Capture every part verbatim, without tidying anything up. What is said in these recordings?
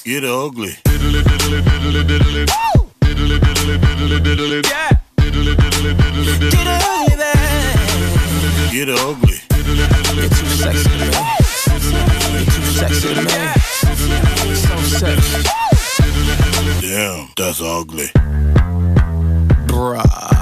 Get ugly. Yeah. Get ugly, baby. Get ugly. You're too sexy, man. You're too sexy, man. So sexy. Damn, that's ugly. Bruh.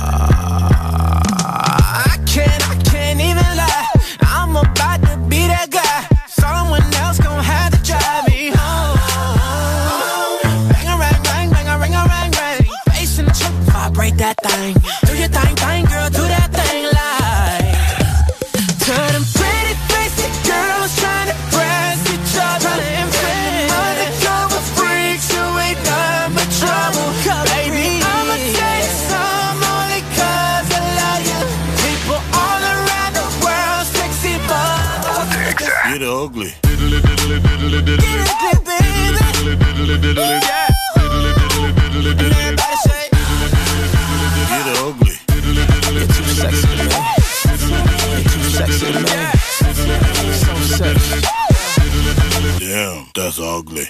I can't, I can't even lie. I'm about to be that guy. Someone else gon' have to drive me home. Bang a rang, rang, bang a ring a rang, rang. Bass in the truck, vibrate that thing. Do your thing, thing, girl, do that thing like. To them pretty faced girls trying to press each other and friends. Undercover freaks who ain't none but trouble. Baby, I'ma take some only cause I love you. People all around the world, sexy boys. Get ugly. Get ugly, baby. Yeah. And everybody say, Get ugly. you're too sexy, man. You're too sexy, man. So sexy. Damn, that's ugly.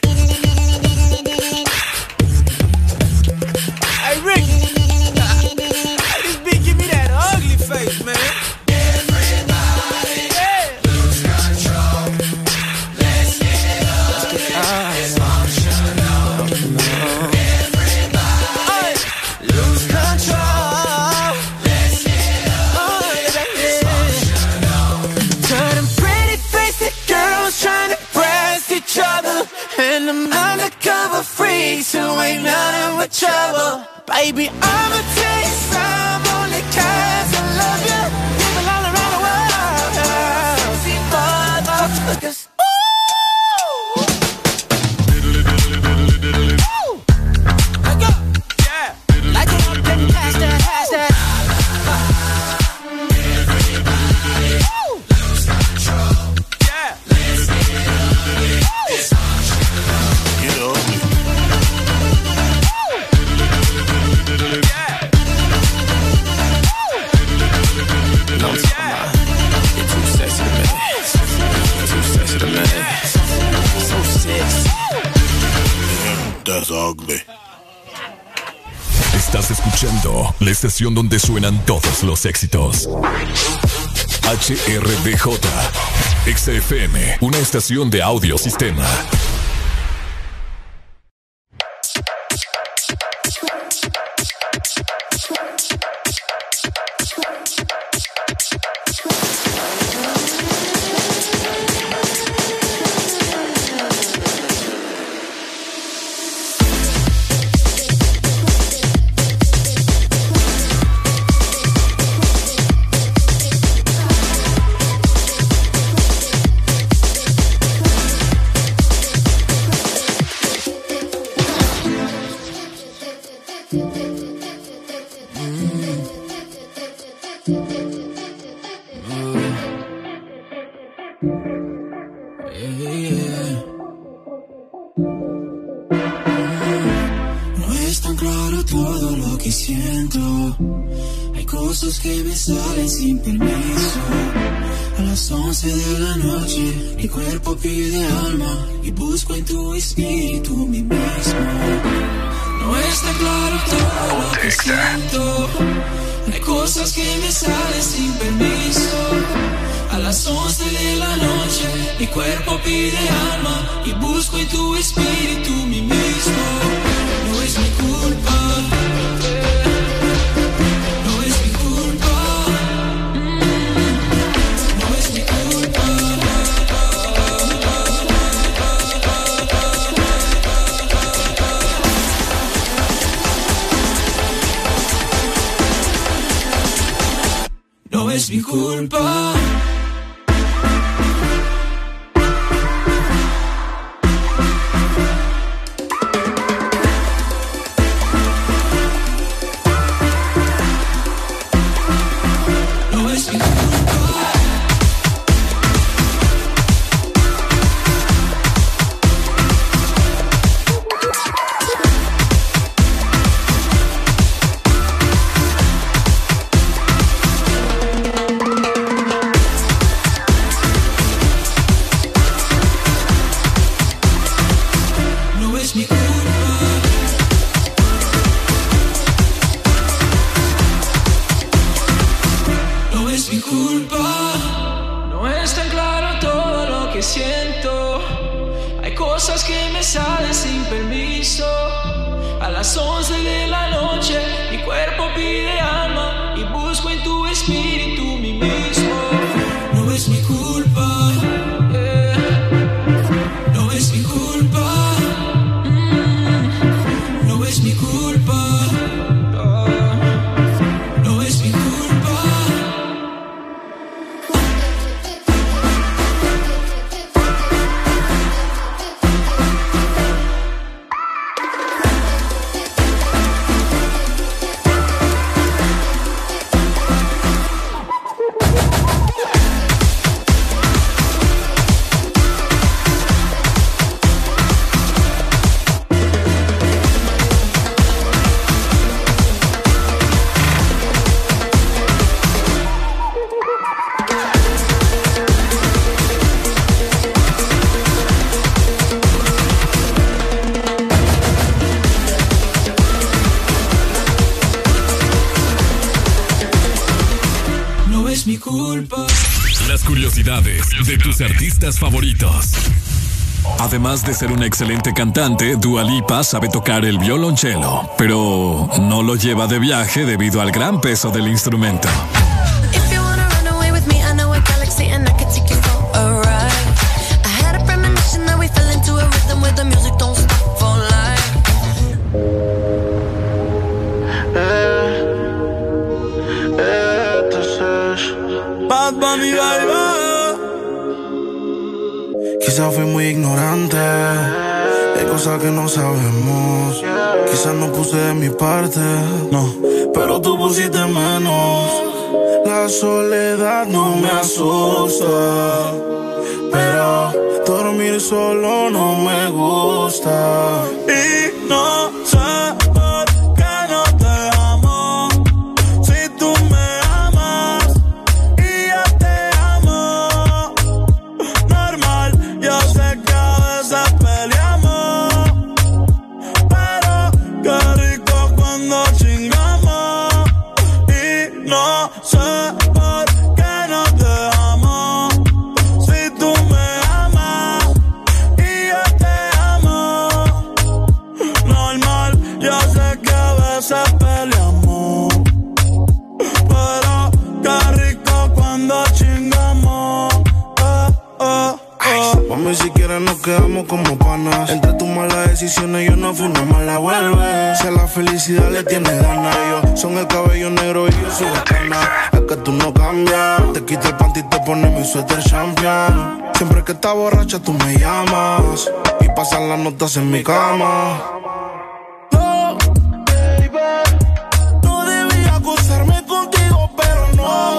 Hey, Rick. Hey, this bitch give me that ugly face, man. Everybody, yeah. Lose control. Let's get it up. Dysfunctional. Everybody, Lose control. let's get it up. Oh, yeah. To them pretty faced girls trying to press each other. And them undercover freaks who ain't nothing but trouble. Baby, I'ma take some only cause I love you. People all around the world. See motherfuckers. Ooh. Ooh. Let go. Yeah. Like it up and pass that, pass that. Ooh. Lose control. Yeah. Let's get it up. Dysfunctional. Get ugly. Yeah. No, I'm talking about. You're too sexy to me. You're too sexy to me. So sexy. Damn, that's ugly. Estás escuchando la estación donde suenan todos los éxitos. H R D J X F M, una estación de audiosistema. No es tan claro todo lo que siento. Hay cosas que me salen sin permiso. A las once de la noche mi cuerpo pide alma y busco en tu espíritu mi mismo. No es tan claro todo lo que siento. Hay cosas que me salen sin permiso. A las once de la noche mi cuerpo pide alma y busco en tu espíritu mi mismo. No es mi culpa. No es mi culpa. No es mi culpa. No es mi culpa. No es mi culpa. las once de la noche, mi cuerpo pide alma y busco en tu espíritu mi mismo. No es mi culpa, Yeah. no es mi culpa, Mm. no es mi culpa, Oh. no es mi culpa. No es mi culpa. Las curiosidades de tus artistas favoritos. Además de ser una excelente cantante, Dua Lipa sabe tocar el violonchelo, pero no lo lleva de viaje debido al gran peso del instrumento. If you wanna run away with me, I know a galaxy and I can take you for a ride. I had a premonition that we fell into a rhythm where the music don't stop for life. Bad Bunny, baby. Quizás fui muy ignorante, hay cosas que no sabemos. Quizás no puse de mi parte, no, pero tú pusiste menos. La soledad no me asusta, pero dormir solo no me gusta. Y no sé por qué no te amo, si tú me amas y yo te amo. Normal, yo sé que a veces peleamos, pero qué rico cuando chingamos. Y no sé por qué no te amo, si tú me amas y yo te amo. Normal, yo sé que a veces peleamos, pero qué rico cuando chingamos. Eh, eh, eh. Mami, si quieres nos quedamos como panas. Entre tus malas decisiones yo no fui una mala vuelve. Si a la felicidad le tienes ganas, ellos son el cabello negro y yo soy la cana. Es que tú no cambias, te quito el panty y te pones mi suéter champion. Siempre que estás borracha tú me llamas y pasan las notas en mi cama. No, baby, no debía acostarme contigo, pero no.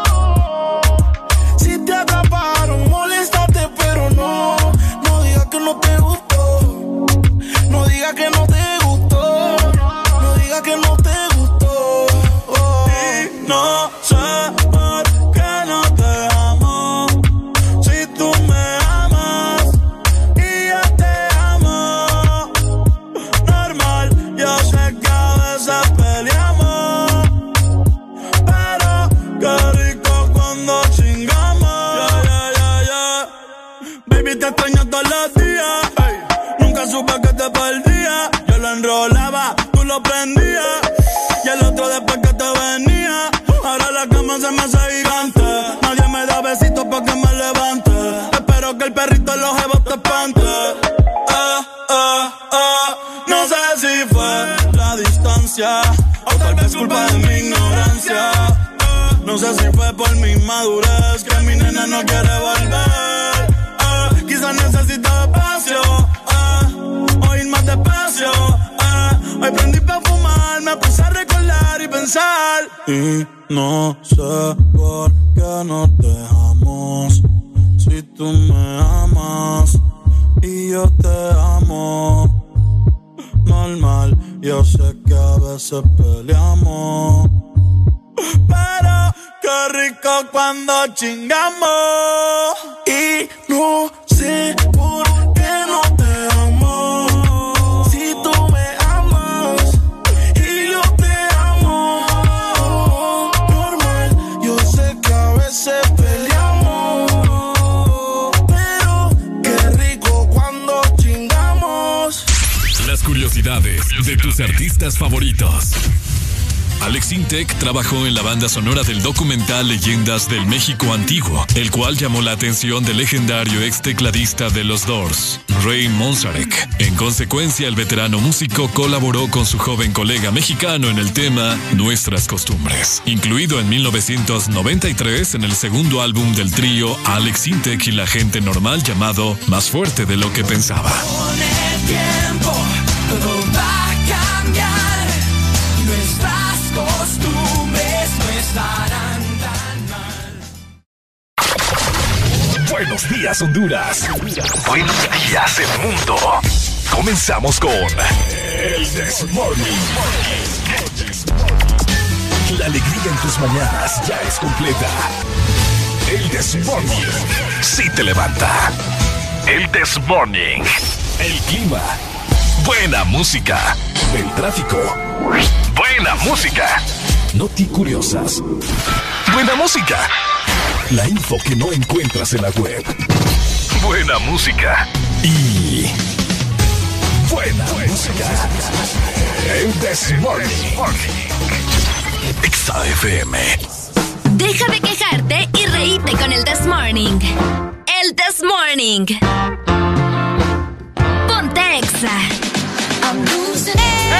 Si te atraparon, moléstate, pero no. No digas que no te gustó, no digas que no te gustó, no digas que no te gustó. Oh. Y no sé por qué no te amo, si tú me amas y yo te amo. Normal, yo sé que a veces peleamos, pero qué rico cuando chingamos. Yeah, yeah, yeah, yeah. Baby, te extraño todos los días. Ey, nunca supe que te perdía. Yo lo enrolaba, tú lo prendías, y el otro después que te venía. Ahora la cama se me hace gigante, nadie me da besitos pa' que me levante. Espero que el perrito en los jevos te espante. Eh, eh, eh. No sé si fue la distancia o tal vez culpa de mi ignorancia. Eh, no sé si fue por mi inmadurez que mi nena no quiere volver. Eh, quizás necesita espacio, eh, o ir más despacio. Eh, hoy prendí pa' fumar, me puse a recordar y pensar. Y no sé por qué no te amo, si tú me amas y yo te amo. Normal, yo sé que a veces peleamos, pero qué rico cuando chingamos. Y no sé por qué no te amo, si tú me amas y yo te amo. Normal, yo sé que a veces peleamos, pero qué rico cuando chingamos. Las curiosidades de tus artistas favoritos. Alex Intec trabajó en la banda sonora del documental Leyendas del México Antiguo, el cual llamó la atención del legendario ex tecladista de los Doors, Ray Manzarek. En consecuencia, el veterano músico colaboró con su joven colega mexicano en el tema Nuestras Costumbres, incluido en mil novecientos noventa y tres en el segundo álbum del trío Alex Intec y la Gente Normal llamado Más Fuerte de lo que Pensaba. Con el tiempo todo va a cambiar, nuestras costumbres no estarán tan mal. Buenos días, Honduras. Buenos días, el mundo. Comenzamos con el This Morning. La alegría en tus mañanas ya es completa. El This Morning sí te levanta. El This Morning. El clima. Buena música. El tráfico. Buena música. Noti curiosas. Buena música. La info que no encuentras en la web. Buena música. Y buena, buena música. El This Morning. Exa F M. Deja de quejarte y reíte con el This Morning. El This Morning. Ponte Exa. I'm losing.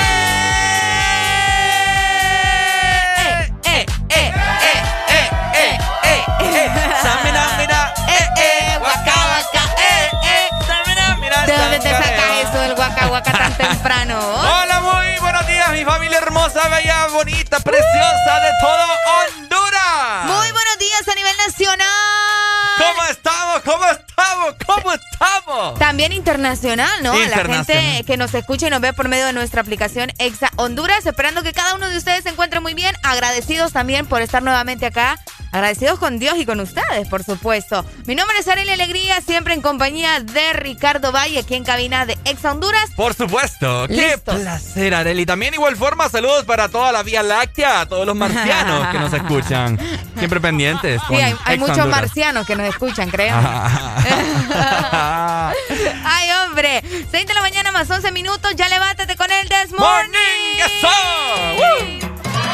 ¿De dónde te sacas eso del guaca guaca tan temprano? Hola, muy buenos días, mi familia hermosa, bella, bonita, preciosa de todo Honduras. Muy buenos días a nivel nacional. ¿Cómo estamos? ¿Cómo estamos? ¿Cómo estamos? También internacional, ¿no? Internacional. La gente que nos escucha y nos ve por medio de nuestra aplicación Exa Honduras, esperando que cada uno de ustedes se encuentre muy bien. Agradecidos también por estar nuevamente acá. Agradecidos con Dios y con ustedes, por supuesto. Mi nombre es Arely Alegría, siempre en compañía de Ricardo Valle, aquí en cabina de Exa Honduras. Por supuesto. Qué Listos. placer, Arely. También igual forma, saludos para toda la Vía Láctea, a todos los marcianos que nos escuchan. Siempre pendientes. Sí, hay, hay muchos Honduras. marcianos que nos escuchan, creo. Ay, hombre. seis de la mañana más once minutos. Ya levántate con el This Morning. Morning, eso. ¡Woo!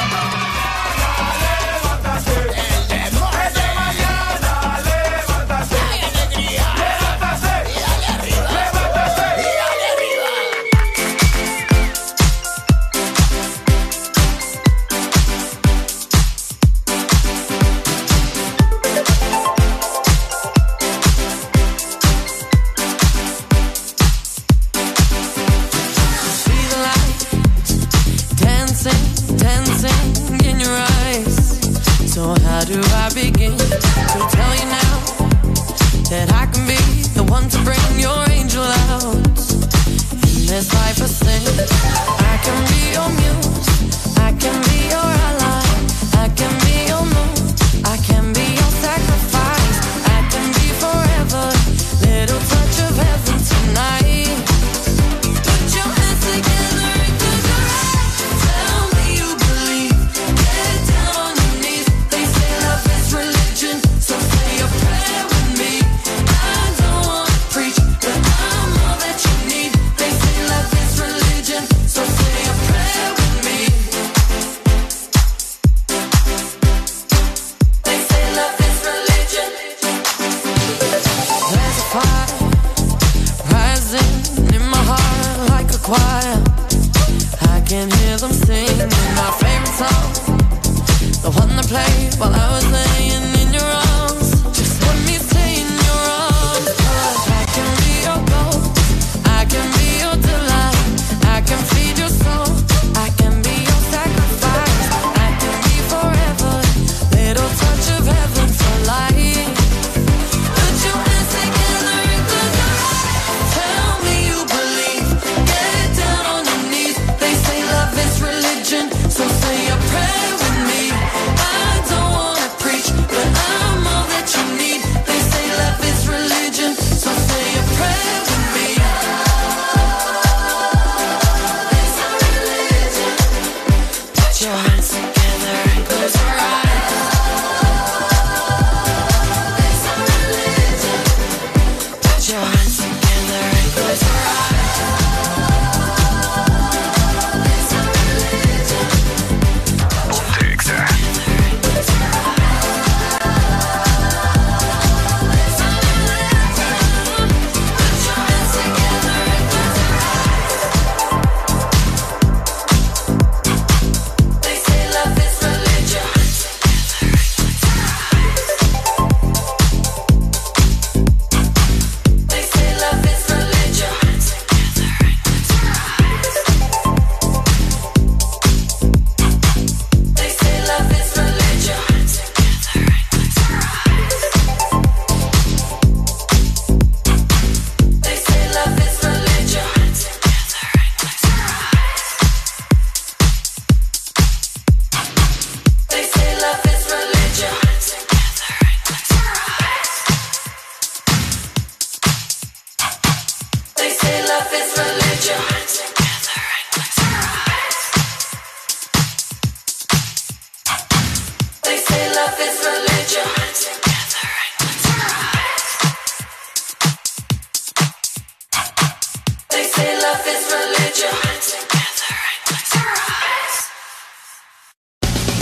So how do I begin to tell you now that I can be the one to bring your angel out in this life of sin? I can be your muse, I can be your ally, I can be your moon, I can be your sacrifice, I can be forever, little touch of heaven tonight. Put your hands together and close your eyes. Tell me you believe. Get down on your knees. They say love is religion, so say a prayer with me. I don't wanna preach, but I'm all that you need. They say love is religion, so say a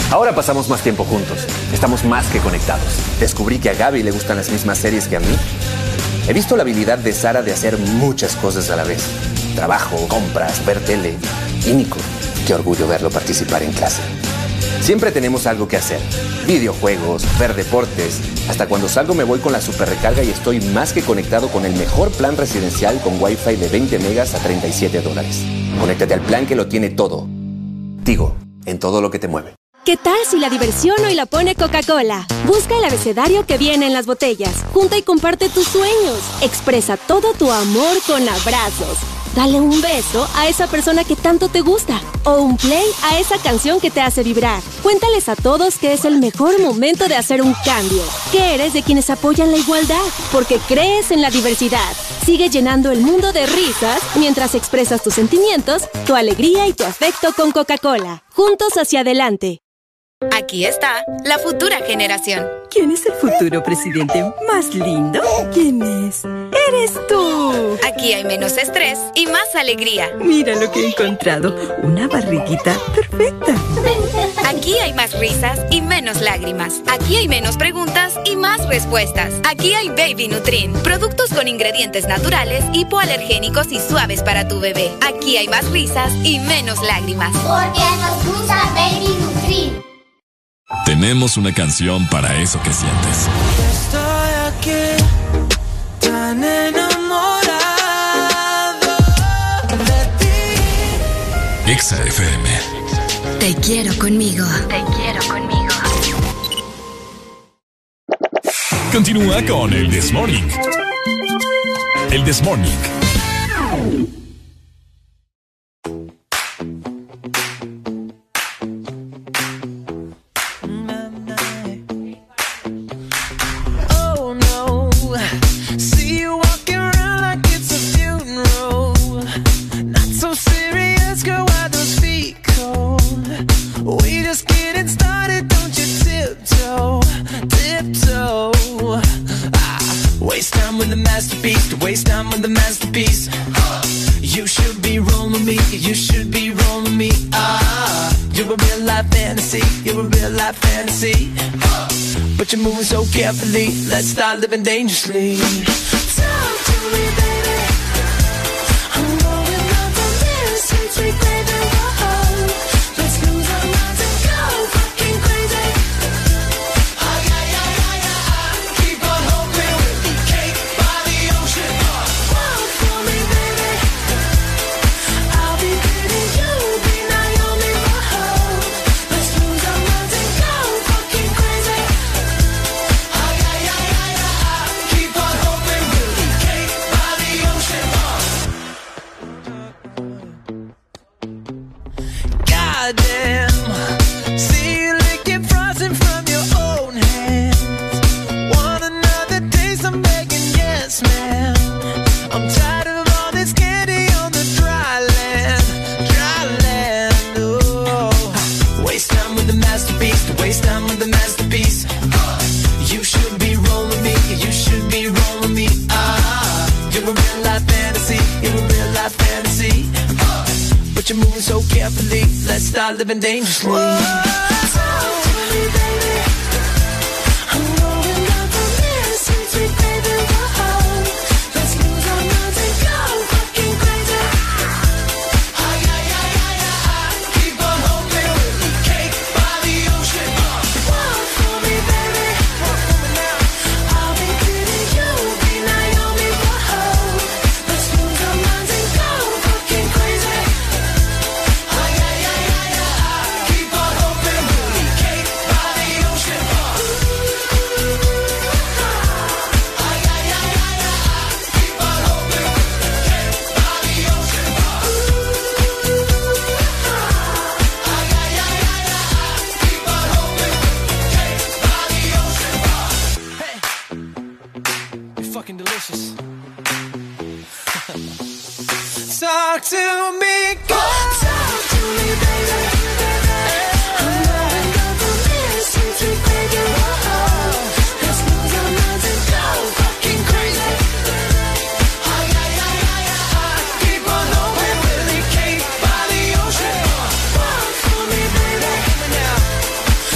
Ahora pasamos más tiempo juntos. Estamos más que conectados. Descubrí que a Gaby le gustan las mismas series que a mí. He visto la habilidad de Sara de hacer muchas cosas a la vez. Trabajo, compras, ver tele. Y Nico, qué orgullo verlo participar en clase. Siempre tenemos algo que hacer. Videojuegos, ver deportes. Hasta cuando salgo me voy con la super recarga y estoy más que conectado con el mejor plan residencial con Wi-Fi de veinte megas a treinta y siete dólares. Conéctate al plan que lo tiene todo. Tigo, en todo lo que te mueve. ¿Qué tal si la diversión hoy la pone Coca-Cola? Busca el abecedario que viene en las botellas. Junta y comparte tus sueños. Expresa todo tu amor con abrazos. Dale un beso a esa persona que tanto te gusta. O un play a esa canción que te hace vibrar. Cuéntales a todos que es el mejor momento de hacer un cambio. Que eres de quienes apoyan la igualdad. Porque crees en la diversidad. Sigue llenando el mundo de risas mientras expresas tus sentimientos, tu alegría y tu afecto con Coca-Cola. Juntos hacia adelante. Aquí está la futura generación. ¿Quién es el futuro presidente más lindo? ¿Quién es? ¡Eres tú! Aquí hay menos estrés y más alegría. Mira lo que he encontrado. Una barriguita perfecta. Aquí hay más risas y menos lágrimas. Aquí hay menos preguntas y más respuestas. Aquí hay Baby Nutrin. Productos con ingredientes naturales, hipoalergénicos y suaves para tu bebé. Aquí hay más risas y menos lágrimas. Porque nos gusta Baby Nutrin. Tenemos una canción para eso que sientes. Estoy aquí, tan enamorado de ti. Exa F M. Te quiero conmigo. Te quiero conmigo. Continúa con el This Morning. El This Morning. Waste time with the masterpiece. You should be rolling me. You should be rolling me. Ah, you're a real life fantasy. You're a real life fantasy. But you're moving so carefully. Let's start living dangerously. Talk to me, baby. I'm going up on this sweet, sweet baby. Whoa. Let's lose our minds and go fucking crazy. Ay, ay, ay, ay, ay. Keep on hoping we'll be cake by the ocean. Walk for me, baby. I'll be pretty, you'll be Naomi. Whoa. Let's lose our minds and go fucking crazy. Ay, ay, ay, ay, ay. Keep on hoping we'll be cake by the ocean. Goddamn. See you licking frosting from your own hands. Want another taste? I'm begging, yes, man. I'm tired of all this candy on the dry land, dry land. Oh, waste time with the masterpiece. To waste time with the masterpiece. You should be rolling me. You should be rolling me. Ah, you're a real life fantasy. You're a real life fantasy. But you're moving so carefully. Let's start living dangerously. Talk to me, baby. I'm going up on this sweet, sweet baby. Whoa. Let's lose our minds and go fucking crazy. Ay, ay, ay, ay, ay. Keep on hoping we'll be cake by the ocean. Walk for me, baby. Walk for me now. I'll be pretty, you'll be Naomi. Whoa. Let's lose our minds and go fucking crazy. Ay, ay, ay, ay, ay. Keep on hoping we'll be cake by the ocean. Ay, ay, ay, ay, ay. Keep on hoping we'll be cake by the ocean. Ay, ay, ay, ay, ay. Keep on hoping we'll be cake by the ocean. Hey, you're fucking delicious. Talk to me, go. Talk to me, baby. I'm going up on this sweet, sweet baby. Whoa. Let's lose our minds and go fucking crazy. Ay, ay, ay, ay, ay. Keep on hoping we'll be cake by the ocean. Walk for me, baby.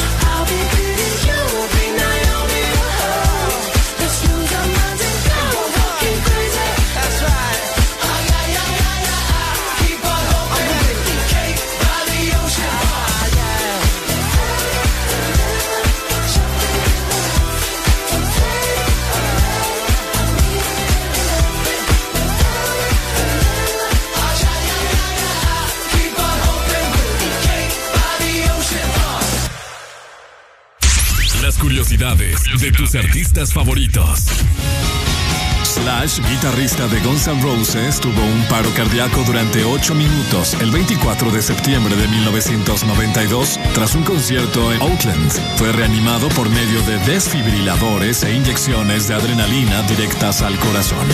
curiosidades de tus artistas favoritos. Slash, guitarrista de Guns N' Roses, tuvo un paro cardíaco durante ocho minutos el veinticuatro de septiembre de mil novecientos noventa y dos tras un concierto en Oakland. Fue reanimado por medio de desfibriladores e inyecciones de adrenalina directas al corazón.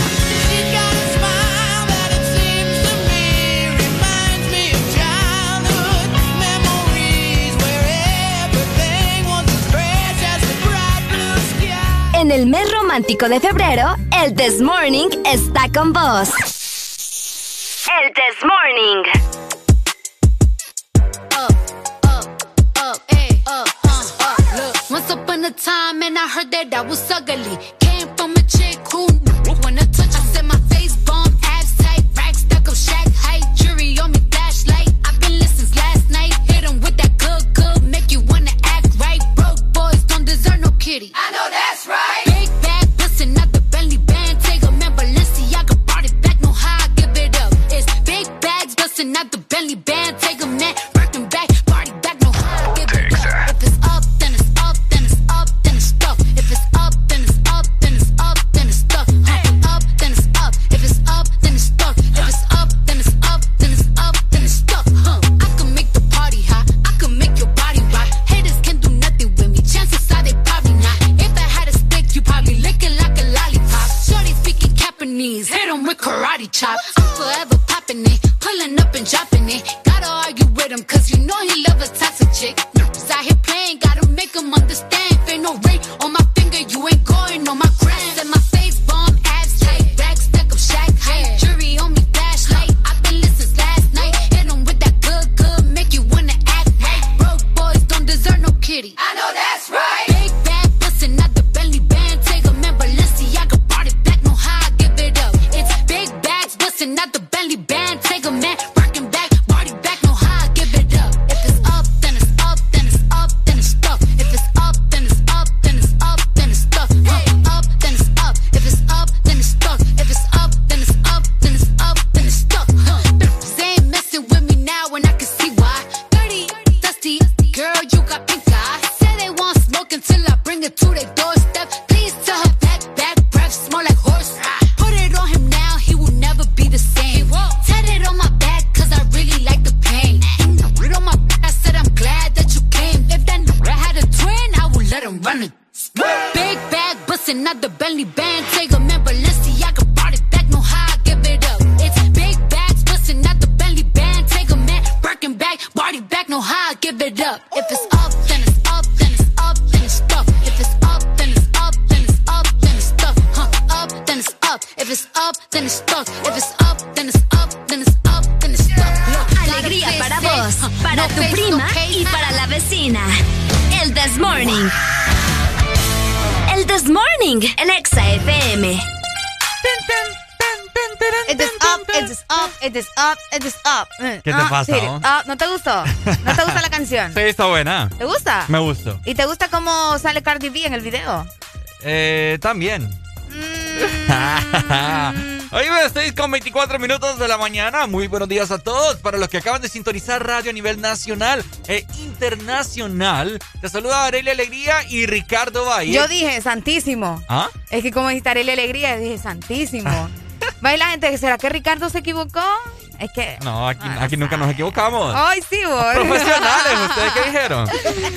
En el mes romántico de febrero, el This Morning está con vos. El This Morning. Up, up, up, hey, up, uh, up, look. Once upon a time, and I heard that I was ugly. Came from a chick who wanna touch. I said my face bomb, abs tight, racks stuck up, shack height, jury on me, flashlight. I've been listening last night. Hit 'em with that good, good, make you wanna act right. Broke boys don't deserve no kitty. I know that's right. Not the Bentley band, take a man, working back, party back, no give it up. If it's up, then it's up, then it's up, then it's stuck. If it's up, then it's up, then it's up, then it's stuck. Huh. Up, then it's up. If it's up, then it's stuck. If it's up, then it's up, then it's up, then it's stuck. Huh. I can make the party hot, I can make your body rock. Haters can do nothing with me, chances are they probably not. If I had a stick, you probably lick it like a lollipop. Shorty speaking Japanese, hit 'em with karate chops. I'm forever popping it. Pulling up and dropping it. Gotta argue with him, cause you know he love a toxic chick. He's out here playing, gotta make him understand. If ain't no ring on my finger, you ain't going on my gram. Set my face bomb, abs tight, back stuck up, shack height. Jury on me, flashlight. I've been listening last night. Hit him with that good, good, make you wanna act right. Broke boys don't deserve no kitty. I know that's right. Big bag bustin' out the Bentley band. Take a man, Balenciaga, brought it back, know how I give it up. It's big bags bustin' out the Bentley band. Take a man, rockin' back, party back, know how I give it up. If it's up, then it's up, then it's up, then it's stuck. If it's up, then it's up, then it's up, then it's stuck. Huh. Up, then it's up. If it's up, then it's stuck. If it's up, then it's up, then it's up, then it's stuck. Huh. They ain't messing with me now, and I can see why. Dirty, dusty, girl, you got pink eye. Say they want smoke until I bring it to their doorstep. Please tell her back, back, breath smell like horse. Put it on him now, he will never be the same. Tat it on my back, cause I really like the pain. Read on my back, I said I'm glad that you came. If that nigga had a twin, I would let him run it. Big bag, bustin' out the Bentley band. Take a man, Balenciaga, brought it back, know how I give it up. It's big bags, bustin' out the Bentley band. Take a man, Birkin back, body back, know how I give it up. If it's up, then it's up, then it's up, then it's stuck. If it's up, then it's up, then it's up, then it's stuck. Huh, up, then it's up. If it's up, then it's stuck. If it's up, then it's up, then it's up, then it's stuck. Alegría para vos, para tu prima y para la vecina. El This Morning. El This Morning en Exa F M. It is up, it is up, it is up, it is up. ¿Qué te Ah, pasa? sí. ¿No? Ah, ¿no te gustó? ¿No te gusta la canción? Sí, está buena. ¿Te gusta? Me gustó. ¿Y te gusta cómo sale Cardi B en el video? Eh, también. Oye, seis con veinticuatro minutos de la mañana. Muy buenos días a todos. Para los que acaban de sintonizar radio a nivel nacional e internacional, te saluda Aurelia Alegría y Ricardo Valle. Yo dije santísimo. ¿Ah? Es que como dijiste Arelia Alegría, yo dije santísimo. Va y la gente, ¿será que Ricardo se equivocó? Es que... No, aquí, aquí nunca nos equivocamos. Ay, sí, vos. Profesionales, ¿ustedes qué dijeron?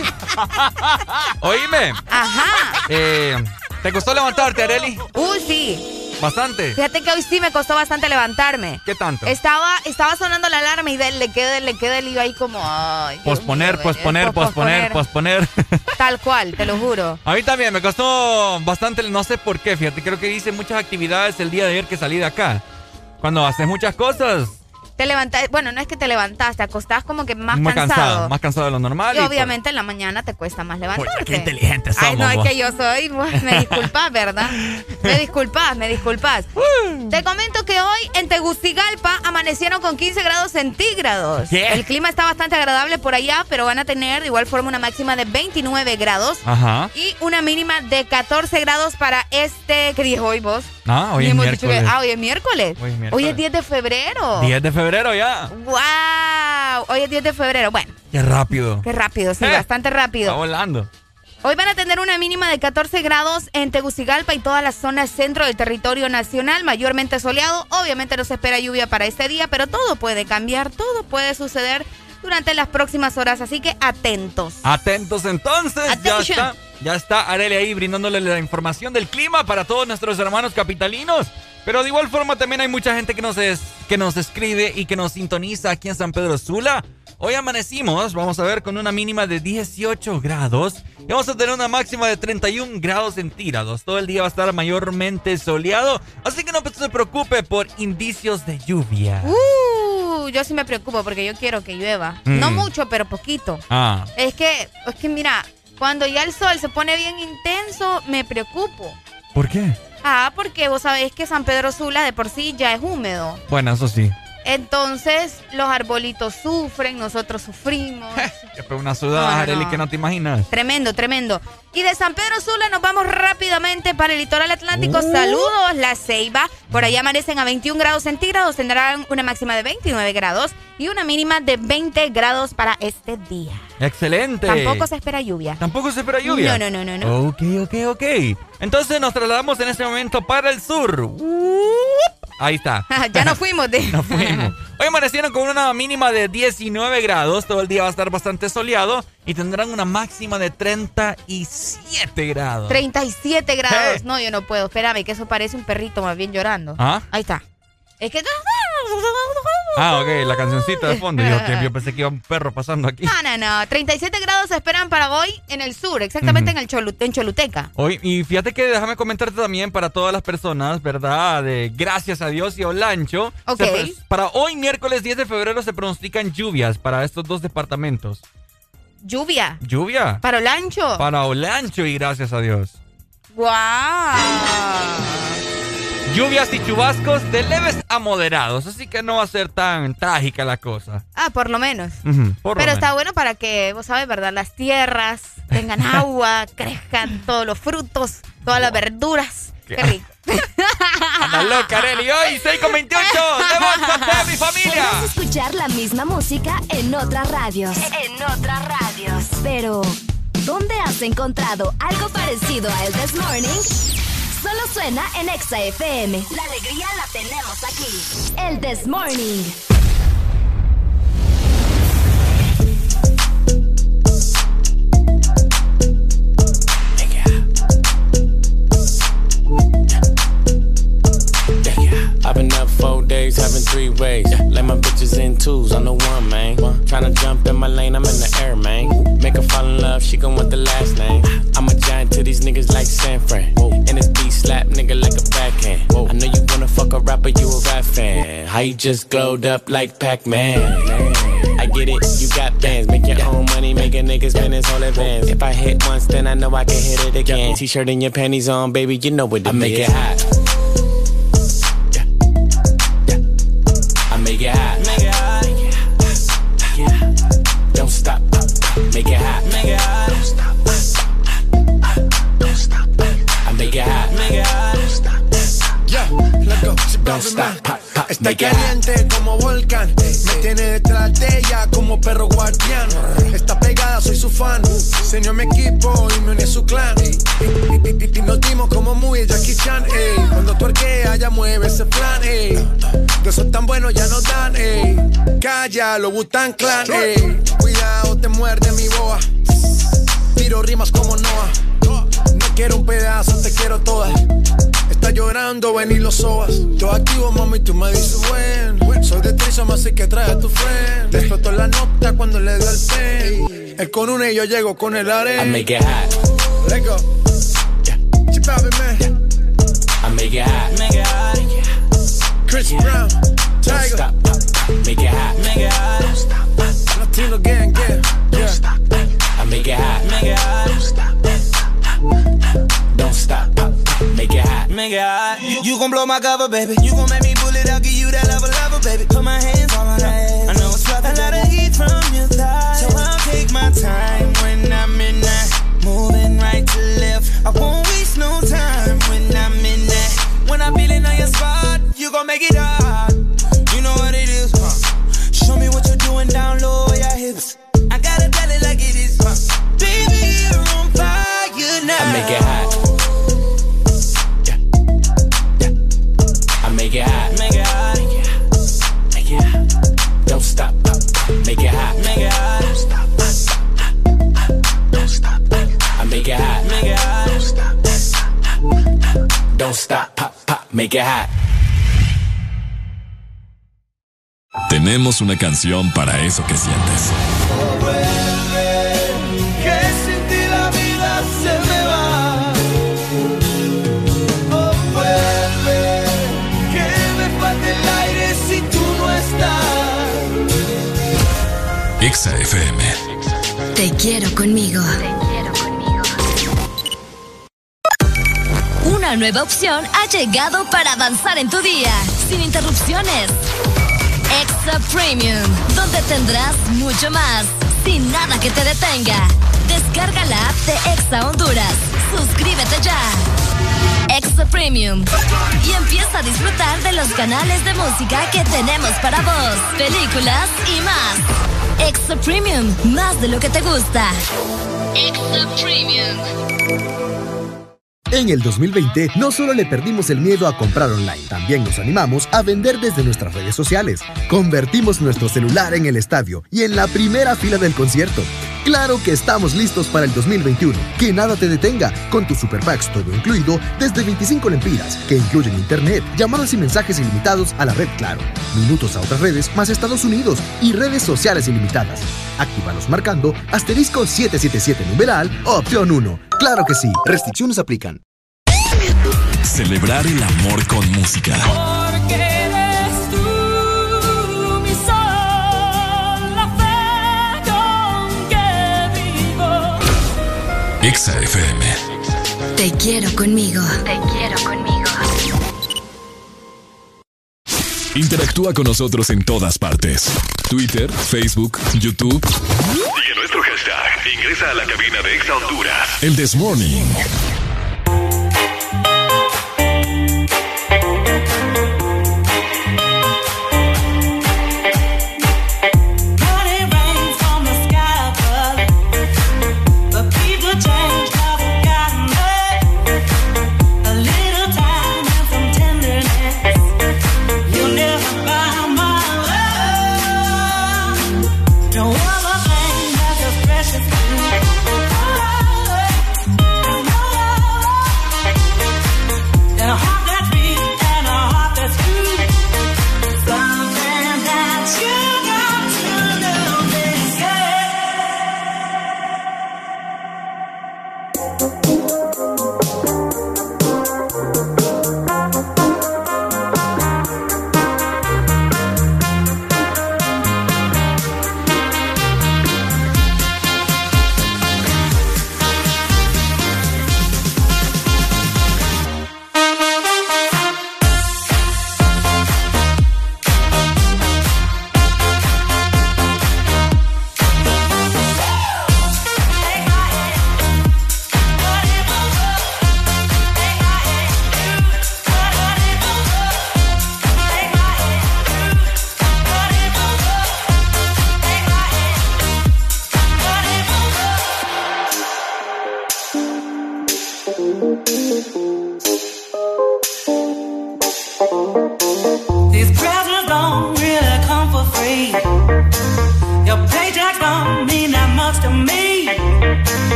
Oíme. Ajá. Eh, ¿Te costó levantarte, Areli? Uy, sí. Bastante. Fíjate que hoy sí me costó bastante levantarme. ¿Qué tanto? Estaba, estaba sonando la alarma y le quedé, le quedé el iba ahí como... Ay, posponer, mío, posponer, posponer, posponer, posponer. Tal cual, te lo juro. A mí también me costó bastante, no sé por qué, fíjate, creo que hice muchas actividades el día de ayer que salí de acá. Cuando haces muchas cosas... Te levantaste, bueno, no es que te levantaste, te acostás como que más, más cansado. cansado. Más cansado de lo normal. Y, y obviamente por... en la mañana te cuesta más levantarte. Pues, qué inteligentes somos. Ay, no, vos. es que yo soy, pues, me disculpas, ¿verdad? Me disculpas, me disculpas. Te comento que hoy en Tegucigalpa amanecieron con quince grados centígrados. ¿Qué? El clima está bastante agradable por allá, pero van a tener de igual forma una máxima de veintinueve grados. Ajá. Y una mínima de catorce grados para este, ¿qué dije hoy vos? Ah, hoy y es hemos miércoles. Dicho que, ah, hoy es miércoles. Hoy es miércoles. Hoy es diez de febrero. diez de febrero ya. ¡Wow! Hoy es diez de febrero. Bueno. Qué rápido. Qué rápido, sí, Eh, bastante rápido. Está volando. Hoy van a tener una mínima de catorce grados en Tegucigalpa y toda la zona centro del territorio nacional, mayormente soleado. Obviamente no se espera lluvia para este día, pero todo puede cambiar, todo puede suceder durante las próximas horas, así que atentos. Atentos entonces, Attention. ya está, ya está Arely ahí brindándole la información del clima para todos nuestros hermanos capitalinos. Pero de igual forma también hay mucha gente que nos, es, que nos escribe y que nos sintoniza aquí en San Pedro Sula. Hoy amanecimos, vamos a ver, con una mínima de dieciocho grados y vamos a tener una máxima de treinta y un grados centígrados. Todo el día va a estar mayormente soleado, así que no se preocupe por indicios de lluvia. Uh, yo sí me preocupo porque yo quiero que llueva. Mm. No mucho, pero poquito. Ah. Es que, es que mira, cuando ya el sol se pone bien intenso, me preocupo. ¿Por qué? Ah, porque vos sabés que San Pedro Sula de por sí ya es húmedo. Bueno, eso sí. Entonces, los arbolitos sufren, nosotros sufrimos. Que fue una sudada, No, Arely, no. que no te imaginas. Tremendo, tremendo. Y de San Pedro Sula nos vamos rápidamente para el litoral atlántico. Uh. Saludos, La Ceiba. Por allá amanecen a veintiún grados centígrados. Tendrán una máxima de veintinueve grados y una mínima de veinte grados para este día. Excelente. Tampoco se espera lluvia. ¿Tampoco se espera lluvia? No, no, no, no, no. Ok, ok, ok. Entonces nos trasladamos en este momento para el sur. Ahí está. Ya nos fuimos de... Nos fuimos. Hoy amanecieron con una mínima de diecinueve grados. Todo el día va a estar bastante soleado. Y tendrán una máxima de treinta y siete grados. treinta y siete grados. Hey. No, yo no puedo. Espérame, que eso parece un perrito más bien llorando. ¿Ah? Ahí está. Es que... Ah, ok, la cancioncita de fondo. Yo, que yo pensé que iba un perro pasando aquí. No, no, no. treinta y siete grados se esperan para hoy en el sur, exactamente Ujú. en el Cholu- en Choluteca. Hoy, y fíjate que déjame comentarte también para todas las personas, ¿verdad? De gracias a Dios y Olancho. Ok. Se pre- para hoy, miércoles diez de febrero, se pronostican lluvias para estos dos departamentos. Lluvia. ¿Lluvia? Para Olancho. Para Olancho y gracias a Dios. ¡Guau! Lluvias y chubascos de leves a moderados, así que no va a ser tan trágica la cosa. Ah, por lo menos. Ujú, por lo Pero está menos. bueno para que, vos sabés, ¿verdad? Las tierras tengan agua, crezcan todos los frutos, todas las verduras. Qué rico. Anda loca, Arely. Hoy, seis con veintiocho. ¡Levántate, mi familia! Podemos escuchar la misma música en otras radios. En otras radios. Pero, ¿dónde has encontrado algo parecido a El This Morning? Solo suena en Exa F M. La alegría la tenemos aquí. El This Morning. I've been up four days, having three ways. Like my bitches in twos, I'm the one, man. Tryna jump in my lane, I'm in the air, man. Make her fall in love, she gon' want the last name. I'm a giant to these niggas like San Fran. And this beat slap nigga like a backhand. I know you wanna fuck a rapper, you a rap fan. How you just glowed up like Pac-Man? I get it, you got bands. Make your own money, make a nigga spend his whole advance. If I hit once, then I know I can hit it again. T-shirt and your panties on, baby, you know what it is. I make it hot. I make it hot. Make it hot. Yeah. Don't stop. Make it hot. Make it hot. Don't stop. Don't stop. I make it hot. Make it hot. Don't stop. Yeah, let's go. Don't stop. Pop, pop. Está Make it hot. caliente como volcán. Me tiene detrás de ella como perro guardián. Está pegada, soy su fan. Se unió a mi equipo y me uní a su clan. Y, y, y, y, y nos dimos como muy Jackie Chan. Ey. Cuando tuerquea, ya mueve ese plan. Ey. De esos tan buenos ya nos dan. Ey. Calla, lo Wu-Tang Clan. Ey. Cuidado, te muerde mi boa. Tiro rimas como Noah. No quiero un pedazo, te quiero toda. Está llorando, ven y lo sobas. Yo activo, mami, tú me dices buen. Soy de Trisom, así que trae a tu friend. Le explotó la nota cuando le dio el pen. Él con una y yo llego con el arena. I make it hot. Let's go. Yeah. Chipabe, man. I make it hot. Make it hot. Chris Brown. Don't Tiger. stop. Make it hot. Make it hot. Don't stop. Latino gang, yeah. Don't stop. I make it hot. Make it hot. Don't stop. Don't stop. Make it hot. Make it hot. You gon' blow my cover, baby. You gon' make me pull it out, give you that level, level, baby. Put my hands on my ass. I know it's rough. A lot of heat from your thighs, so I'll take my time when I'm in that. Moving right to left. I won't waste no time when I'm in that. When I'm feeling on your spot, you gon' make it hot. You know what it is, huh? Show me what you're doing down low, your hips. I gotta tell it like it is, huh? Baby, you're on fire. tenemos una canción para eso que sientes. Oh, vuelve, que sin ti la vida se me va. Oh, vuelve, que me falta el aire si tú no estás. Exa F M. Te quiero conmigo. Una nueva opción ha llegado para avanzar en tu día, sin interrupciones. Exa Premium, donde tendrás mucho más, sin nada que te detenga. Descarga la app de Exa Honduras. Suscríbete ya. Exa Premium. Y empieza a disfrutar de los canales de música que tenemos para vos, películas y más. Exa Premium, más de lo que te gusta. Exa Premium. En el dos mil veinte, no solo le perdimos el miedo a comprar online, también nos animamos a vender desde nuestras redes sociales. Convertimos nuestro celular en el estadio y en la primera fila del concierto. Claro que estamos listos para el dos mil veintiuno. Que nada te detenga con tus Super Packs todo incluido desde veinticinco lempiras, que incluyen internet, llamadas y mensajes ilimitados a la red Claro, minutos a otras redes más Estados Unidos y redes sociales ilimitadas. Actívalos marcando asterisco siete siete siete numeral opción uno. Claro que sí, restricciones aplican. Celebrar el amor con música. Porque eres tú mi sol, la fe con que vivo. Exa F M. Te quiero conmigo. Te quiero conmigo. Interactúa con nosotros en todas partes. Twitter, Facebook, YouTube. Sigue nuestro hashtag. Ingresa a la cabina de Exa Honduras. El This Morning.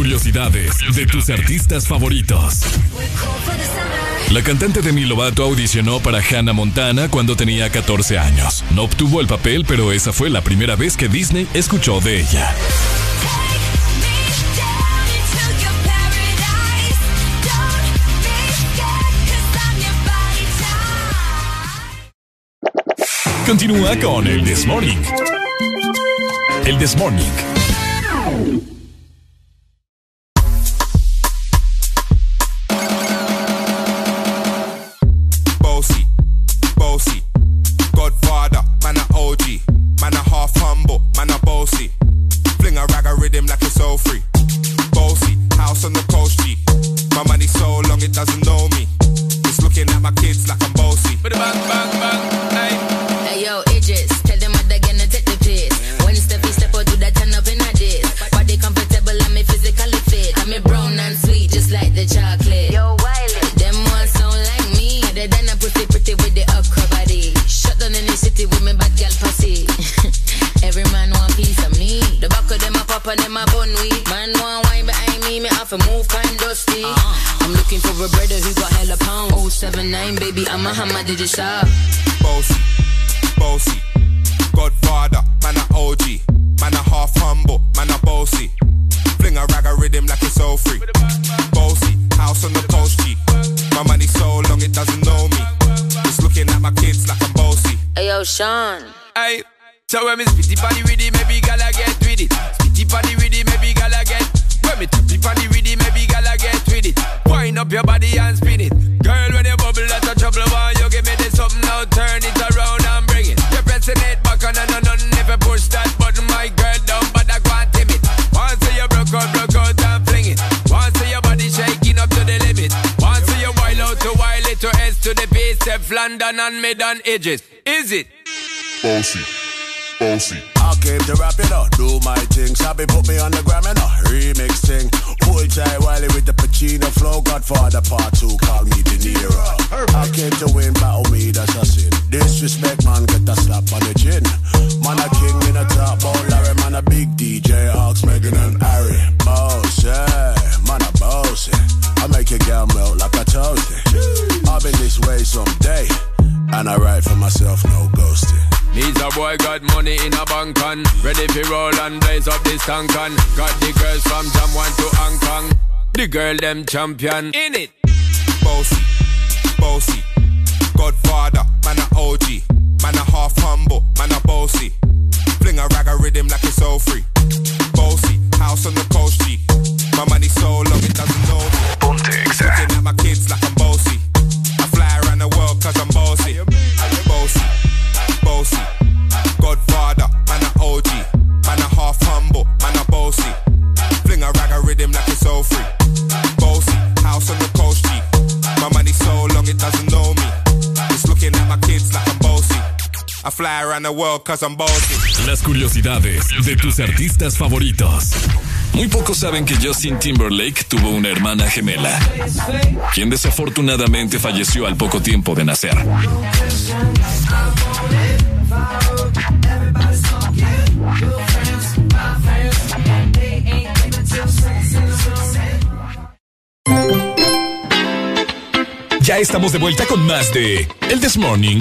curiosidades de tus artistas favoritos. La cantante Demi Lovato audicionó para Hannah Montana cuando tenía catorce años. No obtuvo el papel, pero esa fue la primera vez que Disney escuchó de ella. Continúa con el This Morning. El This Morning. Bossy, bossy, Godfather, man a O G, man a half humble, man a bossy. Fling a rag a rhythm like it's all free. Bossy, house on the coast G. My money so long it doesn't know me. It's looking at my kids like I'm bossy. Bang, bang, bang, hey. Yo, Idris, tell them what they're gonna take the piss. When Steffi step out to that turn up in a diss. Body comfortable and me physically fit. I'm a brown and sweet just like the chocolate. Yo, Wiley, them ones sound like me. They done a pretty pretty with the upper body. Shut down in the city with me bad girl pussy. Every man want piece of me. The back of them a pop and them a bun weed. Man want wine behind me, me have to move kind dusty. Uh-huh. I'm looking for a brother who got hella pound. oh seven nine, baby, I'm a hammer, did you shop? Bossy. Bossy, Godfather, man a O G, man a half humble, man a bossy. Fling a rag a rhythm like it's all free. Bossy, house on the coast G. My money so long it doesn't know me. Just looking at my kids like I'm bossy. Hey yo, Sean. Hey, so when me spitty party with it, maybe gala get with it. Spitty party with it, maybe gala get. When me tappy party with it, maybe gala get with it. Wind up your body and spin it. Girl, when you bubble, that's a trouble. Why you give me this something now? Turn it around and bring it. You're pressing it back on and on and if you push that button, my girl down, but I can't tame it. Once you broke out, broke out and fling it. Once your body shaking up to the limit. Once you wild out to wild it to S to the base, F London and mid and edges. Is it? Bossy, bossy. I came to rap it up, do my thing. Sabi put me on the gram and a remix thing. Hold tight Wiley with the Pacino flow. Godfather part two, call me De Niro. I came to win, battle me, that's a sin. Disrespect, man, get a slap on the chin. Man a king in a top, oh Larry, man a big D J, Ox, Megan and Harry. Boss, yeah, man a bossy. I make your girl melt like a toasty. I've been this way someday, and I write for myself, no ghosting. Needs a boy got money in a bank on. Ready for roll and blaze up this tank on. Got the girls from Jamwan to Hong Kong. The girl them champion. In it. Bossy, bossy. Godfather, man a O G. Man a half humble, man a bossy. Fling a rag a rhythm like it's all free. Bossy, house on the coast G. My money so long it doesn't know me. Looking at my kids like I'm bossy. I fly around the world cause I'm bossy. Bossy. Bossy, Godfather, man a O G, man a half humble, man a bossy. Fling a rag a rhythm like it's all free. Bossy, house on the coast G. My money so long it doesn't know me. It's looking at my kids like I'm bossy. I fly around the world cause I'm bossy. Las curiosidades de tus artistas favoritos. Muy pocos saben que Justin Timberlake tuvo una hermana gemela, quien desafortunadamente falleció al poco tiempo de nacer. Ya estamos de vuelta con más de El This Morning.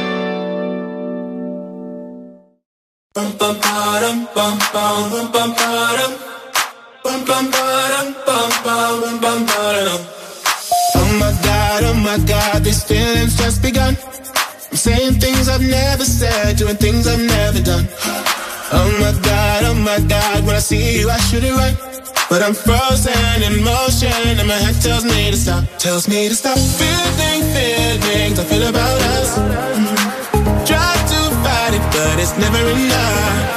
Oh my God, oh my God, these feelings just begun. I'm saying things I've never said, doing things I've never done. Oh my God, oh my God, when I see you I should it right, but I'm frozen in motion and my head tells me to stop, tells me to stop. Feeling, feelings I feel about us. Mm. Try to fight it, but it's never enough.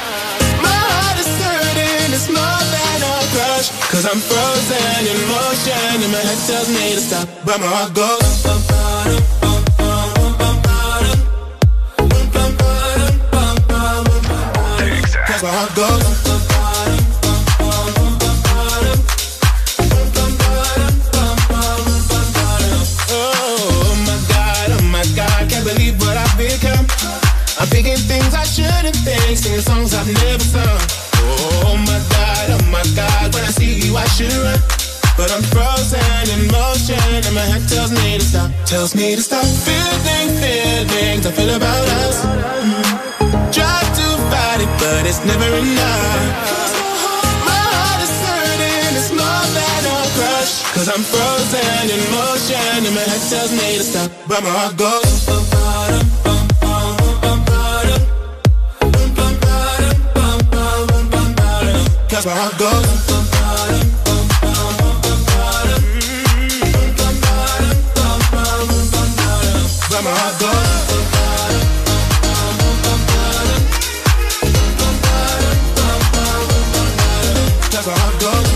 Cause I'm frozen in motion and my head tells me to stop, but my heart goes. Cause my heart goes. Oh my God, oh my God, can't believe what I've become. I'm thinking things I shouldn't think, singing songs I've never sung. Oh my God, God, oh my God, when I see you I should run. But I'm frozen in motion and my head tells me to stop. Tells me to stop feeling feelings I feel about us. Mm. Try to fight it but it's never enough. My heart is hurting, it's more than a crush. Cause I'm frozen in motion and my head tells me to stop. But my heart goes bum, bum, bum, bum, bum, bum, bum, bum, bum, bum, bum. Cause my heart goes bum, bum, bum, bum, but my heart goes. That's my heart goes.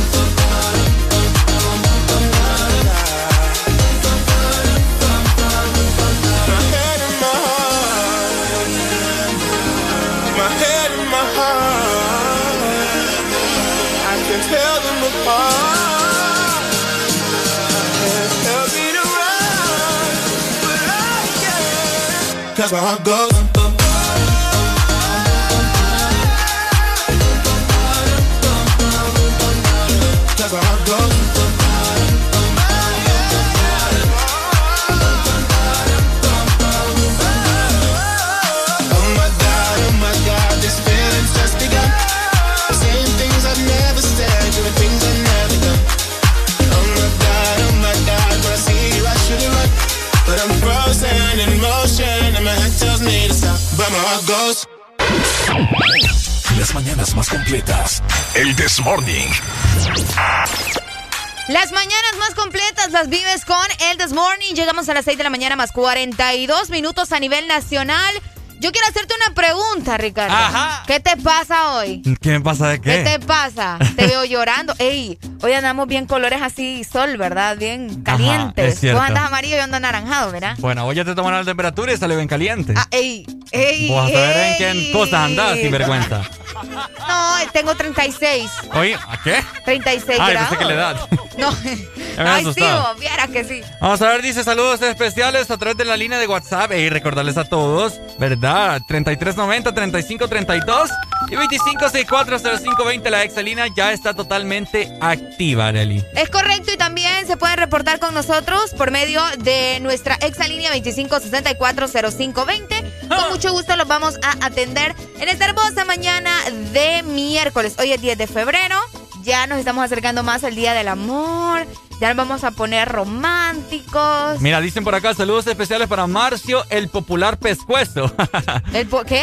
My head and my heart, my head and my heart, I can tell them apart. Tell me to run, but I can't. Cause my heart goes. Cause my heart goes. Oh my God, oh my God, this feeling's just begun. Saying things I've never said, doing things I've never done. Oh my God, oh my God, when I see you I should've run. But I'm frozen in motion and my head tells me to stop. But my heart goes. Las mañanas más completas. El This Morning. Las mañanas más completas las vives con el This Morning. Llegamos a las seis de la mañana más cuarenta y dos minutos a nivel nacional. Yo quiero hacerte una pregunta, Ricardo. Ajá. ¿Qué te pasa hoy? ¿Qué me pasa de qué? ¿Qué te pasa? Te veo llorando. Ey, hoy andamos bien colores así, sol, ¿verdad? Bien calientes. Ajá, es cierto. Vos andas amarillo y yo ando anaranjado, ¿verdad? Bueno, hoy ya te toman la temperatura y sale bien caliente. Ah, ey, ey, Vos a saber ey. en qué cosas andás, sin vergüenza. No, tengo treinta y seis. Oye, ¿a qué? treinta y seis Ay, grados. pensé que la edad. No. Ya me Ay, sí, asustaba. vos, vieras que sí. Vamos a ver, dice saludos especiales a través de la línea de WhatsApp. Y recordarles a todos, ¿verdad? treinta y tres noventa, treinta y cinco treinta y dos y veinticinco sesenta y cuatro cero cinco veinte. La exalina ya está totalmente activa, Arely. Es correcto, y también se pueden reportar con nosotros por medio de nuestra exalínea veinticinco sesenta y cuatro cero cinco veinte. Con mucho gusto los vamos a atender en esta hermosa mañana de miércoles. Hoy es diez de febrero. Ya nos estamos acercando más al Día del Amor. Ya nos vamos a poner románticos. Mira, dicen por acá saludos especiales para Marcio, el popular pescuezo. ¿El po- qué?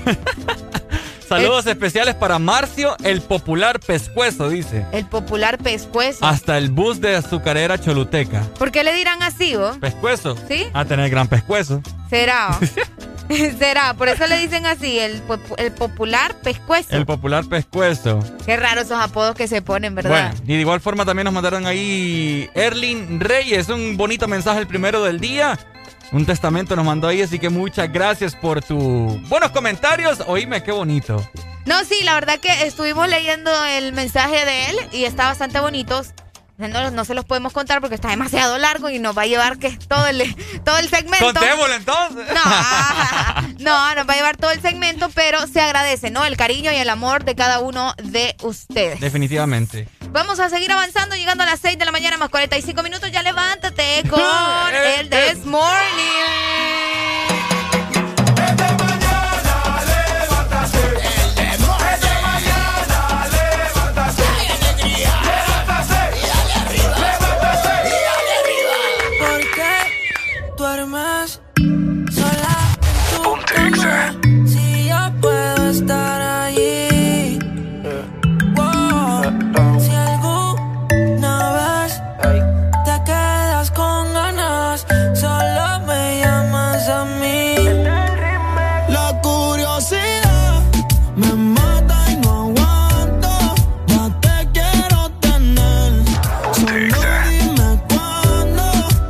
Saludos especiales para Marcio, el popular pescuezo, dice. El popular pescuezo. Hasta el bus de azucarera choluteca. ¿Por qué le dirán así, vos? ¿Pescuezo? ¿Sí? A tener gran pescuezo. ¿Será? ¿Será? Por eso le dicen así, el, po- el popular pescuezo. El popular pescuezo. Qué raros esos apodos que se ponen, ¿verdad? Bueno, y de igual forma también nos mandaron ahí Erlin Reyes, un bonito mensaje el primero del día. Un testamento nos mandó ahí, así que muchas gracias por tus buenos comentarios. Oíme, qué bonito. No, sí, la verdad que estuvimos leyendo el mensaje de él y está bastante bonito. No, no se los podemos contar porque está demasiado largo y nos va a llevar que todo el, todo el segmento. Contémoslo entonces. No, no, nos va a llevar todo el segmento, pero se agradece, ¿no? El cariño y el amor de cada uno de ustedes. Definitivamente. Vamos a seguir avanzando, llegando a las seis de la mañana más cuarenta y cinco minutos. Ya levántate con el This Morning. Duermes sola en tu cama. Si yo puedo estar allí. Wow. Si alguna vez te quedas con ganas, solo me llamas a mí. La curiosidad me mata y no aguanto. Ya te quiero tener. Solo dime cuándo.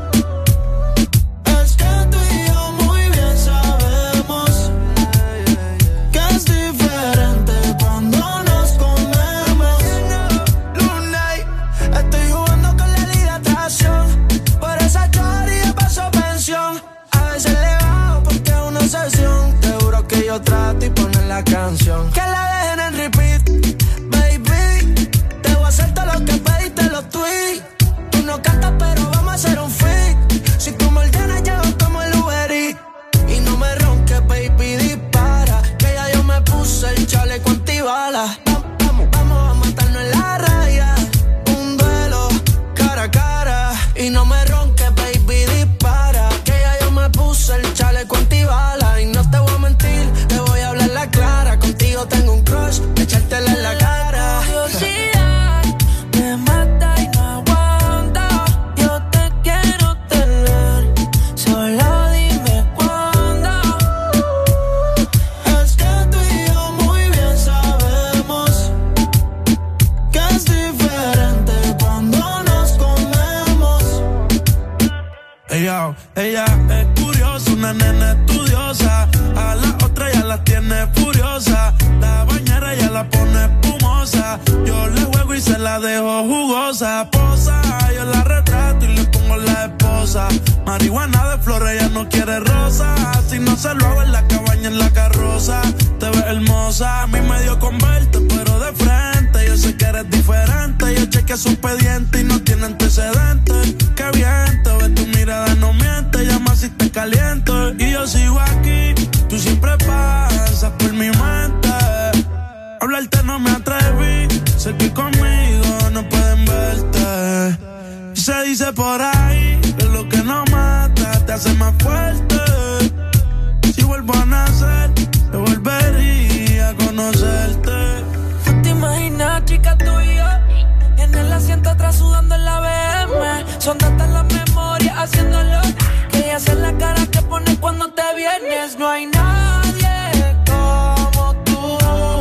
Es que tú y yo muy bien sabemos que es diferente cuando nos comemos. Luna, estoy jugando con la hidratación. Por esa chorilla paso pensión. A veces le bajo porque es una obsesión. Te juro que yo trato y poner la canción que la dejen en repeat, baby. a hacer un fit. Si tú me ordenas, yo tomo el Uber Eats. Y no me ronques, baby, dispara. Que ya yo me puse el chaleco antibala. Vamos, vamos a matarnos en la raya. Un duelo cara a cara. Y no me ronques, baby, dispara. Que ya yo me puse el chaleco antibala. Y no te voy a mentir, te voy a hablar la clara. Contigo tengo un crush, echártela en la cara. Curiosidad me mata y no aguanto. Yo te quiero tener, solo dime cuándo. Es que tú y yo muy bien sabemos que es diferente cuando nos comemos. Ella, ella es curiosa, una nena estudiosa. A la otra ya la tiene furiosa. La bañera ya la pone espumosa. Yo le juego y se la dejo jugosa. Posa, yo la retrato y le pongo la esposa. Marihuana de flores, ella no quiere rosa. Si no se lo hago en la cabaña, en la carroza. Te ves hermosa, a mí me dio con verte, pero de frente. Yo sé que eres diferente. Yo chequeé su expediente y no tiene antecedentes. Qué bien, te ves, tu mirada no miente. Llama si te caliento y yo sigo aquí. Tú siempre pasas por mi mente. Hablarte no me atreví. Sé que conmigo no pueden verte. Se dice por ahí que lo que no mata te hace más fuerte. Si vuelvo a nacer, te volvería a conocerte. ¿Tú te imaginas, chica, tú y yo en el asiento atrás sudando en la B M? Son tantas las memorias haciéndolo que ella hace la cara que pone cuando te vienes. No hay nadie como tú.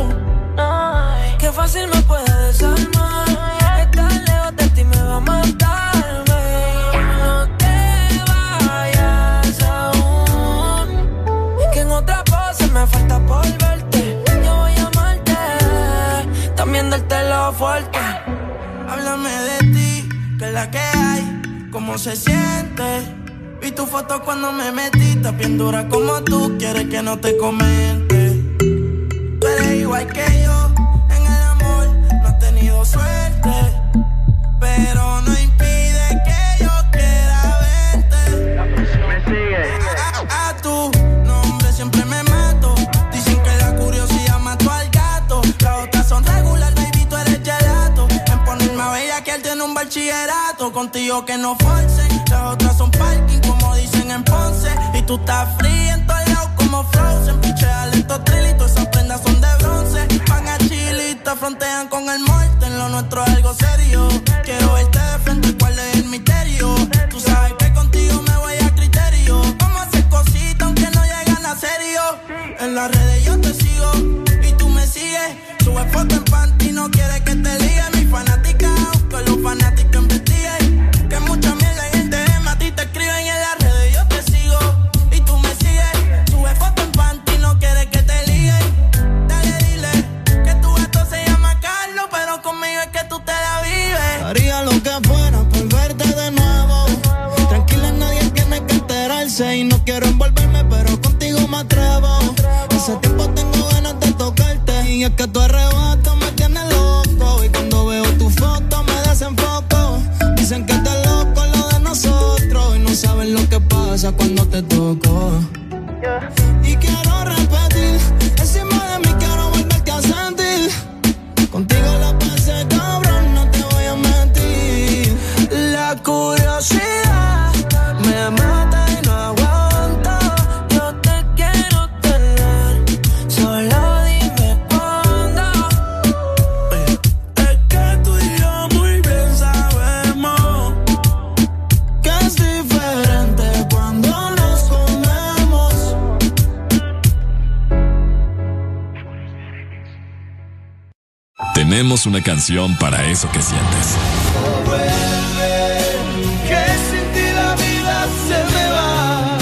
Ay, qué fácil me puede desarmar. Estar lejos de ti me va a matar, baby. No te vayas aún, que en otra pose me falta por verte. Yo voy a amarte, también dártelo fuerte. Háblame de ti, que es la que hay, cómo se siente. Vi tu foto cuando me metiste, bien dura como tú, quieres que no te comente. Tú eres igual que yo, en el amor no has tenido suerte, pero no impide que yo quiera verte. Me sigue. A, a tu nombre siempre me mato, dicen que la curiosidad mató al gato. Las otras son regular, baby, tú eres gelato. En ponerme a bella que él tiene un bachillerato. Contigo que no forcen, las otras son parking como dicen en Ponce. Y tú estás fría en todos lados como Frozen. Pichea lento trilito, esas prendas son de bronce. Van a chilita, frontean con el muerto. En lo nuestro es algo serio. Quiero verte de frente, cuál es el misterio. Tú sabes que contigo me voy a criterio. Vamos a hacer cositas aunque no llegan a serio. En las redes yo te sigo y tú me sigues. Sube foto en panty, no quieres que te ligue. Mi fanática, que los fanáticos investiguen. Que mucha mierda en el D M a ti te escriben. En las redes yo te sigo y tú me sigues. Sube foto en panty, no quieres que te liguen. Dale, dile que tu gato se llama Carlos, pero conmigo es que tú te la vives. Haría lo que fuera por verte de nuevo. Tranquila, nadie tiene que enterarse. Y no quiero envolverme, pero contigo me atrevo. Hace tiempo tengo ganas de tocarte. Y es que tu arrebato me tiene loco. Y cuando veo tu foto me desenfoco. Dicen que estás loco lo de nosotros. Y no saben lo que pasa cuando te toco. Y quiero repetir, encima de mí quiero volverte a sentir. Contigo la pasé cabrón, no te voy a mentir. La curiosidad me mata y no aguanto. Yo te quiero tener, solo dime cuándo. Oye, es que tú y yo muy bien sabemos que es diferente cuando nos comemos. Tenemos una canción para eso que sientes. Vuelve, que sin ti la vida se me va.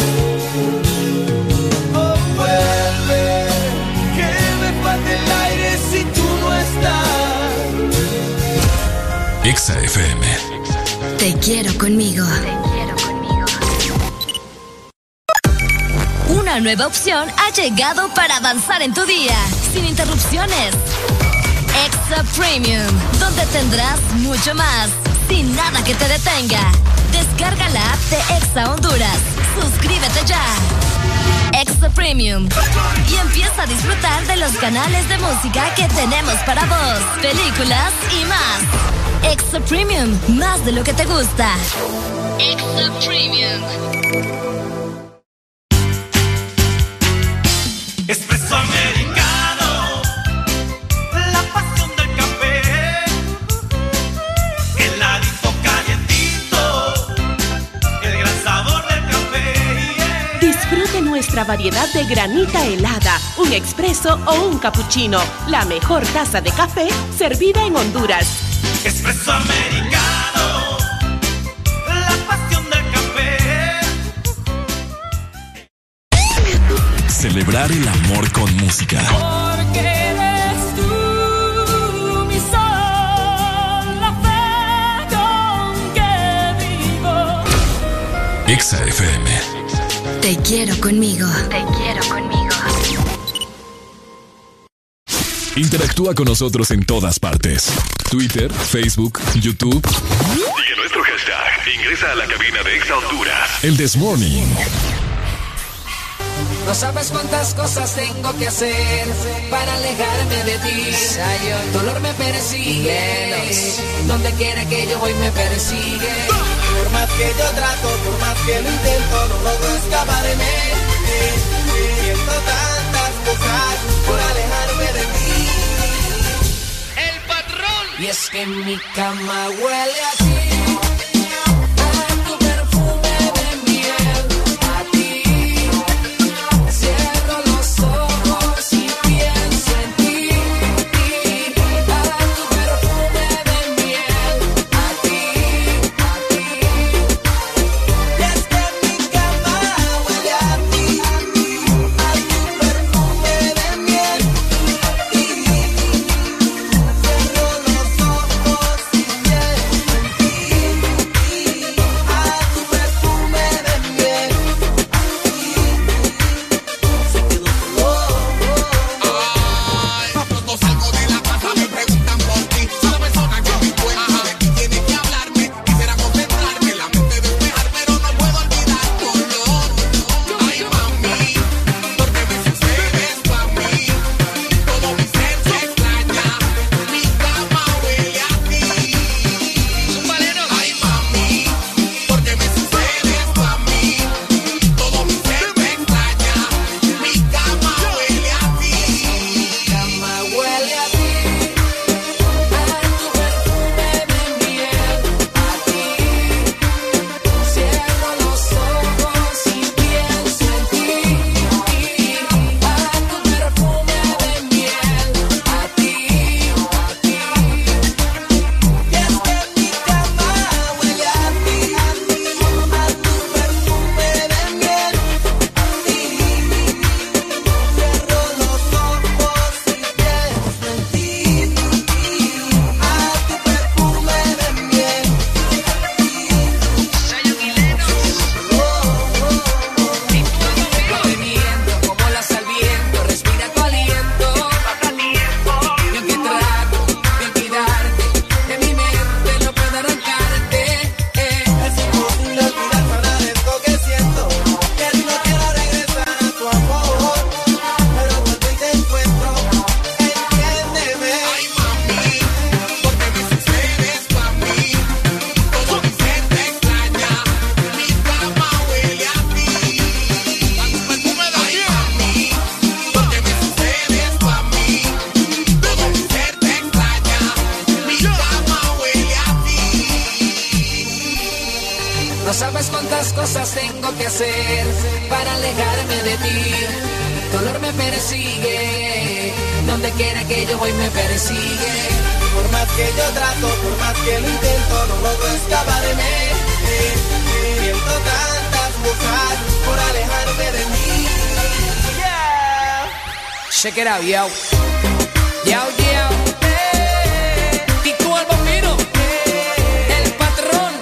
Oh, vuelve, que me falta el aire si tú no estás. Exa F M. Te quiero conmigo. Una nueva opción ha llegado para avanzar en tu día, sin interrupciones. Exa Premium, donde tendrás mucho más, sin nada que te detenga. Descarga la app de Exa Honduras. Suscríbete ya. Exa Premium. Y empieza a disfrutar de los canales de música que tenemos para vos, películas y más. Exa Premium, más de lo que te gusta. Exa Premium. Espresso americano, la pasión del café, heladito calientito, el gran sabor del café. Yeah. Disfrute nuestra variedad de granita helada, un expreso o un cappuccino, la mejor taza de café servida en Honduras. Espresso americano, la pasión del café. Celebrar el amor con música. Porque eres tú mi sol, la fe con que vivo. Exa F M. Te quiero conmigo. Te quiero conmigo. Interactúa con nosotros en todas partes. Twitter, Facebook, YouTube. Sigue nuestro hashtag. Ingresa a la cabina de Exa Honduras. El This Morning. No sabes cuántas cosas tengo que hacer para alejarme de ti. El dolor me persigue, donde quiera que yo voy me persigue. Por más que yo trato, por más que lo intento, no logro escaparme. Siento tantas cosas por alejarme de ti. El patrón. Y es que mi cama huele a ti. Check it out, yo. Yo, yo. Hey. Y tú al bambino. Hey. El patrón.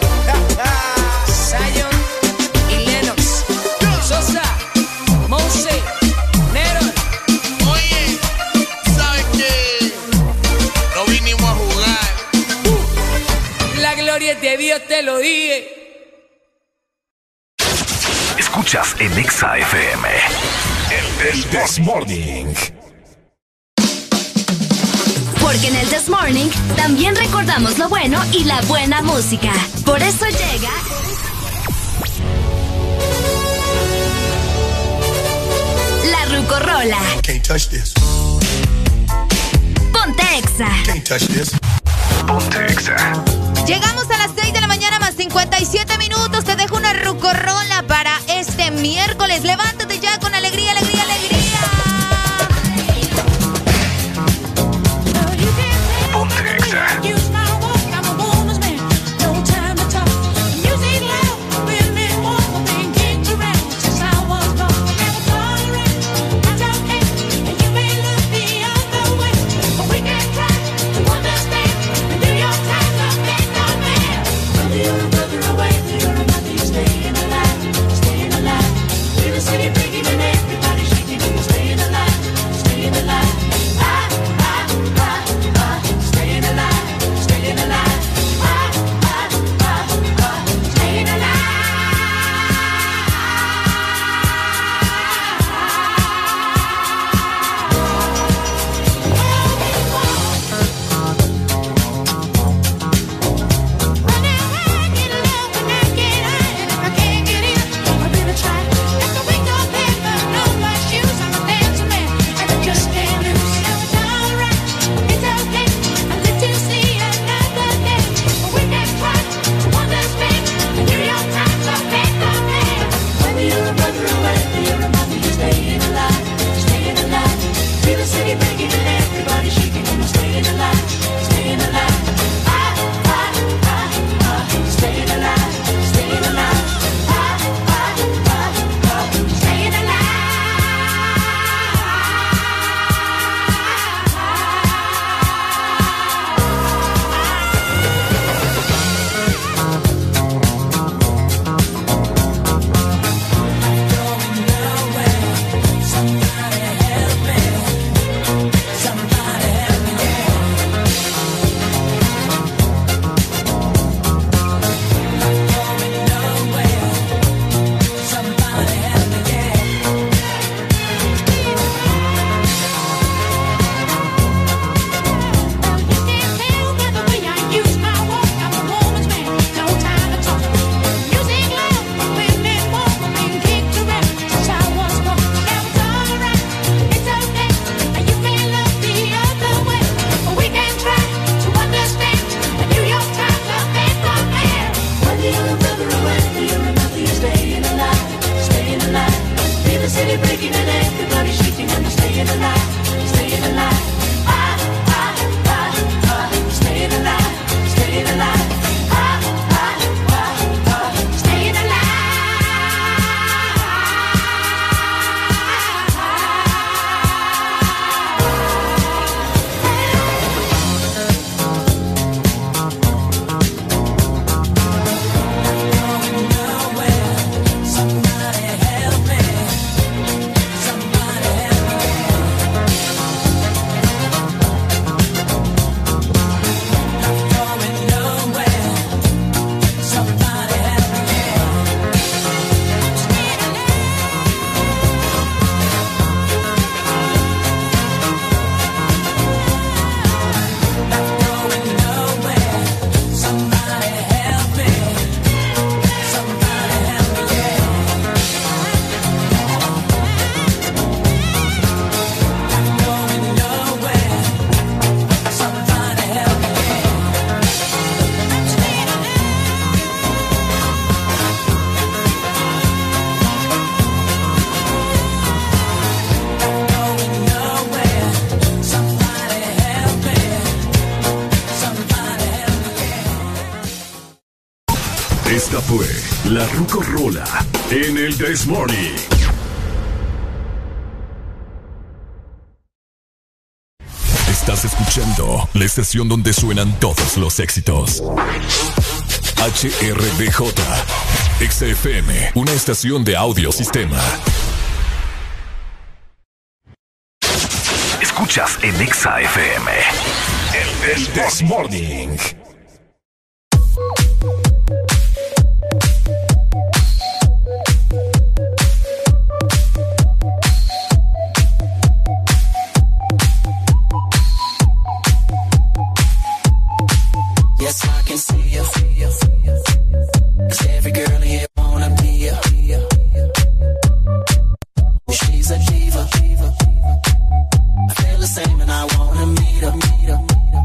Zion y Lennox. Sosa, Mose, Nero. Oye, ¿sabes qué? No vinimos a jugar. Uh. La gloria es de Dios, te lo dije. Escuchas en Exa F M. El This Morning. Porque en el This Morning también recordamos lo bueno y la buena música. Por eso llega... La Rucorola. Can't touch this. Ponte Exa. Can't touch this. Ponte Exa. Llegamos a las seis de la mañana más cincuenta y siete minutos. Te dejo una Rucorola para este miércoles. Levántate ya con alegría, alegría, alegría. Ponte Exa. Esta fue la Rucorola en el This Morning. Estás escuchando la estación donde suenan todos los éxitos. H R D J, Exa F M, una estación de audiosistema. Escuchas en Exa F M el This, This Morning. wanna meet her, meet her.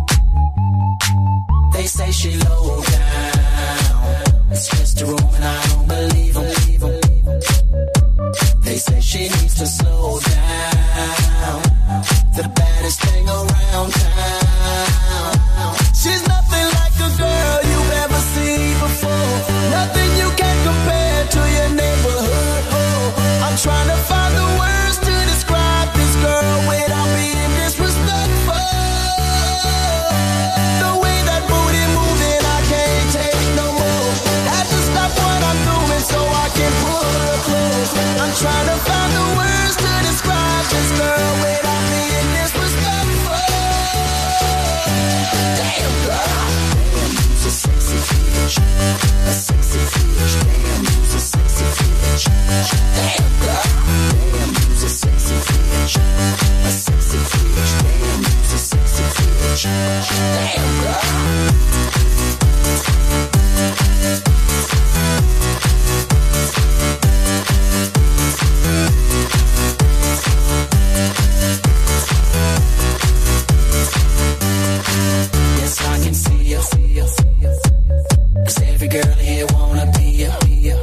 They say she low down. It's just a rumor and I don't believe them. They say she needs to slow down. The baddest thing around town. She's nothing like a girl you've ever seen before. Nothing you can compare to your neighborhood. Oh, I'm trying to find the words to describe this girl without being disrespectful. The way that booty moving, I can't take no more. Had to stop what I'm doing so I can pull her close. I'm trying to find the words to describe this girl without being disrespectful. Damn girl, damn, you's a sexy bitch, a sexy bitch. Damn, you's a sexy bitch. Damn girl, damn, you's a sexy bitch, a sexy bitch. Damn, you's a sexy bitch. Damn girl. Yes, I can see you, see you, see you. 'Cause every girl here wanna be you, be you.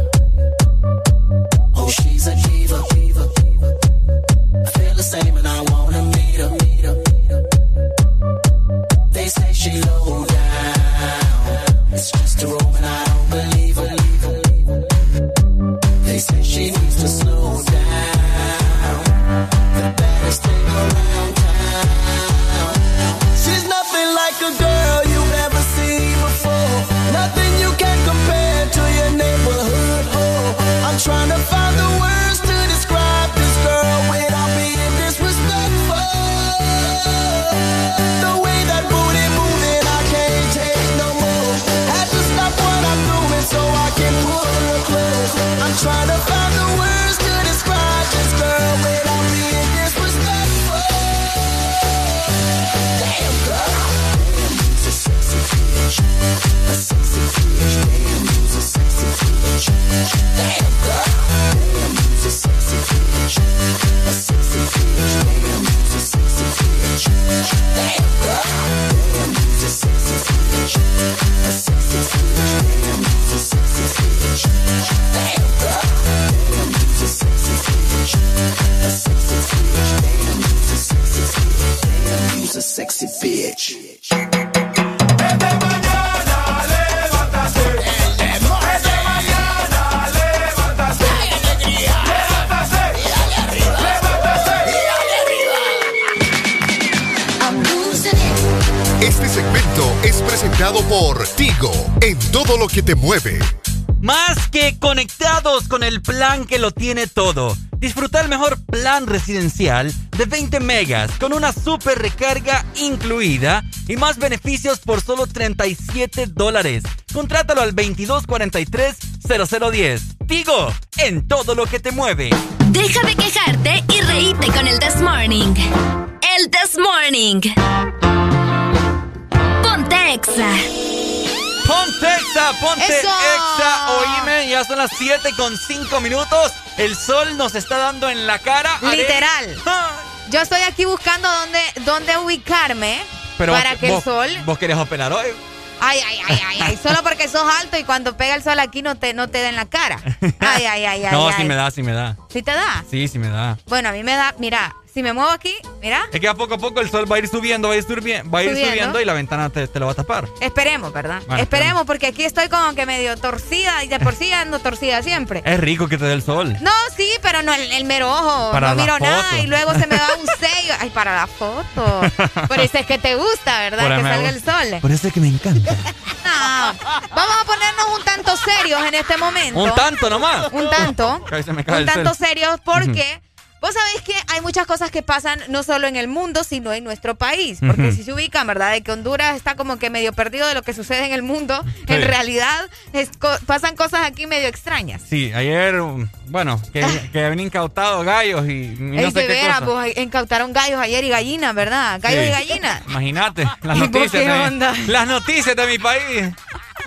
Oh, she's a diva, diva, diva. I feel the same and I wanna meet her, meet her, meet her. They say she low down. It's just a rumor and I don't believe her, believe her, believe her. They say she needs to slow down. The baddest thing around town. She's nothing like a girl you've ever seen before. Nothing you can compare to your neighborhood. Oh, I'm trying to find the words to describe this girl without being disrespectful. The way that booty moving, I can't take no more. Had to stop what I'm doing so I can pull her close. I'm trying to find the words to describe this girl without being disrespectful. Damn girl, damn, you's a sexy bitch, a sexy bitch. Damn, you's a sexy bitch. Damn girl, damn, you's a sexy bitch, a sexy bitch. Damn, you's a sexy bitch. Damn girl, damn, you's a sexy bitch, a sexy bitch. Damn, you's a sexy bitch. Damn girl, damn, you's a sexy bitch, a sexy bitch. Damn, you's a sexy bitch. Damn, you's a sexy bitch. Este segmento es presentado por Tigo, en todo lo que te mueve. Más que conectados con el plan que lo tiene todo. Disfruta el mejor plan residencial de veinte megas con una super recarga incluida y más beneficios por solo treinta y siete dólares. Contrátalo al veintidós cuarenta y tres cero cero diez. Tigo, en todo lo que te mueve. Deja de quejarte y reíte con el This Morning. El This Morning. Ponte Exa. Ponte Exa, ponte ¡Eso! Exa. Oíme, ya son las siete con cinco minutos. El sol nos está dando en la cara. Literal. Yo estoy aquí buscando dónde, dónde ubicarme Pero para vos, que el vos, sol... ¿Vos querés operar hoy? Ay, ay, ay, ay, ay. Solo porque sos alto y cuando pega el sol aquí no te, no te da en la cara. Ay, ay, ay, ay. No, ay. sí me da, sí me da. ¿Sí te da? Sí, sí me da. Bueno, a mí me da, mira, si me muevo aquí, mira. Es que a poco a poco el sol va a ir subiendo, va a ir, surbi- va a ir Subiendo. subiendo y la ventana te, te lo va a tapar. Esperemos, ¿verdad? Bueno, esperemos, porque aquí estoy como que medio torcida y de por sí ando torcida siempre. Es rico que te dé el sol. No, sí, pero no el, el mero ojo. Para no la miro foto. nada y luego se me va un sello. Ay, para la foto. Por eso es que te gusta, ¿verdad? Por ahí que me salga gusta. el sol. Por eso es que me encanta. No, vamos a ponernos un tanto serios en este momento. Un tanto nomás. Un tanto. Ahí se me cae Un el tanto cel. serios porque... Vos sabés que hay muchas cosas que pasan no solo en el mundo, sino en nuestro país. Porque Ujú. si se ubican, ¿verdad? De que Honduras está como que medio perdido de lo que sucede en el mundo. Sí. En realidad es co- pasan cosas aquí medio extrañas. Sí, ayer, um, bueno, que, que habían incautado gallos y, y no Ey, sé de qué veras, cosa. vos incautaron gallos ayer y gallinas, ¿verdad? Gallos Sí. y gallinas. Imagínate, las ¿Y vos noticias, qué de, onda? las noticias de mi país.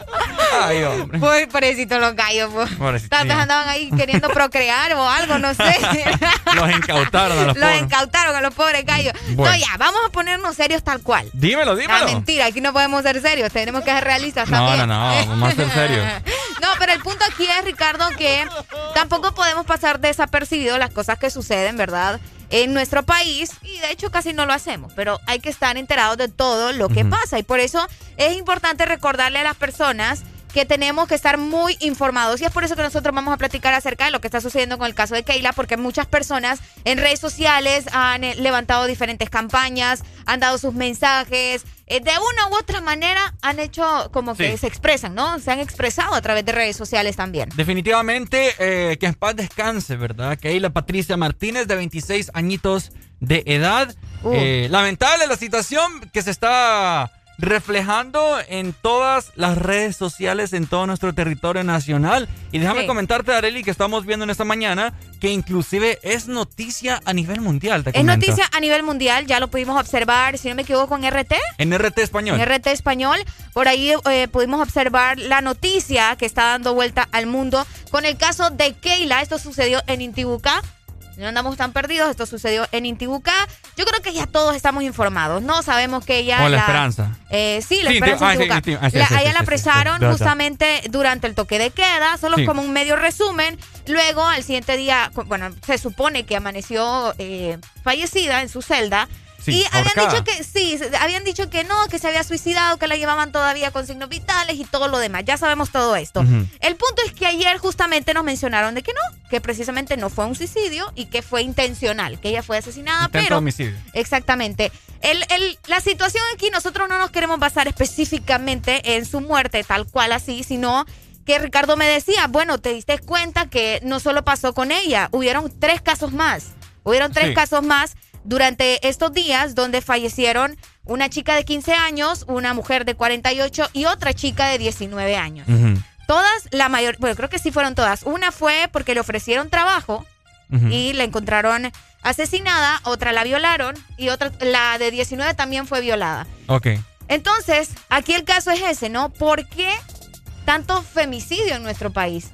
Ay, hombre. Pues, pobrecito los gallos, pues. Pobrecito. Tal vez andaban ahí queriendo procrear o algo, no sé. Los incautaron a los Los pobres. incautaron a los pobres gallos. Bueno. No, ya, vamos a ponernos serios tal cual. Dímelo, dímelo. Ah, mentira, aquí no podemos ser serios, tenemos que ser realistas No, también. no, no, vamos a ser serios. No, pero el punto aquí es, Ricardo, que tampoco podemos pasar desapercibidos las cosas que suceden, ¿verdad?, en nuestro país, y de hecho casi no lo hacemos, pero hay que estar enterados de todo lo que Ujú. pasa, y por eso es importante recordarle a las personas que tenemos que estar muy informados, y es por eso que nosotros vamos a platicar acerca de lo que está sucediendo con el caso de Keila, porque muchas personas en redes sociales han eh, levantado diferentes campañas, han dado sus mensajes, eh, de una u otra manera han hecho como que Sí. se expresan, ¿no? Se han expresado a través de redes sociales también. Definitivamente, eh, que en paz descanse, ¿verdad? Keila Patricia Martínez, de veintiséis añitos de edad. Uh. Eh, lamentable la situación que se está reflejando en todas las redes sociales en todo nuestro territorio nacional. Y déjame Sí. comentarte, Arely, que estamos viendo en esta mañana que inclusive es noticia a nivel mundial. Te Es comento. noticia a nivel mundial, ya lo pudimos observar, si no me equivoco, en R T. En R T Español. En R T Español, por ahí eh, pudimos observar la noticia que está dando vuelta al mundo con el caso de Keila. Esto sucedió en Intibucá. No andamos tan perdidos, esto sucedió en Intibucá. Yo creo que ya todos estamos informados, ¿no? Sabemos que ella... O la Esperanza. Eh, sí, la Sí, Esperanza ah, sí, Intibucá. sí, ah, sí, La- sí, a sí, ella sí, la sí, apresaron sí, sí, justamente durante el toque de queda, solo Sí. como un medio resumen. Luego, al siguiente día, cu- bueno, se supone que amaneció eh, fallecida en su celda. Sí, y habían ahorcada. dicho que sí, se- habían dicho que no, que se había suicidado, que la llevaban todavía con signos vitales y todo lo demás. Ya sabemos todo esto. Ujú. El punto es que ayer justamente nos mencionaron de que no, que precisamente no fue un suicidio y que fue intencional, que ella fue asesinada, Intento de pero... homicidio. Exactamente. El, el, la situación aquí, nosotros no nos queremos basar específicamente en su muerte, tal cual así, sino que Ricardo me decía, bueno, te diste cuenta que no solo pasó con ella, hubieron tres casos más. Hubieron tres Sí. casos más durante estos días donde fallecieron una chica de quince años, una mujer de cuarenta y ocho y otra chica de diecinueve años. Todas, la mayor, bueno, creo que sí fueron todas. Una fue porque le ofrecieron trabajo Ujú. y la encontraron asesinada, otra la violaron y otra, la de diecinueve también fue violada. Ok. Entonces, aquí el caso es ese, ¿no? ¿Por qué tanto femicidio en nuestro país?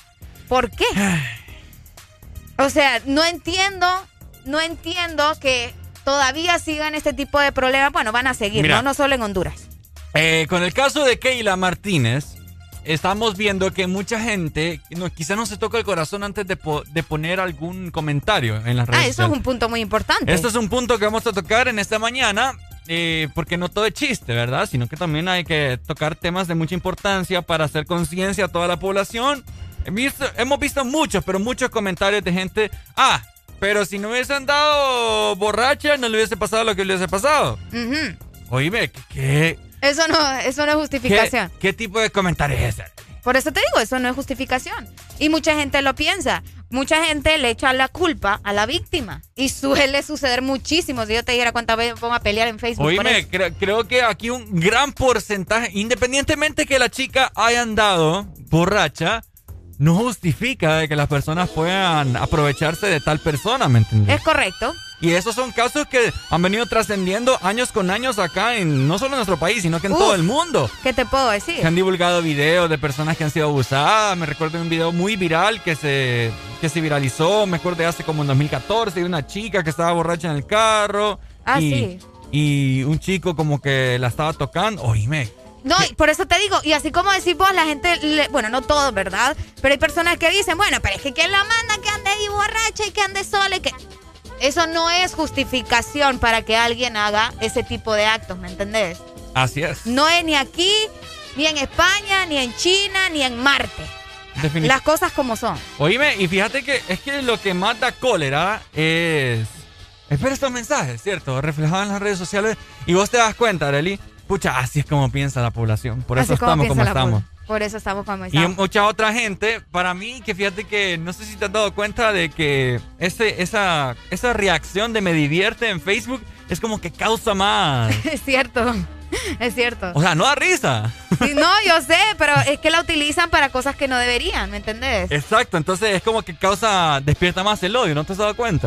¿Por qué? O sea, no entiendo, no entiendo que todavía sigan este tipo de problemas. Bueno, van a seguir, Mira. ¿no? No solo en Honduras. Eh, con el caso de Keila Martínez, estamos viendo que mucha gente, no, quizás no se toca el corazón antes de, po- de poner algún comentario en las redes Ah, eso es sociales. un punto muy importante. Esto es un punto que vamos a tocar en esta mañana, eh, porque no todo es chiste, ¿verdad? Sino que también hay que tocar temas de mucha importancia para hacer conciencia a toda la población. He visto- hemos visto muchos, pero muchos comentarios de gente, ah, pero si no hubiese andado borracha, no le hubiese pasado lo que le hubiese pasado. Ujú. Oíme, ¿qué, qué, Eso no, eso no es justificación. qué, qué tipo de comentario es ese? Por eso te digo, eso no es justificación. Y mucha gente lo piensa. Mucha gente le echa la culpa a la víctima. Y suele suceder muchísimo. Si yo te dijera cuántas veces vamos a pelear en Facebook. por Oíme, eso. cre- creo que aquí un gran porcentaje, independientemente que la chica haya andado borracha, no justifica de que las personas puedan aprovecharse de tal persona, ¿me entiendes? Es correcto. Y esos son casos que han venido trascendiendo años con años acá, en no solo en nuestro país, sino que en Uf. todo el mundo. ¿Qué te puedo decir? Se han divulgado videos de personas que han sido abusadas. Me recuerdo de un video muy viral que se, que se viralizó. Me acuerdo de hace como en dos mil catorce, de una chica que estaba borracha en el carro. Ah, y, sí. Y un chico como que la estaba tocando. Oíme. No, y por eso te digo, y así como decís vos, la gente, le- bueno, no todos, ¿verdad? Pero hay personas que dicen, bueno, pero es que ¿quién la manda que ande ahí borracha y que ande sola y que... Eso no es justificación para que alguien haga ese tipo de actos, ¿me entendés? Así es. No es ni aquí, ni en España, ni en China, ni en Marte. Definitivamente. Las cosas como son. Oíme, y fíjate que es que lo que más da cólera es... Es ver estos mensajes, ¿cierto? Reflejados en las redes sociales. Y vos te das cuenta, Arely, pucha, así es como piensa la población. Por eso Así como estamos como piensa la estamos. pol- Por eso estamos como Y estamos. mucha otra gente, para mí, que fíjate que no sé si te has dado cuenta de que ese, esa, esa reacción de me divierte en Facebook es como que causa más. Es cierto, es cierto. O sea, no da risa. Sí, no, yo sé, pero es que la utilizan para cosas que no deberían, ¿me entendés? Exacto, entonces es como que causa, despierta más el odio, ¿no te has dado cuenta?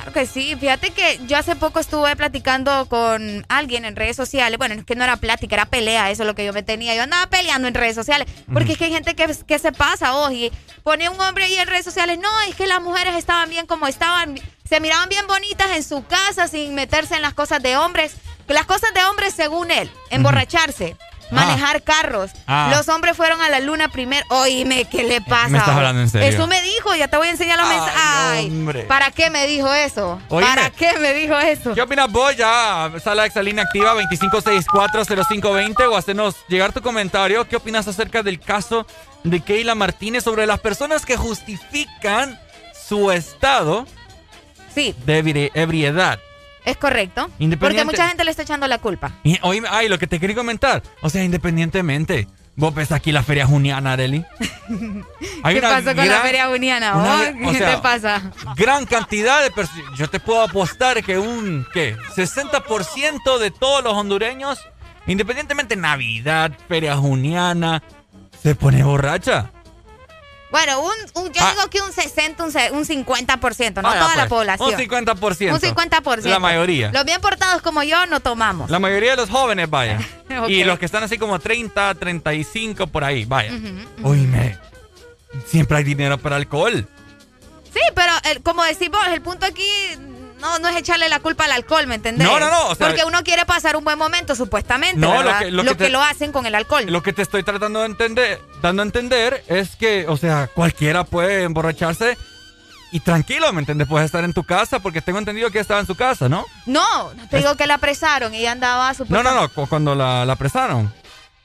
Claro que sí. Fíjate que yo hace poco estuve platicando con alguien en redes sociales. Bueno, es que no era plática, era pelea. Eso es lo que yo me tenía. Yo andaba peleando en redes sociales. Porque uh-huh. es que hay gente que, que se pasa, oh, y pone un hombre ahí en redes sociales. No, es que las mujeres estaban bien como estaban. Se miraban bien bonitas en su casa sin meterse en las cosas de hombres. Las cosas de hombres, según él, emborracharse. Uh-huh. Manejar ah. carros. Ah. Los hombres fueron a la luna primero. Oíme, ¿qué le pasa? ¿Me estás hablando en serio? Eso me dijo, ya te voy a enseñar los mensajes. Ay, hombre. ¿Para qué me dijo eso? Oíme, ¿para qué me dijo eso? ¿Qué opinas vos? Ya está la exalínea activa veinticinco sesenta y cuatro cero cinco veinte o hacernos llegar tu comentario. ¿Qué opinas acerca del caso de Keila Martínez sobre las personas que justifican su estado sí. de ebriedad? Es correcto. Porque mucha gente le está echando la culpa. Y, oíme, ay, lo que te quería comentar. O sea, independientemente. Vos ves aquí la feria juniana, Arely. ¿Qué pasó con gran, la feria juniana? Una, oh, ¿Qué sea, te pasa? Gran cantidad de personas. Yo te puedo apostar que un, ¿qué? sesenta por ciento de todos los hondureños, independientemente Navidad, feria juniana, se pone borracha. Bueno, un, un, yo ah. digo que un sesenta, un, un cincuenta por ciento, no ah, toda pues, la población. Un cincuenta por ciento. Un cincuenta por ciento. La mayoría. Los bien portados como yo no tomamos. La mayoría de los jóvenes, vaya. Okay. Y los que están así como treinta, treinta y cinco, por ahí, vaya. Uh-huh, uh-huh. Oíme, siempre hay dinero para alcohol. Sí, pero el, como decís vos, el punto aquí... No, no es echarle la culpa al alcohol, ¿me entendés? No, no, no. O sea, porque uno quiere pasar un buen momento, supuestamente, no, ¿verdad? Lo que, lo, lo, que, te, que lo hacen con el alcohol. Lo que te estoy tratando de entender, dando a entender es que, o sea, cualquiera puede emborracharse y tranquilo, ¿me entiendes? Puedes estar en tu casa, porque tengo entendido que estaba en su casa, ¿no? No, te es... digo que la apresaron y ella andaba... No, no, no, cuando la, la apresaron.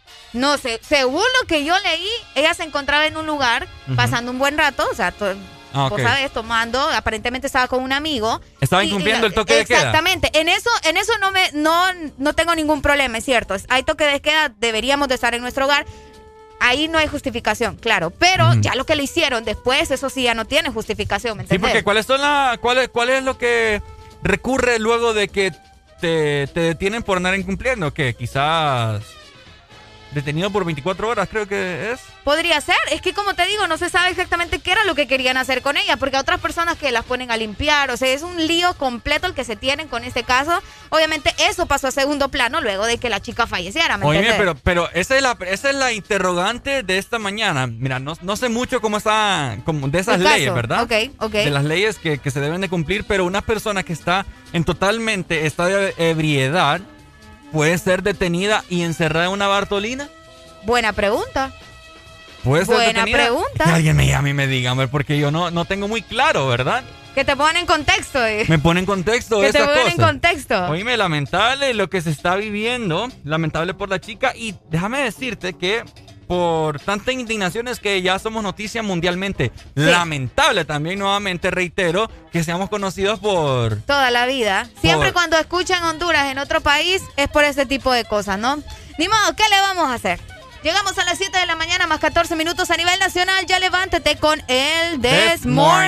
No sé, según lo que yo leí, ella se encontraba en un lugar, uh-huh. pasando un buen rato, o sea... To- Ah, okay. ¿Sabes? Tomando, aparentemente estaba con un amigo. Estaba incumpliendo y, y, el toque de queda. Exactamente. En eso, en eso no me, no, no tengo ningún problema, es cierto. Hay toque de queda, deberíamos de estar en nuestro hogar. Ahí no hay justificación, claro. Pero uh-huh. ya lo que le hicieron después, eso sí ya no tiene justificación, ¿me entiendes? Sí, porque ¿cuáles son la, cuál, es, cuál es lo que recurre luego de que te, te detienen por andar incumpliendo? Que quizás... Detenido por veinticuatro horas, creo que es. Podría ser. Es que, como te digo, no se sabe exactamente qué era lo que querían hacer con ella, porque hay otras personas que las ponen a limpiar. O sea, es un lío completo el que se tienen con este caso. Obviamente, eso pasó a segundo plano luego de que la chica falleciera, ¿me Oye, entiendes? pero, pero esa es la, esa es la interrogante de esta mañana. Mira, no, no sé mucho cómo está, como de esas el leyes, caso. ¿verdad? Ok, ok. De las leyes que, que se deben de cumplir, pero una persona que está en totalmente estado de ebriedad puede ser detenida y encerrada en una Bartolina. Buena pregunta. ¿Puede ser Buena detenida? pregunta. Que alguien me llame y me diga, porque yo no, no tengo muy claro, ¿verdad? Que te pongan en contexto. Eh. Me ponen en contexto que esas cosas. Que te ponen en contexto. Oíme, lamentable lo que se está viviendo, lamentable por la chica, y déjame decirte que por tanta indignación es que ya somos noticia mundialmente. Sí. Lamentable también, nuevamente reitero, que seamos conocidos por... Toda la vida. Siempre por... cuando escuchan Honduras en otro país es por ese tipo de cosas, ¿no? Ni modo, ¿qué le vamos a hacer? Llegamos a las siete de la mañana más catorce minutos a nivel nacional. Ya levántate con el This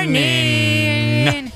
Morning.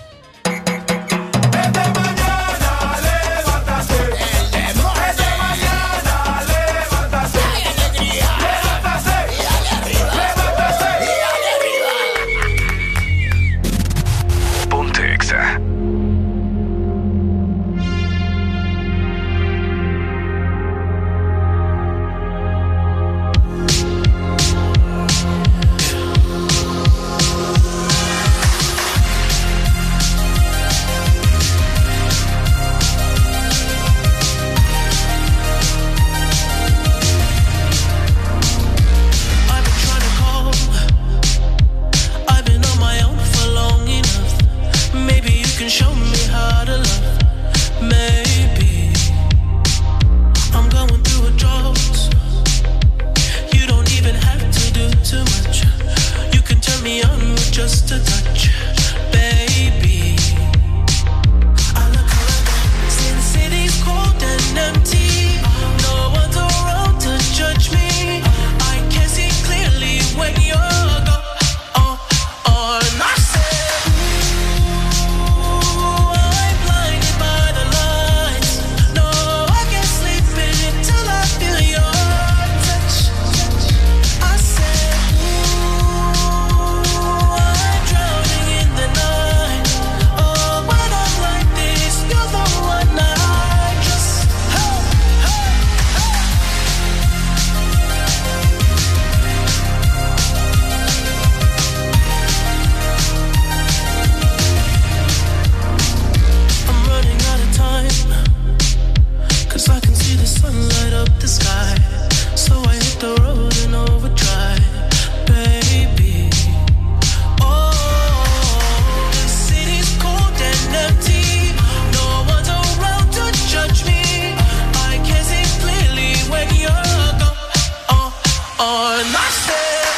'cause I can see the sun light up the sky. So I hit the road in overdrive, baby. Oh, the city's cold and empty. No one's around to judge me. I can see clearly when you're gone. Oh, oh, and I said,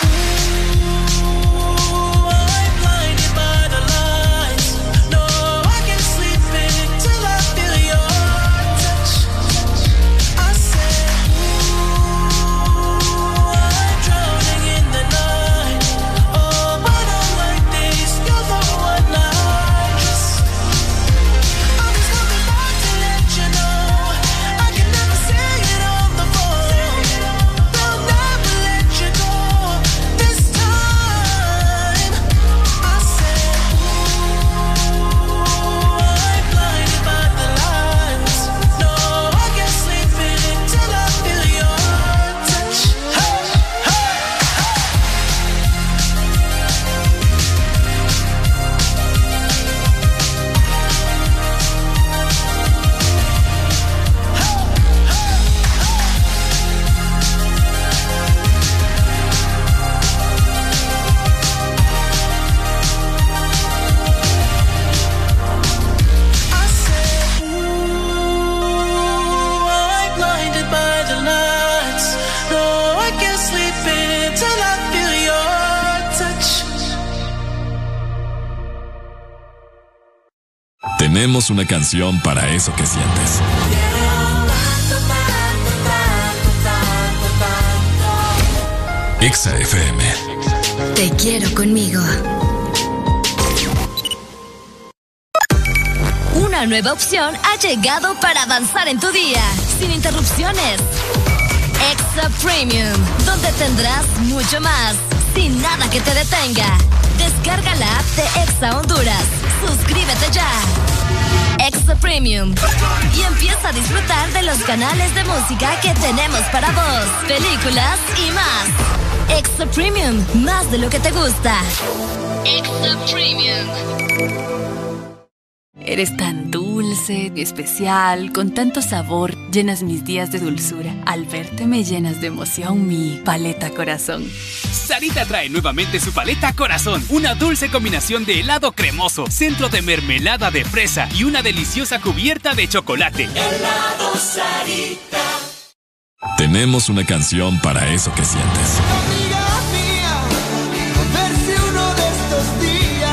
Tenemos una canción para eso que sientes. Exa F M. Te quiero conmigo. Una nueva opción ha llegado para avanzar en tu día, sin interrupciones. Exa Premium, donde tendrás mucho más, sin nada que te detenga. Descarga la app de Exa Honduras. Suscríbete ya. Exa Premium. Y empieza a disfrutar de los canales de música que tenemos para vos, películas y más. Exa Premium, más de lo que te gusta. Exa Premium. Eres tan dulce, especial, con tanto sabor, llenas mis días de dulzura. Al verte me llenas de emoción mi paleta corazón. Sarita trae nuevamente su paleta corazón, una dulce combinación de helado cremoso, centro de mermelada de fresa y una deliciosa cubierta de chocolate. Helado Sarita. Tenemos una canción para eso que sientes. Amiga mía, a ver si uno de estos días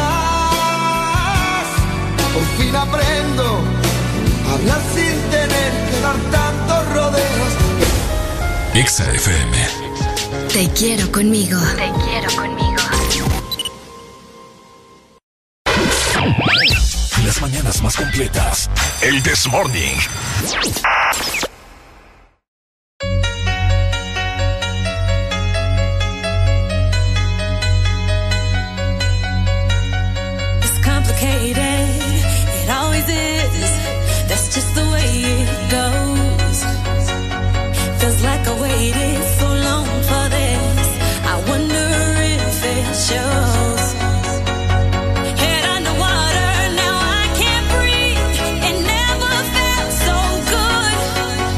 por fin aprendo a hablar sin tener que dar tantos rodeos. Exa F M. Te quiero conmigo. Te quiero conmigo. Las mañanas más completas. El This Morning. It's complicated. It always is. That's just the way it goes. Feels like I waited so long for this. I wonder if it shows. Head underwater, now I can't breathe. It never felt so good.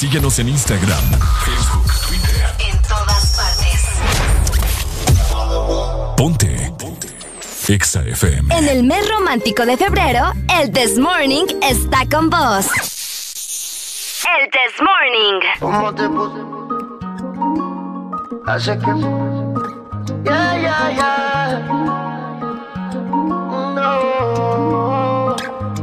Síguenos en Instagram, Facebook, Twitter. En todas partes. Ponte. Ponte. Exa F M. En el mes romántico de febrero, el This Morning está con vos. El This Morning. ¿Cómo te puse? Hace que... Yeah, yeah, yeah. No.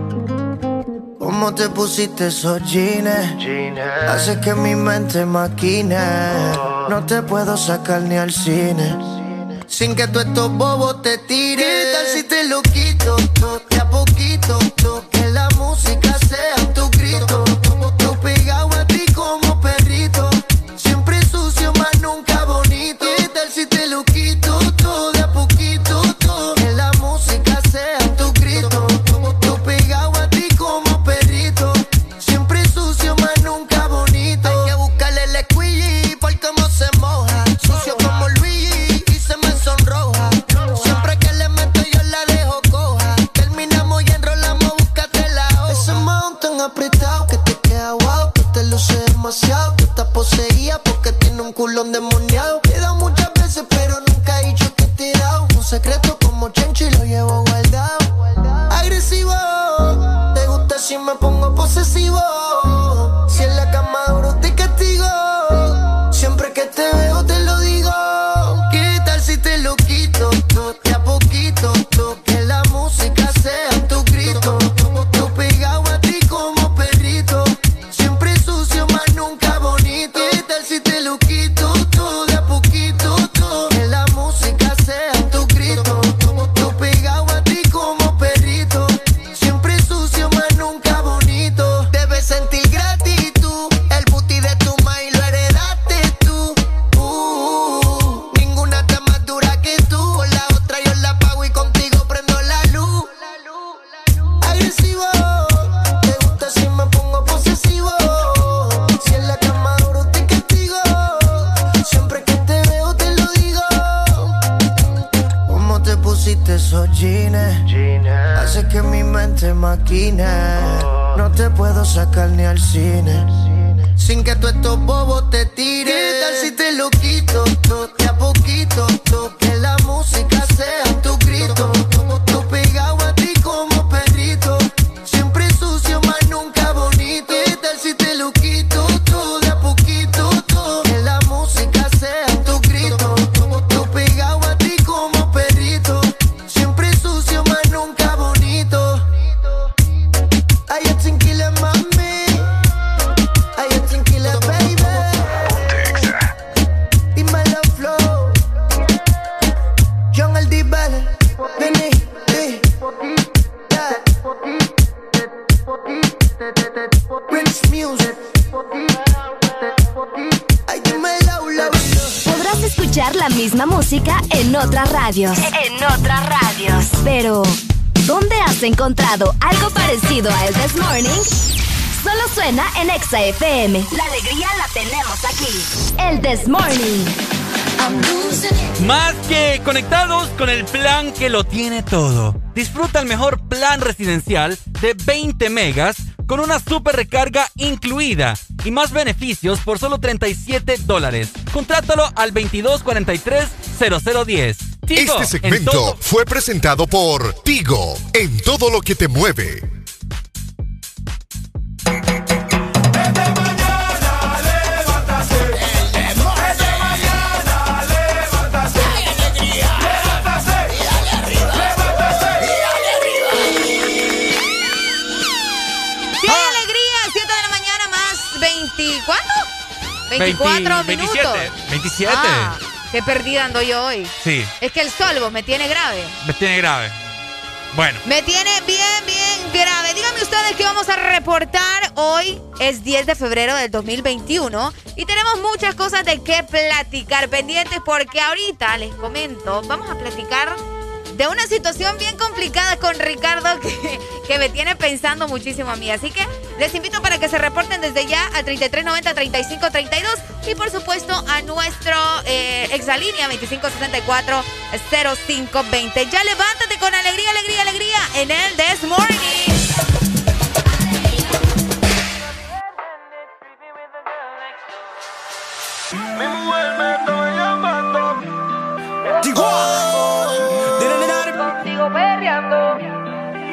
¿Cómo te pusiste esos jeans? Hace que mi mente maquine. No te puedo sacar ni al cine sin que tú estos bobos te tires. ¿Qué tal si te lo quito? De a poquito, que la música sea tu grito. Tú pegado a ti como perrito, siempre sucio, más nunca bonito. ¿Qué tal si te lo quito todo de a poquito? Que la música sea tu grito. Tú pegado a ti como perrito, siempre sucio, más nunca bonito. Hay que buscarle el squeegee por cómo se moja. Sucio como Luigi y se me sonroja. Siempre que le meto yo la dejo coja. Terminamos y enrolamos, búscate la hoja. Ese mount tan apretado que te queda guau, que te luce demasiado, que estás poseída porque tiene un culón demoniado. Te he dado muchas veces pero nunca he dicho que te he dado un secreto como Chencho y lo llevo guardado. Agresivo, te gusta si me pongo posesivo. Si en la cama duro te castigo, siempre que te veo te lo digo. ¿Qué tal si te lo quito? De a poquito, que la música sea tu grito. Tú pegado a ti como perrito, siempre sucio, más nunca bonito. ¿Qué tal si te lo quito? De a poquito, que la música sea tu grito. Tú pegado a ti como perrito, siempre sucio, más nunca bonito. Debes sentir gratitud, el booty de tu maíz lo heredaste tú. Uh, ninguna está más dura que tú. Con la otra yo la pago y contigo prendo la luz. Agresivo, te gusta si me pongo posesivo. Si en la cama duro te castigo, siempre que te veo te lo digo. ¿Cómo te pusiste esos jeans? Hace que mi mente maquine. No te puedo sacar ni al cine sin que tú estos bobos te tires. ¿Qué tal si te lo quito? De a poquito, que la música sea tu grito. Tú pegado a ti como perrito, siempre sucio, más nunca bonito. ¿Qué tal si te lo quito? De a poquito, que la música sea tu grito. Tú pegado a ti como perrito, siempre sucio, más nunca bonito. Ay, yo tranquila, mami. Ay, yo tranquila, baby. Dímelo, flow. John el D-Bell. Vení, sí. Yeah. Prince Music. Ay, dímelo, low. Podrás escuchar la misma música en otras radios. En otras radios. Pero, ¿dónde has encontrado algo parecido a el This Morning? Solo suena en Exa F M. La alegría la tenemos aquí. El This Morning. Más que conectados con el plan que lo tiene todo. Disfruta el mejor plan residencial de veinte megas con una super recarga incluida y más beneficios por solo treinta y siete dólares. Contrátalo al veintidós cuarenta y tres cero cero diez. Tigo, este segmento todo... fue presentado por Tigo, en todo lo que te mueve. ¿Cuánto? veinticuatro veinte, minutos. veintisiete. veintisiete. Ah, qué perdida ando yo hoy. Sí. Es que el sol vos, me tiene grave. Me tiene grave. Bueno. Me tiene bien, bien grave. Díganme ustedes qué vamos a reportar. Hoy es diez de febrero del dos mil veintiuno y tenemos muchas cosas de qué platicar pendientes porque ahorita les comento, vamos a platicar de una situación bien complicada con Ricardo que, que me tiene pensando muchísimo a mí. Así que les invito para que se reporten desde ya al treinta y tres noventa, treinta y cinco treinta y dos y por supuesto a nuestro eh, exalínea veinticinco sesenta y cuatro cero cinco veinte. Ya levántate con alegría, alegría, alegría en el This Morning.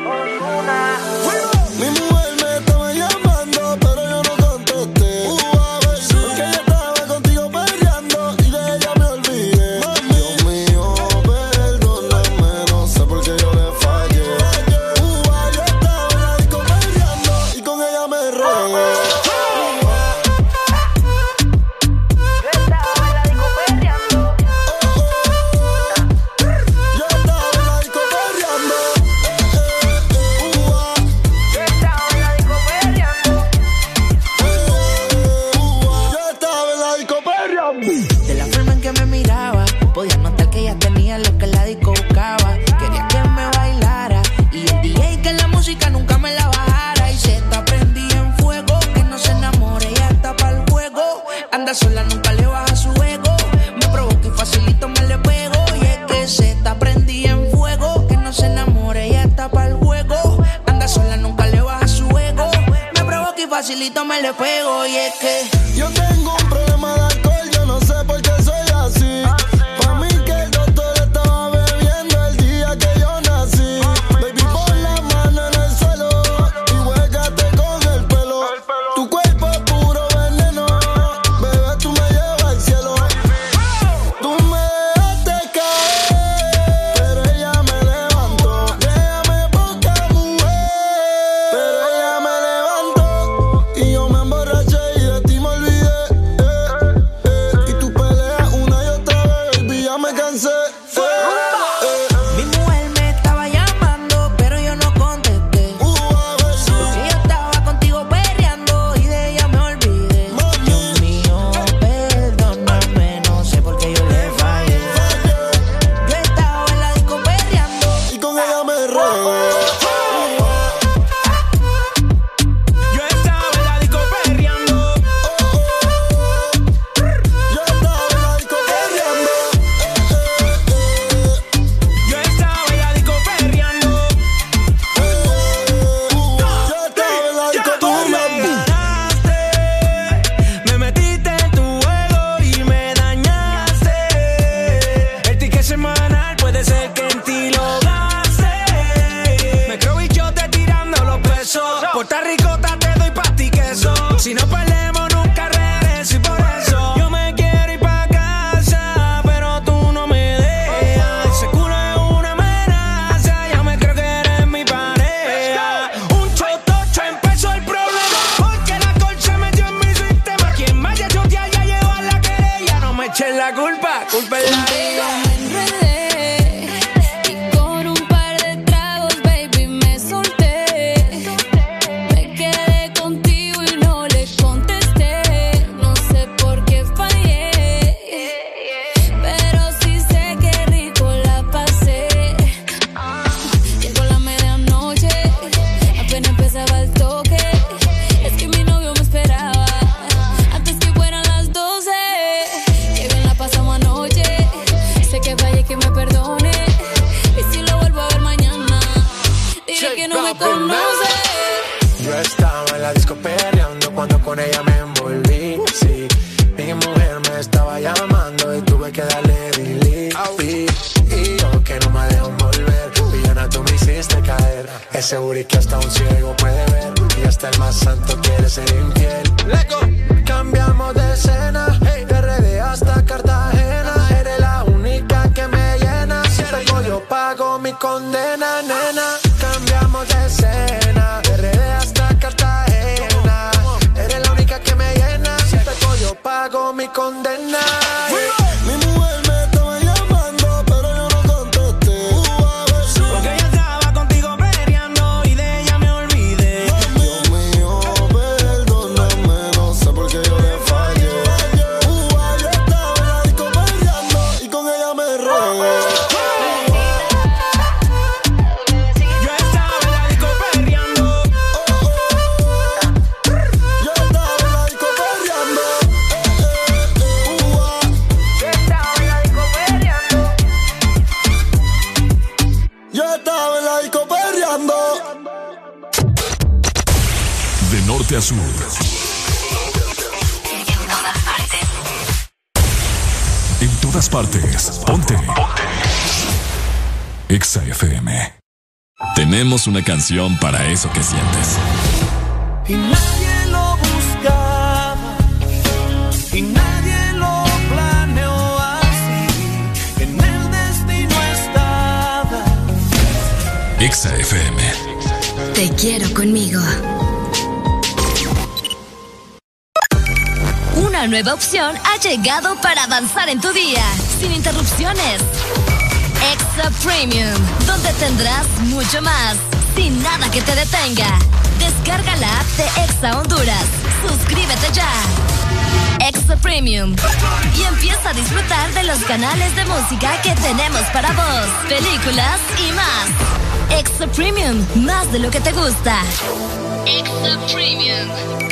Mi mujer me estaba llamando, pero yo no contesté. Porque ella estaba contigo peleando y de ella me olvidé. Dios mío, perdóname, no sé por qué yo le fallé. Yo estaba en la disco peleando y con ella me regué. De la forma en que me miraba, podía notar que ella tenía lo que la disco buscaba. Quería que me bailara y el D J que la música nunca me la bajara. Y se está prendida en fuego, que no se enamore, ella está pa'l juego. Anda sola, nunca le baja su ego. Me provoca y facilito me le pego. Y es que se está prendida en fuego, que no se enamore, ella está pa'l juego. Anda sola, nunca le baja su ego. Me provoca y facilito me le pego. Y es que yo tengo un problema de alcohol, yo no sé por qué soy así. Pa' mí que el doctor estaba bebiendo el día que yo nací. Baby, pon la mano en el suelo y huélgate con el pelo. Tu cuerpo es puro veneno, bebé, tú me llevas al cielo. Tú me dejaste caer, pero ella me levantó. Déjame poca mujer, pero ella me levantó. Y yo me emborraché y de ti me olvidé. mi mujer me estaba llamando, pero yo no contesté. Porque yo estaba contigo perreando y de ella me olvidé. Dios mío, perdóname, no sé por qué yo le fallé. Yo estaba en la disco perreando y con ella me regué. Yo estaba en la disco perreando. Yo estaba en la disco perreando. Yo estaba en la disco perreando. Yo estaba en la disco Tú me perreando. ganaste, me metiste en tu juego y me dañaste. El ticket semanal puede ser que en ti lo gaste. Me creo bichote tirando los pesos. Puerto Ricota te doy pa' ti queso. Si no perdemos nunca regreso y por eso yo me quiero ir pa' casa, pero tú no me dejas. Ese culo es una amenaza, ya me creo que eres mi pareja. Un chotocho empezó el problema, porque la colcha metió en mi sistema. Quien vaya a chotear ya lleva la querella. No me eches la culpa, culpa es la Contigo me enredé y con un par de tragos, baby, me solté. Me quedé contigo y no le contesté. No sé por qué fallé, pero sí sé que rico la pasé. Llegó la medianoche, apenas empezaba el toque. Es que mi novio me esperaba antes que fueran las doce. Qué bien la pasamos anoche. Sé que fallé, que me perdone. Y si lo vuelvo a ver mañana, diré que no me conoce. Yo estaba en la disco perreando cuando con ella me envolví. Sí, mi mujer me estaba llamando y tuve que darle delete. Y yo que no me dejo envolver, villana, tú me hiciste caer. Ese booty que hasta un ciego puede ver, y hasta el más santo quiere ser infiel. Cambiamos de escena, de R D hasta Cartagena. Eres la única que me llena. Si pego yo pago mi condena, nena. Cambiamos de escena, de R D hasta Cartagena. Eres la única que me llena. Si pego yo pago mi condena. Mi mujer me estaba llamando, pero yo no contesté. Porque yo estaba contigo peleando y de ella me olvidé. Dios mío, perdóname, no sé por qué yo le fallé. Yo estaba en la disco perreando y con ella me regué. Yo estaba en la disco perreando. Yo estaba en la disco perreando. Yo estaba en la disco perreando. De norte a sur. En todas partes. Ponte. Ponte. Exa F M. Tenemos una canción para eso que sientes. Y nadie lo buscaba, y nadie lo planeó así, en el destino estaba. Exa F M. Te quiero conmigo. Una nueva opción ha llegado para avanzar en tu día, sin interrupciones. Exa Premium, donde tendrás mucho más, sin nada que te detenga. Descarga la app de Exa Honduras. Suscríbete ya. Exa Premium. Y empieza a disfrutar de los canales de música que tenemos para vos, películas y más. Exa Premium, más de lo que te gusta. Exa Premium.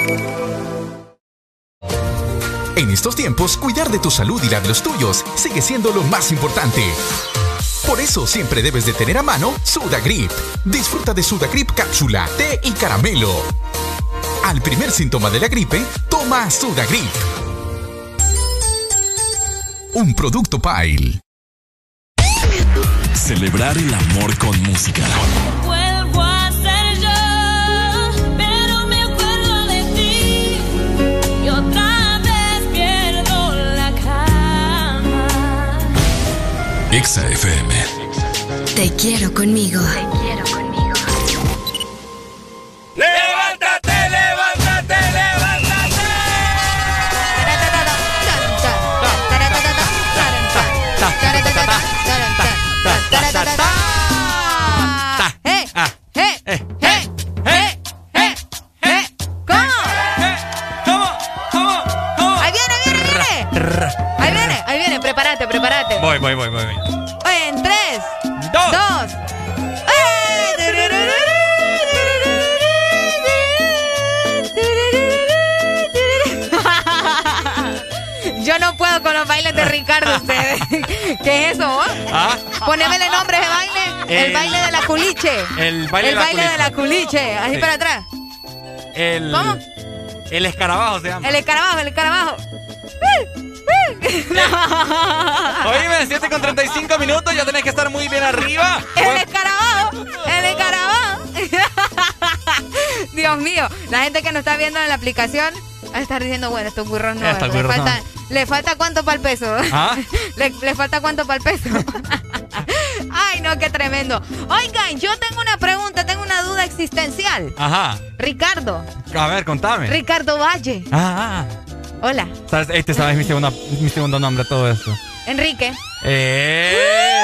En estos tiempos, cuidar de tu salud y la de los tuyos sigue siendo lo más importante. Por eso siempre debes de tener a mano Sudagrip. Disfruta de Sudagrip cápsula, té y caramelo. Al primer síntoma de la gripe, toma Sudagrip. Un producto Pile. Celebrar el amor con música. Vuelvo a ser yo, pero me acuerdo de ti y otra vez pierdo la cama. Exa F M. Te quiero conmigo. Te quiero conmigo. ¡Levántate, levántate, levántate! ¡Eh! ¡Eh! ¡Eh! ¡Eh! ¡Eh! ¡Eh! ¿Cómo? ¿Cómo? ¿Cómo? ¿Cómo? Ahí viene, viene, viene. Ahí viene, ahí viene. Prepárate, prepárate. Voy, voy, voy, voy. voy. Oye, en tres, dos, dos. Yo no puedo con los bailes de Ricardo, ustedes. ¿Qué es eso, vos? ¿Ah? Ponémele nombre a ese baile. El, el baile de la culiche. El baile, el de, la baile de la culiche. Así sí. para atrás. El, ¿Cómo? El escarabajo se llama. El escarabajo, el escarabajo. Oíme, siete con treinta y cinco minutos, ya tenés que estar muy bien arriba. El escarabajo, el escarabajo. Dios mío, la gente que nos está viendo en la aplicación va a estar diciendo, bueno, estos burros no. Estos le, burros falta, no. ¿Le falta cuánto para el peso? ¿Ah? ¿Le, ¿Le falta cuánto para el peso? Ay, no, qué tremendo. Oigan, yo tengo una pregunta, tengo una duda existencial. Ajá. Ricardo. A ver, contame. Ricardo Valle. Ah, Hola. ¿sabes? Este sabes mi, segunda, mi segundo nombre, todo esto. Enrique. Eh.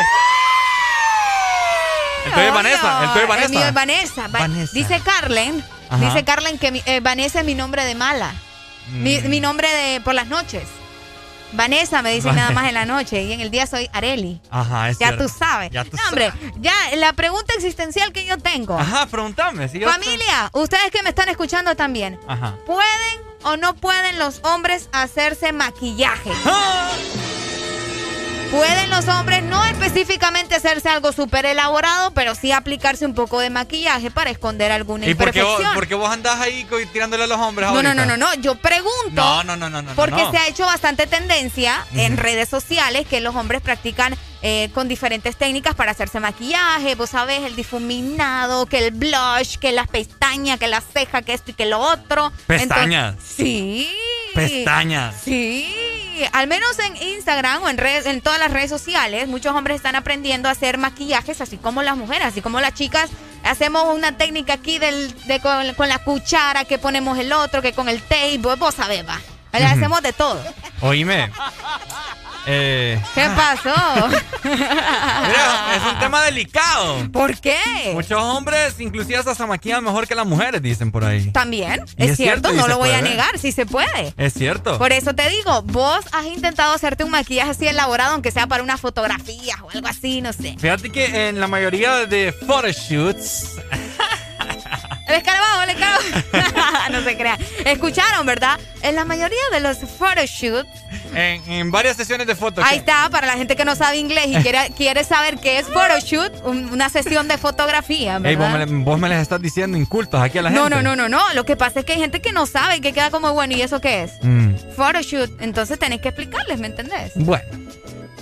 El tuyo es Vanessa. El tuyo es Vanessa. El mío es Vanessa. Va- Vanessa. Dice Carlen. Ajá. Dice Carlen que mi- eh, Vanessa es mi nombre de mala. Mi, Mm. mi nombre de por las noches. Vanessa me dice nada más en la noche y en el día soy Areli. Ajá, es Ya cierto. tú sabes. Ya tú No, hombre, ya la pregunta existencial que yo tengo. Ajá, pregúntame. Si yo Familia, ustedes que me están escuchando también. Ajá. ¿Pueden o no pueden los hombres hacerse maquillaje? ¡Ah! Pueden los hombres no específicamente hacerse algo súper elaborado, pero sí aplicarse un poco de maquillaje para esconder alguna ¿Y por qué, vos, imperfección. por qué vos andás ahí co- tirándole a los hombres No, ahorita? no, no, no, no. Yo pregunto. No, no, no, no, no. Porque no. se ha hecho bastante tendencia en redes sociales que los hombres practican eh, con diferentes técnicas para hacerse maquillaje. Vos sabés, el difuminado, que el blush, que las pestañas, que la ceja, que esto y que lo otro. Pestañas. Entonces, sí. Pestañas. Sí. Al menos en Instagram o en, redes, en todas las redes sociales, muchos hombres están aprendiendo a hacer maquillajes así como las mujeres, así como las chicas. Hacemos una técnica aquí del, de con, con la cuchara, que ponemos el otro, que con el tape, vos, vos sabés, va. Le hacemos de todo. Oíme. Eh, ¿Qué pasó? mira, es un tema delicado. ¿Por qué? Muchos hombres, inclusive hasta se maquillan mejor que las mujeres, dicen por ahí. También, Y es, es cierto, cierto, y no se lo voy a puede. negar, sí se puede. Es cierto. Por eso te digo, vos has intentado hacerte un maquillaje así elaborado, aunque sea para una fotografía o algo así, no sé. Fíjate que en la mayoría de photoshoots. El escarabajo, el escarabajo. No se crean. Escucharon, ¿verdad? En la mayoría de los photoshoots. En, en varias sesiones de fotos. Ahí está, para la gente que no sabe inglés y quiere, quiere saber qué es photoshoot, un- una sesión de fotografía, Ey, vos, ¿verdad? me, vos me les estás diciendo incultos aquí a la gente. No, no, no, no, no. Lo que pasa es que hay gente que no sabe y que queda como, bueno, ¿y eso qué es? Mm, Photoshoot. Entonces tenés que explicarles, ¿me entendés? bueno.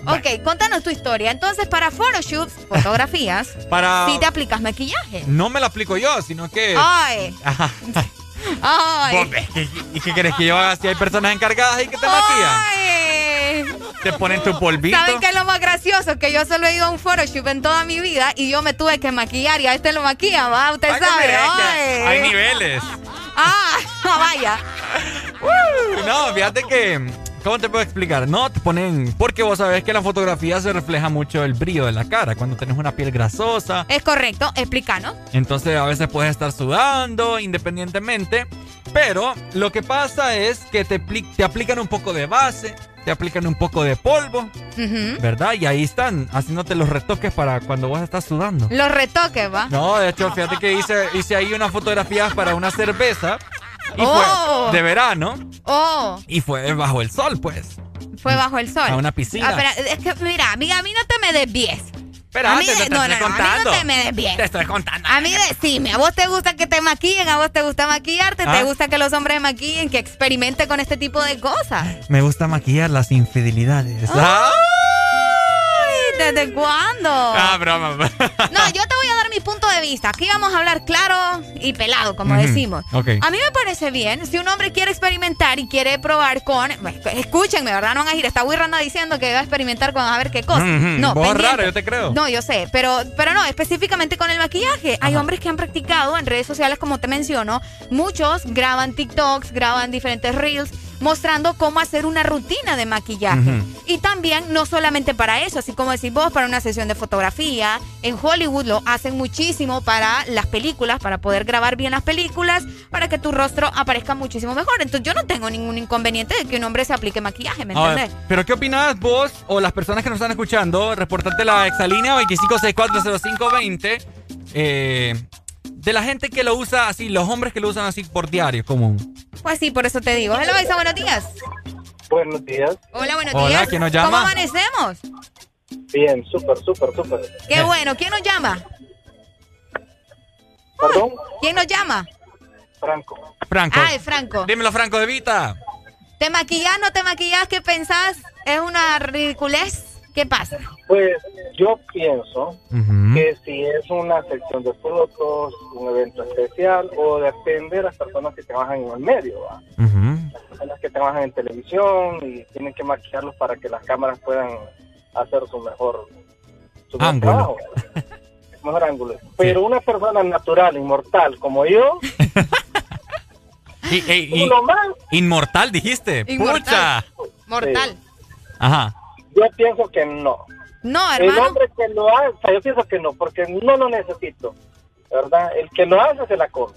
Ok, contanos tu historia. Entonces, para photoshoots, fotografías, Para- sí te aplicas maquillaje. No me lo aplico yo, sino que... Ay, Ajá. ay. Vos, ¿qué- ¿Y qué querés que yo haga si hay personas encargadas ahí que te maquillan? Ay. Te ponen tu polvito. ¿Saben qué es lo más gracioso? Que yo solo he ido a un photoshoot en toda mi vida y yo me tuve que maquillar y a este lo maquilla, ¿va? Usted Ay, que sabe. mire, es que Ay. hay niveles. Ah, vaya. Uh, no, fíjate que... ¿Cómo te puedo explicar? No, te ponen... Porque vos sabés que en la fotografía se refleja mucho el brillo de la cara. Cuando tenés una piel grasosa. Es correcto, explícanos. Entonces a veces puedes estar sudando independientemente. Pero lo que pasa es que te, apli- te aplican un poco de base. Te aplican un poco de polvo. Ujú. ¿Verdad? Y ahí están haciéndote los retoques para cuando vos estás sudando. Los retoques, ¿va? No, de hecho, fíjate que hice, hice ahí unas fotografías para una cerveza. Y Oh. fue de verano. Oh, Y fue bajo el sol, pues. fue bajo el sol. A una piscina. Ah, espera, es que, mira, amiga, a mí no te me desvíes. Espera, a mí te, de- te no, estoy no, no, a mí contando. no te me desvíes. Te estoy contando. A mí decime, ¿a vos te gusta que te maquillen? ¿A vos te gusta maquillarte? ¿Ah? ¿Te gusta que los hombres maquillen? Que experimente con este tipo de cosas. Me gusta maquillar las infidelidades. ¡Ah! Ay, ¿desde cuándo? Ah, broma. No, yo te voy a dar mi punto de vista. Aquí vamos a hablar claro y pelado, como Ujú, decimos. ok. A mí me parece bien. Si un hombre quiere experimentar y quiere probar con... Bueno, escúchenme, ¿verdad? No van a ir. Esta Wirra anda diciendo que va a experimentar con a ver qué cosa. Ujú, No, vos pendiente. raro, yo te creo. No, yo sé. Pero, pero no, específicamente con el maquillaje. Hay hombres que han practicado en redes sociales, como te menciono. Muchos graban TikToks, graban diferentes Reels, mostrando cómo hacer una rutina de maquillaje. Ujú. Y también, no solamente para eso, así como decís vos, para una sesión de fotografía. En Hollywood lo hacen muchísimo para las películas, para poder grabar bien las películas, para que tu rostro aparezca muchísimo mejor. Entonces yo no tengo ningún inconveniente de que un hombre se aplique maquillaje, ¿me A ver, entendés? pero ¿qué opinás vos o las personas que nos están escuchando? Reportarte la exalínea veinticinco sesenta y cuatro cero cinco veinte. Eh, de la gente que lo usa así, los hombres que lo usan así por diario común. Pues sí, por eso te digo. Hello, Isa, buenos días. Buenos días. Hola, buenos Hola, días. ¿quién nos llama? ¿Cómo amanecemos? Bien, súper, súper, súper. Qué bueno. ¿Quién nos llama? ¿Perdón? ¿Quién nos llama? Franco. Franco. Ah, es Franco. Dímelo, Franco de Vita. ¿Te maquillas, no te maquillas? ¿Qué pensás? ¿Es una ridiculez? ¿Qué pasa? Pues yo pienso que si es una sección de fotos, un evento especial, o depende de las personas que trabajan en el medio, ¿va? Las personas que trabajan en televisión y tienen que maquillarlos para que las cámaras puedan hacer su mejor, su mejor Ángulo. trabajo, mejor ángulo. Pero una persona natural, inmortal como yo, Y, y- y- uno más, inmortal, dijiste. Inmortal. Pucha. Mortal. Ajá. yo pienso que no. No, El hermano. hombre que lo hace, yo pienso que no, porque no lo necesito, ¿verdad? El que lo hace se la come.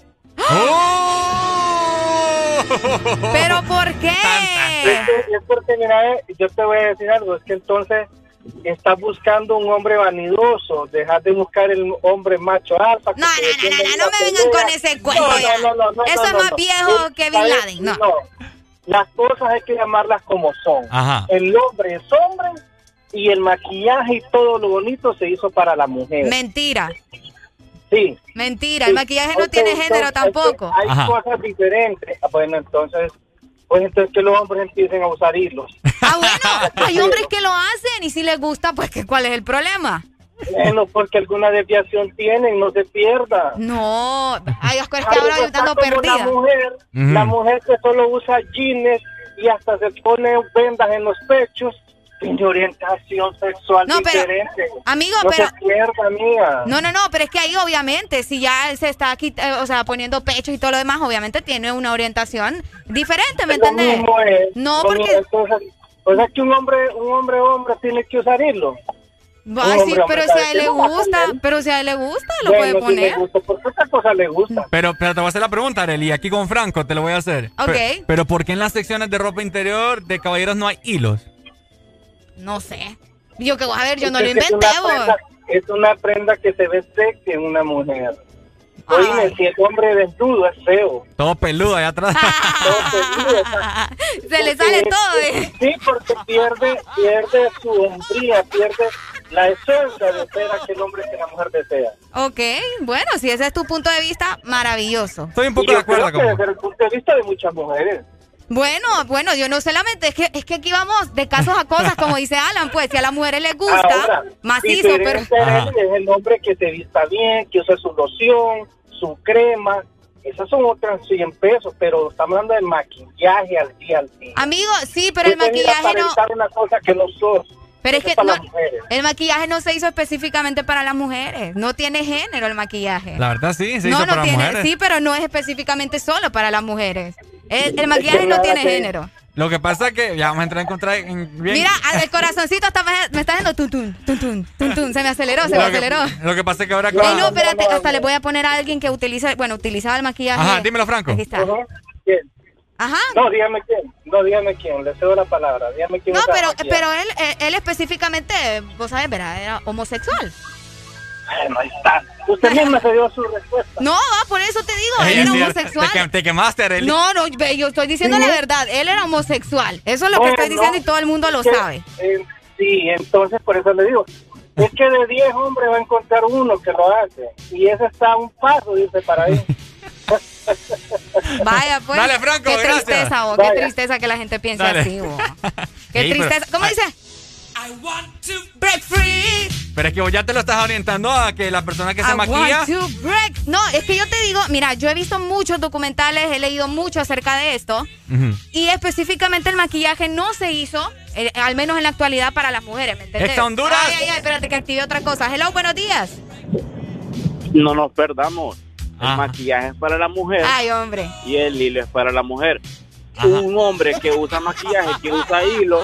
¿Pero por qué? Es, que- es porque, mira, eh, yo te voy a decir algo, es que entonces estás buscando un hombre vanidoso, dejar de buscar el hombre macho alfa. No, no, no, no, no, no me vengan con ese cuento ya. Eso es más viejo que Bin Laden, no. Las cosas hay que llamarlas como son. Ajá. El hombre es hombre y el maquillaje y todo lo bonito se hizo para la mujer. Mentira. Sí. Mentira, Sí. el maquillaje no Ok, tiene género entonces, tampoco. Hay Ajá. cosas diferentes. Ah, Bueno, entonces, pues entonces que los hombres empiecen a usar hilos. Ah, bueno, hay hombres que lo hacen y si les gusta, pues que ¿cuál es el problema? Bueno, porque alguna desviación tienen, no se pierda. No, ay, Oscar, es que Ay, ahora yo está ando como perdida. La mujer, Ujú. la mujer que solo usa jeans y hasta se pone vendas en los pechos, tiene orientación sexual No, pero, diferente. amigo, no pero- se pierda, amiga. No, no, no, pero es que ahí obviamente, si ya se está aquí, eh, o sea, poniendo pechos y todo lo demás, obviamente tiene una orientación diferente, ¿me Lo entendés? mismo es, No, lo porque... mismo, entonces, o sea que un hombre, un hombre hombre tiene que usar hilo. Ay, Un sí, hombre, pero hombre, si a ¿sabes él qué? le No va a gusta, poner. pero si a él le gusta, lo Bueno, puede si poner. le gusta, porque otra cosa le gusta. Pero, pero te voy a hacer la pregunta, Arely, aquí con Franco te lo voy a hacer. Ok. Pe- Pero, ¿por qué en las secciones de ropa interior de caballeros no hay hilos? No sé. Yo que, a ver, yo no lo Es que es inventé, una vos. prenda- Es una prenda que se ve sexy en una mujer. Oye, si el hombre desnudo es feo. Todo peludo allá atrás. Se le sale todo, ¿eh? Sí, porque pierde, pierde su hombría, pierde la esencia de ser aquel hombre que la mujer desea. Ok, bueno, si ese es tu punto de vista, maravilloso. Estoy un Y yo creo que desde el punto de vista de muchas mujeres. Bueno, bueno, yo no solamente, es que, es que aquí vamos de casos a cosas, como dice Alan, pues, si a las mujeres les gusta, Ahora, macizo, pero... Es el hombre que se vista bien, que usa su loción, su crema, esas son otras cien pesos, pero estamos hablando del maquillaje al día al día. Amigo, sí, pero el maquillaje no... una cosa que no sos. Pero es Eso que es para no, las mujeres. el maquillaje no se hizo específicamente para las mujeres. No tiene género el maquillaje. La verdad sí, se no, hizo no para tiene, mujeres. Sí, pero no es específicamente solo para las mujeres. El, el maquillaje no tiene género. Lo que pasa es que ya vamos a entrar en contra en bien. Mira, el corazoncito hasta me, me está haciendo tun tun, tun tun, tun tun. Se me aceleró, se me Lo que- aceleró. Lo que pasa es que ahora... Ey, no, espérate, hasta le voy a poner a alguien que utiliza, bueno, utilizaba el maquillaje. Ajá, dímelo, Franco. Aquí está. ¿Quién? Ajá. No, dígame quién. No, dígame quién. Le cedo la palabra. Dígame quién. No, usa pero, maquillaje. pero él, él, él específicamente, vos sabés, ¿verdad? Era homosexual. Bueno, ahí está. Usted misma se dio su respuesta. No, va, por eso te digo, Ey, él era es cierto, homosexual. Te, que- te quemaste, Arely. No, no, ve, yo estoy diciendo Sí. la verdad. Él era homosexual. Eso es lo que Bueno, estoy diciendo y todo el mundo lo que- sabe. eh, sí, entonces por eso le digo. Es que de diez hombres va a encontrar uno que lo hace. Y ese está a un paso, dice, para ahí. Vaya, pues. Dale, Franco, Qué gracias. tristeza, vos. Vaya. Qué tristeza que la gente piense Dale. así, vos. Qué Ey, pero- tristeza. ¿Cómo Ay. dice? I want to break free. Pero es que vos ya te lo estás orientando a que la persona que se I maquilla... want to break. No, es que yo te digo, mira, yo he visto muchos documentales, he leído mucho acerca de esto. Ujú. Y específicamente el maquillaje no se hizo, eh, al menos en la actualidad, para las mujeres, ¿me entendés? Exa Honduras. Ay, ay, ay, espérate que activé otra cosa. Hello, buenos días. No nos perdamos. El Ajá. maquillaje es para la mujer Ay, hombre. y el hilo es para la mujer. Ajá. Un hombre que usa maquillaje, que usa hilo,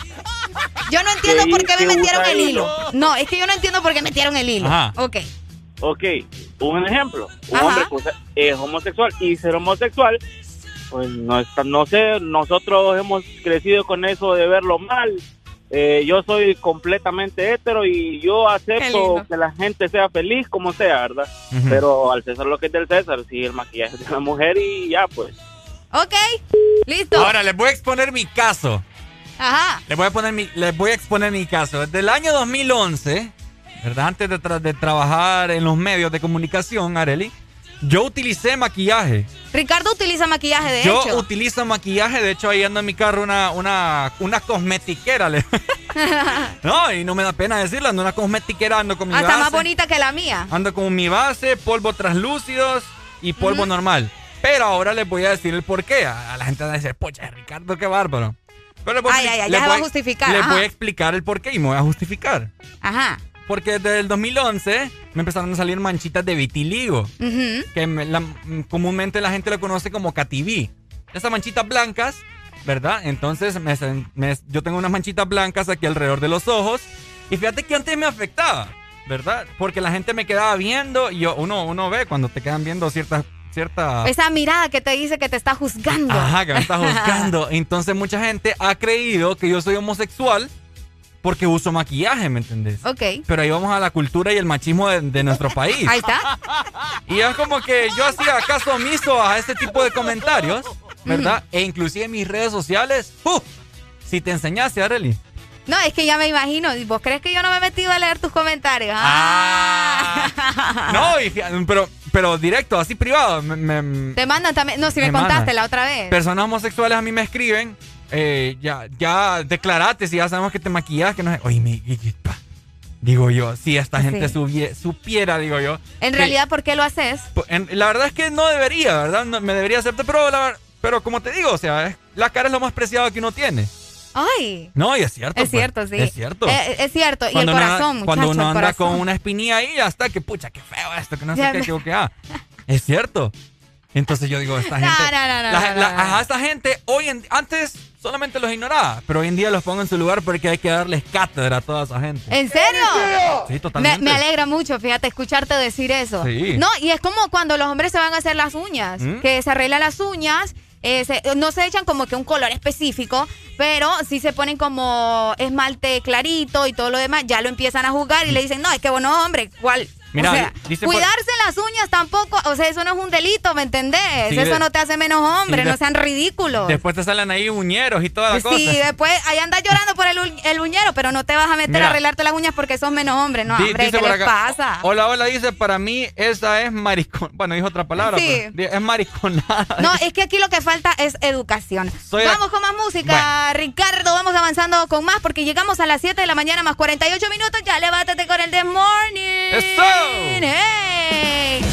Yo no entiendo ¿Qué- por qué qué me metieron usa el hilo. hilo? No, es que yo no entiendo por qué metieron el hilo. Ajá. Ok. ok, un ejemplo, un Ajá. hombre que usa- es homosexual y ser homosexual, pues no, está, no sé, nosotros hemos crecido con eso de verlo mal. Eh, yo soy completamente hétero y yo Qué acepto lindo. que la gente sea feliz como sea, ¿verdad? Ujú. Pero al César lo que es del César, sí, el maquillaje es de la mujer y ya, pues. Ok. Listo. Ahora les voy a exponer mi caso. Ajá. Les voy a poner mi, les voy a exponer mi caso. Desde el año dos mil once, ¿verdad? Antes de, tra- de trabajar en los medios de comunicación, Arely, yo utilicé maquillaje. Ricardo utiliza maquillaje, de yo hecho. utilizo maquillaje. De hecho, ahí ando en mi carro una, una, una cosmetiquera. le- no, y no me da pena decirlo. Ando una cosmetiquera, ando con mi Hasta base. más bonita que la mía. Ando con mi base, polvo translúcidos y polvo Ujú. normal. Pero ahora les voy a decir el por qué. A, a la gente va a decir, pocha, Ricardo, qué bárbaro. Pero les voy a Ay, expli- ay, ay, les ya se va a voy- justificar, Les ajá. voy a explicar el por qué y me voy a justificar. Ajá. Porque desde el dos mil once me empezaron a salir manchitas de vitiligo. Ujú. Que me- la- comúnmente la gente lo conoce como cativí. Esas manchitas blancas, ¿verdad? Entonces me- me- yo tengo unas manchitas blancas aquí alrededor de los ojos. Y fíjate que antes me afectaba, ¿verdad? Porque la gente me quedaba viendo y yo, uno, uno ve cuando te quedan viendo ciertas... Cierta... Esa mirada que te dice que te está juzgando. Ajá, que me está juzgando. Entonces mucha gente ha creído que yo soy homosexual porque uso maquillaje, ¿me entendés? Ok. Pero ahí vamos a la cultura y el machismo de, de nuestro país. Ahí está. Y es como que yo hacía caso omiso a ese tipo de comentarios, ¿verdad? E inclusive en mis redes sociales, ¡uh! Si te enseñaste, Arely. No, es que ya me imagino. ¿Y ¿Vos crees que yo no me he metido a leer tus comentarios? Ah. No, y fíjate, pero, pero directo, así privado. me- me- Te mandan también. No, si me, Me contaste mandan. la otra vez. Personas homosexuales a mí me escriben, eh, ya, ya declarate si ya sabemos que te maquillas, que no es... Oye, me, y- y- pa. digo yo, si esta gente Sí. subie- supiera, digo yo. En que- realidad, ¿por qué lo haces? Pues, en- la verdad es que no debería, ¿verdad? No, me debería aceptar, pero, la- pero como te digo, o sea, es- la cara es lo más preciado que uno tiene. Ay. No, y es cierto. Es pues, cierto, sí. Es cierto. Eh, es cierto. Y Cuando el uno- corazón, muchacho, Cuando uno el anda corazón. con una espinilla ahí, ya está, que pucha, qué feo esto, que no sé Ya qué, me- que, que, ah. Es cierto. Entonces yo digo, esta No, gente... no, no, no, la- no, la- no, no. ajá, esta gente, hoy en, antes solamente los ignoraba, pero hoy en día los pongo en su lugar porque hay que darles cátedra a toda esa gente. ¿En serio? Sí, Me, totalmente. me alegra mucho, fíjate, escucharte decir eso. Sí. No, y es como cuando los hombres se van a hacer las uñas, ¿Mm? que se arreglan las uñas, eh, se- no se echan como que un color específico, pero sí se ponen como esmalte clarito y todo lo demás, ya lo empiezan a juzgar y le dicen, no, es que bueno, hombre, ¿cuál? Mira, o sea, dice cuidarse por... las uñas tampoco, o sea, eso no es un delito, ¿me entendés? Sí, eso de... no te hace menos hombre, sí, de... no sean ridículos. Después te salen ahí uñeros y toda la sí, cosa. Sí, después ahí andas llorando por el, el uñero, pero no te vas a meter Mira, a arreglarte las uñas porque sos menos hombre. No, hombre, ¿qué les pasa? Hola, hola, dice, para mí esa es maricón. Bueno, dijo otra palabra, sí. pero es mariconada. No, es que aquí lo que falta es educación. Soy vamos a... con más música, bueno. Ricardo, vamos avanzando con más porque llegamos a las siete de la mañana más cuarenta y ocho minutos. Ya levántate con el This Morning. ¡Eso! ¡Hey!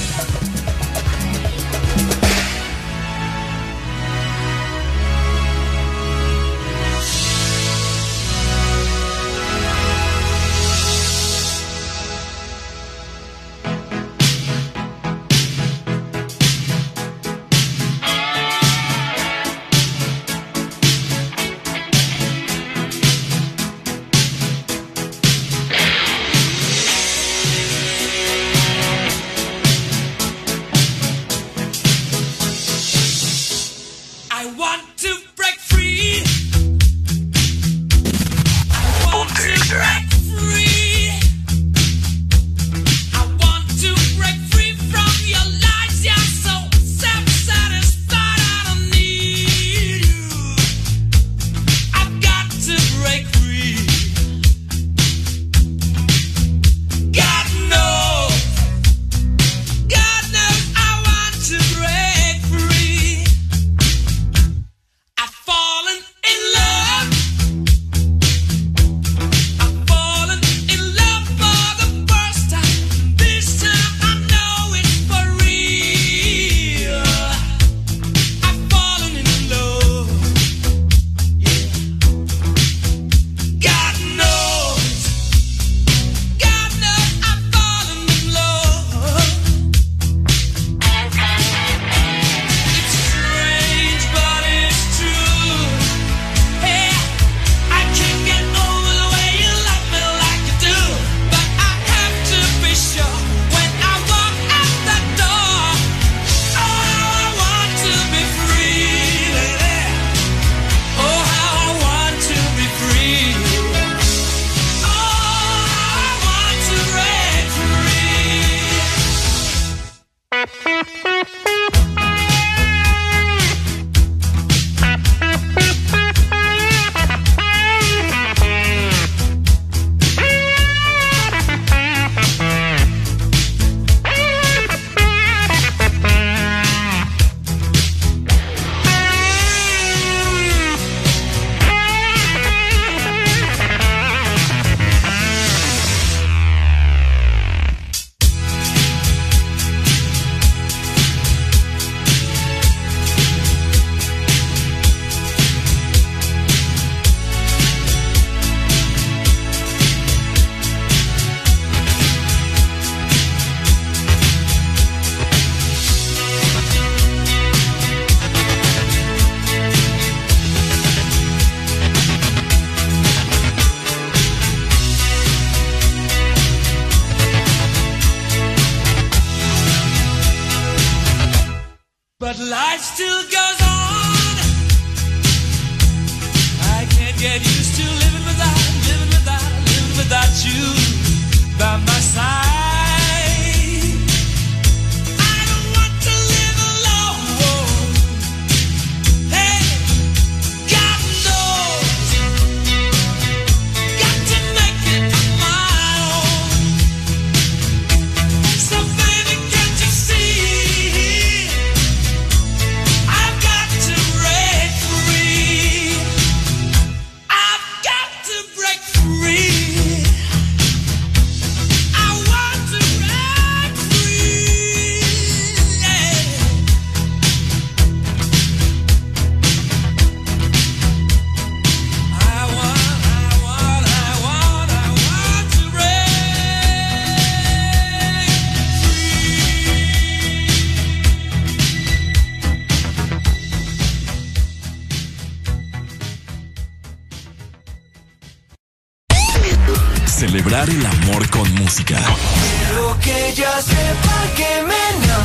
Celebrar el amor con música. Quiero que ella sepa que me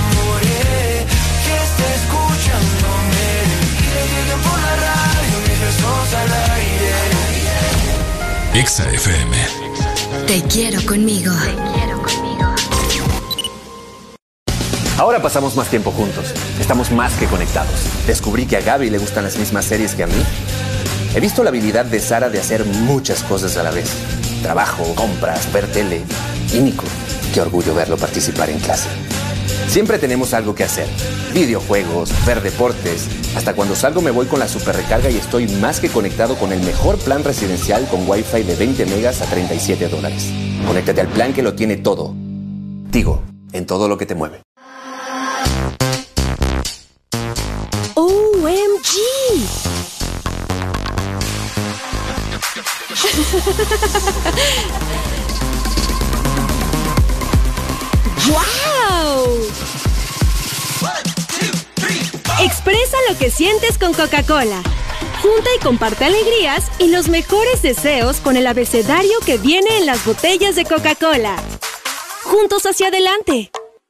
enamoré, que esté escuchándome y le lleguen por la radio mis besos al aire. Exa F M. Te quiero conmigo. Te quiero conmigo. Ahora pasamos más tiempo juntos. Estamos más que conectados. Descubrí que a Gaby le gustan las mismas series que a mí. He visto la habilidad de Sara de hacer muchas cosas a la vez. Trabajo, compras, ver tele. Y Nico, qué orgullo verlo participar en clase. Siempre tenemos algo que hacer. Videojuegos, ver deportes. Hasta cuando salgo me voy con la super recarga y estoy más que conectado con el mejor plan residencial con Wi-Fi de veinte megas a treinta y siete dólares. Conéctate al plan que lo tiene todo. Tigo, en todo lo que te mueve. O M G. ¡Wow! Expresa lo que sientes con Coca-Cola. Junta y comparte alegrías y los mejores deseos con el abecedario que viene en las botellas de Coca-Cola. Juntos hacia adelante.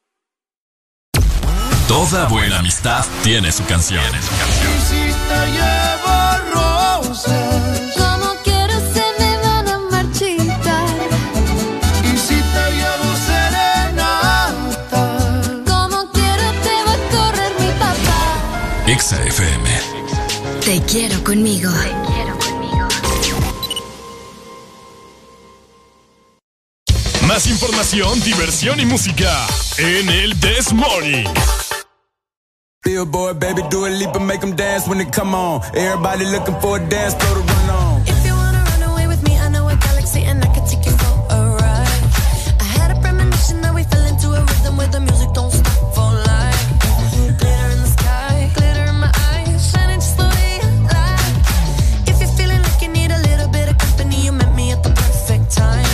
Toda buena amistad tiene su canción. Y si te llevo rosas, como quiero se me van a marchitar. y si te llevo serenata, Como quiero te va a correr mi papá. Exa F M. Te quiero conmigo. Más información, diversión y música en el This Morning. Billboard, baby, do a leap and make them dance when they come on. Everybody looking for a dance floor to run on. If you wanna run away with me, I know a galaxy and I can take you for a ride. I had a premonition that we fell into a rhythm where the music don't stop for life. Glitter in the sky, glitter in my eyes, shining just the way I like. If you're feeling like you need a little bit of company, you met me at the perfect time.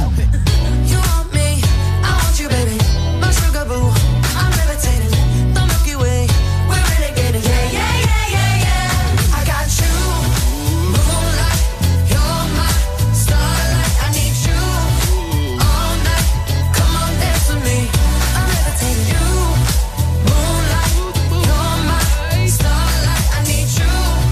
You want me, I want you, baby, my sugar boo. I'm levitating, the Milky Way, we're renegading. Yeah, yeah, yeah, yeah, yeah. I got you, moonlight, you're my starlight. I need you all night. Come on, dance with me. I'm levitating. You, moonlight, you're my starlight. I need you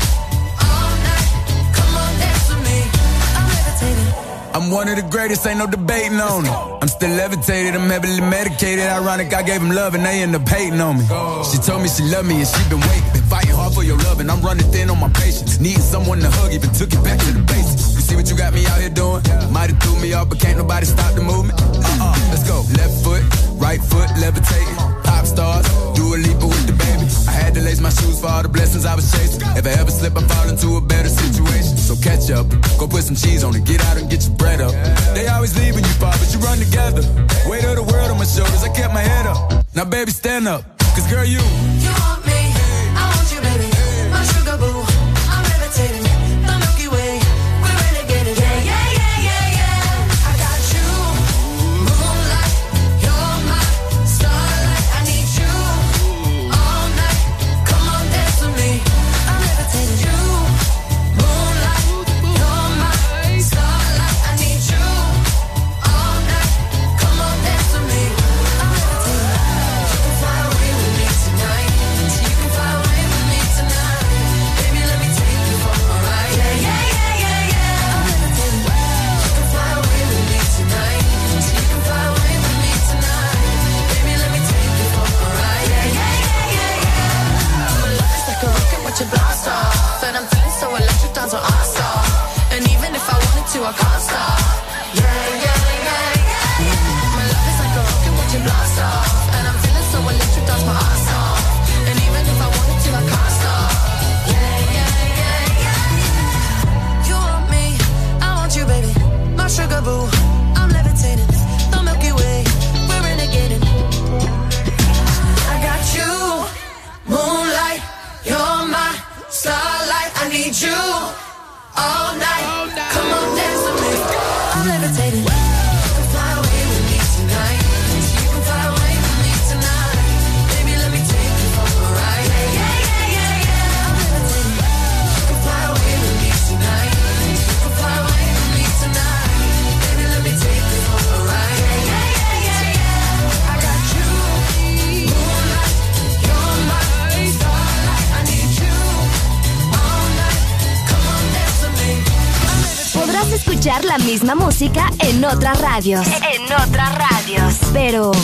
all night. Come on, dance with me. I'm levitating. I'm one of the greatest, ain't no debating on it. I'm still levitated, I'm heavily medicated. Ironic, I gave him love and they end up hating on me. She told me she loved me and she been waiting. Been fighting hard for your love and I'm running thin on my patience. Needing someone to hug, even took it back to the basics. You see what you got me out here doing? Might have threw me off, but can't nobody stop the movement. Uh-uh, let's go. Left foot, right foot, levitating. Pop stars, do a leap with the baby. I had to lace my shoes for all the blessings I was chasing. If I ever slip, I fall into a better situation. So catch up, go put some cheese on it, get out and get your bread up. They always leave when you fall, but you run together. Weight of the world on my shoulders, I kept my head up. Now baby, stand up, cause girl, you You want me, I want you, baby, my sugar boo. I'm levitating, the Milky Way, we're renegading. Yeah, yeah, yeah, yeah, yeah. I got you, moonlight, you're my starlight. I need you all night. Come on, dance with me. I'm levitating. You, moonlight, you're my starlight. I need you all night. Come on, dance with me. I'm levitating. You can fly away with me tonight. You can fly away with me tonight. Baby, let me take you for a ride. Yeah, yeah, yeah, yeah, yeah. I'm levitating. You can fly away with me tonight. You can fly away with me tonight. Baby, let me take you for a ride. Yeah, yeah, yeah, yeah, yeah. My love is like a rocket, watch it blast off. And I'm feeling so electric, down to awesome. And even if I wanted to, I can't stop. Yeah, yeah, yeah, yeah. My love is like a rocket, watch it blast off. And I'm feeling so electric, down my ass off. And even if I wanted to, I can't stop. Yeah, yeah, yeah, yeah. You want me, I want you, baby, my sugar boo. I'm levitating, the Milky Way, we're renegading. I got you, moonlight, you're my starlight. I need you all night. Come on, dance with me. I'm levitating. You can fly away with me tonight. You can fly away with me tonight. Baby, let me take you for a ride. Yeah, yeah, yeah, yeah, yeah. I'm levitating. You can fly away with me tonight. You can fly away with me tonight. Baby, let me take you for a ride. Yeah, yeah, yeah, yeah, yeah. I got you, moonlight, you're my starlight. I need you all night. Come on, dance with me. I'm levitating. Podrás escuchar la misma música en otras radios. En otras radios. Pero,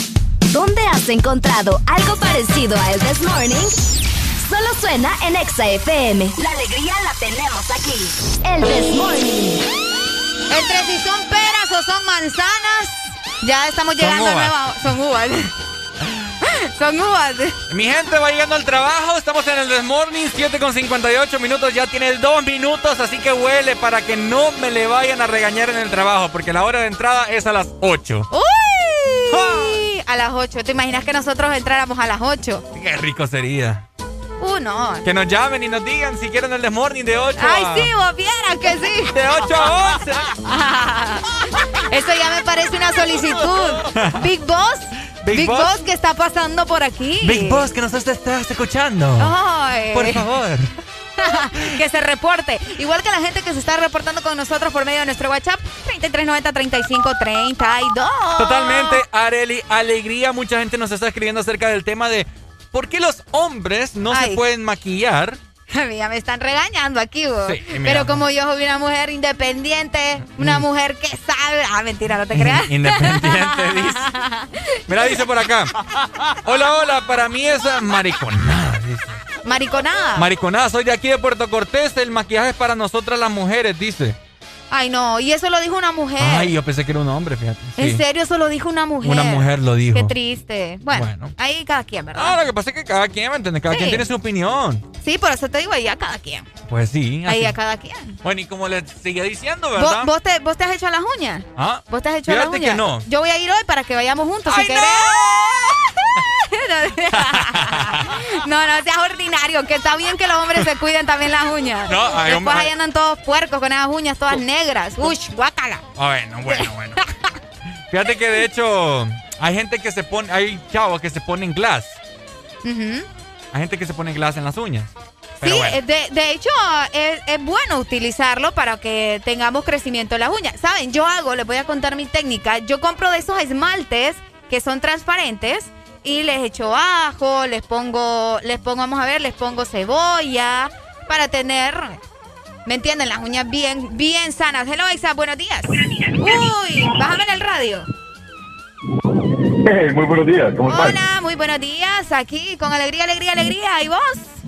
¿Dónde has encontrado algo parecido a El This Morning? Solo suena en Exa F M. La alegría la tenemos aquí. El This Morning. Entre si son peras o son manzanas, ya estamos llegando a nueva... Son uvas. Son uvas. Mi gente va llegando al trabajo. Estamos en el This Morning, siete con cincuenta y ocho minutos. Ya tiene dos minutos, así que huele para que no me le vayan a regañar en el trabajo, porque la hora de entrada es a las ocho. ¡Uy! ¡Ah! A las ocho. ¿Te imaginas que nosotros entráramos a las ocho? Qué rico sería. Uh, no. Que nos llamen y nos digan si quieren el This Morning de ocho Ay, a... sí, vos vieras que sí. De ocho a once. Eso ya me parece una solicitud. Big Boss. Big, Big Boss. Boss, ¿qué está pasando por aquí? Big Boss, que nos estás escuchando. Ay. Por favor. Que se reporte. Igual que la gente que se está reportando con nosotros por medio de nuestro WhatsApp, treinta y tres noventa, treinta y cinco treinta y dos. Totalmente, Areli, alegría. Mucha gente nos está escribiendo acerca del tema de por qué los hombres no Ay. se pueden maquillar. Ya me están regañando aquí, vos. Sí, mira. Pero como yo soy una mujer independiente, una Mm. mujer que sabe... Ah, mentira, no te creas. Independiente, dice. Mira, dice por acá. Hola, hola, para mí es mariconada, dice. Mariconada. Mariconada, soy de aquí de Puerto Cortés. El maquillaje es para nosotras las mujeres, dice. Ay, no, y eso lo dijo una mujer. Ay, yo pensé que era un hombre, fíjate. Sí. En serio, eso lo dijo una mujer. Una mujer lo dijo. Qué triste. Bueno, Bueno. ahí cada quien, ¿verdad? Ah, lo que pasa es que cada quien, ¿me entiendes? Cada Sí. quien tiene su opinión. Sí, por eso te digo, ahí a cada quien. Pues sí. Ahí así. a cada quien. Bueno, y como les sigue diciendo, ¿Vos, ¿verdad? vos te, ¿Vos te has hecho las uñas? ¿Ah? ¿Vos te has hecho Fíjate las uñas? que no. Yo voy a ir hoy para que vayamos juntos. ¡Ay, si no! querés. No, no seas ordinario, que está bien que los hombres se cuiden también las uñas. No, hay Después hombres- ahí andan todos puercos con esas uñas todas negras. Uy, guácala. Ah, bueno, bueno, bueno. Fíjate que de hecho hay gente que se pone, hay chavos que se ponen glass. Ujú. Hay gente que se pone glass en las uñas. Pero Sí, bueno. de, de hecho es, es bueno utilizarlo para que tengamos crecimiento en las uñas. ¿Saben? Yo hago, les voy a contar mi técnica. Yo compro de esos esmaltes que son transparentes y les echo ajo, les pongo, les pongo, vamos a ver, les pongo cebolla para tener, ¿me entienden? Las uñas bien, bien sanas. Hello, Exa, buenos días. Uy, bájame en el radio. Hey, muy buenos días, ¿cómo estás? Hola, muy buenos días. Aquí con alegría, alegría, alegría. ¿Y vos?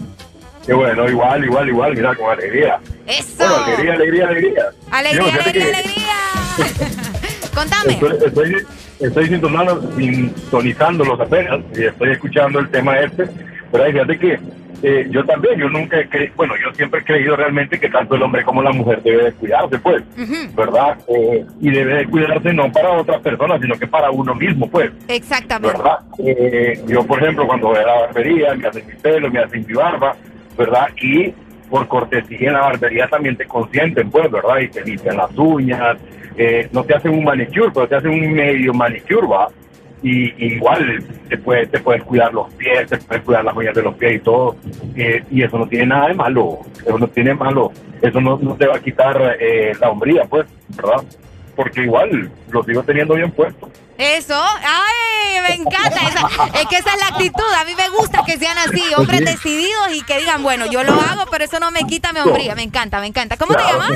Qué bueno, igual, igual, igual, mira, con alegría. Eso. Bueno, alegría, alegría, alegría. Alegría, Yo, fíjate alegría, que alegría. Contame. Estoy, estoy, estoy sintonando, sintonizándolos apenas y estoy escuchando el tema este, pero fíjate que eh, yo también, yo nunca he creído, bueno, yo siempre he creído realmente que tanto el hombre como la mujer debe de cuidarse, pues, ¿verdad? Eh, y debe de cuidarse no para otras personas, sino que para uno mismo, pues. Exactamente. ¿Verdad? Eh, yo, por ejemplo, cuando voy a la barbería, me hacen mi pelo, me hacen mi barba, ¿verdad? Y por cortesía en la barbería también te consienten, pues, ¿verdad? Y te limpian las uñas, eh, no te hacen un manicure, pero te hacen un medio manicure, ¿va? Y, y igual te puedes, te puedes cuidar los pies, te puedes cuidar las uñas de los pies y todo, eh, y eso no tiene nada de malo, eso no tiene malo, eso no, no te va a quitar eh, la hombría, pues, ¿verdad? Porque igual lo sigo teniendo bien puesto. Eso, ay, me encanta. Esa, es que esa es la actitud. A mí me gusta que sean así, hombres Sí. decididos y que digan, bueno, yo lo hago, pero eso no me quita mi hombría. Me encanta, me encanta. ¿Cómo te llamas?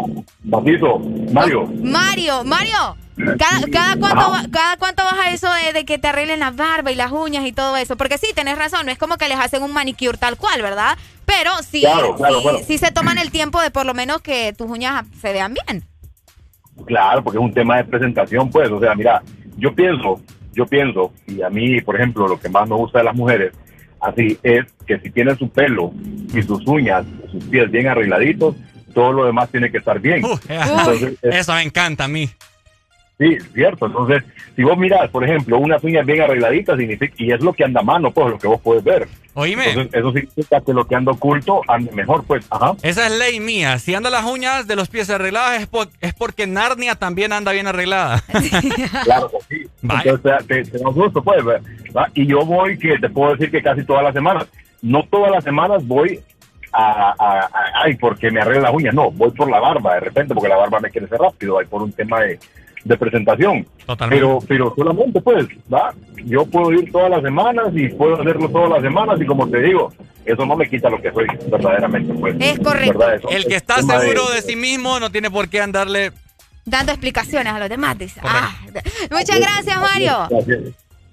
Matito, Mario. Mario, Mario. ¿Cada, cada, cuánto, va- cada cuánto vas a eso de, de que te arreglen las barbas y las uñas y todo eso? Porque sí, tenés razón, no es como que les hacen un manicure tal cual, ¿verdad? Pero sí, Claro, claro, sí, claro. sí se toman el tiempo de por lo menos que tus uñas se vean bien. Claro, porque es un tema de presentación, pues, o sea, mira, yo pienso, yo pienso, y a mí, por ejemplo, lo que más me gusta de las mujeres, así es que si tienen su pelo y sus uñas, sus pies bien arregladitos, todo lo demás tiene que estar bien. Entonces, es- Eso me encanta a mí. Sí, cierto. Entonces, si vos mirás, por ejemplo, unas uñas bien arregladitas, significa, y es lo que anda a mano, pues, lo que vos puedes ver. Oíme. Entonces, eso significa que lo que anda oculto ande mejor, pues. Ajá. Esa es ley mía. Si andan las uñas de los pies arregladas es, por- es porque Narnia también anda bien arreglada. Claro que sí. Entonces, te, te da gusto, pues. ¿verdad? Y yo voy, que te puedo decir que casi todas las semanas, no todas las semanas voy a, a, a- ay, porque me arregla las uñas, no, voy por la barba de repente, porque la barba me crece rápido, hay por un tema de, de presentación. Totalmente. Pero, pero solamente, pues, ¿va? Yo puedo ir todas las semanas y puedo hacerlo todas las semanas y como te digo, eso no me quita lo que soy verdaderamente, pues. Es correcto. ¿verdad? Eso El que es está tema seguro de sí mismo no tiene por qué andarle... Dando explicaciones a los demás, dice. Ah, muchas gracias, Mario. Gracias.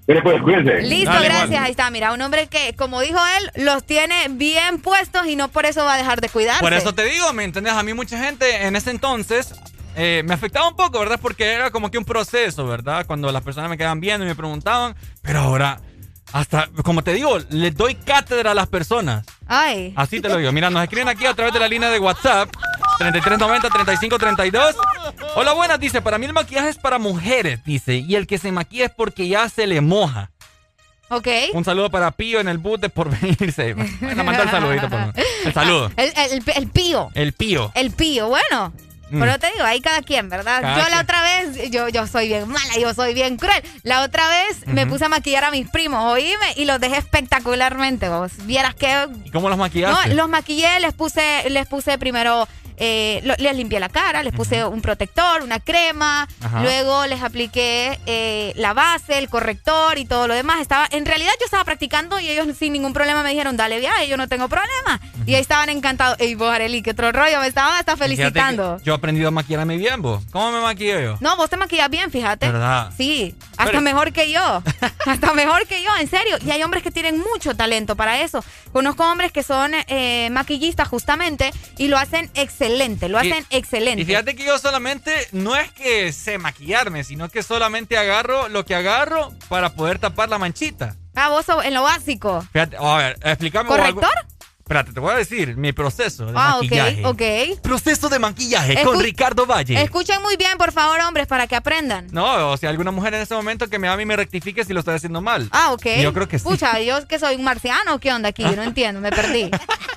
Pues, cuídense. Listo, Dale, gracias. igual. Ahí está, mira, un hombre que, como dijo él, los tiene bien puestos y no por eso va a dejar de cuidarse. Por eso te digo, ¿me entendés? A mí mucha gente en ese entonces eh, me afectaba un poco, ¿verdad? Porque era como que un proceso, ¿verdad? Cuando las personas me quedaban viendo y me preguntaban, pero ahora, hasta, como te digo, les doy cátedra a las personas. Ay. Así te lo digo. Mira, nos escriben aquí a través de la línea de WhatsApp, treinta y tres noventa, treinta y cinco treinta y dos. Hola, buenas, dice, para mí el maquillaje es para mujeres, dice, y el que se maquilla es porque ya se le moja. Ok. Un saludo para Pío en el bus de Porvenirse. Bueno, manda el saludito, por favor. El saludo. El, el, el pío. El Pío. El pío, bueno. Mm. Pero te digo, ahí cada quien, ¿verdad? Cada yo la quien. otra vez, yo, yo soy bien mala, yo soy bien cruel. La otra vez me Ujú. puse a maquillar a mis primos, oíme, y los dejé espectacularmente. Vos vieras que... ¿Y cómo los No, maquillaste? los maquillé, les puse, les puse primero... Eh, lo- les limpié la cara, les puse un protector, una crema, Ajá. luego les apliqué eh, la base, el corrector y todo lo demás. Estaba, en realidad yo estaba practicando y ellos sin ningún problema me dijeron, dale viaje, yo no tengo problema. Y ahí estaban encantados. Ey, vos, Arely, qué otro rollo, me estaban hasta Fíjate felicitando. que yo he aprendido a maquillarme bien, vos. ¿Cómo me maquillo yo? No, vos te maquillas bien, fíjate. ¿Verdad? Sí, hasta Pero- mejor que yo. Hasta mejor que yo, en serio. Y hay hombres que tienen mucho talento para eso. Conozco hombres que son eh, maquillistas justamente y lo hacen excelente, lo Y- hacen excelente. Y fíjate que yo solamente, no es que sé maquillarme, sino que solamente agarro lo que agarro para poder tapar la manchita. Ah, vos sos en lo básico. Fíjate, a ver, explícame. vos algo- ¿Corrector? Espérate, te voy a decir mi proceso de Ah, maquillaje. ok, ok. Proceso de maquillaje Escu- con Ricardo Valle. Escuchen muy bien, por favor, hombres, para que aprendan. No, o sea, alguna mujer en ese momento que me a mí me rectifique si lo estoy haciendo mal. Ah, ok. Yo creo que sí. Pucha, yo que soy un marciano, ¿qué onda aquí? Yo no entiendo, me perdí.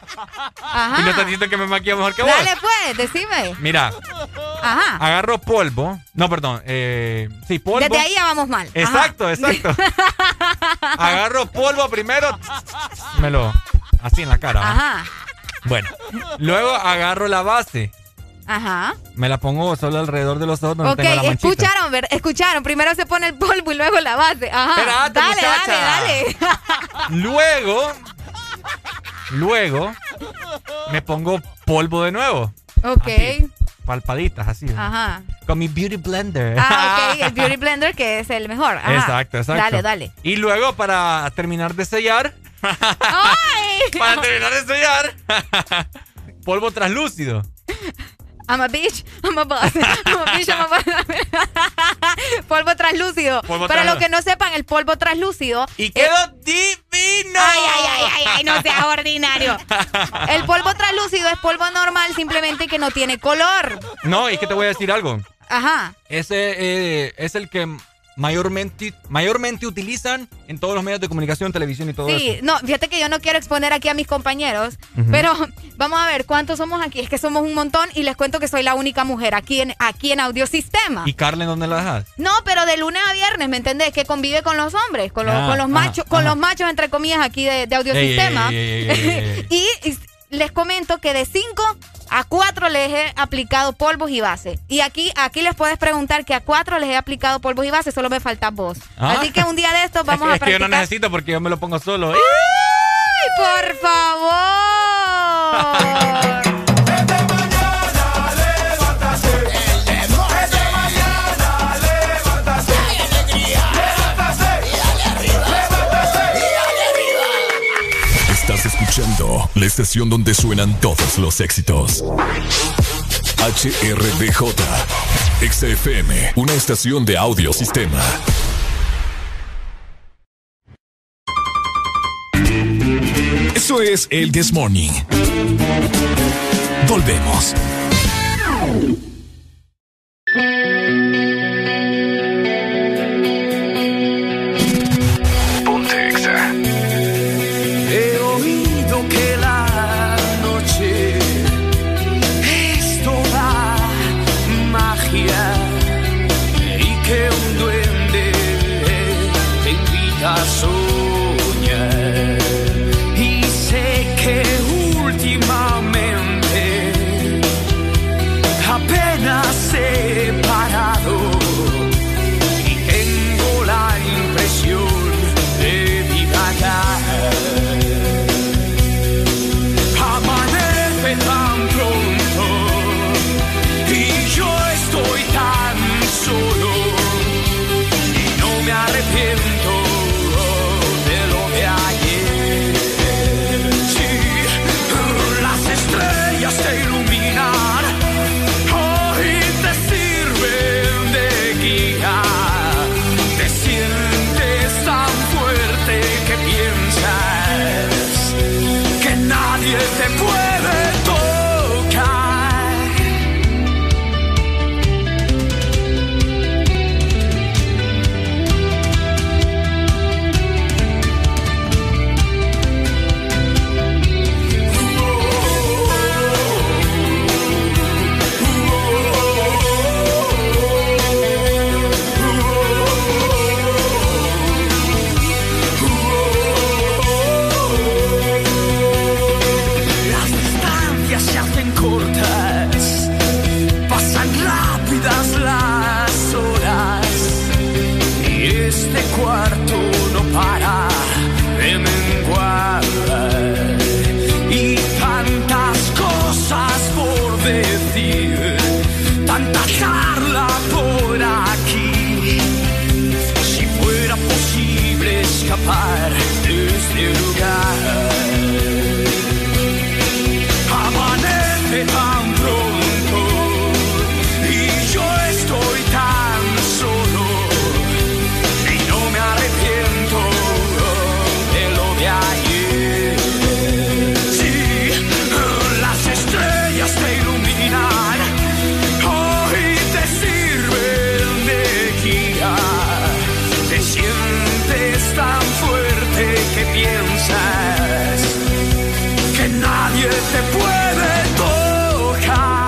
Ajá. Y no estás diciendo que me maquilla mejor que vos. Dale, pues, decime. Mira, Ajá. agarro polvo. No, perdón. Eh, sí, polvo. Desde ahí ya vamos mal. Ajá. Exacto, exacto. Agarro polvo primero. Me lo. Así en la cara. ¿va? Ajá. Bueno. Luego agarro la base. Ajá. Me la pongo solo alrededor de los ojos donde Ok, tengo la manchita. escucharon, ver, escucharon. Primero se pone el polvo y luego la base. Ajá. Espérate, dale, muchacha. dale, dale. Luego. Luego. Me pongo polvo de nuevo. Ok. Así, palpaditas, así. Ajá. Con mi Beauty Blender. Ah, ok, el Beauty Blender que es el mejor. Ajá. Exacto, exacto. Dale, dale. Y luego para terminar de sellar. ¡Ay! Para terminar de sellar. Polvo translúcido. I'm a bitch, I'm a boss. I'm a bitch, I'm a boss. Polvo translúcido. Polvo Para trans- los que no sepan, el polvo translúcido. Y quedó divino. Ay, ay, ay, ay, ay, no seas ordinario. El polvo translúcido es polvo normal, simplemente que no tiene color. No, y que te voy a decir algo. Ajá. Ese eh, es el que mayormente, mayormente utilizan en todos los medios de comunicación, televisión y todo Sí, eso. no, fíjate que yo no quiero exponer aquí a mis compañeros, Ujú. pero vamos a ver cuántos somos aquí. Es que somos un montón y les cuento que soy la única mujer aquí en, aquí en Audiosistema. ¿Y Carlen dónde la dejas? No, pero de lunes a viernes, ¿me entendés? Que convive con los hombres, con los, Ah, con los ajá, machos, con ajá. los machos entre comillas aquí de, de Audiosistema. Ey, ey, ey, ey, ey, ey. y, y les comento que de cinco a cuatro les he aplicado polvos y base. Y aquí, aquí les puedes preguntar que a cuatro les he aplicado polvos y base, solo me falta vos. Ah. Así que un día de estos vamos es, a es que yo no practicar. necesito porque yo me lo pongo solo. ¡Ay, por favor! Estás escuchando la estación donde suenan todos los éxitos. H R D J, X F M, una estación de Audiosistema. Eso es el This Morning. Volvemos. Ponte Exa. He oído que la noche es toda magia y que un duende te invita a soñar. Y sé que últimamente apenas se para menguar y tantas cosas por decir, tanta charla por aquí. Si fuera posible escapar de este lugar, amanece tan pronto y yo estoy tan solo y no me arrepiento de lo de ayer. Sí, las estrellas te iluminan, hoy te sirven de guía. Te sientes tan fuerte que piensas que nadie te puede tocar.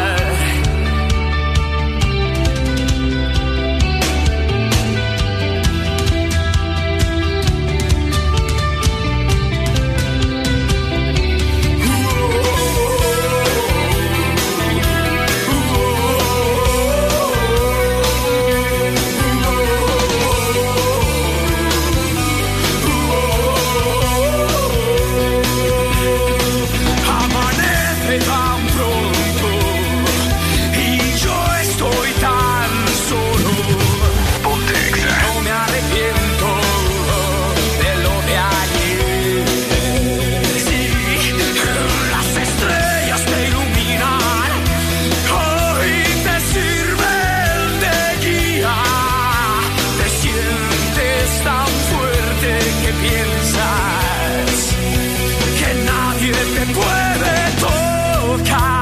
Amanece tan pronto y yo estoy tan solo. No me arrepiento de lo de ayer. Sí, las estrellas te iluminan, hoy te sirven de guía. Te sientes tan fuerte que piensas que nadie te puede tocar.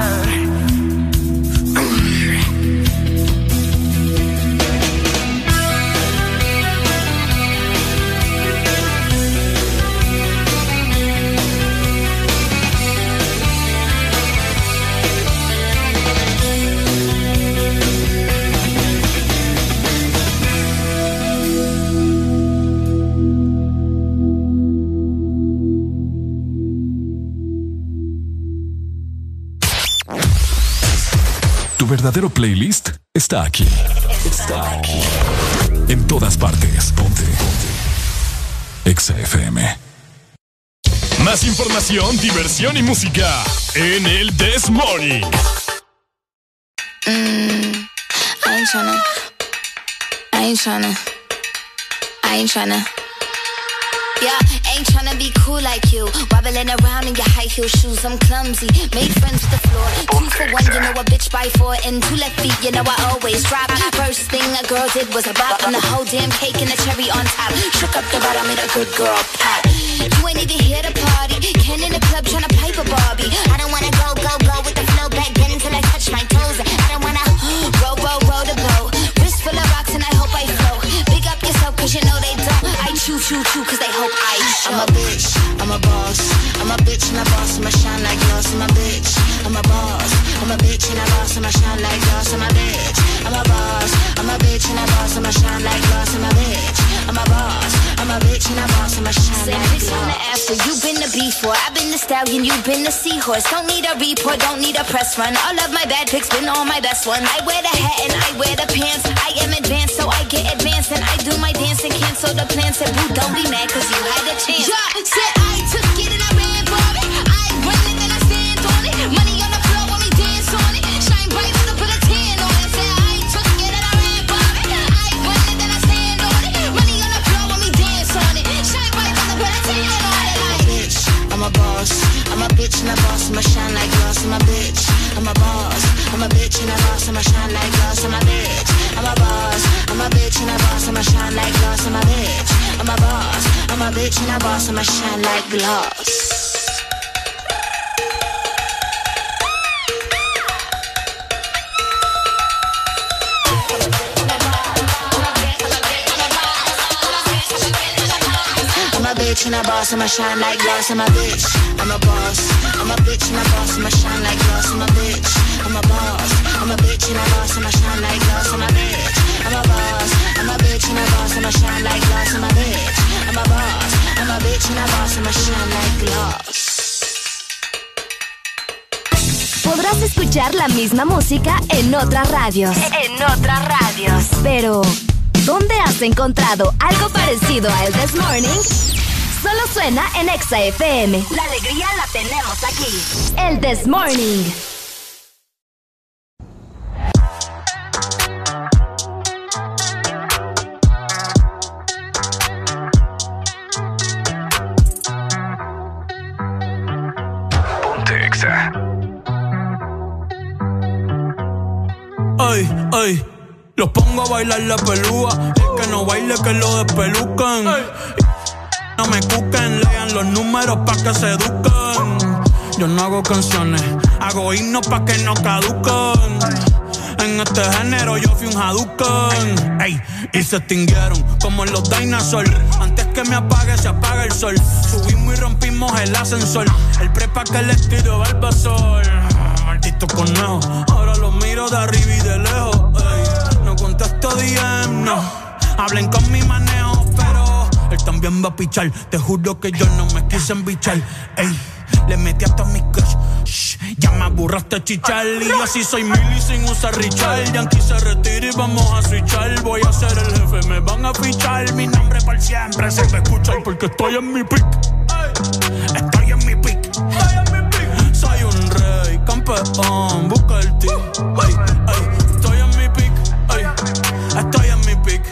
Tu verdadero playlist está aquí. Está aquí. En todas partes. Ponte. Ponte. Exa F M. Más información, diversión y música en el This Morning. Mm, I ain't tryna, I ain't tryna, I ain't tryna. Yeah, ain't tryna be cool like you. Wobbling around in your high heel shoes, I'm clumsy. Made friends with the floor. Two for one, you know a bitch by four. And two left feet, you know I always drop. First thing a girl did was a bop. And the whole damn cake and the cherry on top. Shook up the bottom, made a good girl pop. You ain't even here to party. Ken in the club tryna pipe a Barbie. I don't wanna go, go, go with the flow back then until I touch my toes. I don't wanna roll, roll, roll the boat. Wrist full of rocks and I hope I float. Big up yourself cause you know they don't. I choo, choo, choo cause they hope I show. I'm a bitch, I'm a boss. I'm a bitch and a boss, I'ma shine like gloss. I'm a bitch, I'm a boss. I'm a bitch and a boss, I'ma shine like gloss. I'm a bitch, I'm a boss. I'm a bitch and a boss, I'ma shine like gloss. I'm a bitch, I'm a boss. I'm a bitch and a boss, I'ma shine like gloss. On the after, you've been the beef for. I've been the stallion, you've been the seahorse. Don't need a report, don't need a press run. All of my bad pics been all my best ones. I wear the hat and I wear the pants. I am advanced, so I get advanced. And I do my dance and cancel the plans. Said, boo, don't be mad cause you had a chance. Yeah, said I took it and I ran for it. I run it and I stand on it. Money on the floor when we dance on it. Shine bright when I put a tan on it. Said I took it and I ran for it. I run it and I stand on it. Money on the floor when we dance on it. Shine bright when I put a tan on it. Like, bitch, I'm a boss. I'm a bitch and a boss. I'ma shine like gloss. I'm a bitch. I'm a boss. I'm a bitch and a boss. I'ma shine like gloss. I'm a bitch. I'm a boss. I'm a bitch and a boss. I'ma shine like gloss. I'm a bitch. I'm a boss. I'm a bitch and a boss. I'ma shine like gloss. I'm a bitch and a boss, I'ma shine like glass. I'm a bitch, I'm a boss. I'm a bitch and a boss, I'ma shine like glass. I'm a bitch, I'm a boss. I'm a bitch and a boss, I'ma shine like glass. I'm a bitch, I'm a boss. I'm a bitch and a boss, I'ma shine like glass. I'm a bitch, I'm a boss. I'm a bitch and a boss, I'ma shine like glass. Podrás escuchar la misma música en otras radios. En otras radios. Pero, ¿dónde has encontrado algo parecido a El This Morning? suena en Exa F M. La alegría la tenemos aquí. El This Morning. Ponte Exa. Ay, ay, los pongo a bailar la pelúa. El que no baile que lo despelucan. No me cuquen, lean los números pa' que se eduquen. Yo no hago canciones, hago himnos pa' que no caduquen. En este género yo fui un Hadouken. Ey, y se extinguieron como en los dinosaurs. Antes que me apague se apaga el sol. Subimos y rompimos el ascensor. El prepa que les tiro Barbasol. Maldito conejo, ahora los miro de arriba y de lejos. Ey, no contesto D M, no. Hablen con mi manejo, pero él también va a pichar. Te juro que yo no me quise embichar. Ey, le metí hasta mis crush. Shh, ya me aburraste chichar. Y yo así soy Milly sin usar Richard. Yankee se retira y vamos a switchar. Voy a ser el jefe, me van a fichar. Mi nombre por siempre se me escucha. Porque estoy en mi pick. Estoy en mi pick. Soy un rey, campeón, busca el ti. Ay, ay, estoy en mi pick. Ay, estoy en mi pick.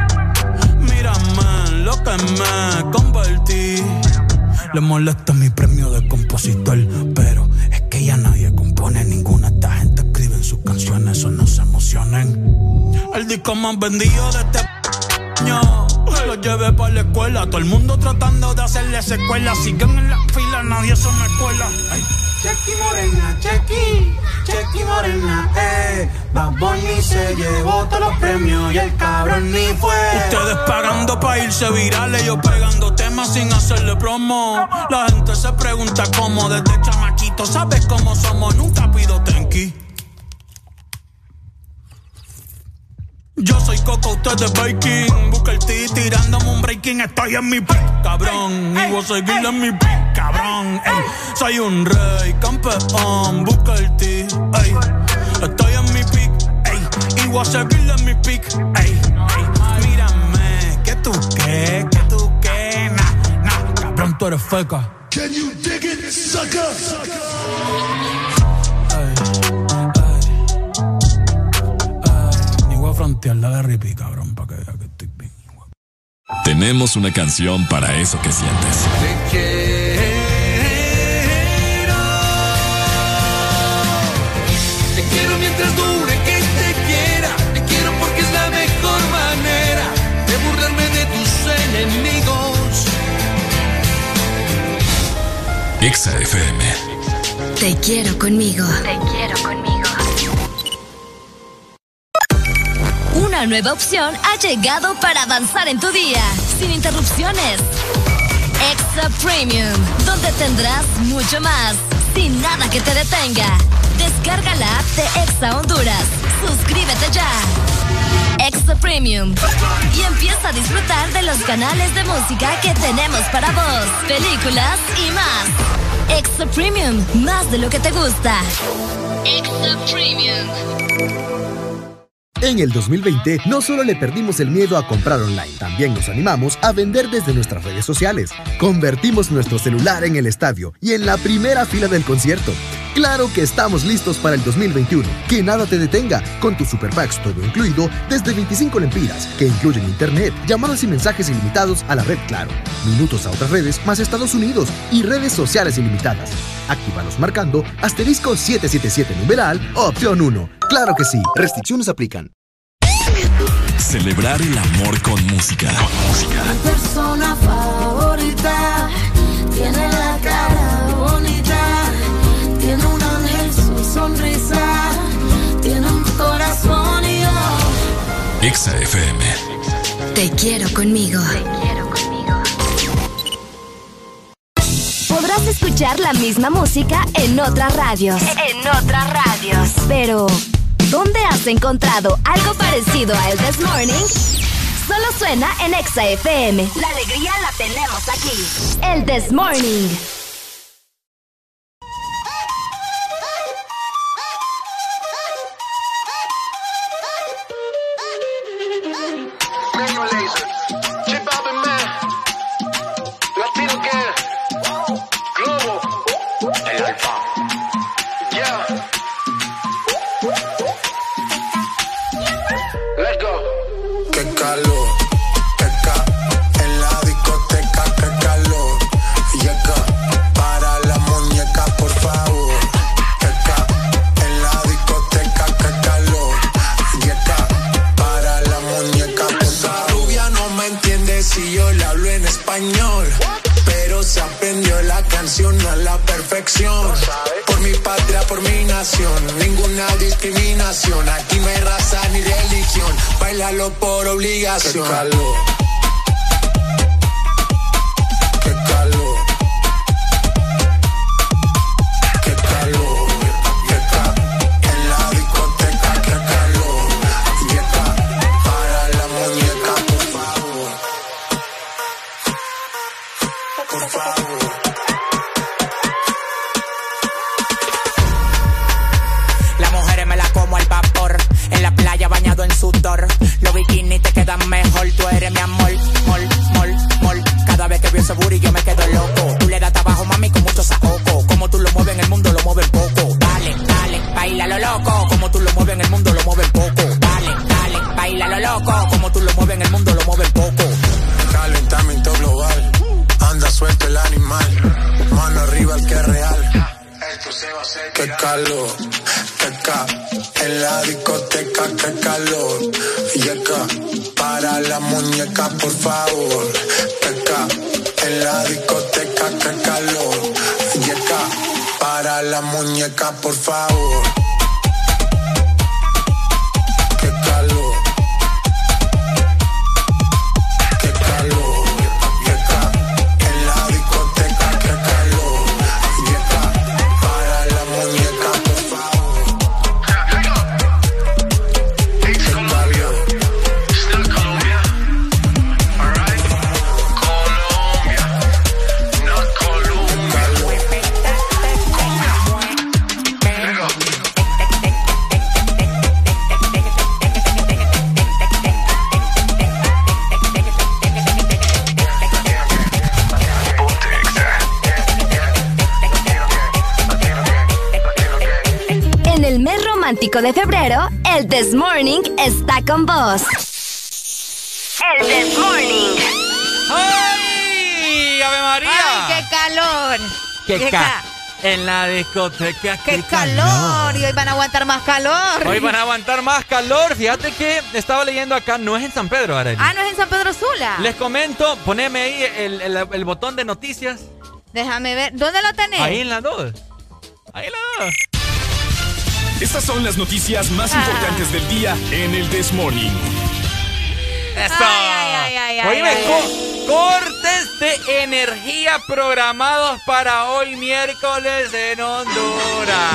Mírame lo que me convertí. Le molesta mi premio de compositor, pero es que ya nadie compone ninguna. Esta gente escribe en sus canciones, eso no se emocionen. El disco más vendido de este año lo llevé para la escuela. Todo el mundo tratando de hacerle secuela. Siguen en la fila, nadie se me cuela. Ay. Chequi morena, chequi, chequi morena, eh. Bad Bunny se llevó todos los premios y el cabrón ni fue. Ustedes pagando pa' irse virales, yo pegando temas sin hacerle promo. La gente se pregunta cómo, desde chamaquito, ¿sabes cómo somos? Nunca pido tenki. Yo soy Coco, usted es Baking. Busca el T tirándome un breaking. Estoy en mi pick, cabrón. Y voy a seguir en mi pick, cabrón. Ey, soy un rey, campeón. Busca el T, ey. Estoy en mi pick, ey. Y voy a seguir en mi pick, ey, ey. Mírame, que tú qué, que tú qué. Nah, nah, cabrón, tú eres feca. Can you dig it, sucker? Frontearla de ripi, cabrón, para que vea que estoy bien. Tenemos una canción para eso que sientes. Te quiero. Te quiero mientras dure que te quiera. Te quiero porque es la mejor manera de burlarme de tus enemigos. Exa F M. Te quiero conmigo. Te quiero conmigo. Una nueva opción ha llegado para avanzar en tu día, sin interrupciones. Exa Premium, donde tendrás mucho más, sin nada que te detenga. Descarga la app de Exa Honduras. Suscríbete ya. Exa Premium. Y empieza a disfrutar de los canales de música que tenemos para vos, películas y más. Exa Premium, más de lo que te gusta. Exa Premium. En el dos mil veinte, no solo le perdimos el miedo a comprar online, también nos animamos a vender desde nuestras redes sociales. Convertimos nuestro celular en el estadio y en la primera fila del concierto. Claro que estamos listos para el dos mil veintiuno. Que nada te detenga con tus super packs todo incluido desde veinticinco lempiras, que incluyen internet, llamadas y mensajes ilimitados a la red Claro, minutos a otras redes más Estados Unidos y redes sociales ilimitadas. Actívalos marcando asterisco siete siete siete numeral opción uno. Claro que sí, restricciones aplican. Celebrar el amor con música. Con música. Mi persona favorita tiene la cara bonita, tiene un ángel, su sonrisa, tiene un corazón y yo. Exa F M. Te quiero conmigo. Te quiero conmigo. Podrás escuchar la misma música en otras radios. En otras radios. Pero ¿dónde has encontrado algo parecido a El This Morning? Solo suena en Exa F M. La alegría la tenemos aquí. El This Morning. Latino Gang. aprendió la canción a la perfección. Por mi patria, por mi nación, ninguna discriminación. Aquí no hay raza ni religión, bailalo por obligación. Qué calor. Qué calor. Qué calor. Qué calor. En la discoteca, qué calor. Y acá, para la muñeca, por favor. Por favor. Las mujeres me la como al vapor. En la playa bañado en sudor. Los bikinis te quedan mejor. Tú eres mi amor, mol, mol, mol. Cada vez que veo ese booty yo me quedo loco. Tú le das trabajo, mami, con mucho saoco. Como tú lo mueves en el mundo, lo mueves poco. Dale, dale, baila lo loco. Como tú lo mueves en el mundo, lo mueves poco. Dale, dale, baila lo loco. Como tú lo mueves en el mundo, lo mueves poco. Calentamiento global. Anda suelto el animal. Mano arriba el que es real. Esto se va a hacer. Qué calor. Qué ca. En la discoteca, qué calor. Y acá, para la muñeca, por favor. Qué ca. En la discoteca, qué calor. Y acá, para la muñeca, por favor. Qué calor. Qué calor. Y acá, en la discoteca, qué calor. Y acá, para la muñeca, por favor. It's Colombia. Still Colombia. Alright. Colombia. Not Colombia. En el mes romántico de febrero, el This Morning está con vos. El This Morning. ¡Ay! ¡Ave María! ¡Ay, qué calor! ¡Qué ca! En la discoteca, ¡Qué, qué calor! calor! Y hoy van a aguantar más calor. Hoy van a aguantar más calor. Fíjate que estaba leyendo acá, no es en San Pedro, Arely. Ah, no es en San Pedro Sula. Les comento, poneme ahí el, el, el botón de noticias. Déjame ver. ¿Dónde lo tenés? Ahí en la dos. Ahí en la dos. Estas son las noticias más Ah. importantes del día en el This Morning. ¡Eso! Ay, ay, ay, ay, Oíme, ay, co- ay. cortes de energía programados para hoy miércoles en Honduras.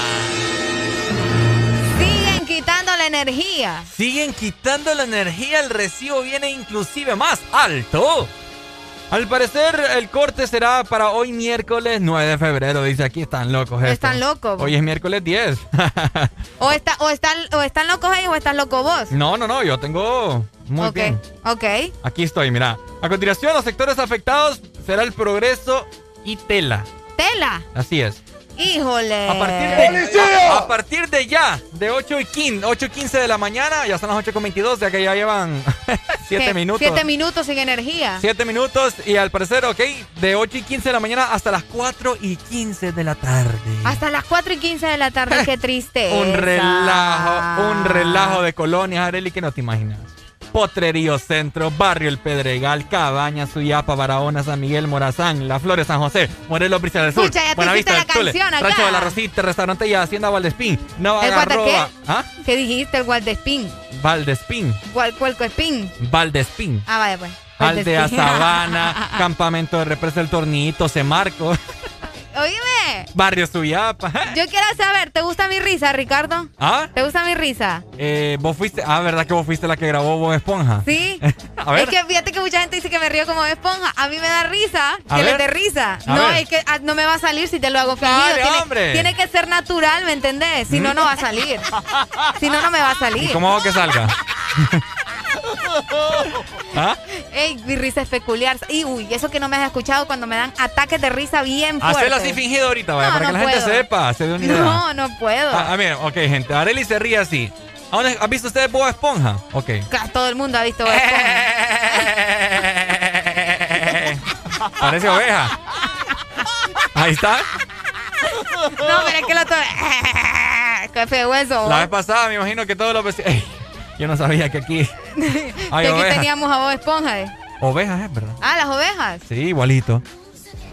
Siguen quitando la energía. Siguen quitando la energía, el recibo viene inclusive más alto. Al parecer, el corte será para hoy miércoles nueve de febrero. Dice aquí, están locos estos. Están locos. Hoy es miércoles diez. O, está, o, están, o están locos ellos o estás loco vos. No, no, no, yo tengo muy Ok, bien. ok. Aquí estoy, mira. A continuación, los sectores afectados será el Progreso y Tela. Tela. Así es. Híjole. A partir de, a, a partir de ya, de ocho y quince de la mañana, ya son las ocho con veintidós, ya que ya llevan siete ¿Qué? minutos. Siete minutos sin energía. siete minutos y al parecer, ok, de ocho y quince de la mañana hasta las cuatro y quince de la tarde. Hasta las cuatro y quince de la tarde, qué triste. Un relajo, un relajo de colonias, Arely, que no te imaginas. Potrerío Centro, Barrio El Pedregal, Cabañas, Suyapa, Barahona, San Miguel, Morazán, Las Flores, San José, Morelos, Brisa del Sur, Escucha, ya te Buenavista hiciste del la Tule, canción acá. Rancho de la Rosita, Restaurante y Hacienda Valdespín, Nueva ¿El Garroba. Guataqué? ¿Ah? ¿Qué dijiste? El Gualdespín. Valdespín, ¿Cuál, cuelco espín? Valdespín. Ah, vaya pues. Aldea Valdespín. Sabana, Campamento de Represa del Tornito, Semarco, Oíme, Barrio Suyapa. yo quiero saber, ¿te gusta mi risa, Ricardo? ¿Ah? ¿Te gusta mi risa? Eh, vos fuiste, ah, ¿verdad que vos fuiste la que grabó Bob Esponja? ¿Sí? A ver. Es que fíjate que mucha gente dice que me río como de esponja. A mí me da risa A que ver. les dé risa. A No, ver. es que ah, no me va a salir si te lo hago fingido. Dale, tiene, hombre. tiene que ser natural, ¿me entendés? Si no, no va a salir. Si no, no me va a salir. ¿Y cómo hago que salga? ¿Ah? Ey, mi risa es peculiar. Y uy, eso que no me has escuchado cuando me dan ataques de risa bien fuertes. Hacelo así fingido ahorita, vaya, No, para que no la gente puedo. sepa, se dé una idea. No, no puedo. Ah, ah, mira, ok, gente, Arely se ríe así. ¿A dónde- ¿Han visto ustedes Bob Esponja? Ok. Ca- Todo el mundo ha visto Bob Esponja. Parece oveja. Ahí está. No, pero es que lo to... Qué feo eso. La vez pasada me imagino que todos los vecinos... Ey, yo no sabía que aquí hay que aquí ovejas. teníamos a Bob Esponja. eh. Ovejas, es verdad. Ah, las ovejas. Sí, igualito.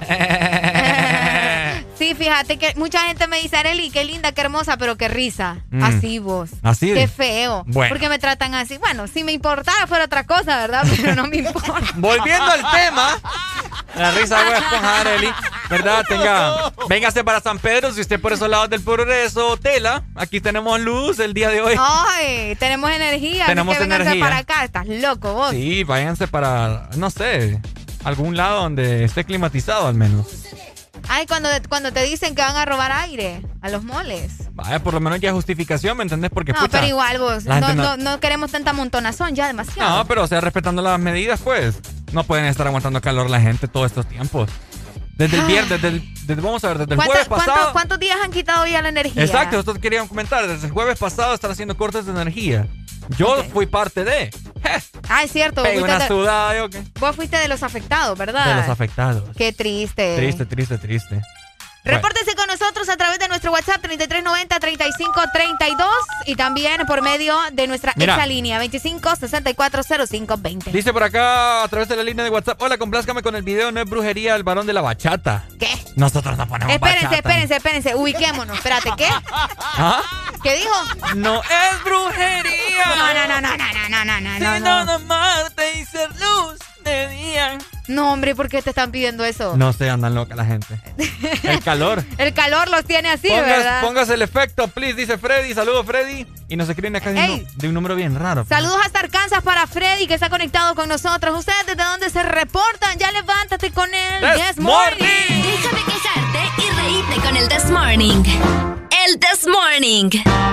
Sí, fíjate que mucha gente me dice, Arely, qué linda, qué hermosa, pero qué risa. Mm. Así vos. Así. Qué feo. Bueno. Porque me tratan así. Bueno, si me importara fuera otra cosa, ¿verdad? Pero no me importa. Volviendo al tema, la risa de Esponja, Arely, ¿verdad? Tenga, véngase para San Pedro, si usted por esos lados del Progreso, tela. Aquí tenemos luz el día de hoy. Ay, tenemos energía. Tenemos así que vénganse energía. para acá, estás loco vos. Sí, váyanse para, no sé, algún lado donde esté climatizado al menos. Ay, cuando, cuando te dicen que van a robar aire a los moles. Vaya, por lo menos ya justificación, ¿me entendés? Porque, No, pucha, pero igual vos, la no, gente no, no queremos tanta montonazón, ya demasiado. No, pero o sea, respetando las medidas, pues. No pueden estar aguantando calor la gente todos estos tiempos. Desde el viernes, desde el, desde, vamos a ver, desde el jueves pasado. ¿cuánto, ¿Cuántos días han quitado ya la energía? Exacto, nosotros queríamos comentar. Desde el jueves pasado están haciendo cortes de energía. Yo okay. fui parte de. Ah, es cierto. Pegué una de, sudada, ¿yo qué? Vos fuiste de los afectados, ¿verdad? De los afectados. Qué triste. Triste, triste, triste. Repórtese con nosotros a través de nuestro WhatsApp treinta y tres noventa, treinta y cinco treinta y dos y también por medio de nuestra exa línea veinticinco sesenta y cuatro cero cinco veinte. Dice por acá a través de la línea de WhatsApp: hola, complázcame con el video, no es brujería el varón de la bachata. ¿Qué? Nosotros no ponemos espérense, bachata. Espérense, espérense, ubiquémonos. Espérate, ¿qué? ¿Ah? ¿Qué dijo? No es brujería. No, no, no, no, no, no, no, no, si no. no, no amarte y ser luz de día. No, hombre, ¿por qué te están pidiendo eso? No sé, andan loca la gente. El calor. El calor los tiene así, pongas, ¿verdad? Póngase el efecto, please, dice Freddy. Saludos, Freddy. Y nos escriben acá de un, de un número bien raro. Saludos hasta Arkansas para Freddy, que está conectado con nosotros. ¿Ustedes desde dónde se reportan? Ya levántate con el This, This Morning. morning. Déjame quejarte y reírte con el This Morning. El This Morning.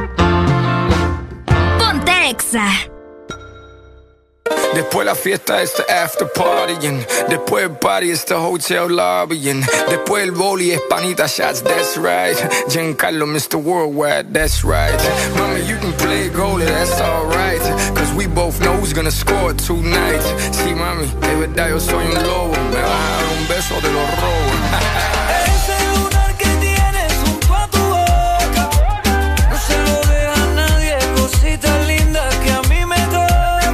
Ponte Exa. Después la fiesta es the after partying. Después el party es the hotel lobbying. Después el boli es panita shots, that's right. Giancarlo, mister Worldwide, that's right. Mami, you can play goalie, that's alright. Cause we both know who's gonna score tonight. Sí, mami, de verdad yo soy un lobo. Me vas a dar un beso de los robos. Ese lunar que tienes junto a tu boca, no se lo deja a nadie, cosita linda que a mí me toca.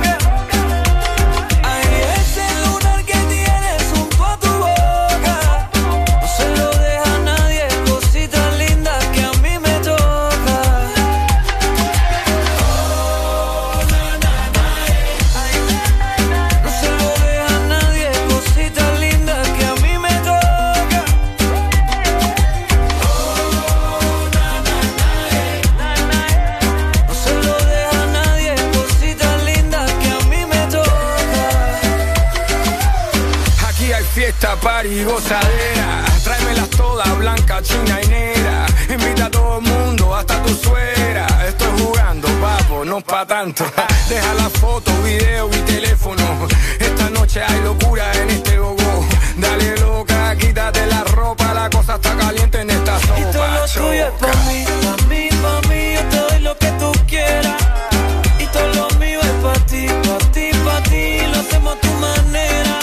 Fiesta, party, gozadera. Tráemelas todas, blanca, china y negra. Invita a todo el mundo, hasta tu suegra. Estoy jugando, papo, no pa' tanto. Deja la foto, video y teléfono. Esta noche hay locura en este gogo. Dale loca, quítate la ropa. La cosa está caliente en esta sopa. Y todo lo tuyo es pa' mí, pa' mí, pa' mí. Yo te doy lo que tú quieras. Y todo lo mío es pa' ti, pa' ti, pa' ti. Lo hacemos a tu manera.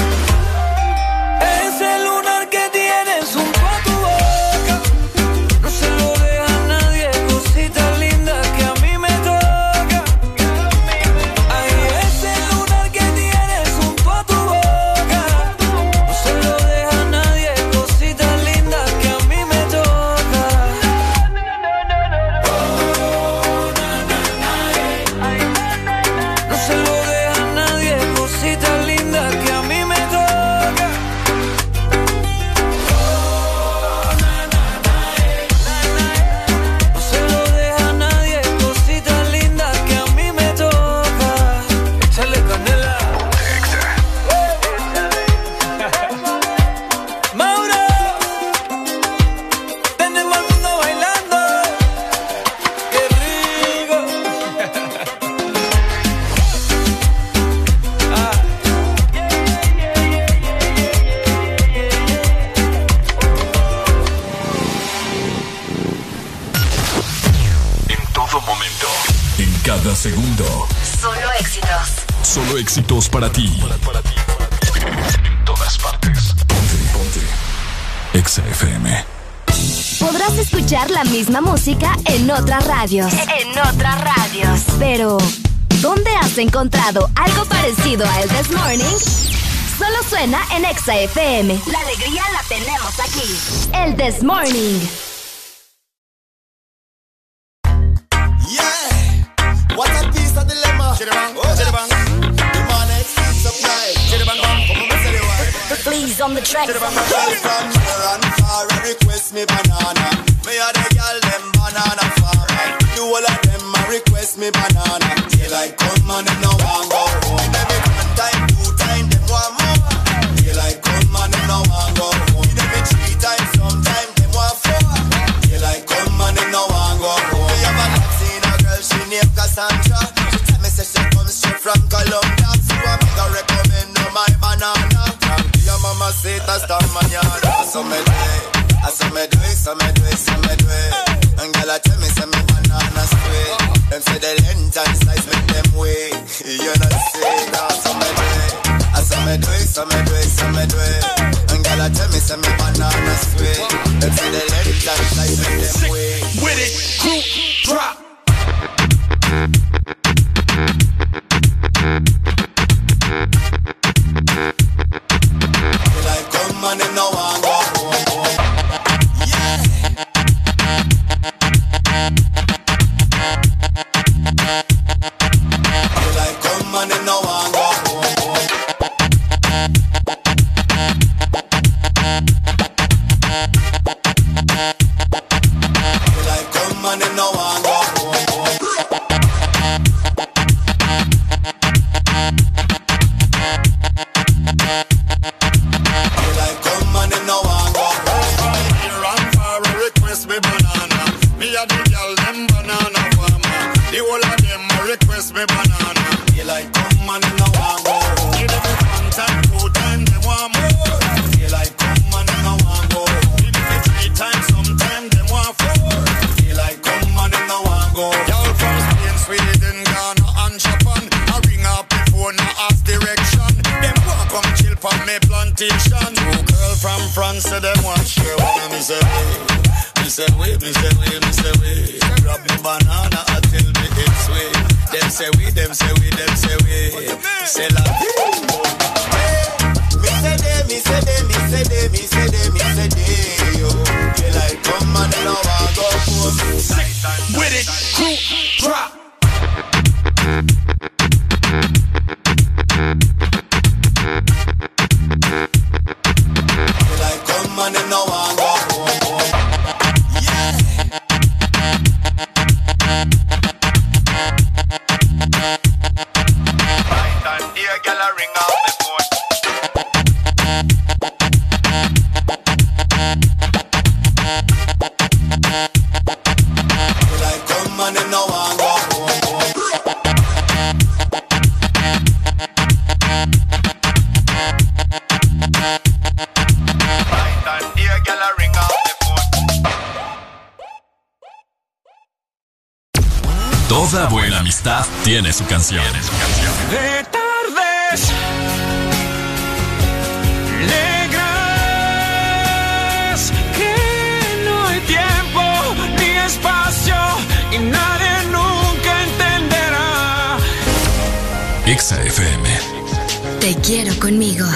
Ese lunar que tienes junto a tu boca, no se lo deja a nadie, cosita linda que a mí me toca. Ay, ese lunar que tienes junto a tu boca, no se lo deja a nadie, cosita linda que a mí me toca. Oh, na, na, na, no se lo deja a nadie, cosita linda que a mí me toca. Cada segundo. Solo éxitos. Solo éxitos para ti. Para, ti. En todas partes. Ponte, ponte. Exa F M. Podrás escuchar la misma música en otras radios. En otras radios. Pero, ¿dónde has encontrado algo parecido a El This Morning? Solo suena en Exa F M. La alegría la tenemos aquí. El This Morning. Yeah, what a piece of dilemma. Chiribang, oh, chiribang. The money, supply. Chiribang, como me sale igual. Please on the track. Chiribang, girl from near and far, request me banana. Me a the girl them banana far. You all of them a request me banana. Daylight come and them no want go home. Every one time, two time, them want more. Daylight come and them no want go home. Every three times, sometime them want four. Daylight come and them no want go home. Me have a love seen a girl, she named Cassandra. She tell me say she comes straight from Colombia. So I make her recommend no my banana. Your mama say it hasta mañana. So me do it, so me do it, so me do it, so me do it. And girl I tell me say me banana sweet. Them say the length and size make them way. You know say that, so me do it, so me do it, so me do it, so me do it. And girl I tell me say me banana sweet. Them say the length and size make them way. With it, group drop. Like come on and no one go home. Yeah. Like come on and no one go home. Like come on and no one go home. Like come on and no one go home. Here and far request me banana. Me a the girl them banana farmer. The whole of them a request me banana. They like come on and no one go home. Give them one time, two time, them want more. They like come on and no one go home. Give them three times, sometime them want four. They like come on and no one go home. Y'all from Spain, Sweden, Ghana and Japan. I ring up before no ask direction. Them want come chill for me plantation. Two girl from France say them want share one. Me say wait, me say wait, me say wait, me say wait. Grab me banana until me it's way. Them say we, them say we, them say we. Say la vie. Me say they, me say they, me say they, me say they, me say they. Yo, they like come and they don't want go home. With it, group drop. They like come and they don't want go home. Yeah. Right and here, girl, I ring out the phone. They like come and they don't want go home. Right and here, girl, I ring out the phone. Toda buena amistad tiene su canción. De tardes negras que no hay tiempo ni espacio y nadie nunca entenderá. Exa F M. Te quiero conmigo.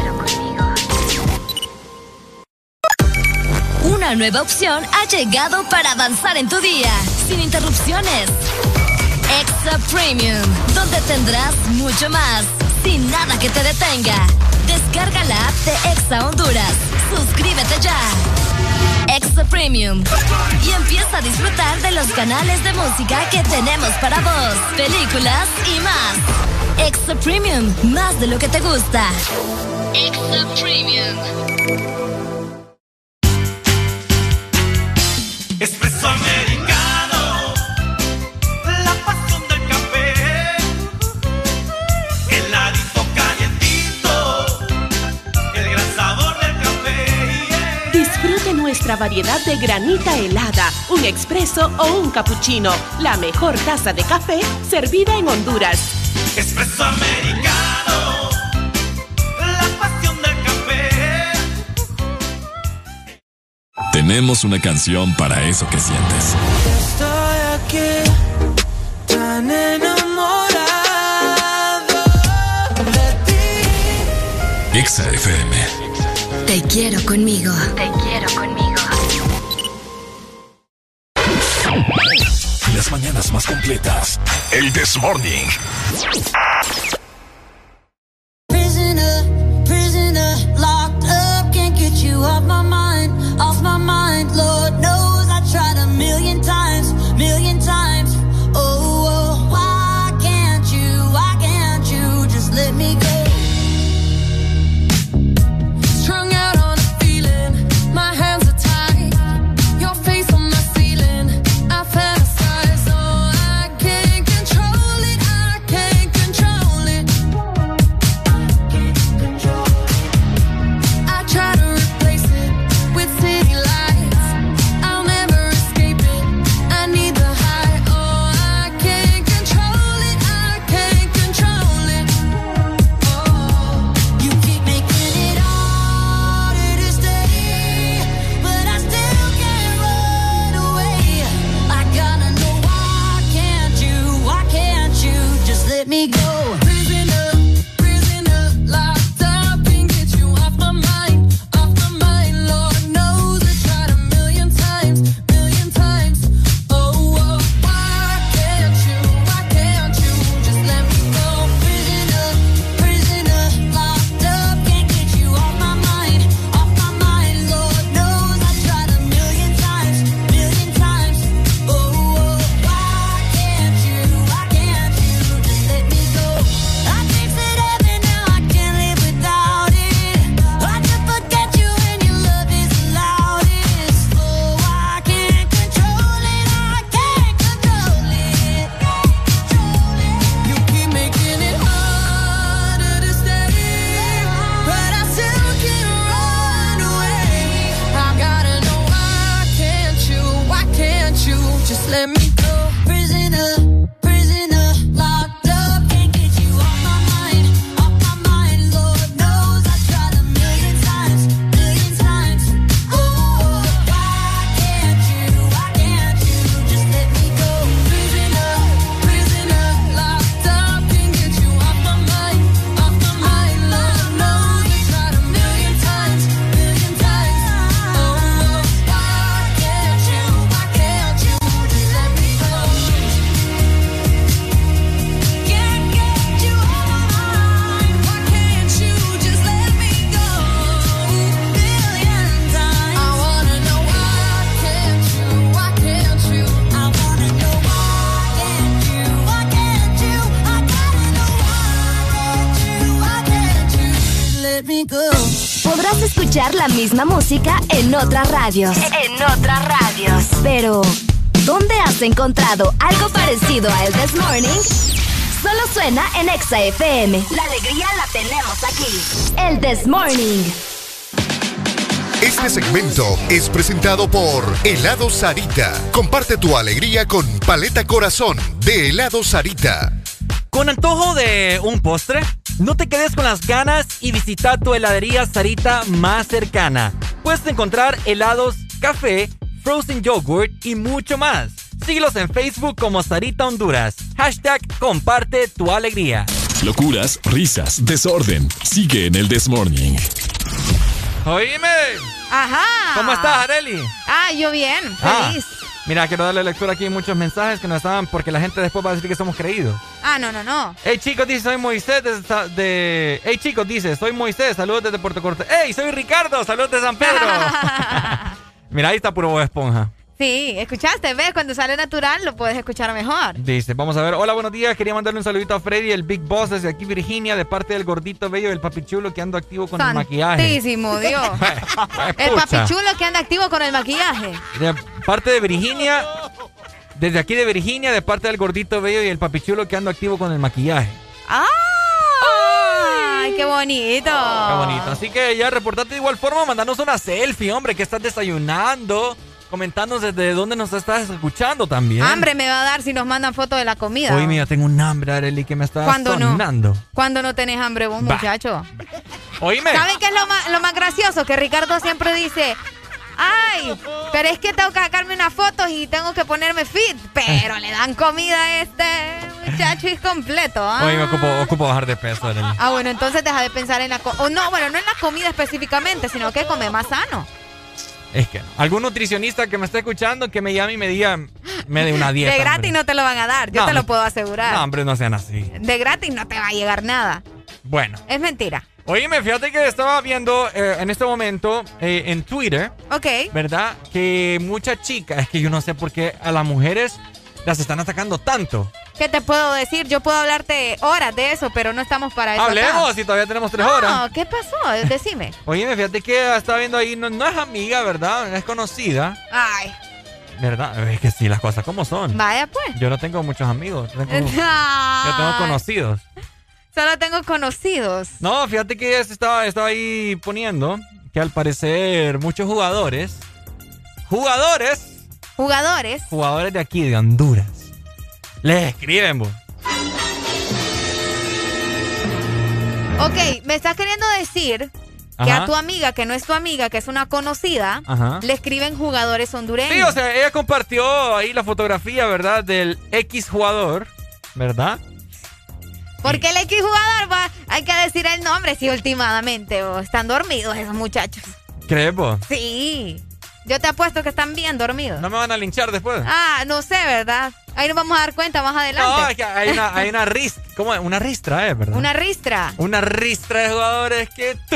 Una nueva opción ha llegado para avanzar en tu día, sin interrupciones. Exa Premium, donde tendrás mucho más, sin nada que te detenga. Descarga la app de Exa Honduras. Suscríbete ya. Exa Premium. Y empieza a disfrutar de los canales de música que tenemos para vos, películas y más. Exa Premium, más de lo que te gusta. Exa Premium. Espresso americano, la pasión del café, heladito calientito, el gran sabor del café. Yeah. Disfrute nuestra variedad de granita helada, un expreso o un cappuccino, la mejor taza de café servida en Honduras. Espresso americano, la pasión del café. Tenemos una canción para eso que sientes. Estoy aquí, tan enamorado de ti. Exa F M. Te quiero conmigo. Te quiero conmigo. Las mañanas más completas. El This Morning. Prisoner, prisoner, locked up, can't get you off my mind, off my mind. Lord knows I tried a million times, million times. Oh, oh, why can't you, why can't you just let me go? Strung out on a feeling, my hands are tied, your face on my ceiling, I fantasize, oh, I can't control it, I can't control it. I try to replace it with city lights, I'll never escape it, I need the high, oh, I can't control it, I can't control it. Oh, you keep making it harder to stay, but I still can't run away. I gotta know why can't you, why can't you just let me go? Prisoner, prisoner, locked up, can't get you off my mind, off my mind. Lord knows I tried a million times, million times. Oh, oh, why can't you, why can't you just let me go? Prisoner, prisoner, locked up, can't get you off my mind, off my mind. Lord knows I tried a million times, million times. Oh, oh, why can't you, why can't you just let me go? I tasted heaven, now I can't live without it. I just forget you and your love is the loudest. Oh, I can't control it, I can't control it. You keep making it harder to stay, but I still can't run away. I gotta know why can't you, why can't you just let me go? Prisoner, prisoner, locked up, can't get you off my mind, off my mind. Lord knows I tried a million times, million times. Oh, why can't you, why can't you just let me go? Prisoner, prisoner, locked up, can't get you off my mind, off my mind. Lord knows I tried a million times, million times. Oh, why can't you, why can't you just let me go? Can't get you off my mind, why can't you just let me go? Million times. I wanna know why can't you, why can't you? I wanna know why can't you, why can't you? I gotta know why can't you, why can't you just let me go? Podrás escuchar la misma música en otras radios. En otras radios. Pero, ¿dónde has encontrado algo parecido a el This Morning? Solo suena en Exa F M. La alegría la tenemos aquí. El This Morning. Este segmento es presentado por Helado Sarita. Comparte tu alegría con Paleta Corazón de Helado Sarita. ¿Con antojo de un postre? No te quedes con las ganas y visita tu heladería Sarita más cercana. Puedes encontrar helados, café, frozen yogurt y mucho más. Síguelos en Facebook como Sarita Honduras. Hashtag comparte tu alegría. Locuras, risas, desorden. Sigue en el This Morning. Oíme. Ajá. ¿Cómo estás, Arely? Ah, yo bien, feliz. Ah, mira, quiero darle lectura aquí a muchos mensajes que nos estaban, porque la gente después va a decir que somos creídos. Ah, no, no, no. Hey, chicos, dice, soy Moisés de... de... Hey, chicos, dice, soy Moisés, saludos desde Puerto Cortés. Hey, soy Ricardo, saludos de San Pedro. Mira, ahí está puro Bob Esponja. Sí, escuchaste, ¿ves? Cuando sale natural lo puedes escuchar mejor. Dice, vamos a ver. Hola, buenos días. Quería mandarle un saludito a Freddy, el Big Boss, desde aquí Virginia, de parte del gordito bello del papichulo que ando activo con el maquillaje. Santísimo Dios. El papichulo que anda activo con el maquillaje. De parte de Virginia, desde aquí de Virginia, de parte del gordito bello y el papichulo que ando activo con el maquillaje. ¡Ah! ¡Ay, qué bonito! Qué bonito. Así que ya reportate de igual forma, mandanos una selfie, hombre, que estás desayunando. Comentándonos desde dónde nos estás escuchando también. Hambre me va a dar si nos mandan fotos de la comida. Hoy, mira, tengo un hambre, Arely, que me está sonando. No? ¿Cuándo no tenés hambre vos, bah. muchacho? Oíme. ¿Saben qué es lo más, lo más gracioso? Que Ricardo siempre dice, ay, pero es que tengo que sacarme unas fotos y tengo que ponerme fit. Pero le dan comida a este. Chachis completo, ¿ah? Oye, me ocupo, ocupo bajar de peso. Arely. Ah, bueno, entonces deja de pensar en la... Co o no, bueno, no en la comida específicamente, sino que come más sano. Es que no. Algún nutricionista que me esté escuchando que me llame y me diga, me dé una dieta. De gratis hombre. no te lo van a dar, yo No, te lo no. puedo asegurar. No, hombre, no sean así. De gratis no te va a llegar nada. Bueno. Es mentira. Oíme, fíjate que estaba viendo eh, en este momento eh, en Twitter, Ok. ¿verdad? Que muchas chicas, es que yo no sé por qué a las mujeres las están atacando tanto. ¿Qué te puedo decir? Yo puedo hablarte horas de eso, pero no estamos para eso. Hablemos, acá. si todavía tenemos tres No, horas. ¿qué pasó? Decime. Oíme, fíjate que estaba viendo ahí, no, no es amiga, ¿verdad? Es conocida, Ay, ¿verdad? Es que sí, las cosas como son. vaya pues. Yo no tengo muchos amigos, tengo, yo tengo Ay, conocidos. Solo tengo conocidos. No, fíjate que ella se estaba, estaba ahí poniendo que al parecer muchos jugadores, jugadores, Jugadores. jugadores de aquí, de Honduras, les escriben, vos. Ok, me estás queriendo decir que Ajá. a tu amiga, que no es tu amiga, que es una conocida, Ajá. le escriben jugadores hondureños. Sí, o sea, ella compartió ahí la fotografía, ¿verdad? Del X jugador, ¿verdad? ¿Por qué el X jugador va? Hay que decir el nombre, sí, últimamente. O están dormidos esos muchachos. ¿Crees vos? Sí. Yo te apuesto que están bien dormidos. ¿No me van a linchar después? Ah, no sé, ¿verdad? Ahí nos vamos a dar cuenta más adelante. No, es que hay una, hay una ristra, ¿cómo es? Una ristra, ¿eh? ¿Verdad? Una ristra. Una ristra de jugadores que... tú-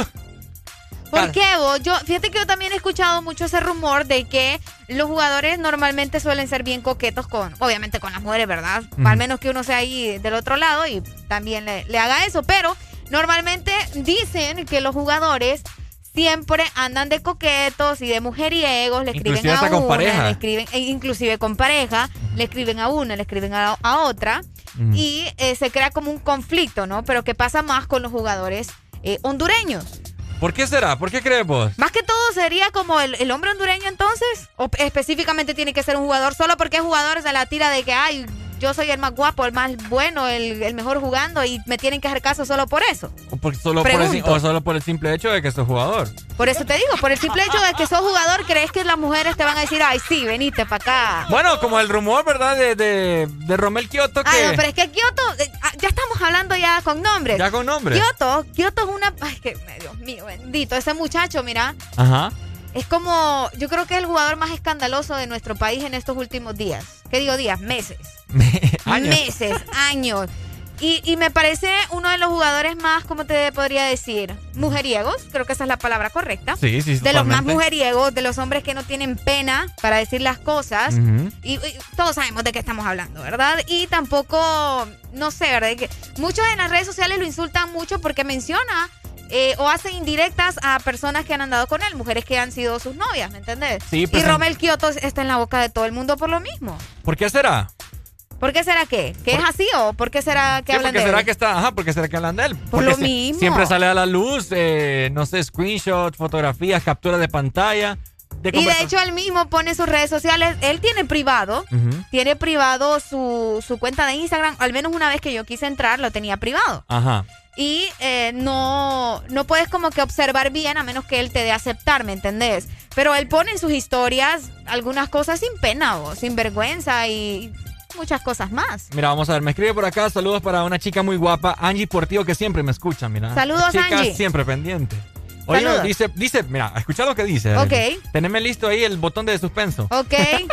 ¿Por qué vos? Yo, fíjate que yo también he escuchado mucho ese rumor de que los jugadores normalmente suelen ser bien coquetos con, obviamente con las mujeres, ¿verdad? Ujú. Al menos que uno sea ahí del otro lado y también le, le haga eso. Pero normalmente dicen que los jugadores siempre andan de coquetos y de mujeriegos, le escriben Inclusive a hasta con una, pareja. le escriben, e inclusive con pareja, le escriben a una, le escriben a, a otra Ujú. y eh, se crea como un conflicto, ¿no? Pero ¿qué pasa más con los jugadores eh, hondureños? ¿Por qué será? ¿Por qué crees vos? Más que todo sería como el, el hombre hondureño entonces, o específicamente tiene que ser un jugador, solo porque es jugador se la tira de que, ay, yo soy el más guapo, el más bueno, el, el mejor jugando y me tienen que hacer caso solo por eso. ¿O, por- solo por el, Pregunto. o solo por el simple hecho de que sos jugador? Por eso te digo, por el simple hecho de que sos jugador, ¿crees que las mujeres te van a decir, ay, sí, venite para acá? Bueno, como el rumor, ¿verdad? De, de, de Romel Kioto que... Ay, no, pero es que Kioto, eh, ah, ya estamos hablando ya con nombres. Ya con nombres. Kioto, Kioto es una, ay, que, Dios mío, bendito, ese muchacho, mira, Ajá. es como, yo creo que es el jugador más escandaloso de nuestro país en estos últimos días. ¿Qué digo días? Meses. Años. Meses, años. Y, y me parece uno de los jugadores más, ¿cómo te podría decir? Mujeriegos, creo que esa es la palabra correcta. Sí, sí, De los más totalmente. mujeriegos, de los hombres que no tienen pena para decir las cosas. Ujú. Y, y todos sabemos de qué estamos hablando, ¿verdad? Y tampoco, no sé, ¿verdad? Que muchos en las redes sociales lo insultan mucho porque menciona eh, o hace indirectas a personas que han andado con él, mujeres que han sido sus novias, ¿me entendés? Sí, pues, y Romel Kioto está en la boca de todo el mundo por lo mismo. ¿Por qué será? ¿Por qué será que? ¿Que es así o por qué será que Sí, hablan porque de será él? que está, ajá, porque será que hablan de él. Por Porque lo si- mismo. Siempre sale a la luz, eh, no sé, screenshots, fotografías, capturas de pantalla. De Y de conversa- hecho él mismo pone sus redes sociales, él tiene privado, Ujú. tiene privado su, su cuenta de Instagram, al menos una vez que yo quise entrar lo tenía privado. Ajá. Y eh, no, no puedes como que observar bien a menos que él te dé a aceptar, ¿me entendés? Pero él pone en sus historias algunas cosas sin pena o sin vergüenza y muchas cosas más. Mira, vamos a ver, me escribe por acá, saludos para una chica muy guapa, Angie Portillo, que siempre me escucha, mira. Saludos, chica Angie. siempre pendiente. Oye, Saludos. dice, dice, mira, escucha lo que dice. Ok. Teneme listo ahí el botón de suspenso. ¿Ok?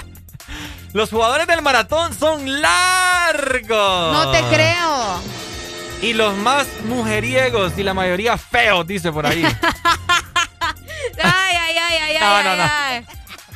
Los jugadores del maratón son largos. No te creo. Y los más mujeriegos y la mayoría feos, dice por ahí. Ay, ay, ay, ay, No, ay, no, ay, no. ay.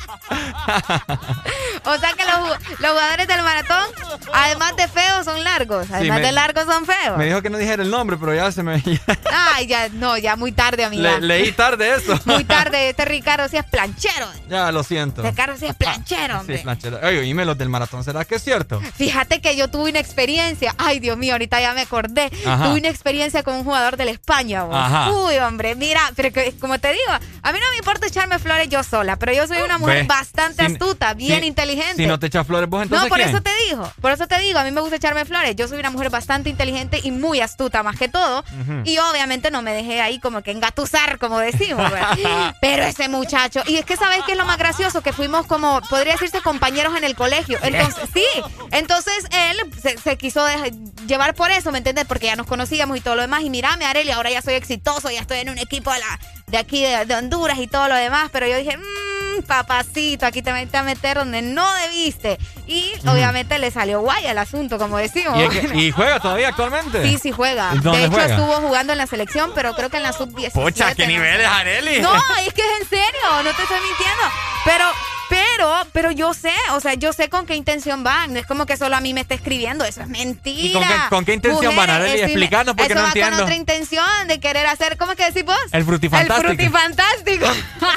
O sea que los, ju- los jugadores del maratón, además de feos, son largos. Además me- de largos, son feos. Me dijo que no dijera el nombre, pero ya se me... ya Ay, ya, no, ya muy tarde, amiga. le- leí tarde eso. Muy tarde. Este Ricardo sí es planchero. Ya, lo siento. Este Ricardo sí es planchero, Sí, hombre. es planchero. Oye, oíme los del maratón, ¿será que es cierto? Fíjate que yo tuve una experiencia. Ay, Dios mío, ahorita ya me acordé. Ajá. Tuve una experiencia con un jugador de la España. Vos. Ajá. Uy, hombre, mira, pero que, como te digo, a mí no me importa echarme flores yo sola, pero yo soy una mujer Ve. bastante Sin- astuta, bien sin- inteligente. inteligente. Si no te echas flores vos, entonces No, por ¿quién? eso te digo, por eso te digo, a mí me gusta echarme flores. Yo soy una mujer bastante inteligente y muy astuta más que todo. Ujú. Y obviamente no me dejé ahí como que engatusar, como decimos, ¿verdad? Pero ese muchacho, y es que ¿sabes qué es lo más gracioso? Que fuimos como, podría decirse, compañeros en el colegio. Entonces, sí, entonces él se, se quiso dejar, llevar por eso, ¿me entiendes? Porque ya nos conocíamos y todo lo demás. Y mírame, Arely, ahora ya soy exitoso, ya estoy en un equipo de, la, de aquí de, de Honduras y todo lo demás. Pero yo dije, mmm, papacito, aquí te metiste a meter donde no debiste. Y Ujú. obviamente le salió guay el asunto, como decimos. ¿Y, es que- y juega todavía actualmente? Sí, sí juega. ¿Y dónde De hecho, juega? estuvo jugando en la selección, pero creo que en la sub diecisiete. Pucha, ¿qué no niveles, sé. Arely? No, es que es en serio, no te estoy mintiendo. Pero, pero, pero yo sé, o sea, yo sé con qué intención van. No es como que solo a mí me esté escribiendo, eso es mentira. ¿Y con qué, con qué intención van, Arely? Mujeres, Explícanos porque eso no va entiendo. con otra intención de querer hacer, ¿cómo es que decís vos? El frutifantástico. El frutifantástico.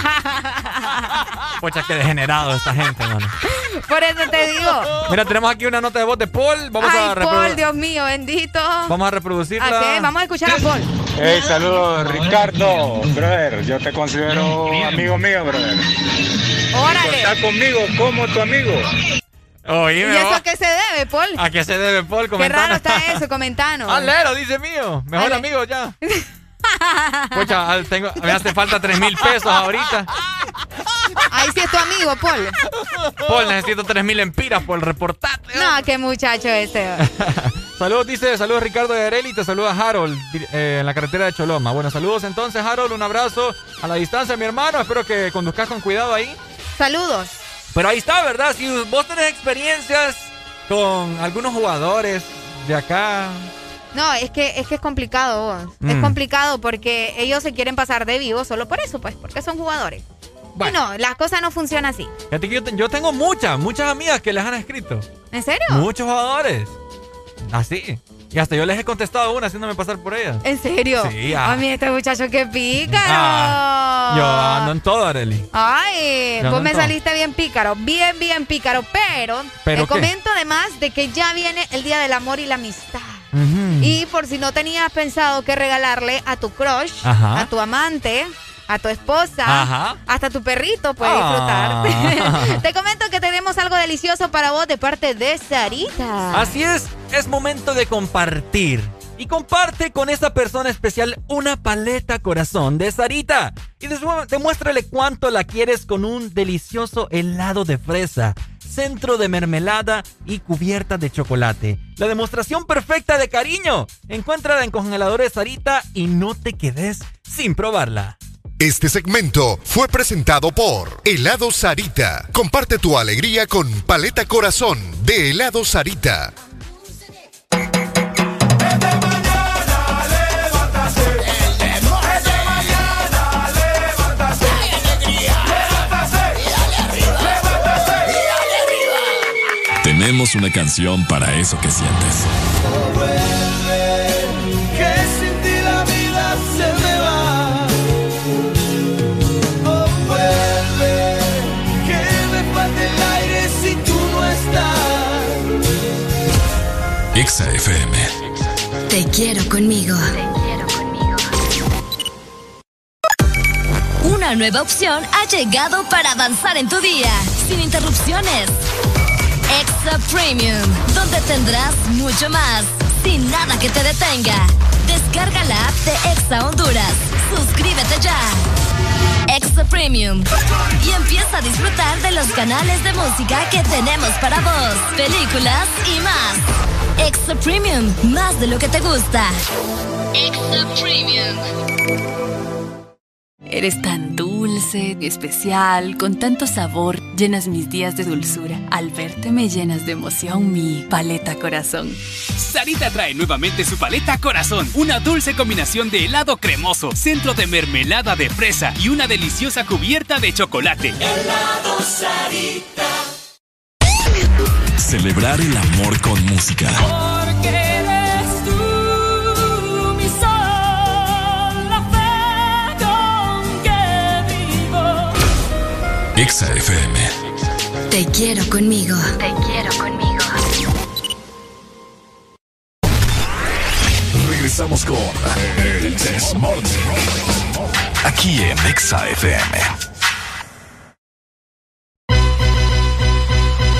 Pucha, qué degenerado esta gente, mano. Por eso te digo. Mira, tenemos aquí una nota de voz de Paul. Vamos Ay, a reprodu- Paul, Dios mío, bendito. Vamos a reproducirla. Ok, vamos a escuchar a Paul. Hey, saludos, Ricardo, brother. Yo te considero amigo mío, brother. Órale. Estás conmigo como tu amigo. Oíme, ¿Y eso va. a qué se debe, Paul? ¿A qué se debe, Paul? Qué Comentanos. raro está eso, comentanos. Alero, dice mío. Mejor Ale- amigo ya. Pucha, al- tengo, me hace falta tres mil pesos ahorita. Ahí sí es tu amigo, Paul. Paul, necesito tres mil empiras por reportar. No, qué muchacho este. Saludos, dice, saludos Ricardo de Arely, te saluda Harold di- eh, en la carretera de Choloma. Bueno, saludos entonces, Harold, un abrazo a la distancia, mi hermano. Espero que conduzcas con cuidado ahí. Saludos. Pero ahí está, ¿verdad? Si vos tenés experiencias con algunos jugadores de acá. No, es que es que es complicado, vos. Mm. Es complicado porque ellos se quieren pasar de vivo solo por eso, pues, porque son jugadores. Bueno, las cosas no funcionan así. Fíjate que yo, te- yo tengo muchas, muchas amigas que les han escrito. ¿En serio? Muchos jugadores. Así. Y hasta yo les he contestado una haciéndome pasar por ellas. ¿En serio? Sí, ah. A mí este muchacho que pícaro. Ah, yo ando en todo, Arely. Ay, Yo vos ando me en todo. saliste bien pícaro, bien, bien pícaro, pero, ¿Pero te qué? comento además de que ya viene el Día del Amor y la Amistad. Ujú. Y por si no tenías pensado qué regalarle a tu crush, Ajá. a tu amante, a tu esposa, Ajá. hasta tu perrito puede Ah. disfrutar. Te comento que tenemos algo delicioso para vos de parte de Sarita. Así es, es momento de compartir. Y comparte con esa persona especial una paleta corazón de Sarita. Y desmu- demuéstrale cuánto la quieres con un delicioso helado de fresa, centro de mermelada y cubierta de chocolate. La demostración perfecta de cariño. Encuéntrala en Congeladores Sarita y no te quedes sin probarla. Este segmento fue presentado por Helado Sarita. Comparte tu alegría con Paleta Corazón de Helado Sarita. Tenemos una canción para eso que sientes. Que sin ti la vida se me va. Oh, vuelve, que me falta el aire si tú no estás. Exa F M. Te quiero conmigo. Una nueva opción ha llegado para avanzar en tu día, sin interrupciones. Extra Premium, donde tendrás mucho más, sin nada que te detenga. Descarga la app de Exa Honduras. Suscríbete ya. Extra Premium. Y empieza a disfrutar de los canales de música que tenemos para vos, películas y más. Extra Premium, más de lo que te gusta. Extra Premium. Eres tan dulce, especial, con tanto sabor, llenas mis días de dulzura. Al verte me llenas de emoción mi paleta corazón. Sarita trae nuevamente su paleta corazón, una dulce combinación de helado cremoso, centro de mermelada de fresa y una deliciosa cubierta de chocolate. Helado Sarita. Celebrar el amor con música. Porque eres tú mi sol, la fe con que vivo. Exa F M. Te quiero conmigo. Te quiero conmigo. Regresamos con El Desmorning. Aquí en Exa F M.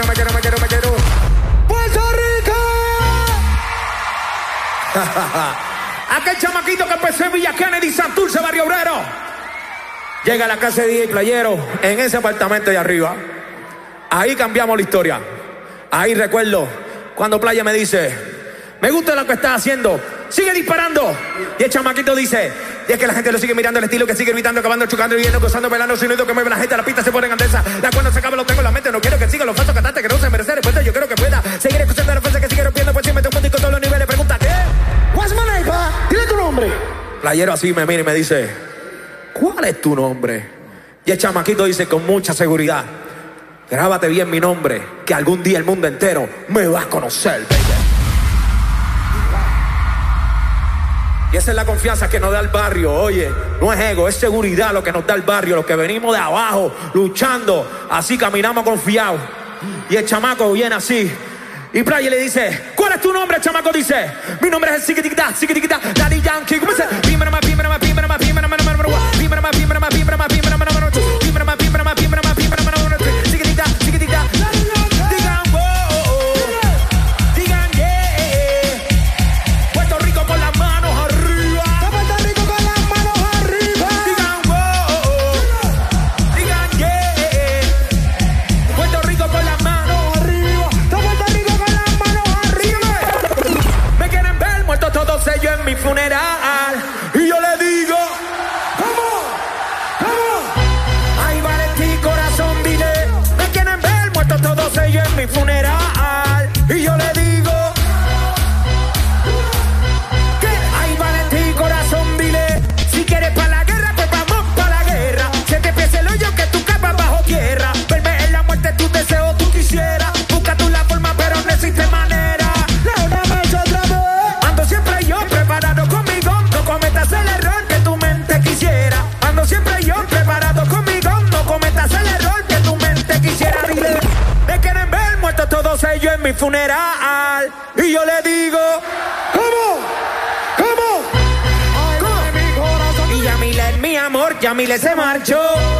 quiero, me quiero, me quiero, me quiero. ¡Puerto Rico! Aquel chamaquito que empezó en Villa Kennedy, Santurce, Barrio Obrero. Llega a la casa de D J Playero, en ese apartamento de arriba. Ahí cambiamos la historia. Ahí recuerdo cuando Playa me dice, me gusta lo que estás haciendo, sigue disparando. Y el chamaquito dice, y es que la gente lo sigue mirando, el estilo que sigue gritando, acabando, chocando, viendo, gozando, bailando, sonido que mueve la gente, la pista se pone en andesa. La cuando se acaba lo tengo en la mente, no quiero que siga los falsos cantantes que no se merecen respuesta, yo quiero que pueda seguir escuchando la fuerza que sigue rompiendo, pues si me tomo un disco todos los niveles, pregunta, ¿qué? What's my name, pa? Dile tu nombre. Playero así me mira y me dice, ¿cuál es tu nombre? Y el chamaquito dice con mucha seguridad, grábate bien mi nombre, que algún día el mundo entero me va a conocer, baby. Y esa es la confianza que nos da el barrio, oye, no es ego, es seguridad lo que nos da el barrio, los que venimos de abajo, luchando, así caminamos confiados. Y el chamaco viene así, y Playa le dice, ¿cuál es tu nombre? El chamaco dice, mi nombre es el Sikitikita, Sikitikita, Daddy Yankee, ¿cómo dice? Pímera más, pímera más, pímera más, pímera más, pímera más, pímera más, pímera más, pímera más, pímera más, pímera más, pímera más, pímera más, pímera más, pímera más, Sikitikita, Sikitikita. Digan wow, digan yeah. Puerto Rico con las manos arriba. Puerto Rico con las manos arriba. Digan wow, digan yeah. Puerto Rico con las manos arriba. Puerto Rico con las manos arriba. Me quieren ver muertos todos ellos en mi funeral. Y yo le digo, ¿cómo? ¿Cómo? Ay, Valentín, corazón, dile. Me quieren ver muertos todos ellos en mi funeral. Y yo le digo, ¿qué? Ay, Valentín, corazón, dile. Si quieres pa' la guerra, pues vamos pa' la guerra. Se te empieza el hoyo que tú capas bajo tierra. Verme en la muerte, tu deseo, tú quisieras. Busca tú la forma, pero no existe manera. La una vez, otra vez. Ando siempre yo preparado conmigo. No cometas el error que tu mente quisiera. Ando siempre yo preparado conmigo. No cometas el error que tu mente quisiera. Dile, me quieren ver muertos todos ellos en mi funeral. Y yo le digo, ¿cómo? ¿Cómo? ¿Cómo? Y Yamile, mi amor, Yamile se marchó.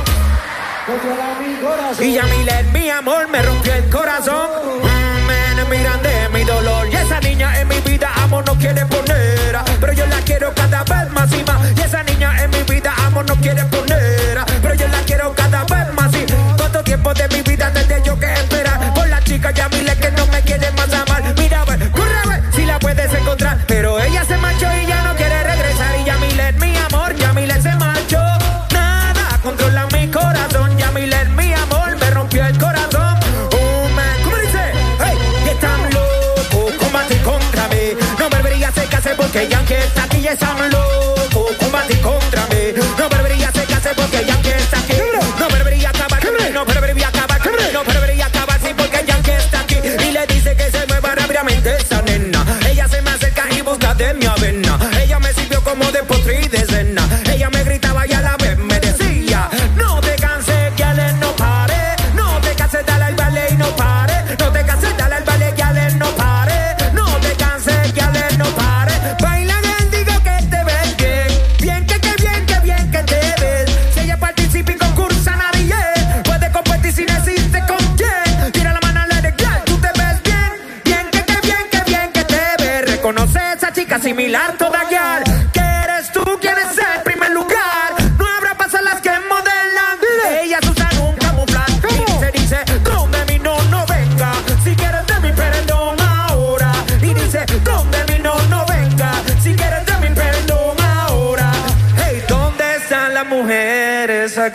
Y Yamile, mi amor, me rompió el corazón. Mm, me miran de mi dolor. Y esa niña en mi vida, amor, no quiere poner. Pero yo la quiero cada vez más y más. Y esa niña en mi vida, amor, no quiere poner. Pero yo la quiero cada vez más y cuánto tiempo de mi vida tendré yo que esperar por la chica Yamile que no me quiere más amar. Mira, ve, corre a ver si la puedes encontrar. Pero ella se marchó y ya no quiere regresar. Y Yamile, mi amor, Yamile se marchó. Nada controla mi corazón. Yamile, mi amor, me rompió el corazón. Oh, man. ¿Cómo dice? Hey, y están locos, combate contra mí. No volvería a acercarse porque Yankee está aquí. Y están locos, combate contra mí. No volvería a acercarse porque Yankee está aquí. No volvería a acabar, no volvería a acabar, no volvería a acabar, sí, porque Yankee está aquí. Y le dice que se mueva rápidamente esa nena. Ella se me acerca y busca de mi avena. Ella me sirvió como de postre y de cena. Ella me gritaba y a la vez me decía, no te canses, que ale no pare. No te canses, dale al ballet y no pare. No te canses, dale al ballet, que ale no pare. No te canses, que ale no pare. Baila en el digo que te ves bien. Bien que que bien, que bien que te ves. Si ella participa y concursa, nadie puede competir si no existe con quién. Tira la mano a la de girl, tú te ves bien. Bien que que bien, que bien que te ves. Reconoce a esa chica similar toda guiar. Que eres tú quien es el primer lugar. No habrá pasas las que modelan. Ellas usan un camuflaje. Y se dice, donde mi no, no venga. Si quieres de mi perdón ahora. Y dice, donde mi no, no venga. Si quieres de mi perdón ahora. Hey, ¿dónde están las mujeres aquí?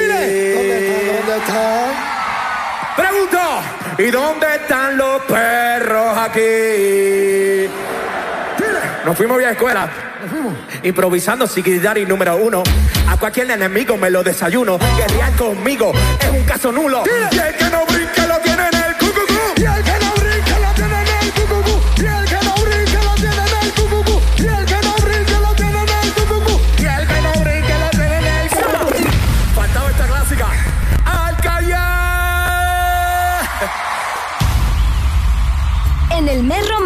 Dile, ¿dónde están? Pregunto, ¿y dónde están los perros aquí? Nos fuimos bien a escuela. Improvisando Sikidari número uno. A cualquier enemigo me lo desayuno. Guerrear conmigo es un caso nulo. Y el que no brinque lo tiene en el cucucú. Y el que no brinque lo tiene en el cucucú. Y el que no brinque lo tiene en el cucucú. Y el que no brinque lo tiene en el cucucú. Y el que no brinque lo tiene en el cucucú. Faltaba esta clásica. Al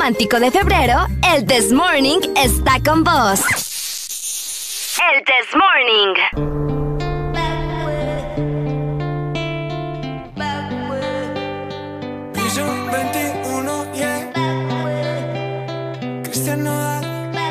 romántico de febrero, el This Morning está con vos. El This Morning. veintiuno, yeah. Cristian Nodal.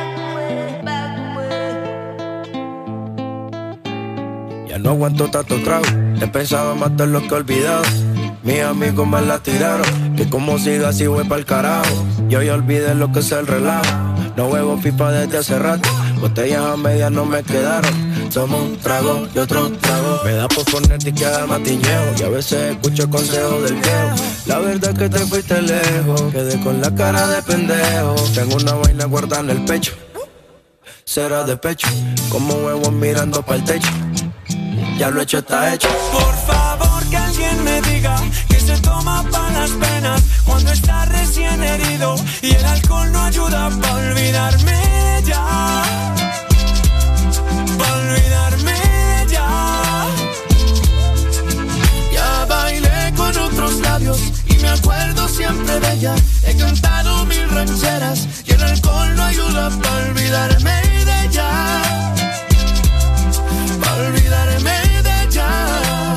Ya no aguanto tanto trago. He pensado matar lo que he olvidado. Mis amigos me la tiraron. Que como siga así voy pa'l carajo. Yo ya olvidé lo que es el relajo. No huevo pipa desde hace rato. Botellas a medias no me quedaron. Tomo un trago y otro trago. Me da por ponerte y quedar matiñeo. Y a veces escucho consejos del viejo. La verdad es que te fuiste lejos. Quedé con la cara de pendejo. Tengo una vaina guardada en el pecho. Será de pecho. Como huevos mirando pa'l techo. Ya lo hecho está hecho. Por favor que alguien me diga que se toma pa' las penas cuando está recién herido y el alcohol no ayuda pa' olvidarme ya. Pa' olvidarme ya. Ya bailé con otros labios y me acuerdo siempre de ella. He cantado mil rancheras y el alcohol no ayuda pa' olvidarme de ella. Pa' olvidarme de ella.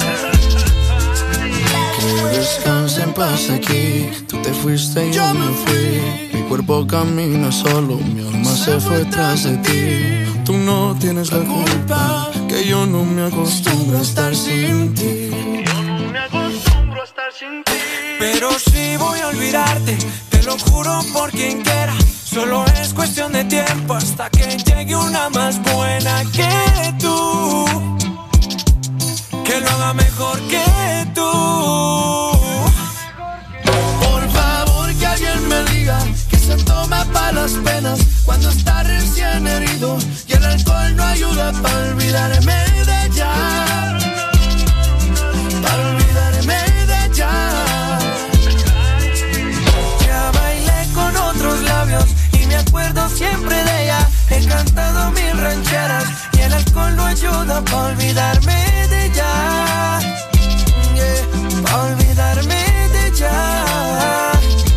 Que descanse en paz aquí. Tú te fuiste y yo me fui. Mi cuerpo camina solo, mi alma se fue tras de ti. Tú no tienes la culpa, que yo no me acostumbro a estar sin ti. Yo no me acostumbro a estar sin ti. Pero sí voy a olvidarte, te lo juro por quien quiera. Solo es cuestión de tiempo hasta que llegue una más buena que tú, que lo haga mejor que tú. Por favor que alguien me diga que se toma pa' las penas cuando está recién herido y el alcohol no ayuda pa' olvidarme de ella. Pa' olvidarme de ella. Ya bailé con otros labios y me acuerdo siempre de ella. He cantado mil rancheras y el alcohol no ayuda pa' olvidarme de ella. Yeah, pa' olvidarme de ella.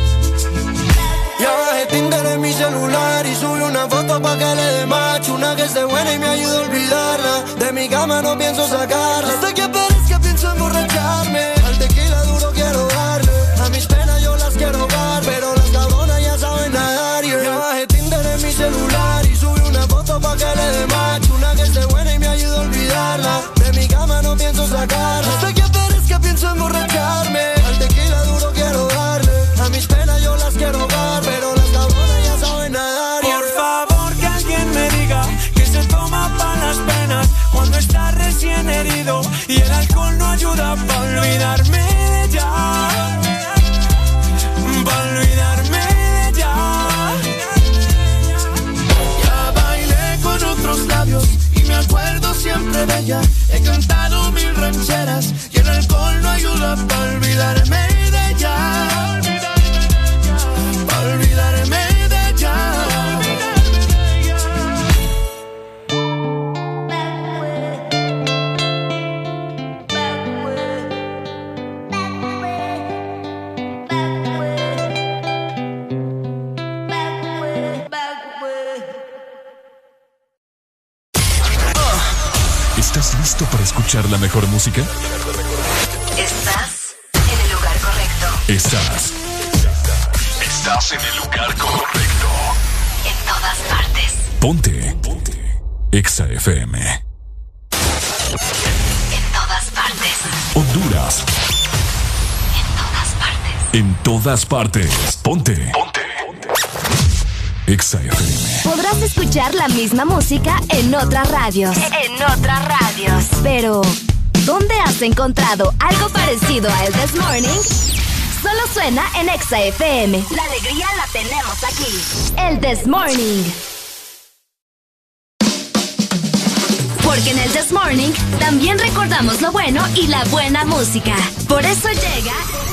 Ya bajé Tinder en mi celular y subí una foto pa' que le dé match. Una que esté buena y me ayude a olvidarla. De mi cama no pienso sacarla. Hasta que aparezca pienso emborracharme. Al tequila duro quiero darle. A mis penas yo las quiero dar, pero las cabronas ya saben nadar. Yeah. Ya bajé Tinder en mi celular y subí una foto pa' que le dé match. Una que esté buena y me ayude a olvidarla. De mi cama no pienso sacarla. Hasta que aparezca pienso emborracharme. Al tequila duro quiero darle. A mis penas yo las quiero dar, pero las cabronas ya saben nadar. Por favor que alguien me diga que se toma pa' las penas cuando está recién herido y el alcohol no ayuda pa' olvidarme de ella. Pa' olvidarme de ella. Ya bailé con otros labios y me acuerdo siempre de ella. He cantado mil rancheras y el alcohol no ayuda pa' olvidarme de ella. Pa' olvidarme de ella. ¿Estás listo para escuchar la mejor música? Estás en el lugar correcto. Estás. Estás en el lugar correcto. En todas partes. Ponte. Ponte. Exa F M. En todas partes. Honduras. En todas partes. En todas partes. Ponte. Ponte. Exa F M. Podrás escuchar la misma música en otras radios. En otras radios. Pero, ¿dónde has encontrado algo parecido a el This Morning? Solo suena en Exa F M. La alegría la tenemos aquí. El This Morning. Porque en el This Morning también recordamos lo bueno y la buena música. Por eso llega...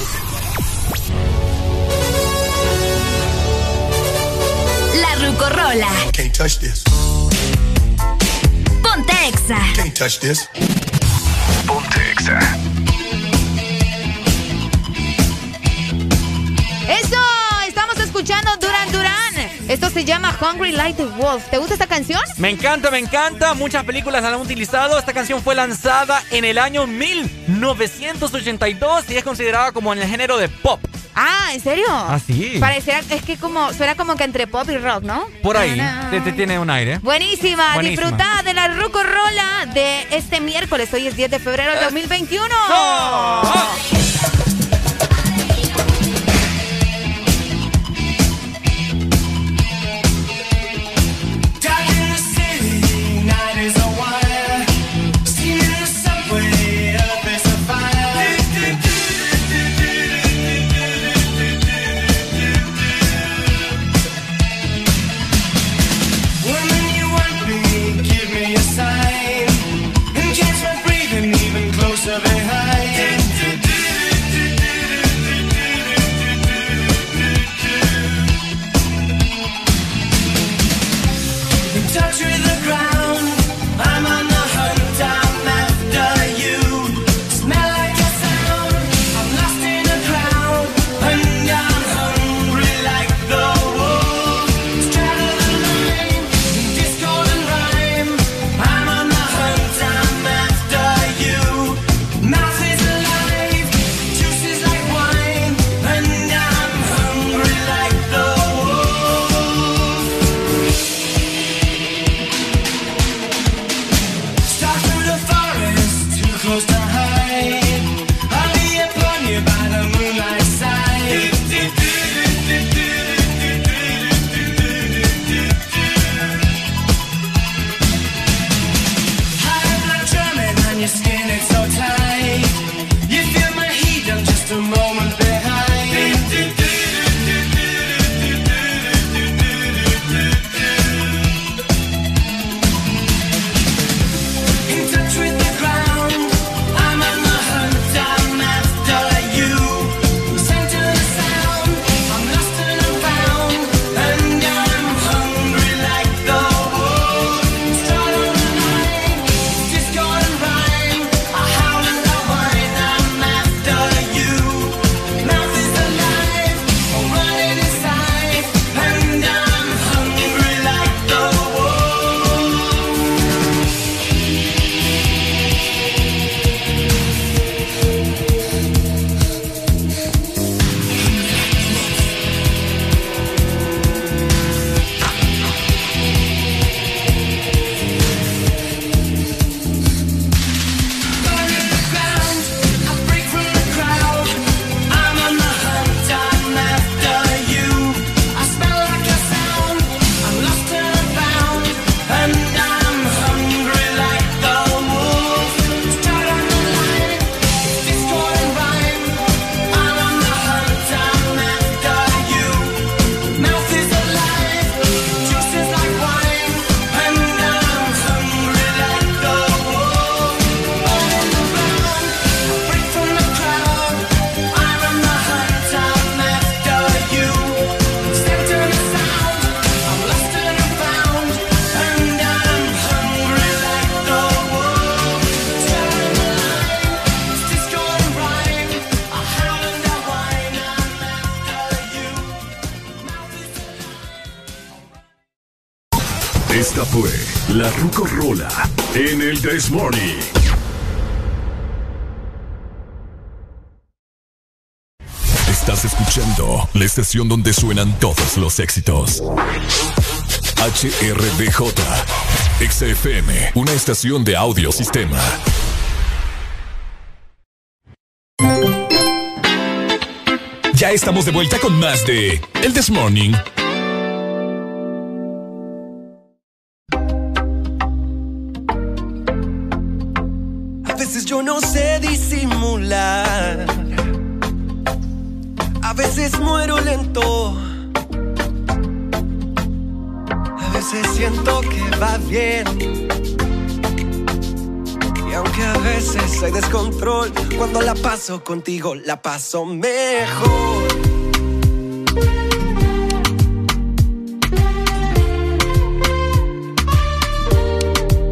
La Rucorola. Can't touch this. Ponte Exa. Can't touch this. Ponte Exa. Eso estamos escuchando durante se llama Hungry Like the Wolf. ¿Te gusta esta canción? Me encanta, me encanta. Muchas películas la han utilizado. Esta canción fue lanzada en el año mil novecientos ochenta y dos y es considerada como en el género de pop. Ah, ¿en serio? Ah, sí. Pareciera, es que como, suena como que entre pop y rock, ¿no? Por ahí, te, te tiene un aire. Buenísima, Buenísima. Disfrutada de la Rucorola de este miércoles. Hoy es diez de febrero del dos mil veintiuno. ¡Oh! ¡Oh! Esta fue la Rucorola en el This Morning. Estás escuchando la estación donde suenan todos los éxitos. H R D J, X F M, una estación de audio sistema. Ya estamos de vuelta con más de El This Morning. A veces yo no sé disimular, a veces muero lento, a veces siento que va bien, y aunque a veces hay descontrol, cuando la paso contigo la paso mejor.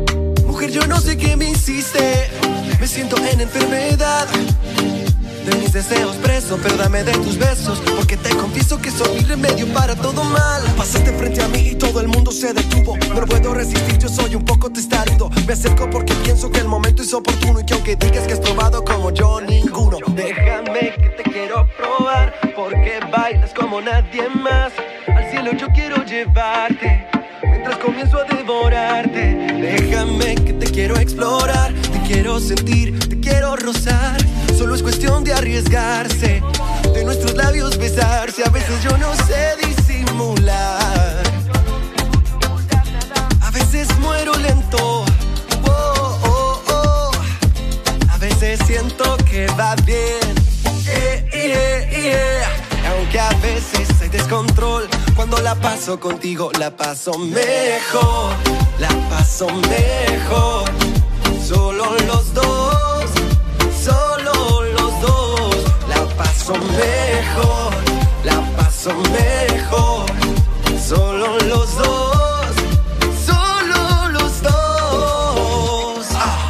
Mujer, yo no sé qué me hiciste, me siento en enfermedad de mis mis deseos preso, pero dame de tus besos, porque te confieso que soy mi remedio para todo mal. Pasaste frente a mí y todo el mundo se detuvo. No lo puedo resistir, yo soy un poco testarudo. Me acerco porque pienso que el momento es oportuno y que aunque digas que has probado como yo, ninguno. Déjame que te quiero probar, porque bailas como nadie más. Al cielo yo quiero llevarte, mientras comienzo a devorarte. Déjame que te quiero explorar, te quiero sentir, te quiero rozar. Solo es cuestión de arriesgarse, de nuestros labios besarse. A veces yo no sé disimular, a veces muero lento, oh, oh, oh. A veces siento que va bien, yeah, yeah, yeah. Aunque a veces hay descontrol, cuando la paso contigo la paso mejor, la paso mejor. Solo los dos, solo los dos. La paso mejor, la paso mejor. Solo los dos, solo los dos. Ah.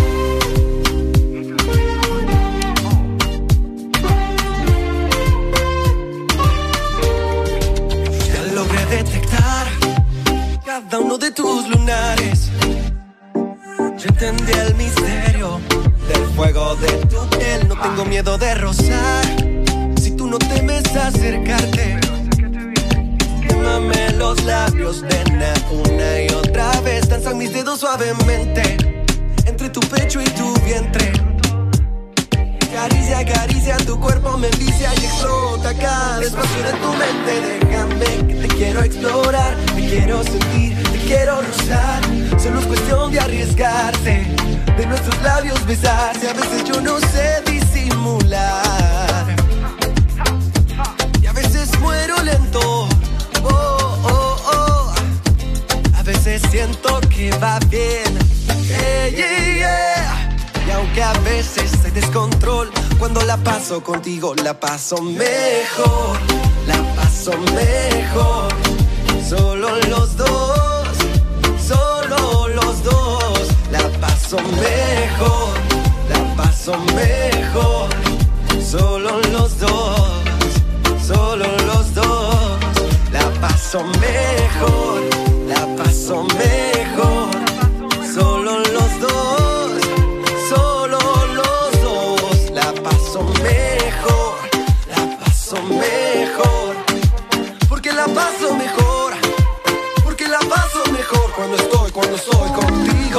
Ya logré detectar cada uno de tus lunares. Yo entendí el misterio del fuego de tu piel. No tengo miedo de rozar, si tú no temes acercarte. Quémame los labios, nena, una y otra vez. Danzan mis dedos suavemente entre tu pecho y tu vientre. Caricia, caricia, tu cuerpo me envicia y explota cada espacio de tu mente. Déjame que te quiero explorar, te quiero sentir, te quiero rozar. Solo es cuestión de arriesgarse, de nuestros labios besarse. A veces yo no sé disimular, y a veces muero lento, oh, oh, oh. A veces siento que va bien, yeah, yeah, yeah. Y aunque a veces hay descontrol, cuando la paso contigo la paso mejor, la paso mejor. Solo los dos, solo los dos. La paso mejor, la paso mejor. Solo los dos, solo los dos. La paso mejor, la paso mejor. Solo los dos, solo los dos. La paso mejor, la paso mejor. Porque la paso mejor, porque la paso mejor cuando estoy, cuando estoy contigo.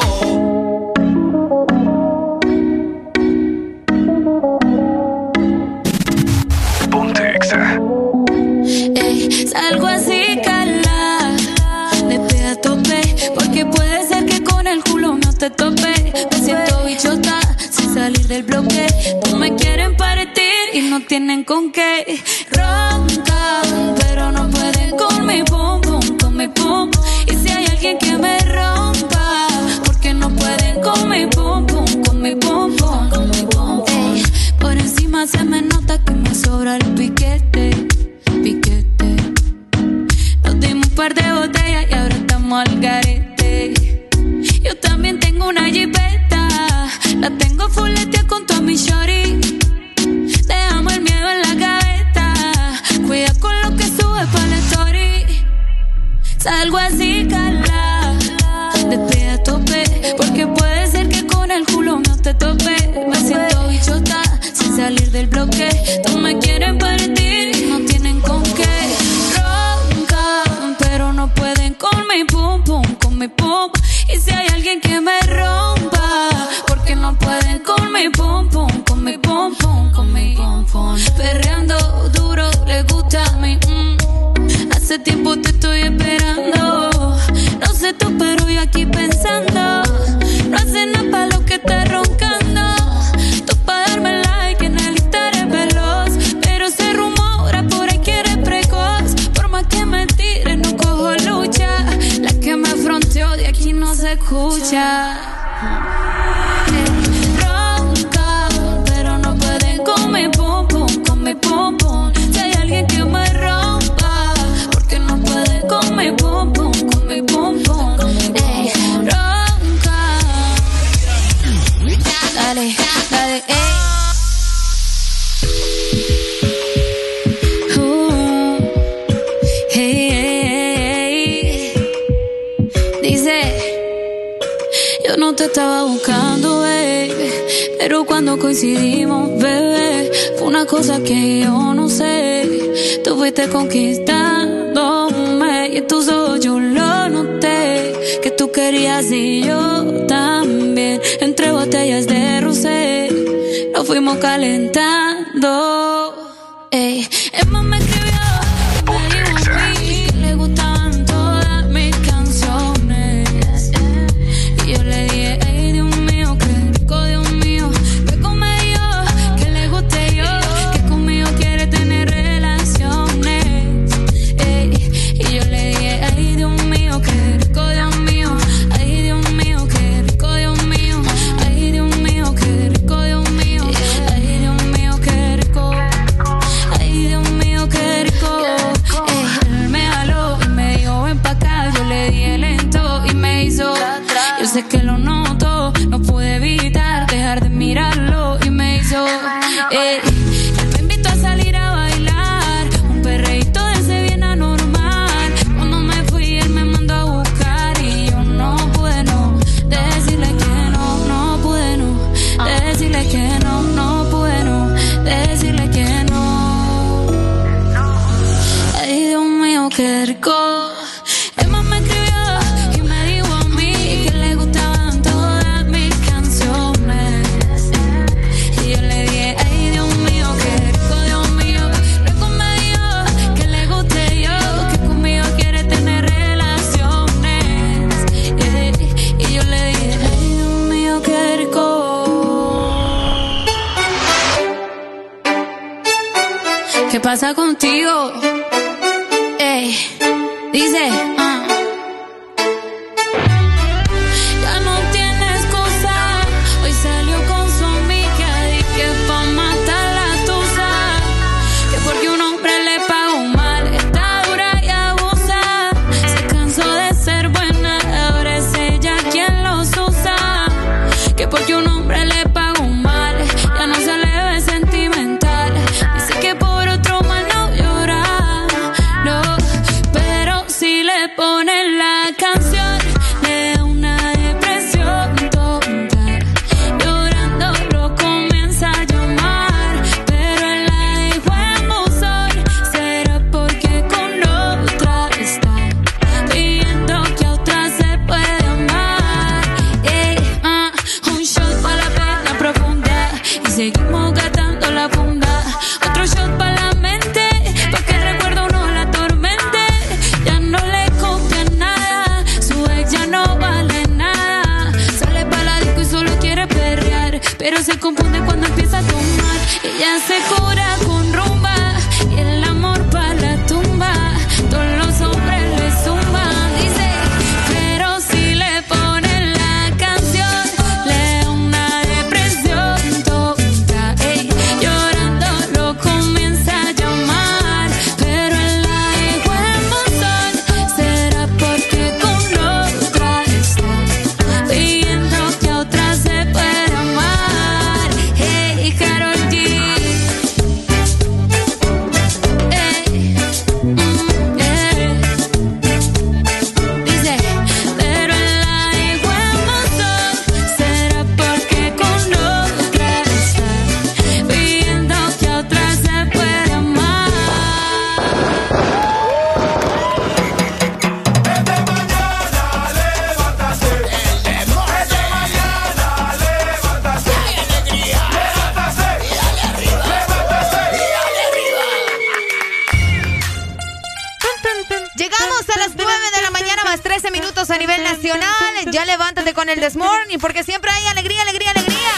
Ponte Exa. Ey, salgo así, cala, de pe a tope, porque puede ser que con el culo no te tope. Me siento bichota sin salir del bloque. Tú me quieren partir y no tienen con qué. Roncan, pero no pueden con mi pum pum, con mi pum. Y si hay alguien que me rompa, porque no pueden con mi pum pum, con mi pum pum, con mi pum pum. Ey, por encima se me nota que me sobra el piquete, piquete. Nos dimos un par de botellas y ahora estamos al garete. Yo también tengo una jipeta, la tengo fuletea con toda mi shorty. Dejamos el miedo en la gaveta, cuida con lo que sube pa' la story. Salgo así, cala, de pe a tope, porque puede ser que con el culo no te tope. Me siento bichota sin salir del bloque. Tú me quieren partir y no tienen con qué. Roncan, pero no pueden con mi pum pum, con mi pum. Y si hay alguien que me rompa, porque no pueden con mi pum pum, con mi pum pum, con mi pum pum. Perreando duro, le gusta a mí, mm. Hace tiempo te estoy esperando. No sé tú, pero yo aquí pensando. No hace nada pa' lo que estás roncando. Tú pa' darme like en el Insta eres veloz, pero se rumora por ahí que eres precoz. Por más que me tire no cojo lucha. La que me fronteó de aquí no se escucha. Ronca, pero no pueden con mi pum pum, con mi pum pum. Si hay alguien que me rompa, porque no pueden con mi pum pum, con mi pum pum. Ey, ronca, dale, dale, ey. cuando coincidimos, bebé, fue una cosa que yo no sé. Tú fuiste conquistándome y en tus ojos yo lo noté. Que tú querías y yo también. Entre botellas de rosé nos fuimos calentando. Ey, Emma me escribió y me dijo a mí que le gustaban todas mis canciones. Y yo le dije, ay Dios mío, qué rico, Dios mío. Luego me dijo que le guste yo, que conmigo quiere tener relaciones. Ey, y yo le dije, ay Dios mío, qué rico, Dios mío. Ay Dios mío, qué rico, Dios mío. Ay Dios mío, qué rico, Dios mío. Ay Dios mío, qué rico. Ay Dios mío, qué rico. Eh, él me jaló y me dijo ven pa' acá. Yo le dije lento y me hizo. Yo sé que lo noto, no pude evitar dejar de mirarlo y me hizo. Eh, él me invitó a salir a bailar, un perreíto de ese bien anormal. Cuando me fui él me mandó a buscar y yo no pude no decirle que no, no pude no decirle que no, no pude no decirle que no. Ay Dios mío, qué rico. Emma me escribió y me dijo a mí que le gustaban todas mis canciones. Y yo le dije, ay Dios mío, qué rico, Dios mío. Luego me dijo que le guste yo, que conmigo quiere tener relaciones. Eh, y yo le dije, ay Dios mío, qué rico. ¿Qué pasa contigo? Ey, dice, ah. Ya no tiene excusa. Hoy salió con su amiga y que pa' matar la tusa. Que porque un hombre le pagó mal, está dura y abusa. Se cansó de ser buena, ahora es ella quien los usa. Que porque un hombre le pagó mal, ya no se le ve sentimental. Dice que por otro mal no llora, no, pero si le ponen la canción le da una depresión tonta. Llorando lo comienza a llamar, pero él la dejó en buzón. Será porque con otra está pidiendo que a otra se puede amar. Ey, ah, un shot pa' la pena profunda y seguimos gastando la funda. Otro shot pa' la mente, pa' que el recuerdo no la atormente. Ya no le copia nada, su ex ya no vale nada. Sale pa' la disco y solo quiere perrear, pero se confunde cuando empieza a tomar. Ella se cura con rumba y el amor pa' la tumba. Todos los hombres le zumban, dice, pero si le ponen la canción le da una depresión tonta. Ey, llorando lo comienza a llamar, pero él la dejó en buzón. Será porque con otra está pidiendo que a otra se pueda amar. Hey, Karol G. Ey, mm, eh. Dice, pero él la dejó en buzón. Será porque con otra está pidiendo que a otra se pueda amar. Llegamos a las nueve de la mañana más trece minutos a nivel nacional. Ya levántate con el This Morning porque siempre hay alegría, alegría, alegría.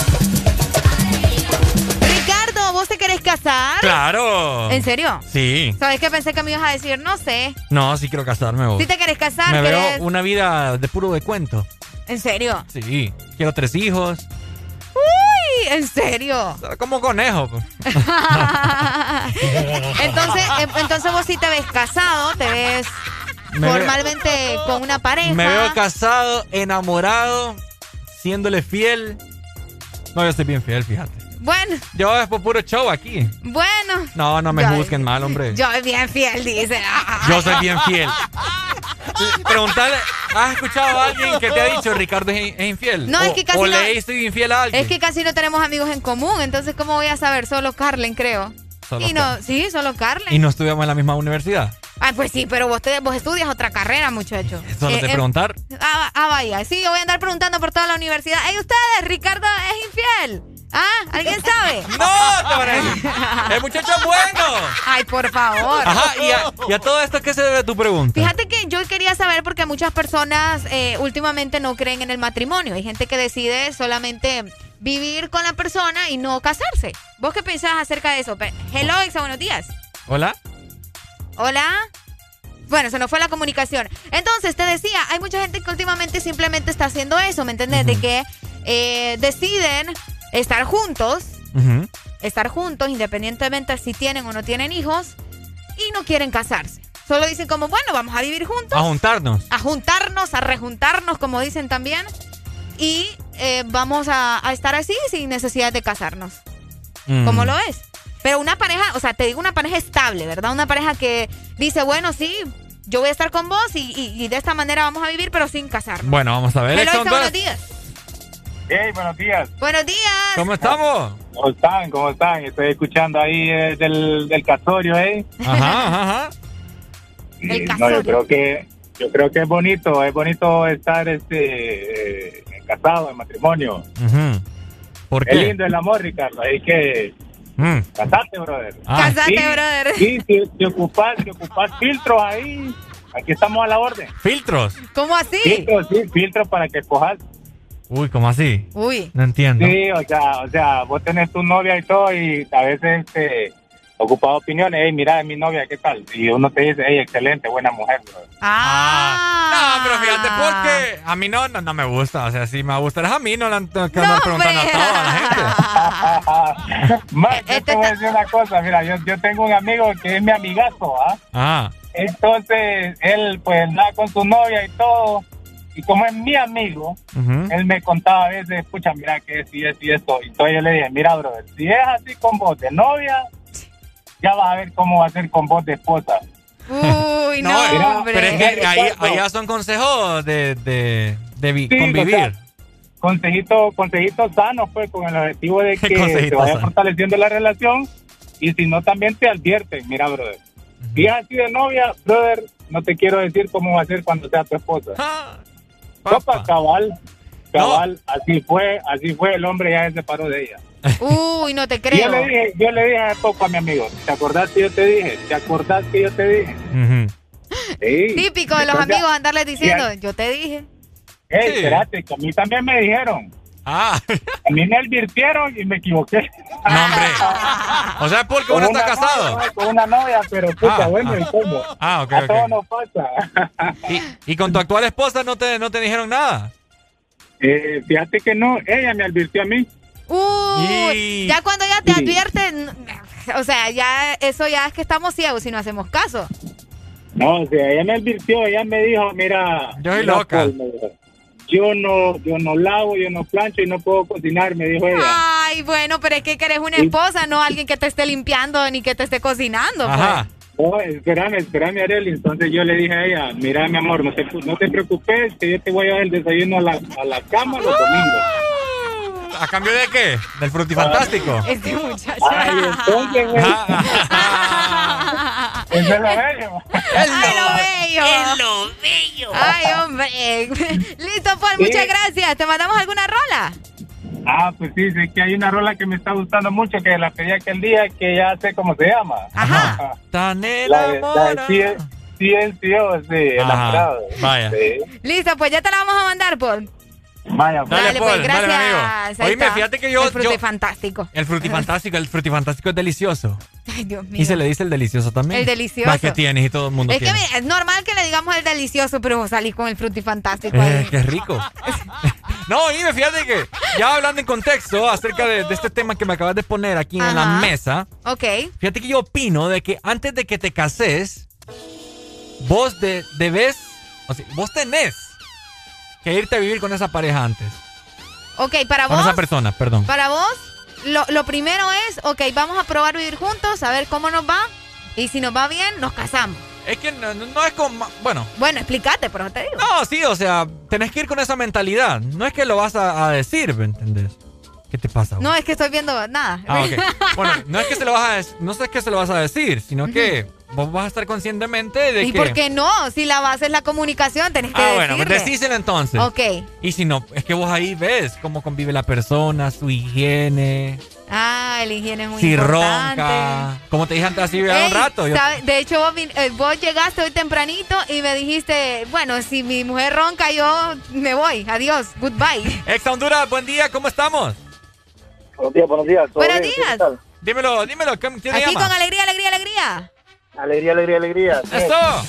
Ricardo, ¿vos te querés casar? ¡Claro! ¿En serio? Sí. ¿Sabes qué pensé que me ibas a decir? No sé. No, sí quiero casarme vos. ¿Si te querés casar? Me ¿Querés? veo una vida de puro de cuento. ¿En serio? Sí. Quiero tres hijos. Uy, ¿en serio? Como conejo. Pues. entonces, eh, entonces vos sí te ves casado, te ves Me formalmente veo, con una pareja. Me veo casado, enamorado, siéndole fiel. No, yo soy bien fiel, fíjate. Bueno. Yo es por puro show aquí. Bueno. No, no me yo, juzguen mal, hombre. Yo soy bien fiel, dice. Yo soy bien fiel. Preguntale, ¿Has escuchado a alguien que te ha dicho Ricardo es, es infiel? No, o, es que casi o no, le he sido infiel a alguien. Es que casi no tenemos amigos en común, entonces ¿cómo voy a saber? Solo Carlen, creo. Solo y no, Carlen. sí, solo Carlen. Y no estudiamos en la misma universidad. Ay, pues sí, pero vos, te, vos estudias otra carrera, muchacho. Solo Eh, te eh, preguntar. Ah, ah, vaya. Sí, yo voy a andar preguntando por toda la universidad. ¡Ey, ustedes! ¿Ricardo es infiel? ¿Ah? ¿Alguien sabe? ¡No! Te parece. El muchacho es bueno. Ay, por favor. Ajá, y a, y a todo esto, ¿qué se debe a tu pregunta? Fíjate que yo quería saber porque muchas personas eh, últimamente no creen en el matrimonio. Hay gente que decide solamente vivir con la persona y no casarse. ¿Vos qué pensás acerca de eso? Pe- Hello, Exa, buenos días. ¿Hola? Hola. Bueno, se nos fue la comunicación. Entonces, te decía, hay mucha gente que últimamente simplemente está haciendo eso, ¿me entendés? Uh-huh. De que eh, deciden estar juntos, uh-huh. estar juntos independientemente si tienen o no tienen hijos y no quieren casarse. Solo dicen como, bueno, vamos a vivir juntos. A juntarnos. A juntarnos, a rejuntarnos, como dicen también. Y eh, vamos a, a estar así sin necesidad de casarnos. Mm. ¿Cómo lo es? Pero una pareja, o sea, te digo una pareja estable, ¿verdad? Una pareja que dice, bueno, sí, yo voy a estar con vos y, y, y de esta manera vamos a vivir, pero sin casarnos. Bueno, vamos a ver. Hello, Exa, buenos días. Hey, buenos días. Buenos días. ¿Cómo estamos? ¿Cómo están? ¿Cómo están? Estoy escuchando ahí eh, del, del casorio, ¿eh? Ajá, ajá, ajá. El casorio. No, yo creo que, yo creo que es bonito, es bonito estar este, eh, casado, en matrimonio. Uh-huh. ¿Por qué? Es lindo el amor, Ricardo, es que... Mm. Casate, brother. Ah. Casate, sí, brother. Sí, si, si ocupas, si ocupas filtros ahí, aquí estamos a la orden. ¿Filtros? ¿Cómo así? Filtros, sí, filtros para que escojas. Uy, ¿cómo así? Uy. No entiendo. Sí, o sea, o sea, vos tenés tu novia y todo y a veces te ocupas opiniones. Hey, mira, es mi novia, ¿qué tal? Y uno te dice, hey, excelente, buena mujer, brother. Ah. No, pero fíjate, porque a mí no, no, no me gusta. O sea, si me gustaras a mí, no le han que andar no, preguntando a toda la gente. Más, yo te voy a decir una cosa. Mira, yo, yo tengo un amigo que es mi amigazo, ¿ah? Ah. Entonces, él, pues, anda con su novia y todo. Y como es mi amigo, uh-huh. él me contaba a veces, escucha, mira, que si es y esto. Y entonces yo le dije, mira, brother, si es así con vos de novia, ya vas a ver cómo va a ser con vos de esposa. Uy, no, no mira, hombre. Pero es que ahí, allá son consejos de, de, de vi, sí, convivir. O sea, consejitos consejito sanos, pues, con el objetivo de que se vaya sano? fortaleciendo la relación. Y si no, también te advierten, mira, brother, uh-huh. si es así de novia, brother, no te quiero decir cómo va a ser cuando sea tu esposa. Ah, Copa, cabal, cabal, no. así fue, así fue, el hombre ya se separó de ella. Uy, no te creo. Yo le dije, yo le dije hace poco a mi amigo, ¿te acordás que yo te dije? ¿Te acordás que yo te dije? Uh-huh. Sí. Típico de los Entonces, amigos andarles diciendo, yo te dije. Hey, sí. Espérate, que a mí también me dijeron. Ah. A mí me advirtieron y me equivoqué. No, hombre. O sea, porque uno está casado. Novia, con una novia, pero puta, ah, bueno, ah. ¿y cómo? Ah, ok, a ok. todo nos pasa. ¿Y, ¿Y con tu actual esposa no te, no te dijeron nada? Eh, fíjate que no, ella me advirtió a mí. Uh, y... ya cuando ella te sí. advierte, o sea, ya eso ya es que estamos ciegos si no hacemos caso. No, o sea, ella me advirtió, ella me dijo, mira, yo soy mira, loca. Paul, yo no, yo no lavo, yo no plancho y no puedo cocinar, me dijo ella. Ay, bueno, pero es que eres una esposa, no alguien que te esté limpiando ni que te esté cocinando. Ajá. Pues. Oh, espérame, espérame, Arely. Entonces yo le dije a ella, mira, mi amor, no te, no te preocupes, que yo te voy a dar el desayuno a la, a la cama los domingos. ¿A cambio de qué? ¿Del frutifantástico? Este muchacho. Ay, entonces, güey. Eso es lo bello. Es lo bello. Es lo bello. Ay, hombre. Listo, Paul, sí. Muchas gracias. ¿Te mandamos alguna rola? Ah, pues sí, sé que hay una rola que me está gustando mucho, que la pedí aquel día, que ya sé cómo se llama. Ajá. Tan enamorado. Sí, sí, sí, sí, enamorado. Vaya. Sí. Listo, pues ya te la vamos a mandar, Paul. Vaya, dale, dale pues, gracias. Dale, Oíme, fíjate que yo... El frutifantástico. El frutifantástico, el frutifantástico es delicioso. Ay, Dios mío. Y se le dice el delicioso también. El delicioso. La que tienes y todo el mundo es tiene. Es que mira, es normal que le digamos el delicioso, pero vos salís con el frutifantástico. Eh, qué rico. No, oíme, fíjate que ya hablando en contexto acerca de, de este tema que me acabas de poner aquí Ajá. en la mesa. Ok. Fíjate que yo opino de que antes de que te cases, vos de, debes, o sea, vos tenés que irte a vivir con esa pareja antes. Ok, para con vos. Con esa persona, perdón. Para vos, lo, lo primero es, ok, vamos a probar vivir juntos, a ver cómo nos va. Y si nos va bien, nos casamos. Es que no, no es como... Bueno. Bueno, explícate, pero no te digo. No, sí, o sea, tenés que ir con esa mentalidad. No es que lo vas a, a decir, ¿me entendés? ¿Qué te pasa? Güey? No, es que estoy viendo nada. Ah, ok. Bueno, no es que se lo vas a decir, no es que se lo vas a decir, sino que vos vas a estar conscientemente de ¿Y que... ¿Y por qué no? Si la base es la comunicación, tenés que Ah, decirle. bueno, pues decíselo entonces. Ok. Y si no, es que vos ahí ves cómo convive la persona, su higiene... Ah, el higiene es muy si importante. ronca. Como te dije antes, así vea un rato. Yo... ¿sabe? De hecho, vos, eh, vos llegaste hoy tempranito y me dijiste, bueno, si mi mujer ronca, yo me voy. Adiós. Goodbye. Ex Honduras, buen día. ¿Cómo estamos? Buenos días, buenos días. Buenos días. ¿Qué tal? Dímelo, dímelo. ¿Quién te Aquí llama? con alegría, alegría, alegría. Alegría, alegría, alegría. ¡Eso!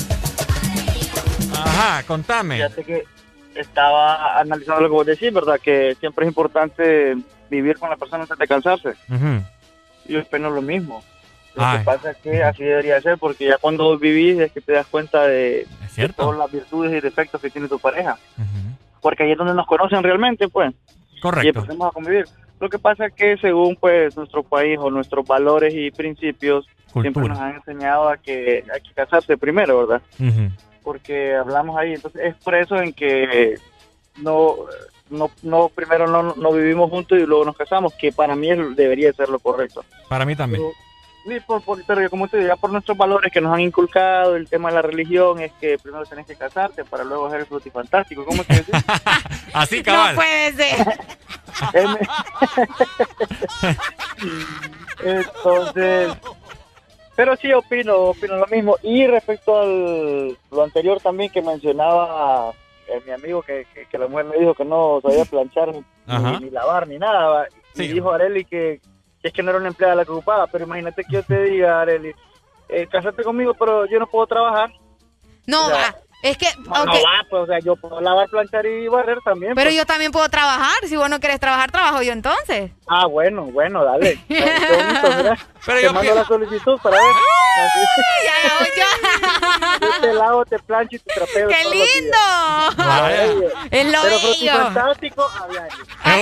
Ajá, contame. Fíjate que estaba analizando lo que vos decís, ¿verdad? Que siempre es importante vivir con la persona antes de cansarse. Uh-huh. Yo opino lo mismo. Lo Ay. que pasa es que así debería ser, porque ya cuando vos vivís es que te das cuenta de, de todas las virtudes y defectos que tiene tu pareja. Uh-huh. Porque ahí es donde nos conocen realmente, pues. Correcto. Y empezamos a convivir. Lo que pasa es que según pues nuestro país o nuestros valores y principios, Cultura. siempre nos han enseñado a que hay que casarse primero, ¿verdad? Uh-huh. Porque hablamos ahí, entonces es por eso en que no, no, no primero no, no vivimos juntos y luego nos casamos, que para mí es- debería ser lo correcto. Para mí también. Sí, por, por, pero como te digo, ya por nuestros valores que nos han inculcado, el tema de la religión es que primero tenés que casarte para luego hacer el frutifantástico. ¿Cómo se dice? Así, cabal. No puede ser. Entonces, pero sí opino, opino lo mismo. Y respecto al lo anterior también que mencionaba eh, mi amigo que, que, que la mujer me dijo que no sabía planchar ni, Ajá. ni lavar ni nada, va. Y Sí. dijo Areli que, que es que no era una empleada la que ocupaba, pero imagínate que yo te diga, Areli, eh, casate conmigo, pero yo no puedo trabajar. No, O sea, va. Es que, No, ok, no va, pues, o sea, yo puedo lavar, planchar y barrer también. pero pues. yo también puedo trabajar. Si vos no querés trabajar, trabajo yo entonces. Ah, bueno, bueno, dale. Qué bonito, mira. Pero te yo mando pi- la solicitud para ver. Ya, ya voy yo. Yo te lavo, te plancho y te trapeo. ¡Qué todos los días. lindo! Vaya. Es lo Pero bello. fantástico, habla. Ay,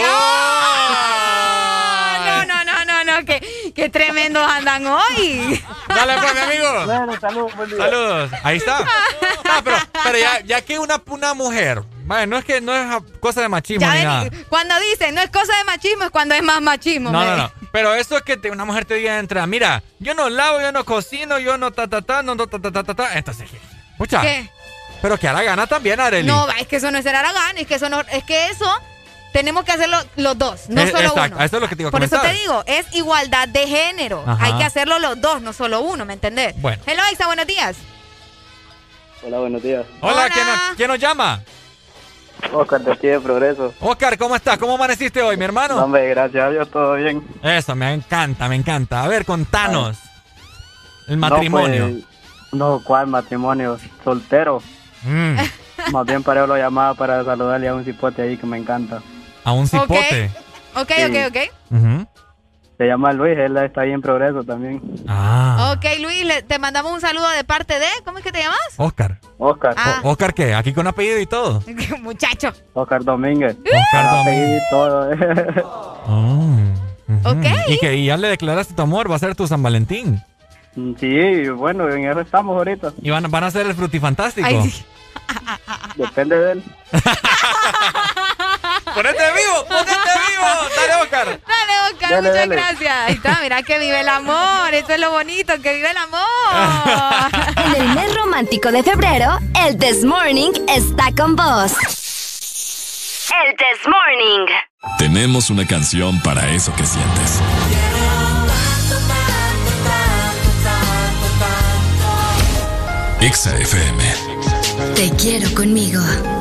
ah, no, no, no, no, no, que, que tremendos andan hoy. Dale, pues, mi amigo. Bueno, saludos, buen día. Saludos. Ahí está. No, pero, pero ya, ya que una, una mujer, vaya, no es que no es cosa de machismo Ya ni ven, nada. cuando dicen no es cosa de machismo, es cuando es más machismo. No, me- no, no. Pero eso es que te- una mujer te diga de entrada, mira, yo no lavo, yo no cocino, yo no ta ta ta, no no, ta ta ta ta ta. Entonces, pucha. ¿Qué? Pero que hará gana también, Arely. No, va, es que eso no es ser aragán, es que eso no, es que eso tenemos que hacerlo los dos, no Es- solo exacto, uno. eso es lo que te iba a Por eso comentar. te digo, es igualdad de género. Ajá. Hay que hacerlo los dos, no solo uno, ¿me entendés? Bueno. Hello, Isa, buenos días. Hola, buenos días. Hola, ¿quién nos, quién nos llama? Oscar, de aquí de Progreso. Oscar, ¿cómo estás? ¿Cómo amaneciste hoy, mi hermano? No, hombre, gracias a Dios, todo bien. Eso, me encanta, me encanta. A ver, contanos. El matrimonio. No, pues, no, ¿cuál matrimonio? Soltero. Mm, Más bien para lo llamaba para saludarle a un cipote ahí que me encanta. a un cipote. Ok, Sí. ok, ok. Ujú. Se llama Luis, él está ahí en Progreso también. Ah, Ok, Luis, le- te mandamos un saludo de parte de, ¿cómo es que te llamas? Oscar. Oscar. Ah. O- ¿Oscar qué? Aquí con apellido y todo. Muchacho. Oscar Domínguez. Oscar Domínguez. Y todo. Oh, ujú. Ok. Y que y ya le declaraste tu amor, va a ser tu San Valentín. Sí, bueno, en eso estamos ahorita. Y van, van a hacer el frutifantástico. Ay, sí. Depende de él. ¡Ponete vivo! ¡Ponete vivo! ¡Dale, Oscar! Dale, Oscar, Dale, muchas dale. gracias. Ahí está, mira que vive el amor. Eso es lo bonito, que vive el amor. En el mes romántico de febrero, el This Morning está con vos. El This Morning. Tenemos una canción para eso que sientes. Exa F M. Te quiero conmigo.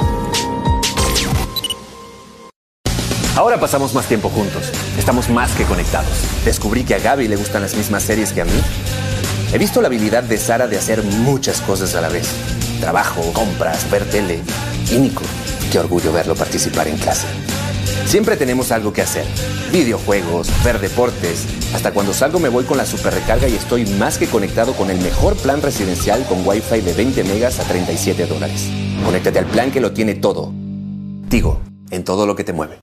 Ahora pasamos más tiempo juntos. Estamos más que conectados. Descubrí que a Gaby le gustan las mismas series que a mí. He visto la habilidad de Sara de hacer muchas cosas a la vez. Trabajo, compras, ver tele. Y Nico, qué orgullo verlo participar en clase. Siempre tenemos algo que hacer. Videojuegos, ver deportes. Hasta cuando salgo me voy con la super recarga y estoy más que conectado con el mejor plan residencial con Wi-Fi de veinte megas a treinta y siete dólares. Conéctate al plan que lo tiene todo. Tigo, en todo lo que te mueve.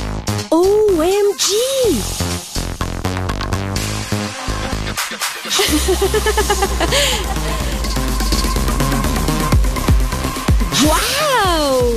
O M G. ¡Wow!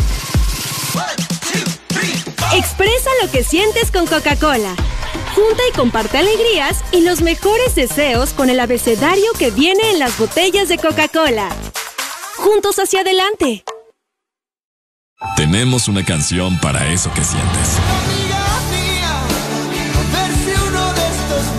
Expresa lo que sientes con Coca-Cola. Junta y comparte alegrías y los mejores deseos con el abecedario que viene en las botellas de Coca-Cola. Juntos hacia adelante. Tenemos una canción para eso que sientes. Amiga mía, a ver si uno de estos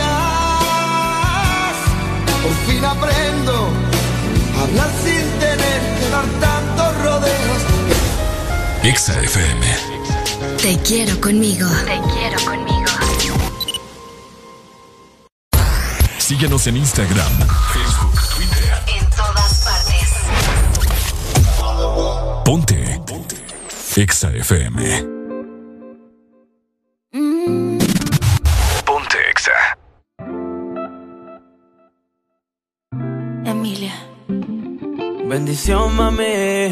días por fin aprendo a hablar sin tener que dar tantos rodeos. Exa F M. Te quiero conmigo. Te quiero conmigo. Síguenos en Instagram, Facebook, Twitter. En todas partes. Ponte. Ponte. Exa F M. Mm. Ponte Exa. Emilia. Bendición, mami.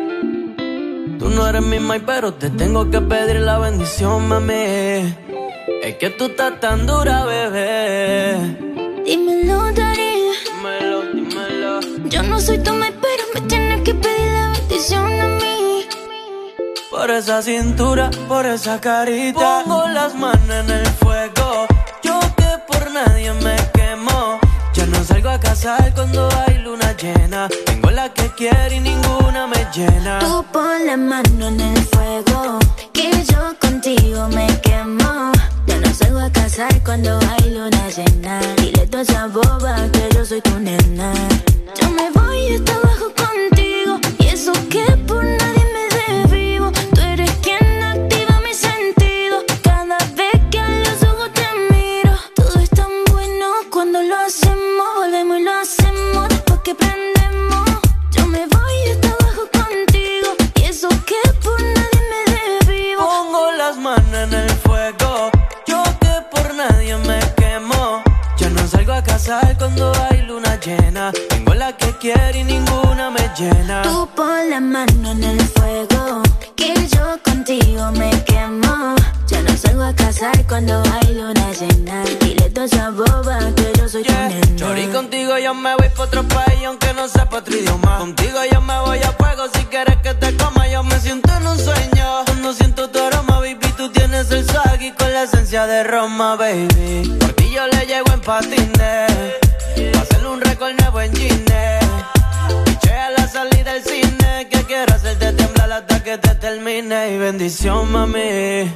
Tú no eres mi mai, pero te tengo que pedir la bendición, mami. Es que tú estás tan dura, bebé. Dímelo, Darío. Dímelo, dímelo. Yo no soy tu mai, pero me tienes que pedir la bendición a mí. Por esa cintura, por esa carita, pongo las manos en el fuego. Yo que por nadie me quemo. Ya no salgo a cazar cuando hay luna llena. Tengo la que quiere y ninguna me llena. Tú pon la mano en el fuego, que yo contigo me quemo. Ya no salgo a cazar cuando hay luna llena. Dile tú a esa boba que yo soy tu nena. Yo me voy hasta abajo contigo, y eso que por nadie me desvivo. Tú eres quien activa mi sentido. Cada vez que a los ojos te miro, todo es tan bueno cuando lo hacemos. Volvemos y lo hacemos después que prendemos. Yo me voy hasta abajo contigo, y eso que por nadie me desvivo. Pongo las manos en el fuego, yo que por nadie me quemo. Ya no salgo a cazar cuando hay luna llena. Tengo la que quiere y ninguna me llena. Tú pon la mano en el fuego, que yo contigo me quemo. Ya no salgo a cazar cuando hay luna llena. Dile tú a esa boba que yo soy yeah. tu nena. Chori, contigo yo me voy pa' otro país aunque no sepa otro idioma. Contigo yo me voy a fuego si quieres que te coma. Yo me siento en un sueño cuando siento tu aroma, baby. Tú tienes el swag y con la esencia de Roma, baby. Por ti yo le llego en patines, pa' hacerle un récord nuevo en Gine. Piché a la salida del cine, que quiero hacerte temblar hasta que te termine. Y bendición, mami.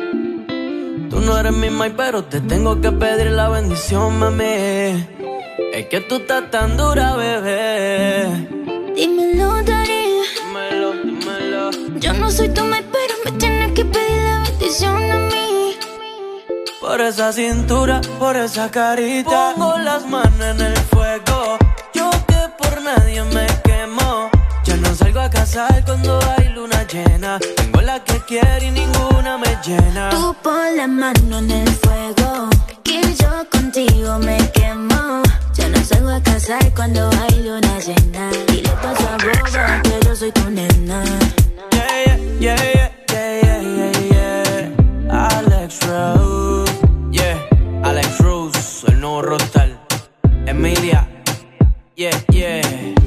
Tú no eres mi mai, pero te tengo que pedir la bendición, mami. Es que tú estás tan dura, bebé. Dímelo, Darío. Dímelo, dímelo. Yo no soy tu mai, pero me tienes que pedir la bendición a mí. Por esa cintura, por esa carita, pongo las manos en el fuego. Yo que por nadie me quemo. Ya no salgo a cazar cuando hay luna llena. Tengo la que quiere y ninguna me llena. Tú pon la mano en el fuego, que yo contigo me quemo. Ya no salgo a cazar cuando hay luna llena. Dile tú a esa boba que yo soy tu nena. Yeah, yeah, yeah, yeah, yeah, yeah, yeah. Alex Rose, yeah, Alex Rose, el nuevo Rostal. Emilia, yeah, yeah.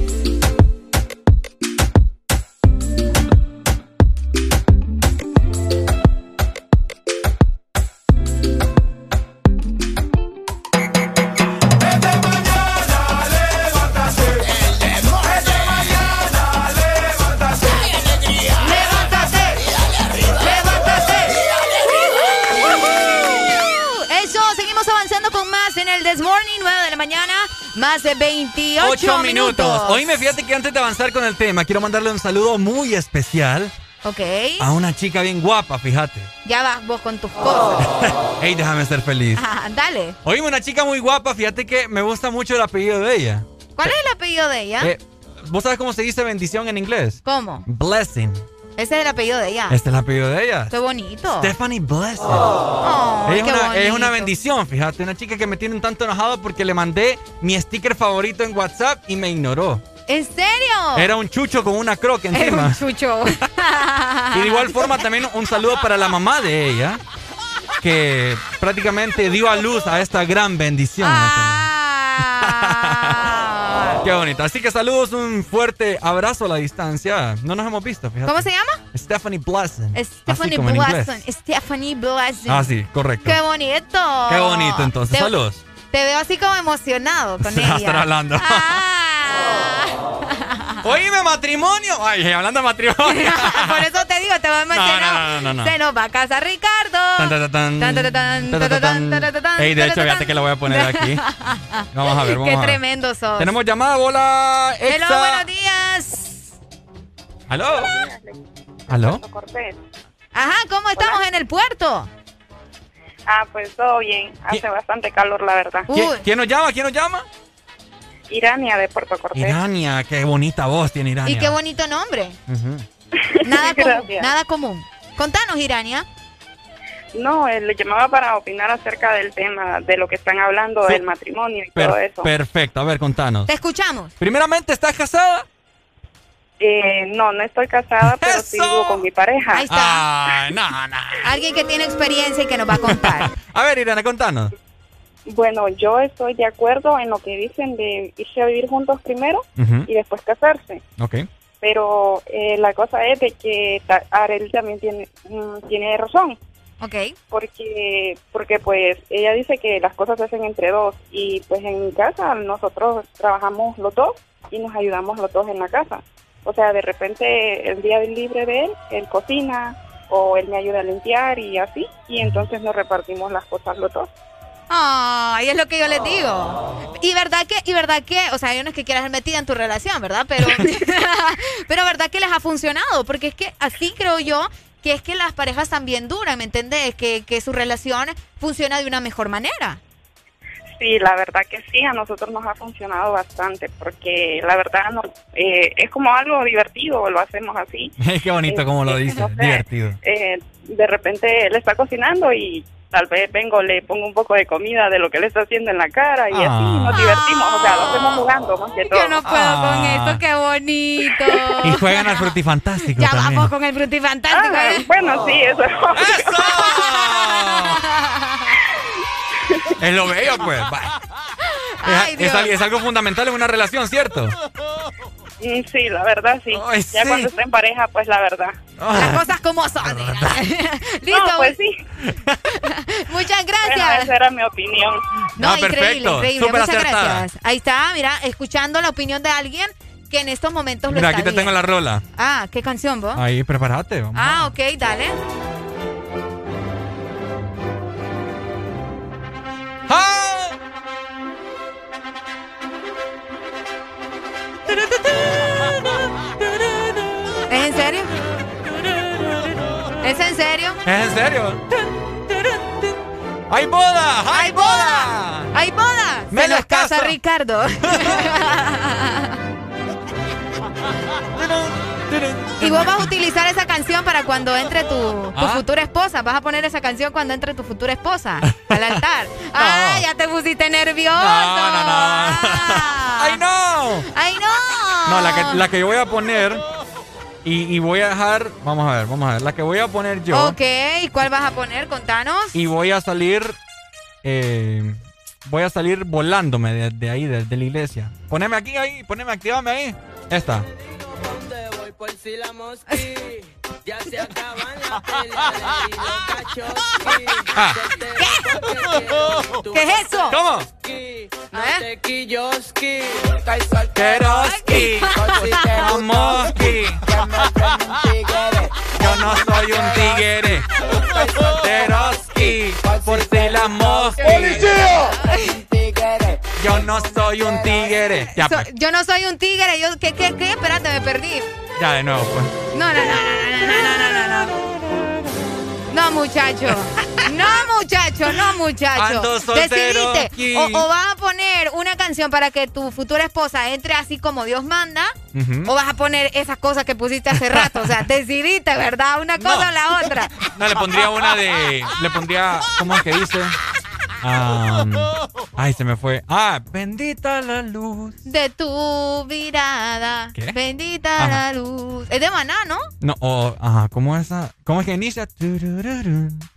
Más de veintiocho minutos. Oíme, fíjate que antes de avanzar con el tema, quiero mandarle un saludo muy especial. Ok. A una chica bien guapa, fíjate. Ya vas vos con tus cosas. Ey, déjame ser feliz. Ah, dale. Oíme, una chica muy guapa, fíjate que me gusta mucho el apellido de ella. ¿Cuál es el apellido de ella? Eh, ¿Vos sabes cómo se dice bendición en inglés? ¿Cómo? Blessing. Ese es el apellido de ella. Este es el apellido de ella. Qué bonito. Stephanie Blessing. Oh, es, qué una, bonito. es una bendición, fíjate. Una chica que me tiene un tanto enojado porque le mandé mi sticker favorito en WhatsApp y me ignoró. ¿En serio? Era un chucho con una croca encima. Era un chucho. Y de igual forma también un saludo para la mamá de ella, que prácticamente dio a luz a esta gran bendición. Ah, Ah. Qué bonito. Así que saludos, un fuerte abrazo a la distancia. No nos hemos visto, fíjate. ¿Cómo se llama? Stephanie Blesson. Stephanie Así como en inglés. Blesson. Stephanie Blesson. Ah, sí, correcto. Qué bonito. Qué bonito, entonces. Te, Saludos. Te veo así como emocionado con Se va ella. a estar hablando. Ah. Oíme, matrimonio. Ay, hablando de matrimonio. Por eso te digo, te voy a emocionar. No, no, no, no, no. Se nos va a casar Ricardo. Tan, tan, tan, tan, tan, tan, tan, tan. Ey, de hecho, fíjate que la voy a poner aquí. Vamos a ver, vamos Qué a ver. tremendo sos. Tenemos llamada, bola. Hello, Exa. buenos días. ¿Aló? ¿Aló? Ajá, ¿cómo estamos en el puerto? Ah, pues todo bien. Hace bastante calor, la verdad. ¿Quién, quién nos llama? ¿Quién nos llama? Irania de Puerto Cortés. Irania, qué bonita voz tiene Irania. Y qué bonito nombre. Ujú. Nada, com- Gracias. nada común. Contanos, Irania. No, eh, le llamaba para opinar acerca del tema, de lo que están hablando Sí. del matrimonio y Per- todo eso. Perfecto, a ver, contanos. Te escuchamos. Primeramente, ¿estás casada? Eh, no, no estoy casada, pero sí vivo con mi pareja. Ahí está. Ay, no, no. Alguien que tiene experiencia y que nos va a contar. A ver, Irania, contanos. Bueno, yo estoy de acuerdo en lo que dicen de irse a vivir juntos primero Ujú. y después casarse. Ok. Pero eh, la cosa es de que ta- Arely también tiene, mm, tiene razón. Ok. Porque, porque pues ella dice que las cosas se hacen entre dos y pues en mi casa nosotros trabajamos los dos y nos ayudamos los dos en la casa. O sea, de repente el día libre de él, él cocina o él me ayuda a limpiar y así, y entonces nos repartimos las cosas los dos. Ay, es lo que yo les digo. Y verdad que, y verdad que, o sea, yo no es que quieras ser metida en tu relación, ¿verdad? Pero, pero verdad que les ha funcionado, porque es que así creo yo que es que las parejas también duran, ¿me entendés? Que, que su relación funciona de una mejor manera. Sí, la verdad que sí, a nosotros nos ha funcionado bastante, porque la verdad no, eh, es como algo divertido, lo hacemos así. Qué bonito como lo dices, no sé. divertido. Eh, de repente él está cocinando y tal vez vengo, le pongo un poco de comida de lo que él está haciendo en la cara y así Ah. nos divertimos, o sea, lo hacemos jugando más que todo. Yo no puedo Ah. con esto, qué bonito. Y juegan al frutifantástico Ya también. vamos con el frutifantástico. Ah, ¿eh? bueno, sí, eso es Es lo bello, pues. Va. Ay, es, Dios. es al- es algo fundamental en una relación, ¿cierto? Mm, sí, la verdad sí. Ay, ya sí. cuando está en pareja, pues la verdad. Las cosas como son. Listo. No, pues sí. Muchas Bueno, gracias. esa era mi opinión. No, No, increíble, perfecto. increíble. Súper Muchas acertada. gracias. Ahí está, mira, escuchando la opinión de alguien que en estos momentos lo Mira, está aquí te tengo viendo. la rola. Ah, ¿qué canción vos? Ahí, prepárate. vamos. Ah, ok, dale. ¡Ah! ¿Es en serio? ¿Es en serio? ¿Es en serio? ¡Hay boda! ¡Hay boda! ¡Hay boda! ¡Me Se nos las casa caso! Ricardo. Y vos vas a utilizar esa canción para cuando entre tu, tu ¿Ah? futura esposa. Vas a poner esa canción cuando entre tu futura esposa al altar. ¡Ah, ya te pusiste nervioso! No, no, no. Ah. ¡Ay, no! ¡Ay, no! No, la que, la que yo voy a poner y, y voy a dejar... Vamos a ver, vamos a ver. La que voy a poner yo Ok, ¿y cuál vas a poner? Contanos. y voy a salir... eh, voy a salir volándome de, de ahí, de, de la iglesia. Poneme aquí, ahí, poneme, activame ahí. Esta. Por si la mosqui, ya se acaban la pelea y los cachoski. Ah. ¿Qué es eso? ¿Cómo? No te quilloski. Keroski, Moski. Yo no soy un tigre. Keroski, por si la mosqui. Yo no soy un tigre. Ya, So- pues. yo no soy un tigre. Yo, ¿qué, qué, qué? Espérate, me perdí. Ya de nuevo, pues. No, no, no, no, no, no, no, no, no. No, muchacho. No, muchacho, no, muchacho. Ando soltero Decidiste. aquí. O, o vas a poner una canción para que tu futura esposa entre así como Dios manda. Ujú. O vas a poner esas cosas que pusiste hace rato. O sea, decidiste, ¿verdad? Una cosa No. o la otra. No, le pondría una de. Le pondría. ¿Cómo es que dice? Am, ay, se me fue. Ah, bendita la luz. De tu mirada. ¿Qué? Bendita Ajá. la luz. Es de Maná, ¿no? No, o, ajá, ¿cómo es esa? ¿Cómo es que inicia? Turururun,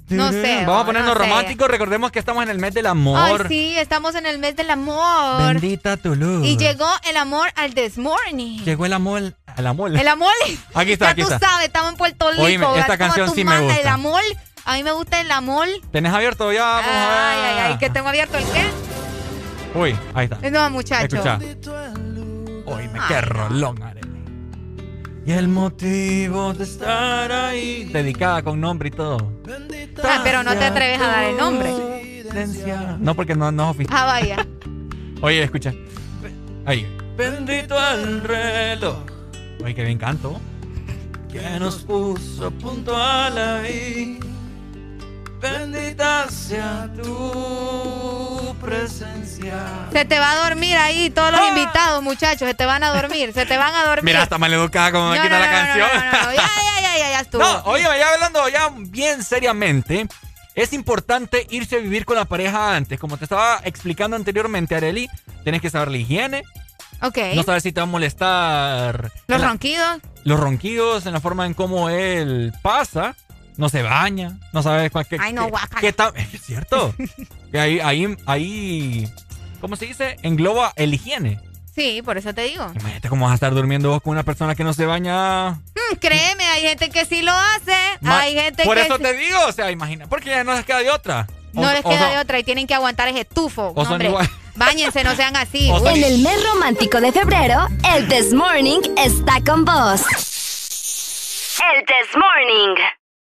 No sé. Vamos a ponernos no sé. románticos. Recordemos que estamos en el mes del amor. Ay, sí, estamos en el mes del amor. Bendita tu luz. Y llegó el amor al This Morning. Llegó el amor. El amor. El amor. Aquí está, ya aquí tú está. sabes, estamos en Puerto Rico. Oíme, esta ¿verdad? canción Como sí tu me ma- gusta. El amor. A mí me gusta el amor. ¿Tenés abierto ya? Vamos Ay, a ver. ay, ay. ¿Que tengo abierto el qué? Uy, ahí está. No, muchacho. Escucha. Oíme, qué rolón, Arely. Y el motivo de estar ahí. Dedicada con nombre y todo. Ah, pero no te atreves a dar el nombre. No, porque no, no es oficial. Ah, vaya. Oye, escucha. Ahí. Bendito el reloj. Oye, qué bien canto. Que nos puso punto a la I. Bendita sea tu presencia. Se te va a dormir ahí todos los invitados, muchachos. Se te van a dormir. Se te van a dormir. Mira, está maleducada como me No, quita no, la no, canción. no, no, no, no. Ya, ya, ya, ya, ya estuvo. No, oye, ya hablando ya bien seriamente, es importante irse a vivir con la pareja antes. Como te estaba explicando anteriormente, Arely, tienes que saber la higiene. Ok. No saber si te va a molestar Los la- ronquidos. los ronquidos, en la forma en cómo él pasa. No se baña, no sabes cuál qué, Ay, no, qué- guácala. qué tal. Es cierto. Que ahí, ahí, ahí, ¿cómo se dice? Engloba el higiene. Sí, por eso te digo. Imagínate cómo vas a estar durmiendo vos con una persona que no se baña. Mm, créeme, hay gente que sí lo hace. Ma- hay gente Por que eso sí- te digo, o sea, imagina, porque ya no les queda de otra. O- no les o queda son- de otra y tienen que aguantar ese tufo. o son Hombre, igual. báñense, no sean así. O son En el mes romántico de febrero, el This Morning está con vos. El This Morning.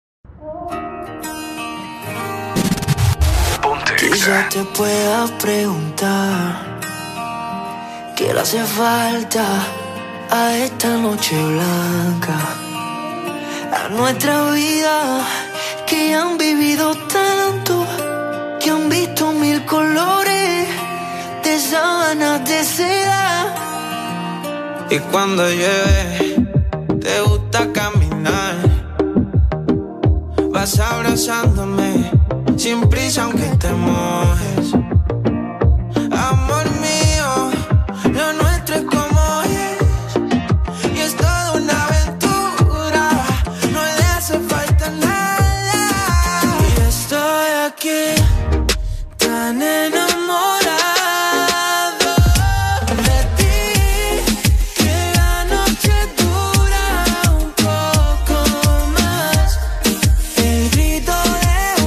Quizá te pueda preguntar qué le hace falta a esta noche blanca, a nuestra vida, que han vivido tanto, que han visto mil colores de sábanas de seda. Y cuando llueve te gusta caminar, vas abrazándome sin prisa aunque te mojes. Amor mío, lo nuestro es como es, y es toda una aventura, no le hace falta nada. Y estoy aquí tan enamorado de ti, que la noche dura un poco más. El grito de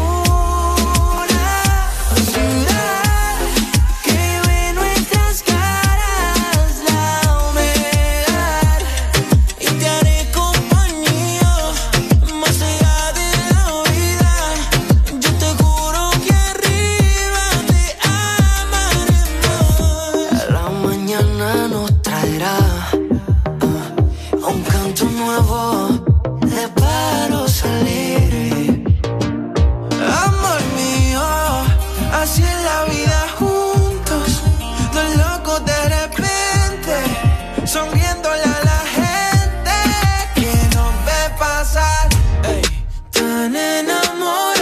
una ciudad que ve nuestras caras, la humedad, y te haré compañía más allá de la vida. Yo te juro que arriba te amaré más. La mañana nos traerá ah, un canto nuevo de paro salir. Amor mío, así es la vida juntos, dos locos de repente, sonriéndole a la gente que nos ve pasar, ey, tan enamorados.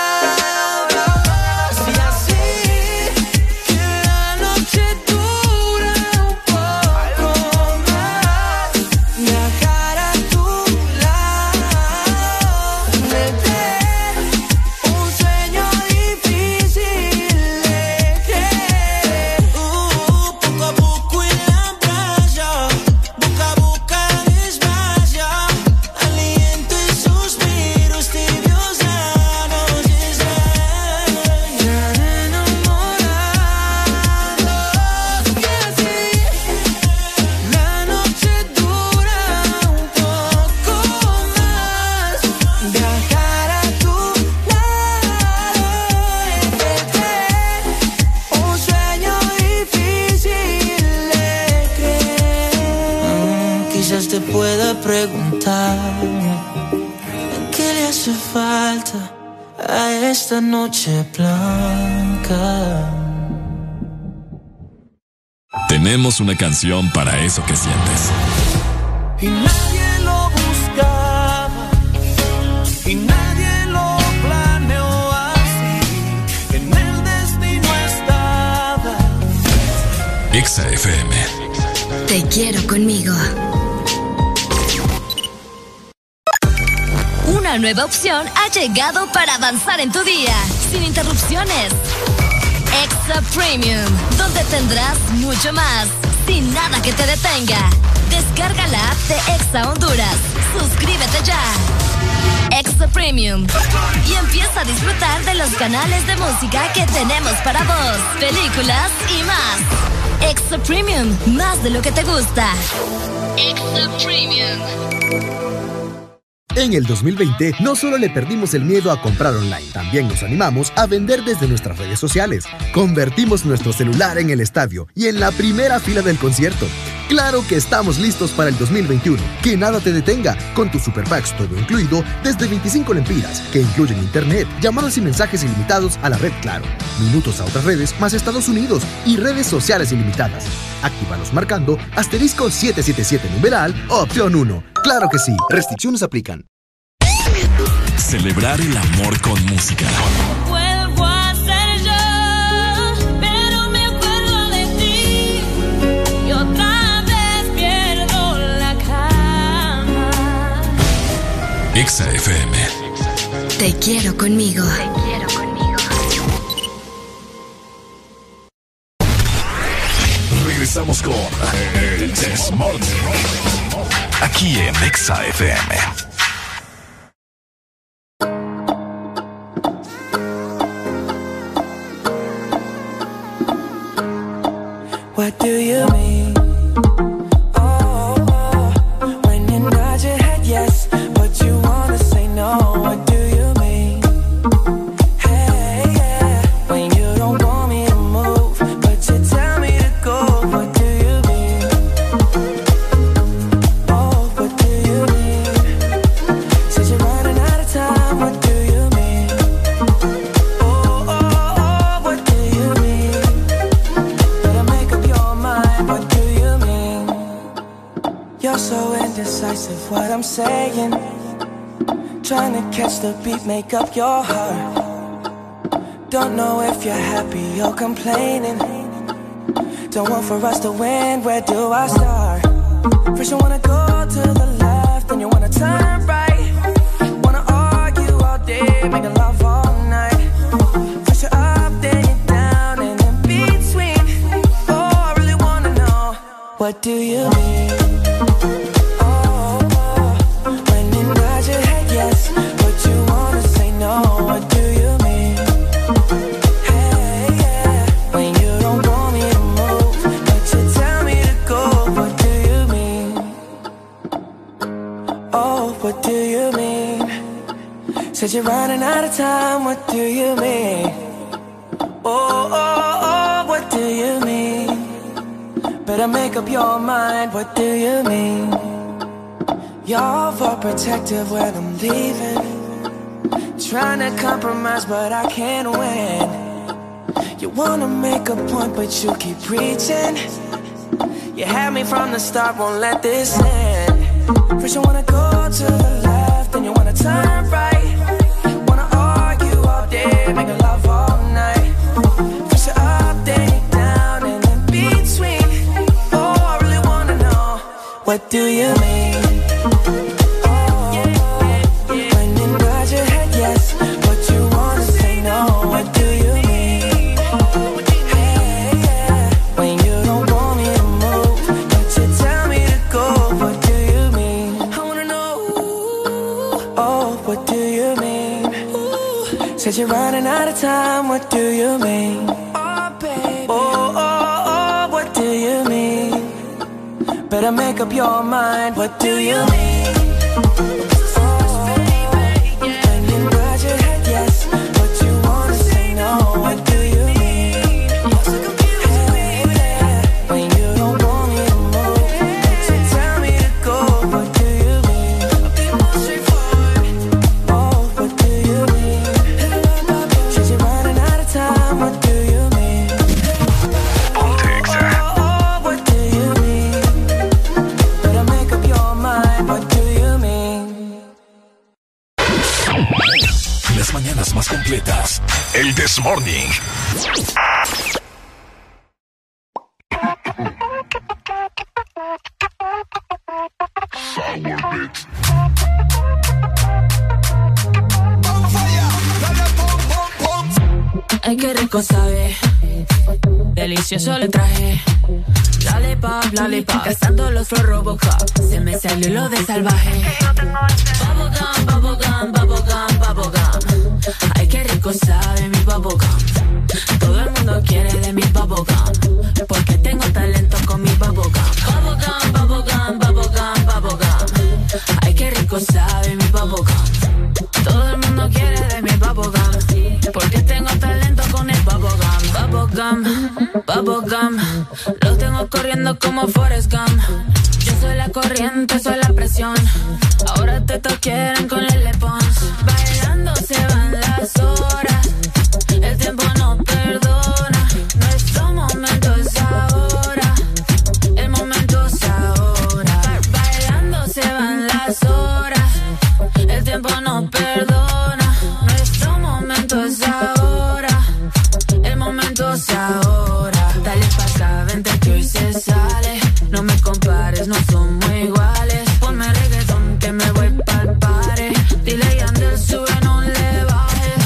Y así que la noche dura un poco más, viajar a tu lado, verte, un sueño difícil de creer. Uh, poco a poco en la playa, boca a boca despacio, aliento y suspiros tibios ya nos extrañan. Enamorados, y así la noche dura un poco más, viajar a tu lado, verte, un sueño difícil de creer. Quizás te pueda preguntar qué le hace falta a esta noche blanca. Tenemos una canción para eso que sientes. Y nadie lo buscaba, y nadie lo planeó así, en el destino estaba. Exa F M. Te quiero conmigo. Una Una nueva opción ha llegado para avanzar en tu día, sin interrupciones. Exa Premium, donde tendrás mucho más, sin nada que te detenga. Descarga la app de Exa Honduras. Suscríbete ya. Exa Premium. Y empieza a disfrutar de los canales de música que tenemos para vos, películas y más. Exa Premium, más de lo que te gusta. Exa Premium. En el dos mil veinte, no solo le perdimos el miedo a comprar online, también nos animamos a vender desde nuestras redes sociales. Convertimos nuestro celular en el estadio y en la primera fila del concierto. ¡Claro que estamos listos para el dos mil veintiuno! Que nada te detenga, con tus Super Packs todo incluido, desde veinticinco lempiras, que incluyen internet, llamadas y mensajes ilimitados a la red Claro, minutos a otras redes más Estados Unidos y redes sociales ilimitadas. Actívalos marcando asterisco siete siete siete numeral opción uno. ¡Claro que sí! Restricciones aplican. Celebrar el amor con música. Vuelvo a ser yo, pero me acuerdo de ti y otra vez pierdo la cama. Exa F M. Te quiero conmigo. Te quiero conmigo. Regresamos con El Desmorning. Aquí en Exa F M. What do you mean? Oh, oh, when you nod your head yes, but you wanna say no. What do you mean? Hey, yeah, when you don't want me to move, but you tell me to go. What do you mean? Oh, what do you mean? Said you're running out of time. What do you mean? Oh, oh, oh, what do you mean? Better make up your mind. What do you mean? You're so indecisive. What I'm saying, trying to catch the beat, make up your heart. Don't know if you're happy or complaining. Don't want for us to win. Where do I start? First you wanna go to the left, then you wanna turn right. Wanna argue all day, making love all night. First you're up, then you're down, and in between. Oh, I really wanna know, what do you mean? Oh, oh, when you nod your head yes, but you wanna say no. What do you mean? Hey, yeah, when you don't want me to move, but you tell me to go. What do you mean? Oh, what do you mean? Said you're running out of time. What do you mean? Oh, oh, oh, what do you mean? Better make up your mind. What do you mean? You're overprotective when I'm leaving. Trying to compromise, but I can't win. You wanna make a point, but you keep preaching. You had me from the start, won't let this end. First you wanna go to the left, then you wanna turn right. Wanna argue all day, make love all night. First you're up, then you're down, and in between. Oh, I really wanna know, what do you mean? Oh, when you nod your head yes, but you wanna say no. What do you mean? Hey, yeah, when you don't want me to move, but you tell me to go. What do you mean? I wanna know. Oh, what do you mean? Said you're running out of time. What do you mean? Oh, baby. Oh, oh, oh, what do you mean? Better make up your mind. What do you mean? Más completas. El Desmorning. Sour bit. Ay, qué rico sabe. Delicioso le traje. Lollipop, lollipop, gastando los flor Robocop. Se me salió lo de salvaje. Bubblegum, bubblegum, bubblegum, bubblegum. Ay, qué rico sabe mi bubblegum. Todo el mundo quiere de mi bubblegum, porque tengo talento con mi bubblegum. Bubblegum, bubblegum, bubblegum, bubblegum. Ay, qué rico sabe mi bubblegum. Todo el mundo quiere de mi bubblegum, porque tengo talento con el bubblegum. Bubblegum, bubblegum, los tengo corriendo como Forrest Gump. Yo soy la corriente, soy la presión. Ahora te quieren con el Lepons. Bailando se van las horas. El tiempo no perdona. Nuestro momento es ahora. El momento es ahora. Bailando se van las horas. El tiempo no perdona. Nuestro momento es ahora. El momento es ahora. Dale pa' acá, vente que hoy se sale. No me compares, no somos iguales. Ponme reggaetón que me voy pa'l pare. Dile y Yandel, sube, no le bajes.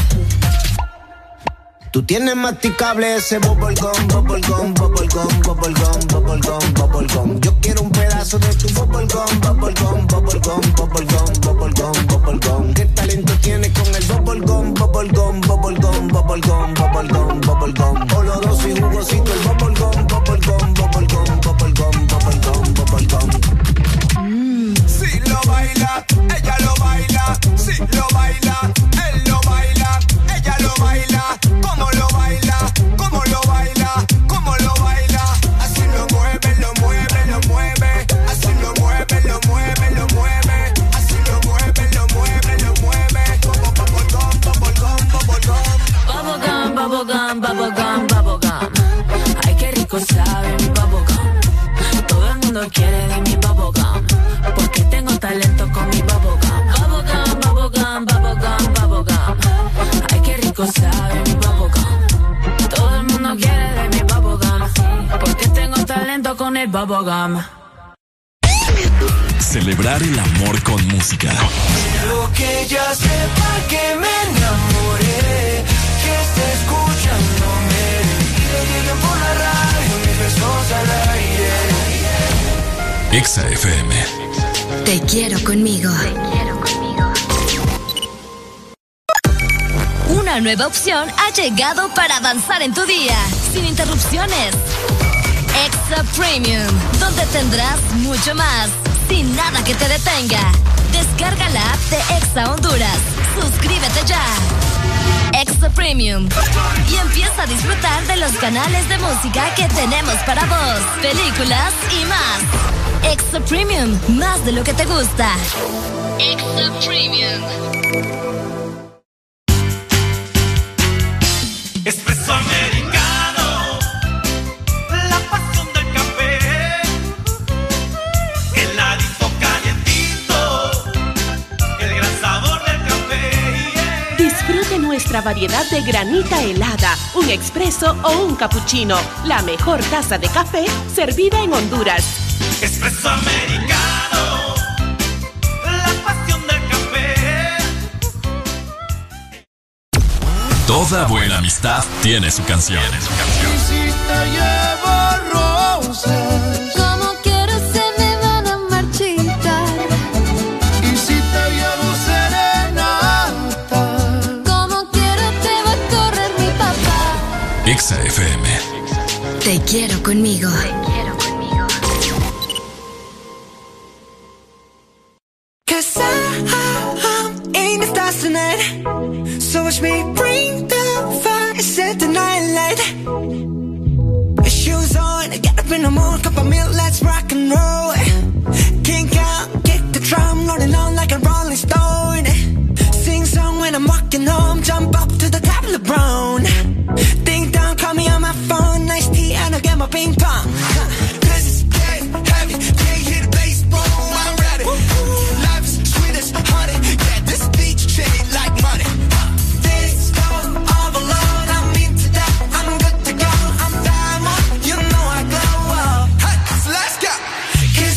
Tú tienes masticable ese bubblegum, bubblegum, bubblegum, bubblegum, bubblegum, bubblegum. Yo quiero un pedazo de tu bubblegum, bubblegum, bubblegum, bubblegum, bubblegum, bubblegum. ¿Qué talento tienes con el bubblegum, bubblegum, bubblegum, bubblegum, bubblegum, bubblegum? Oloroso y jugosito el bubblegum, bubblegum, bubblegum, bubblegum, bubblegum, bubblegum. Si lo baila, ella lo baila. Si lo baila, él lo baila. Ella lo baila. ¿Cómo lo baila? ¿Cómo lo baila? ¿Cómo lo baila? Así lo mueve, lo mueve, lo mueve. Así lo mueve, lo mueve, lo mueve. Así lo mueve, lo mueve, lo mueve. Bubblegum, bubblegum, bubblegum. Bubblegum, bubblegum, bubblegum, bubblegum. Ay, qué rico sabe mi bubblegum. Todo el mundo quiere de mi bubblegum, porque tengo talento con mi bubblegum. Bubblegum, bubblegum, bubblegum, bubblegum. Ay, qué rico sabe mi bubblegum. Todo el mundo quiere de mi bubblegum, porque tengo talento con el bubblegum. Celebrar el amor con música. Quiero que ella sepa que me enamoré, que esté escuchándome y le lleguen por la radio mis besos al aire. Exa F M. Te quiero conmigo. Te quiero conmigo. Una nueva opción ha llegado para avanzar en tu día, sin interrupciones. Exa Premium, donde tendrás mucho más, sin nada que te detenga. Descarga la app de Exa Honduras. Suscríbete ya. Exa Premium. Y empieza a disfrutar de los canales de música que tenemos para vos, películas y más. Exa Premium, más de lo que te gusta. Exa Premium. Espresso americano, la pasión del café, heladito calientito, el gran sabor del café. Yeah. Disfrute nuestra variedad de granita helada, un expreso o un cappuccino, la mejor taza de café servida en Honduras. Espresso americano, la pasión del café. Toda buena amistad tiene su canción. Y si te llevo rosas, como quiero se me van a marchitar. y si te llevo serenata, Como quiero te va a correr mi papá. Exa F M. Te quiero conmigo. Te quiero conmigo. cause I'm in the stars tonight. So watch me bring the fire, set the night light. Shoes on, get up in the mood, cup of milk, let's rock and roll. Kink out, kick the drum, rolling on like a rolling stone. Sing song when I'm walking home, jump up to the top of the brown. Ding dong, call me on my phone, nice tea and I'll get my ping pong. Cause it's getting heavy, can't hear the bass, boom, I'm ready. Life is sweet as honey, yeah, this beach shade like money. This go all alone, I'm into that, I'm good to go, I'm diamond, you know I glow up. Hey, so let's go. Cause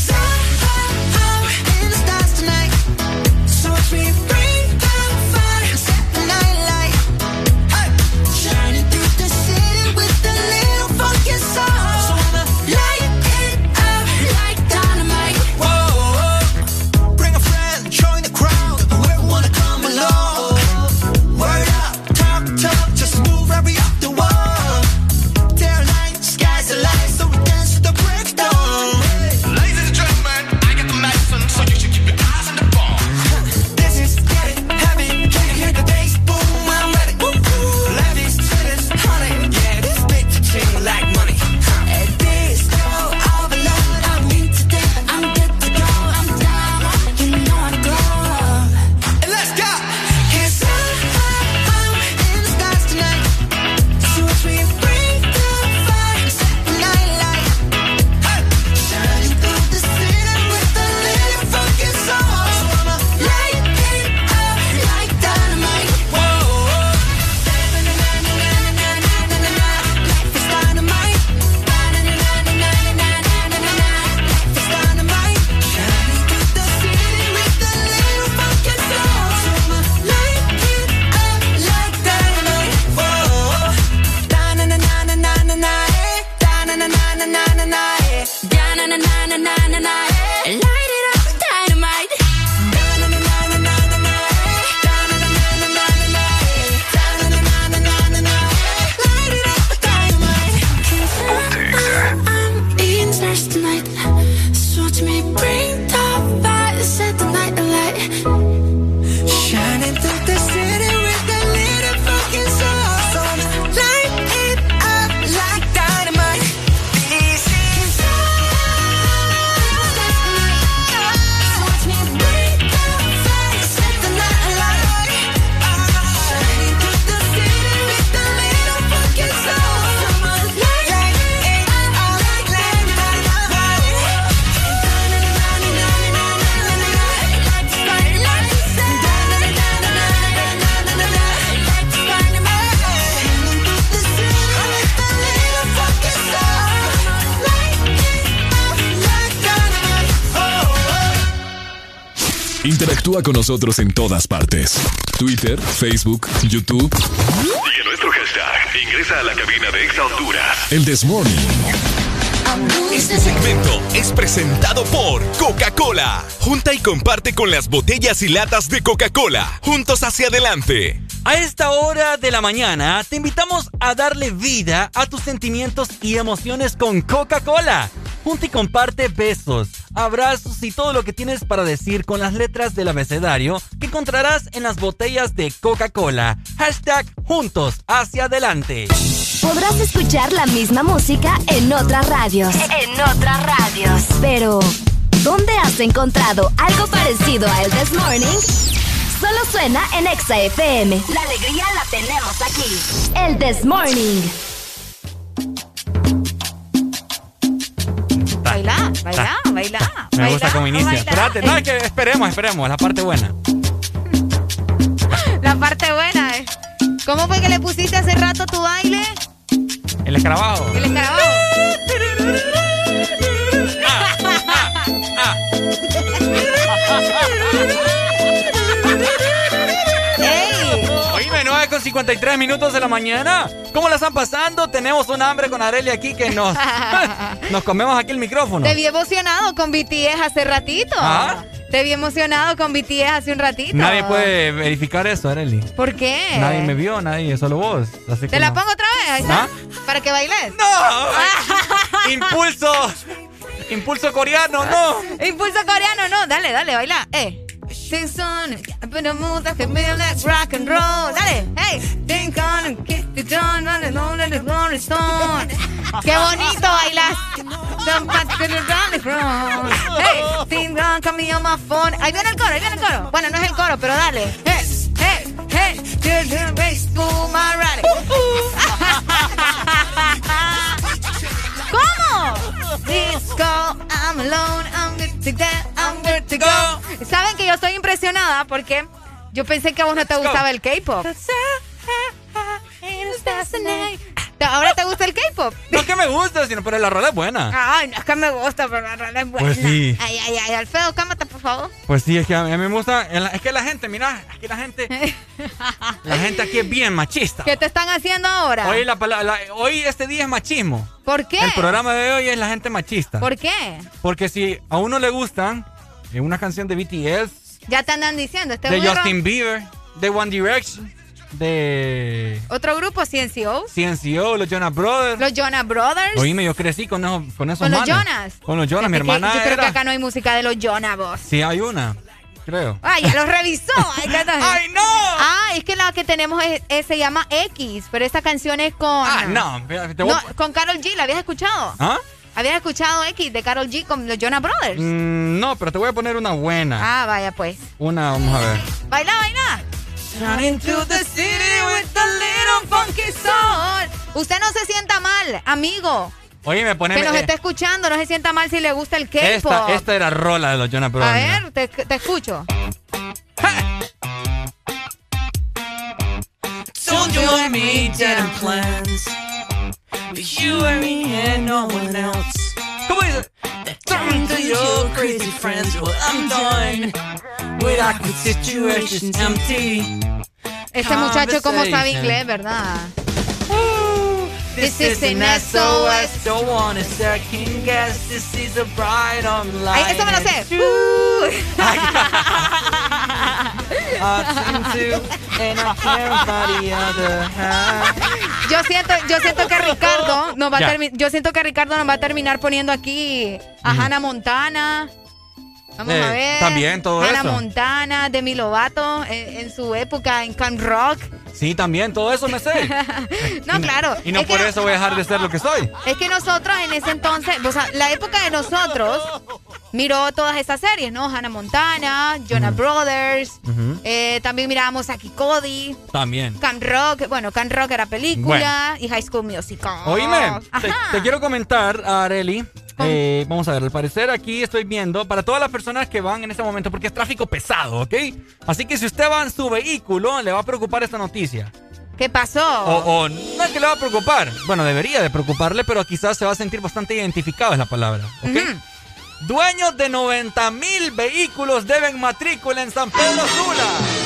Interactúa con nosotros en todas partes. Twitter, Facebook, YouTube. Sigue nuestro hashtag. Ingresa a la cabina de Exa Honduras. El This Morning. Este segmento es presentado por Coca-Cola. Junta y comparte con las botellas y latas de Coca-Cola. Juntos hacia adelante. A esta hora de la mañana te invitamos a darle vida a tus sentimientos y emociones con Coca-Cola. Junta y comparte besos, abrazos y todo lo que tienes para decir con las letras del abecedario que encontrarás en las botellas de Coca-Cola. Hashtag Juntos hacia adelante. Podrás escuchar la misma música en otras radios. En otras radios. Pero, ¿dónde has encontrado algo parecido a El This Morning? Solo suena en Exa F M. La alegría la tenemos aquí. El This Morning. Baila, baila, baila. Me baila, gusta cómo inicia. baila. Espérate, no, es que esperemos, esperemos, la parte buena. La parte buena, ¿eh? ¿Cómo fue que le pusiste hace rato tu baile? El escarabajo. El escarabajo. Ah, ah, ah. ¡Ey! Oíme, nueve con cincuenta y tres minutos de la mañana. ¿Cómo la están pasando? Tenemos un hambre con Arely aquí que nos, nos comemos aquí el micrófono. Te vi emocionado con B T S hace ratito. ¿Ah? Te vi emocionado con B T S hace un ratito. Nadie puede verificar eso, Arely. ¿Por qué? Nadie me vio, nadie, solo vos. Así que ¿Te la no. pongo otra vez? Ahí está. ¿Ah? ¿Para que bailes? ¡No! ¡Impulso! ¡Impulso coreano, no! Impulso coreano, no. Dale, dale, baila. Eh. Sing song, but move that can be like rock and roll. Dale, hey. Think on and kick the dawn, run alone and the rolling stone. Qué bonito bailas. Hey, think on, call me on my phone. Ahí viene el coro, ahí viene el coro. Bueno, no es el coro, pero dale. Hey, hey, hey, to the bass to my rally. ¿Cómo? Disco, I'm alone, I'm good to get, I'm good to go. ¿Saben que yo estoy impresionada? Porque yo pensé que a vos no te gustaba el K-pop. ¿Ahora te gusta el K-pop? No es que me gusta, sino pero la rola es buena. Ay, no es que me gusta, pero la rola es buena. Pues sí. Ay, ay, ay, Alfredo, cámate, por favor. Pues sí, es que a mí me gusta. Es que la gente, mira, aquí la gente. La gente aquí es bien machista. ¿Qué te están haciendo ahora? Hoy, la, la, hoy este día es machismo. ¿Por qué? El programa de hoy es la gente machista. ¿Por qué? Porque si a uno le gustan una canción de B T S. Ya te andan diciendo. Este de burro, Justin Bieber, de One Direction, de... Otro grupo, C N C O. C N C O, los Jonas Brothers. Los Jonas Brothers. Oíme, yo crecí con esos con esos Con los manes. Jonas. Con los Jonas, mi hermana Yo creo era... que acá no hay música de los Jonas, vos. Sí, hay una, creo. Ay, ya lo revisó. Ay, ¡Ay, no! Ah, es que la que tenemos es, es- se llama X, pero esta canción es con... Ah, no. Te voy... No, con Karol G, ¿la habías escuchado? ¿Ah? ¿Habías escuchado X de Karol G con los Jonas Brothers? Mm, no, pero te voy a poner una buena. Ah, vaya pues. Una, vamos a ver. Baila, baila. Running to the city with a little funky soul. Usted no se sienta mal, amigo. Oye, me pone... Que nos eh, está escuchando, no se sienta mal si le gusta el K-pop. esta, esta era rola de los Jonas Brothers. A mira. ver, te, te escucho. Told you I made different plans, but you and me and no one else. ¿Cómo dice? Turn to your crazy friends. Well, I'm done with awkward situations empty. Este muchacho como sabe inglés, ¿verdad? This is an S O S. Don't wanna second guess. This is a bride on line. Ay, eso me lo sé. Yo siento, yo siento que Ricardo nos va a Ya. termi- yo siento que Ricardo nos va a terminar poniendo aquí a Ujú. Hannah Montana. Vamos Eh, a ver. también todo Hannah eso. Montana, Demi Lovato en, en su época en Camp Rock. Sí, también, todo eso me sé. No, Y claro. Y no es por que, eso voy a dejar de ser lo que soy. Es que nosotros en ese entonces, o sea, la época de nosotros miró todas esas series, ¿no? Hannah Montana, Jonas Brothers, Ujú. eh, también mirábamos a Kikodi, También. Camp Rock, bueno, Camp Rock era película y High School Musical. Oíme, te, Ajá. te quiero comentar, Arely. Eh, vamos a ver, al parecer aquí estoy viendo para todas las personas que van en este momento, porque es tráfico pesado, ¿ok? Así que si usted va en su vehículo, le va a preocupar esta noticia. ¿Qué pasó? O, o no es que le va a preocupar. Bueno, debería de preocuparle, pero quizás se va a sentir bastante identificado, es la palabra, ¿ok? Ujú. Dueños de noventa mil vehículos deben matrícula en San Pedro Sula.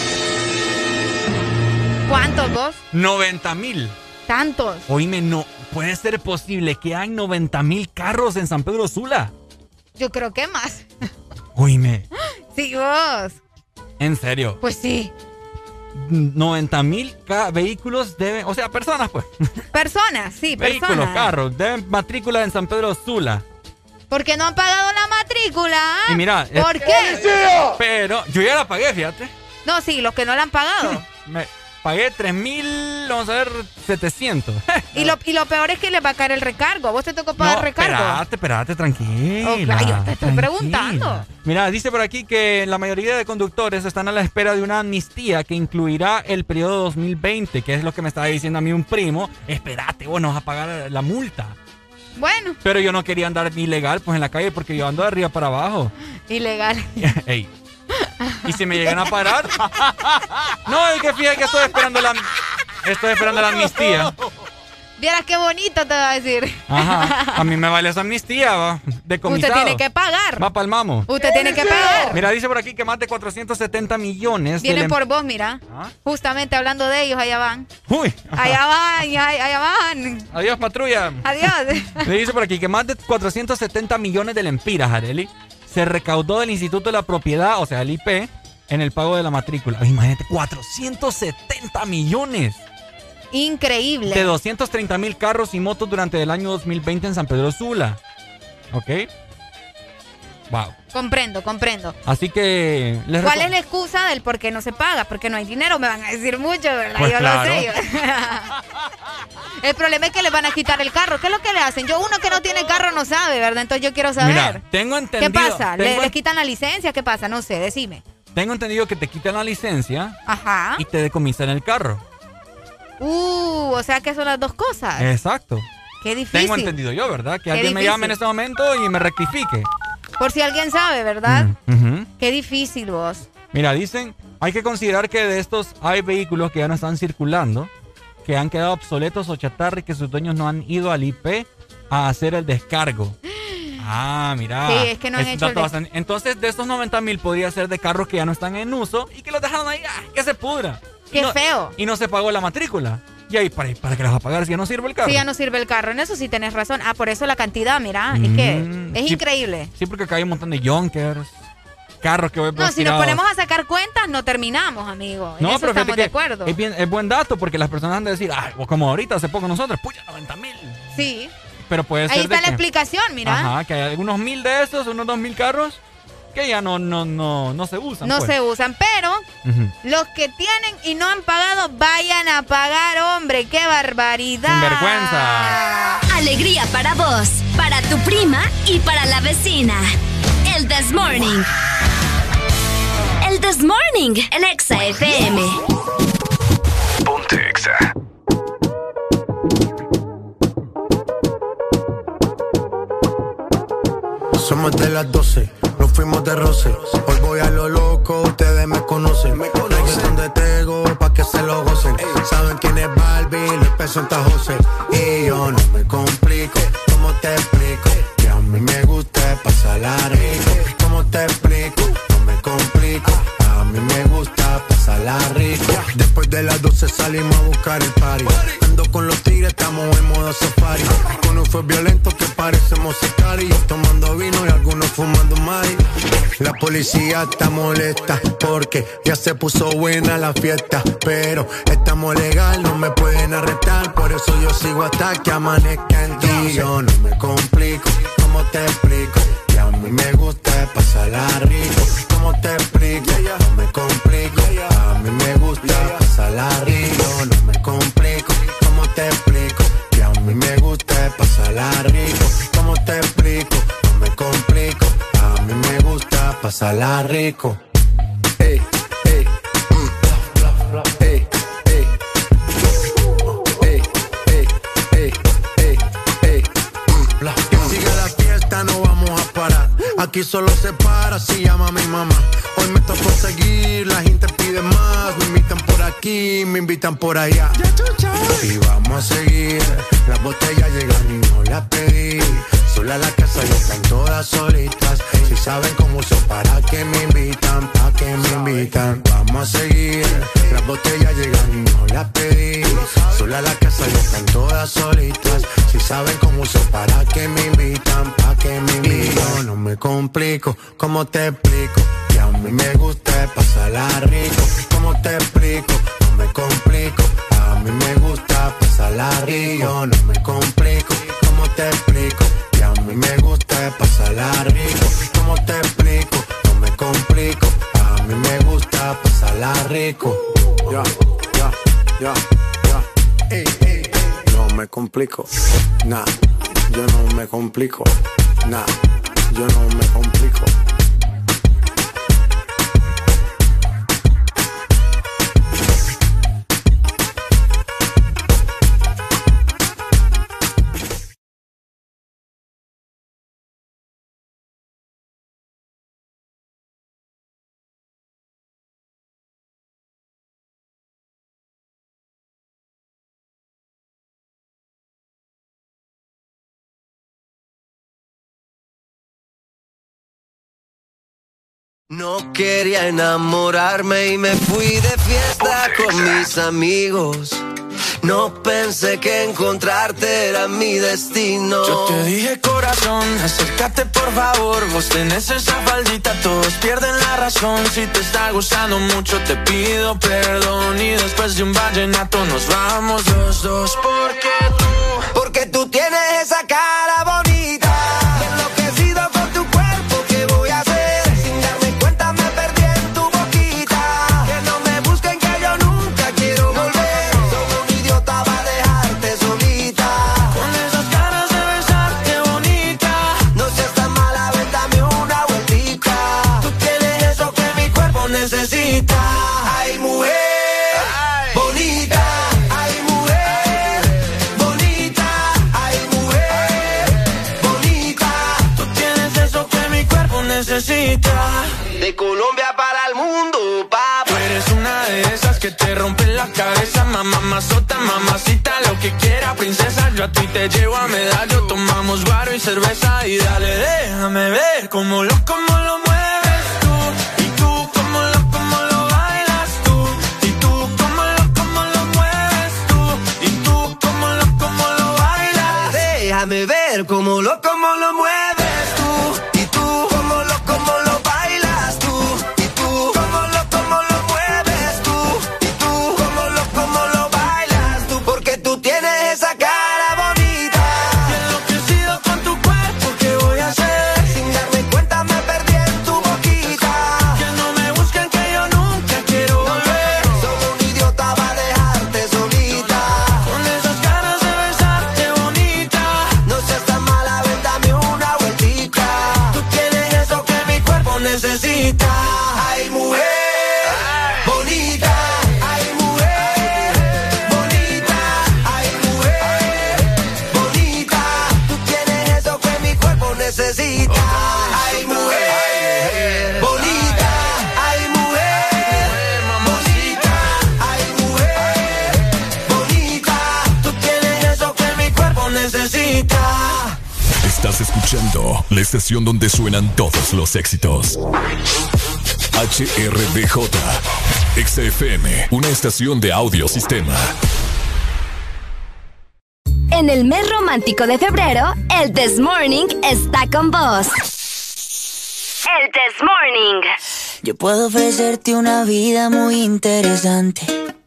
¿Cuántos vos? noventa mil. ¿Tantos? Oíme, no puede ser posible que hay noventa mil carros en San Pedro Sula. Yo creo que más. Oíme. Sí, vos. ¿En serio? Pues sí. noventa mil vehículos deben, o sea, personas pues. Personas, sí, vehículos, personas. Vehículos, carros, deben matrícula en San Pedro Sula. Porque no han pagado la matrícula. Y mira. ¿Por es, qué? Pero yo ya la pagué, fíjate. No, sí, los que no la han pagado. Me pagué tres mil, vamos a ver, setecientos. y, lo, y lo peor es que le va a caer el recargo. ¿A vos te tocó pagar no, recargo? Espérate, espérate, tranquila. Oh, claro, yo te estoy tranquila. preguntando. Mira, dice por aquí que la mayoría de conductores están a la espera de una amnistía que incluirá el periodo dos mil veinte, que es lo que me estaba diciendo a mí un primo. Espérate, vos nos vas a pagar la multa. Bueno. Pero yo no quería andar ilegal pues en la calle porque yo ando de arriba para abajo. Ilegal. Ey. Y si me llegan a parar. No, es que fíjate que estoy esperando la Estoy esperando la amnistía. Vieras qué bonito te va a decir. Ajá. A mí me vale esa amnistía, va. Decomisado. Usted tiene que pagar. Va pa'l mamo. Usted tiene que pagar. Mira, dice por aquí que más de cuatrocientos setenta millones. Vienen del... por vos, mira. ¿Ah? Justamente hablando de ellos, allá van. Uy. Allá van, allá, allá van. Adiós, patrulla. Adiós. Le dice por aquí que más de cuatrocientos setenta millones de lempiras, Arely, se recaudó del Instituto de la Propiedad, o sea, el I P, en el pago de la matrícula. Ay, imagínate, cuatrocientos setenta millones. Increíble. De doscientos treinta mil carros y motos durante el año dos mil veinte en San Pedro Sula. ¿Ok? Wow. Comprendo, comprendo. Así que... Les ¿Cuál es la excusa del por qué no se paga? Porque no hay dinero, me van a decir mucho, ¿verdad? Pues yo claro. lo sé. Yo. El problema es que les van a quitar el carro. ¿Qué es lo que le hacen? Yo, uno que no tiene carro no sabe, ¿verdad? Entonces yo quiero saber. Mira, tengo entendido... ¿Qué pasa? ¿Le, tengo, ¿Les quitan la licencia? ¿Qué pasa? No sé, decime. Tengo entendido que te quitan la licencia. Ajá. Y te decomisan el carro. Uh, o sea que son las dos cosas. Exacto. Qué difícil. Tengo entendido yo, ¿verdad? Que Qué alguien difícil. me llame en este momento y me rectifique. Por si alguien sabe, ¿verdad? Mm, uh-huh. Qué difícil vos. Mira, dicen, hay que considerar que de estos hay vehículos que ya no están circulando, que han quedado obsoletos o chatarra y que sus dueños no han ido al I P a hacer el descargo. Ah, mira. Sí, es que no han es hecho el bastante... Entonces, de estos noventa mil podría ser de carros que ya no están en uso y que los dejaron ahí, ¡ah, que se pudra! Qué no, feo. Y no se pagó la matrícula. Y ahí, ¿para, para qué las va a pagar si ya no sirve el carro? Sí, ya no sirve el carro. En eso sí tenés razón. Ah, por eso la cantidad, mira. Mm, es que es sí, increíble. Sí, porque acá hay un montón de junkers, carros que voy No, si nos ponemos a sacar cuentas, no terminamos, amigo. En No, eso pero estamos fíjate de que acuerdo. Es, bien, es buen dato porque las personas han de decir, ah, como ahorita hace poco nosotros, puya, noventa mil. Sí. Pero puede ser Ahí está de la que, explicación, mira. Ajá, que hay algunos mil de esos, unos dos mil carros que ya no, no, no, no se usan. No pues. se usan, pero Uh-huh. los que tienen y no han pagado, vayan a pagar, hombre. ¡Qué barbaridad! Sinvergüenza. Alegría para vos, para tu prima y para la vecina. El This Morning. El This Morning, el Exa F M. Ponte Exa. Somos de las doce, nos fuimos de roce. Hoy voy a lo loco, ustedes me conocen. Me conocen donde tengo, pa' que se lo gocen. Saben quién es Barbie, les peso en José. Y yo no me complico, ¿cómo te explico? Que a mí me gusta pasarla rico. ¿Cómo te explico? No me complico, a mí me gusta pasarla rico. Después de las doce salimos a buscar el party. Ando con los tigres, estamos en modo safari. Con un fue violento que parecemos sicarios. Tomando vino y algunos fumando mari. La policía está molesta porque ya se puso buena la fiesta. Pero estamos legal, no me pueden arrestar. Por eso yo sigo hasta que amanezca en ti. Yo no me complico, ¿cómo te explico? Que a mí me gusta pasarla rico. ¿Cómo te explico? No me complico, a mí me gusta pasarla rico. No me complico, ¿cómo te explico? Que a mí me gusta pasarla rico. ¿Cómo te explico? No me complico, a mí me gusta pasarla rico. Ey, ey, mm, ey, ey, ey, ey, ey, ey, ey, mm. Que siga la fiesta, no vamos a parar. Aquí solo se para si llama mi mamá. Hoy me tocó seguir, la gente pide más. Me invitan por aquí, me invitan por allá. Y vamos a seguir, las botellas llegan y no las pedí. Sola la casa y están todas solitas. Si saben cómo uso, para que me invitan, pa' que me invitan. Vamos a seguir, las botellas llegan y no las pedí. Sola la casa y están todas solitas. Si saben cómo uso, para que me invitan, pa' que me invitan. Yo no me complico, ¿cómo te explico? Que a mí me gusta pasarla rico. ¿Cómo te explico? No me complico. A mí me gusta pasarla rico. Yo no me complico, ¿cómo te explico? Que a mí me gusta pasarla rico. ¿Cómo te explico? No me complico. A mí me gusta pasarla rico. Ya, ya, ya, ya. Ey, ey. No me complico, nah. Yo no me complico, nah. Yo no me complico. No quería enamorarme y me fui de fiesta con mis amigos. No pensé que encontrarte era mi destino. Yo te dije, corazón, acércate por favor. Vos tenés esa faldita, todos pierden la razón. Si te está gustando mucho te pido perdón. Y después de un vallenato nos vamos los dos. Porque tú, porque tú tienes esa cara bonita. Enloquecido con tu cuerpo, ¿qué voy a hacer? Sin darme cuenta me perdí en tu boquita. Que no me busquen que yo nunca quiero volver. Soy un idiota para dejarte solita. Con esas ganas de besarte bonita. No seas tan mala, ven, dame una vueltita. Tú tienes eso que mi cuerpo necesita. Ay, mujer bonita. Ay, mujer bonita. Ay, mujer bonita. Tú tienes eso que mi cuerpo necesita. De Colombia para el mundo, papá. Tú eres una de esas que te rompen la cabeza. Mamá, mazota, mamacita, lo que quiera, princesa. Yo a ti te llevo a medallo. Tomamos guaro y cerveza. Y dale, déjame ver cómo lo, cómo lo mueves tú. Y tú, cómo lo, cómo lo bailas tú. Y tú, cómo lo, cómo lo mueves tú. Y tú, cómo lo, cómo lo bailas. Déjame ver cómo lo, cómo lo mueves tú. Y tú, cómo lo, cómo lo bailas tú. Y tú, cómo lo, cómo lo mueves tú. Y tú, cómo lo, cómo lo bailas tú. Porque tú tienes esa cara bonita. Y enloquecido con tu cuerpo, ¿qué voy a hacer? Sin darme cuenta me perdí en tu boquita. Que no me busquen que yo nunca quiero volver. Soy un idiota para dejarte solita. Con esas ganas de besarte bonita. No seas tan mala, ven, dame una vueltica. Tú tienes eso que mi cuerpo necesita. Ay, mujer bonita. Ay, mujer bonita. Ay, mujer bonita. Tú tienes eso que mi cuerpo necesita. Ay, mujer bonita. Ay, mujer bonita. Ay, mujer bonita. Tú tienes eso que mi cuerpo necesita. Estás escuchando la estación donde suenan todos los éxitos. H R D J, X F M, una estación de audiosistema. En el mes romántico de febrero, el This Morning está con vos. El This Morning. Yo puedo ofrecerte una vida muy interesante,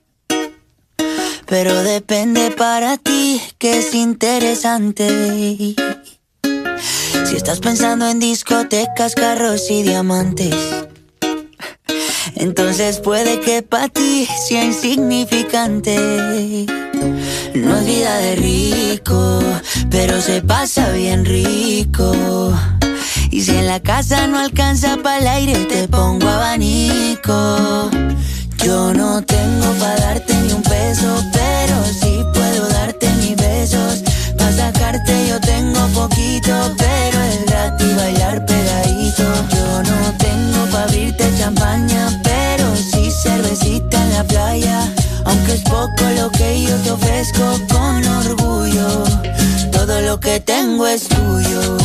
pero depende para ti que es interesante. Si estás pensando en discotecas, carros y diamantes, entonces puede que para ti sea insignificante. No es vida de rico, pero se pasa bien rico. Y si en la casa no alcanza para el aire, te pongo abanico. Yo no tengo para darte ni un peso, pero sí puedo darte mis besos. Pa' sacarte yo tengo poquito, pero es gratis bailar pegadito. Yo no tengo pa' abrirte champaña, pero sí cervecita en la playa. Aunque es poco lo que yo te ofrezco con orgullo. Todo lo lo que tengo es tuyo.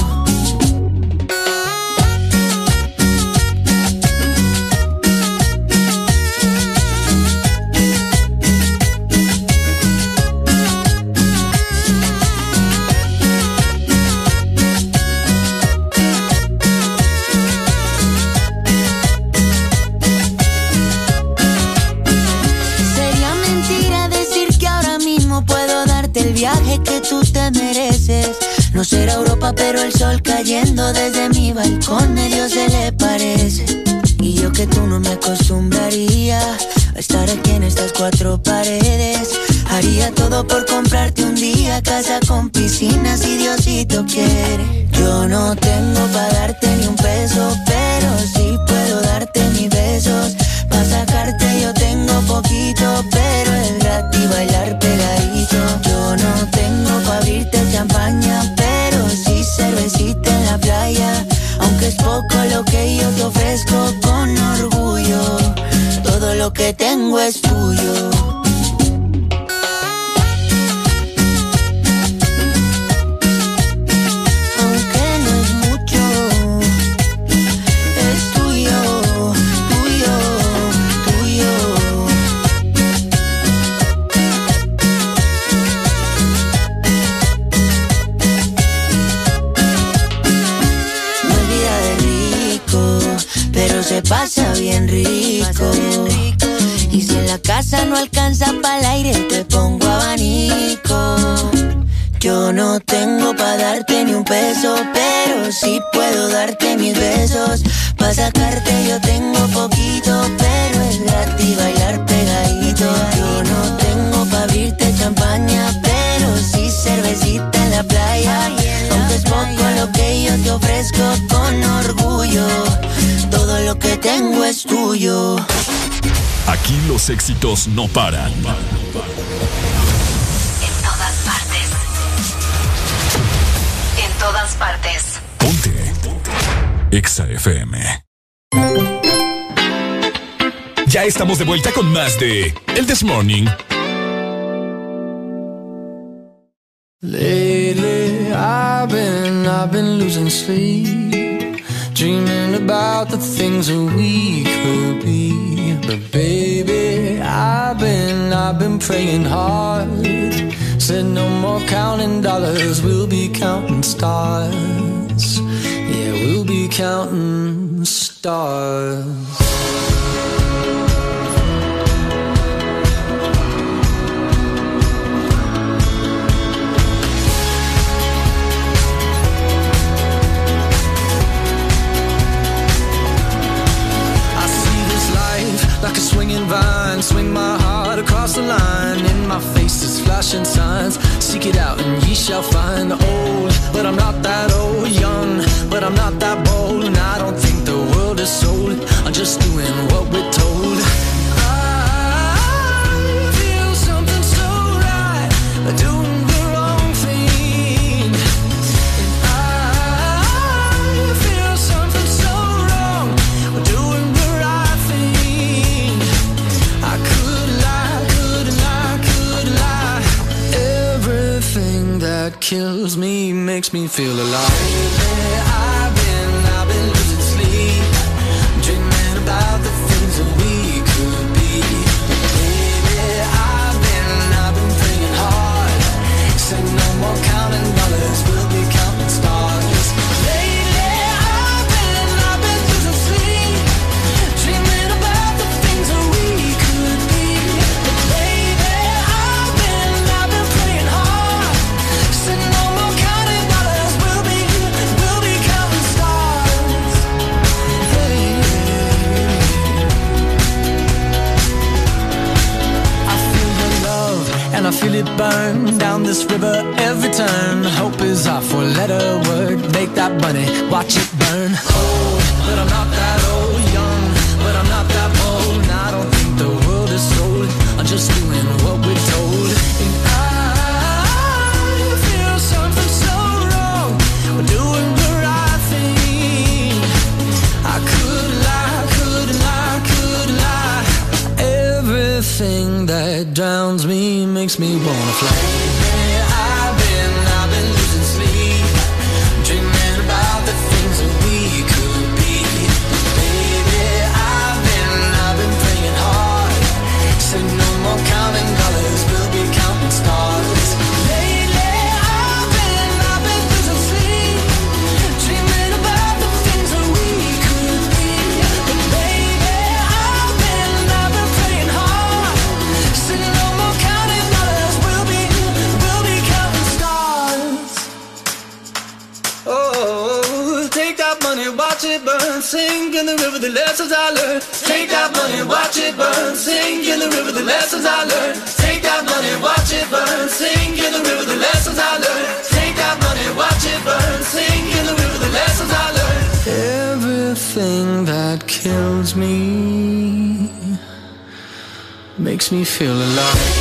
Viaje que tú te mereces. No será Europa, pero el sol cayendo desde mi balcón medio se le parece. Y yo que tú no me acostumbraría a estar aquí en estas cuatro paredes. Haría todo por comprarte un día casa con piscina si Diosito quiere. Yo no tengo pa' darte ni un peso, pero sí puedo darte mis besos. Pa' sacarte yo tengo poquito, pero es gratis bailar pegadito. Yo no tengo pa' abrirte champaña, pero sí cervecita en la playa. Aunque es poco lo que yo te ofrezco con orgullo, todo lo que tengo es tuyo. Se pasa bien rico. Y si en la casa no alcanza pa'l aire, te pongo abanico. Yo no tengo pa' darte ni un peso, pero sí puedo darte mis besos. Pa' sacarte yo tengo poquito, pero es gratis bailar pegadito. Yo no tengo pa' abrirte champaña, pero sí cervecita en la playa. Aunque es poco lo que yo te ofrezco con orgullo, todo lo que tengo es tuyo. Aquí los éxitos no paran. En todas partes. En todas partes. Ponte. Exa F M. Ya estamos de vuelta con más de El This Morning. Lately, I've been, I've been losing sleep, dreaming about the things that we could be. But baby, I've been, I've been praying hard. Said no more counting dollars, we'll be counting stars. Yeah, we'll be counting stars. Like a swinging vine, swing my heart across the line. In my face is flashing signs. Seek it out and ye shall find. Old, but I'm not that old. Young, but I'm not that bold. And I don't think the world is sold. I'm just doing what we're told. I feel something so right, doing the wrong thing. And I feel something so wrong, doing the right thing. I could lie, could lie, could lie. Everything that kills me makes me feel alive. I've been, I've been losing sleep, dreaming about the things that we could be. Baby, I've been, I've been praying hard. Say no more counting dollars, we'll be counting stars. Lately, I've been, I've been losing sleep, dreaming about the things that we could be. Baby, I've been, I've been praying hard. Say no more counting dollars, we'll be, we'll be counting stars. Hey. I feel your love and I feel it burn down this river every turn. Hope is our four-letter word. Make that money, watch it burn. Old, but I'm not that old. Young, but I'm not that bold. And I don't think the world is sold. I'm just doing what we're told. And I feel something so wrong. We're doing the right thing. I could lie, could lie, could lie. Everything that drowns me makes me wanna fly. I've been, I've been losing sleep. sing in the river the lessons I learned. Take that money, watch it burn. Sing in the river the lessons I learned. Take that money, watch it burn. Sing in the river the lessons I learned. Take that money, watch it burn. Sing in the river the lessons I learned. Everything that kills me makes me feel alive.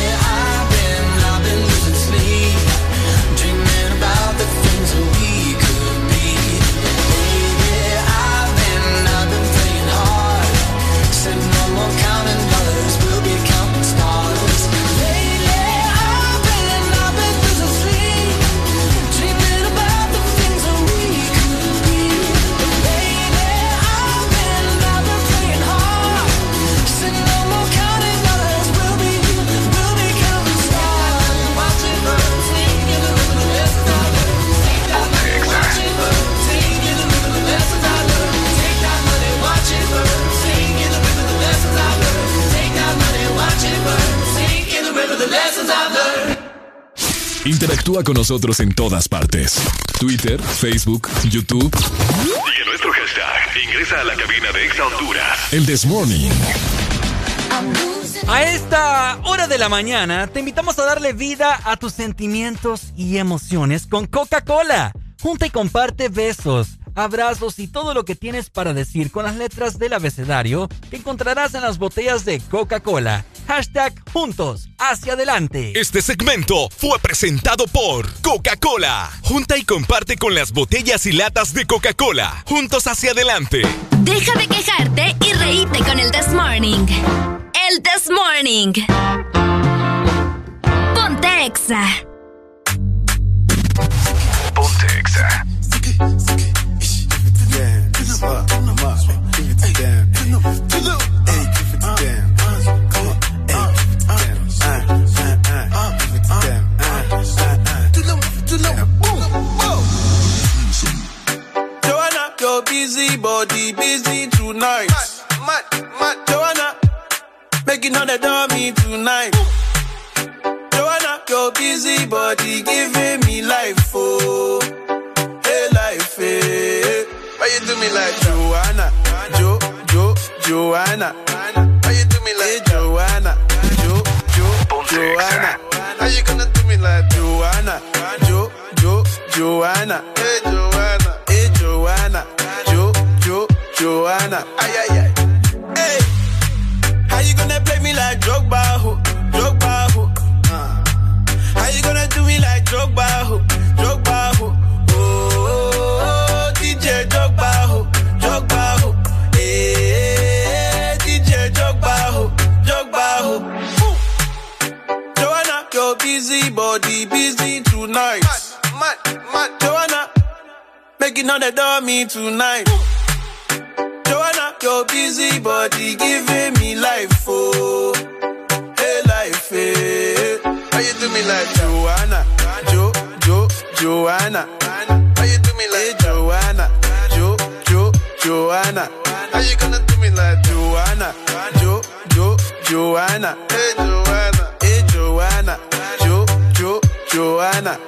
Interactúa con nosotros en todas partes. Twitter, Facebook, YouTube. Sigue nuestro hashtag. Ingresa a la cabina de Exa Honduras. El This Morning. A esta hora de la mañana te invitamos a darle vida a tus sentimientos y emociones con Coca-Cola. Junta y comparte besos, abrazos y todo lo que tienes para decir con las letras del abecedario que encontrarás en las botellas de Coca-Cola. Hashtag Juntos hacia adelante. Este segmento fue presentado por Coca-Cola. Junta y comparte con las botellas y latas de Coca-Cola. Juntos hacia adelante. Deja de quejarte y reíte con el This Morning. El This Morning. Ponte Exa. Ponte Exa. Joanna, your busy body busy tonight. Mad, mad, mad. Joanna, making all the dummy tonight. Joanna, your busy body giving me life, oh, hey life, hey. Why you do me like Joanna, Jo, Jo, Joanna? Why you do me like Joanna, Jo, Jo, Joanna? How you gonna do me like Joanna, Jo, Jo, Joanna? Hey Joanna, hey Joanna, Jo, Jo, Joanna? Ay ay ay. Hey, how you gonna play me like Drogba, ho, Drogba, ho? Uh. How you gonna do me like Drogba, ho, Drogba, ho? Oh, D J Drogba, ho, Drogba, ho. Hey, D J Drogba, ho, Drogba, ho. Joanna, your busy body busy tonight. Mad, mad, mad. Joanna, making all the dummy tonight. Joanna, your busy body giving me life, oh, hey life, hey. How you do me like Joanna, Jo, Jo, Joanna? How you do me like Joanna, Jo, Jo, Joanna? How you gonna do me like Joanna, Jo, Jo, Joanna? Hey Joanna, hey Joanna, Jo, Jo, Joanna?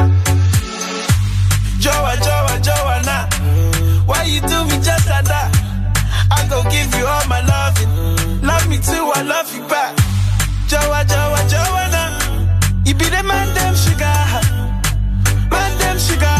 Joa, Joa, Joanna, why you do me just like that? I go give you all my loving, love me too, I love you back. Joa, Joa, Joanna, you be the man, them sugar, man, them sugar.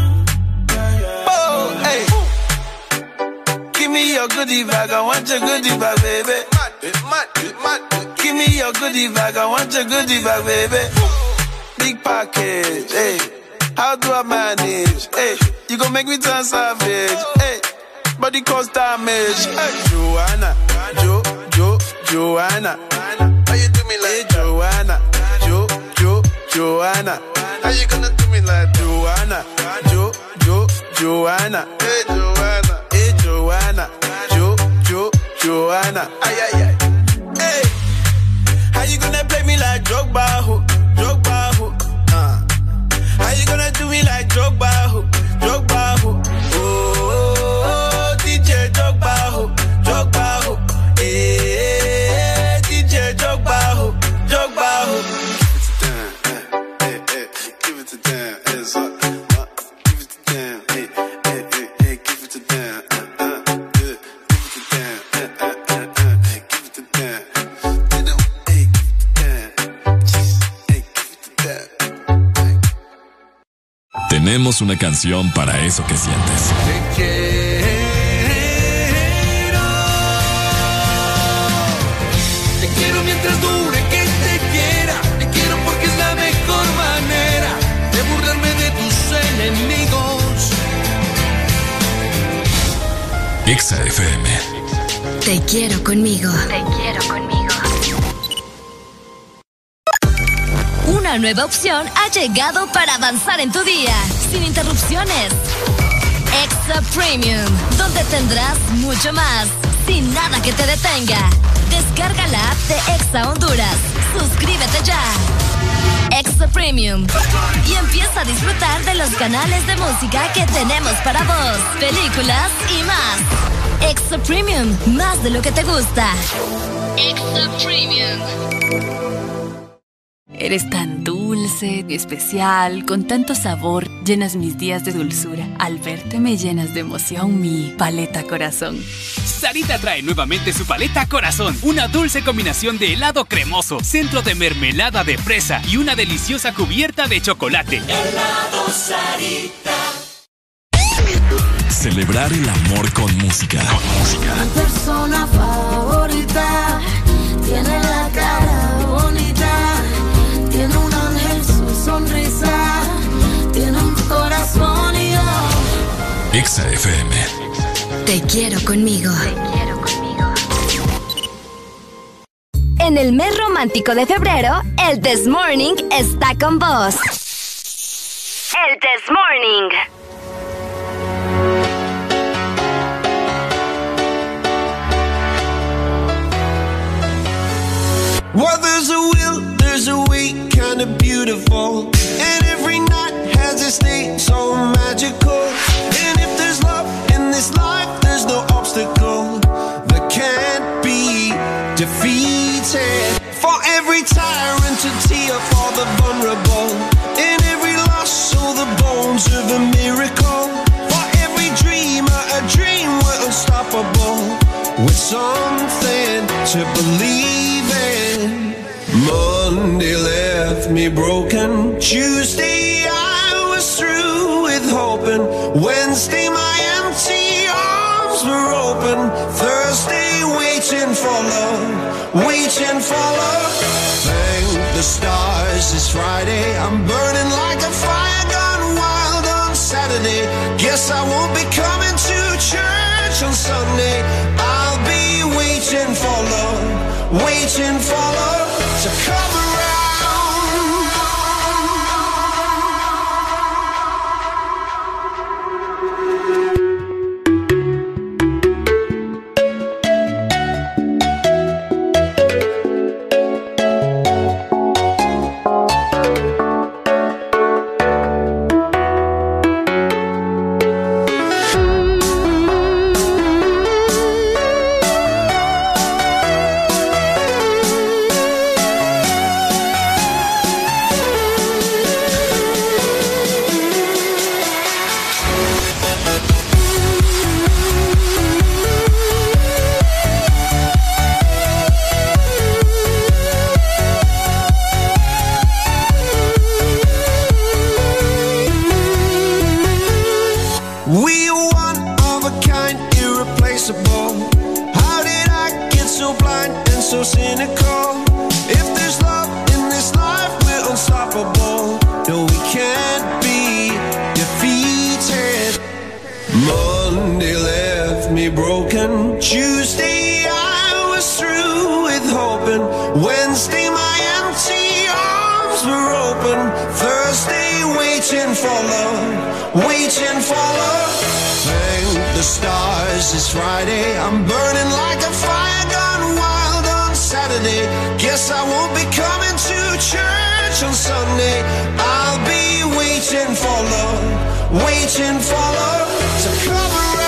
Oh, hey, give me your goodie bag, I want your goodie bag, baby. Mad, mad, mad. Give me your goodie bag, I want your goodie bag, baby. Big package, hey. How do I manage? Hey, you gon' make me turn savage. Hey, body cause damage. Hey, Joanna, Jo, Jo, Joanna. How you do me like hey, Joanna, Jo, Jo, Joanna? How you gonna do me like Joanna, Jo, Jo, Joanna? Hey, Joanna, hey, Joanna, Jo, Jo, Joanna? Ay, ay, ay. Hey, how you gonna play me like Drogba, ho, Drogba, ho? Uh. How you gonna do me like Drogba, ho, Drogba, ho? Oh, D J Drogba, ho, Drogba, ho. Hey, D J Drogba, ho, Drogba, ho. Give it to Dan, hey, hey, give it to Dan, it's up. Give it to Dan, hey, hey, hey, hey, give it to Dan. Uh, uh. tenemos una canción para eso que sientes. Te quiero. Te quiero mientras dure que te quiera. Te quiero porque es la mejor manera de burlarme de tus enemigos. Exa F M. Te quiero conmigo. Te quiero conmigo. Una nueva opción ha llegado para avanzar en tu día, sin interrupciones. Exa Premium, donde tendrás mucho más, sin nada que te detenga. Descarga la app de Exa Honduras. Suscríbete ya. Exa Premium. Y empieza a disfrutar de los canales de música que tenemos para vos, películas y más. Exa Premium, más de lo que te gusta. Exa Premium. Eres tan dulce, especial, con tanto sabor, llenas mis días de dulzura. Al verte me llenas de emoción mi paleta corazón. Sarita trae nuevamente su paleta corazón, una dulce combinación de helado cremoso, centro de mermelada de fresa y una deliciosa cubierta de chocolate. Helado Sarita. Celebrar el amor con música. Con música. Mi persona favorita tiene la cara bonita, tiene un ángel su sonrisa, tiene un corazón y yo. Exa F M. Te quiero conmigo. Te quiero conmigo. En el mes romántico de febrero, el This Morning está con vos. El This Morning. Well, there's a will, there's a way, kinda beautiful. And every night has a state so magical. And if there's love in this life, there's no obstacle that can't be defeated. For every tyrant to tear for the vulnerable. In every loss, all the bones of a miracle. For every dreamer, a dream we're unstoppable. With something to believe in. Monday left me broken. Tuesday I was through with hoping. Wednesday my empty arms were open. Thursday waiting for love, waiting for love. Thank the stars it's Friday. I'm burning like a fire gone wild on Saturday. Guess I won't be coming to church on Sunday. I'll be waiting for love, waiting for love to come around. We are one of a kind, irreplaceable. How did I get so blind and so cynical? If there's love in this life, we're unstoppable. No, we can't be defeated. Monday left me broken. Tuesday I was through with hoping. Wednesday my empty arms were open. Thursday waiting for love, waiting for love. Thank the stars it's Friday. I'm burning like a fire gone wild on Saturday. Guess I won't be coming to church on Sunday. I'll be waiting for love, waiting for love to come around.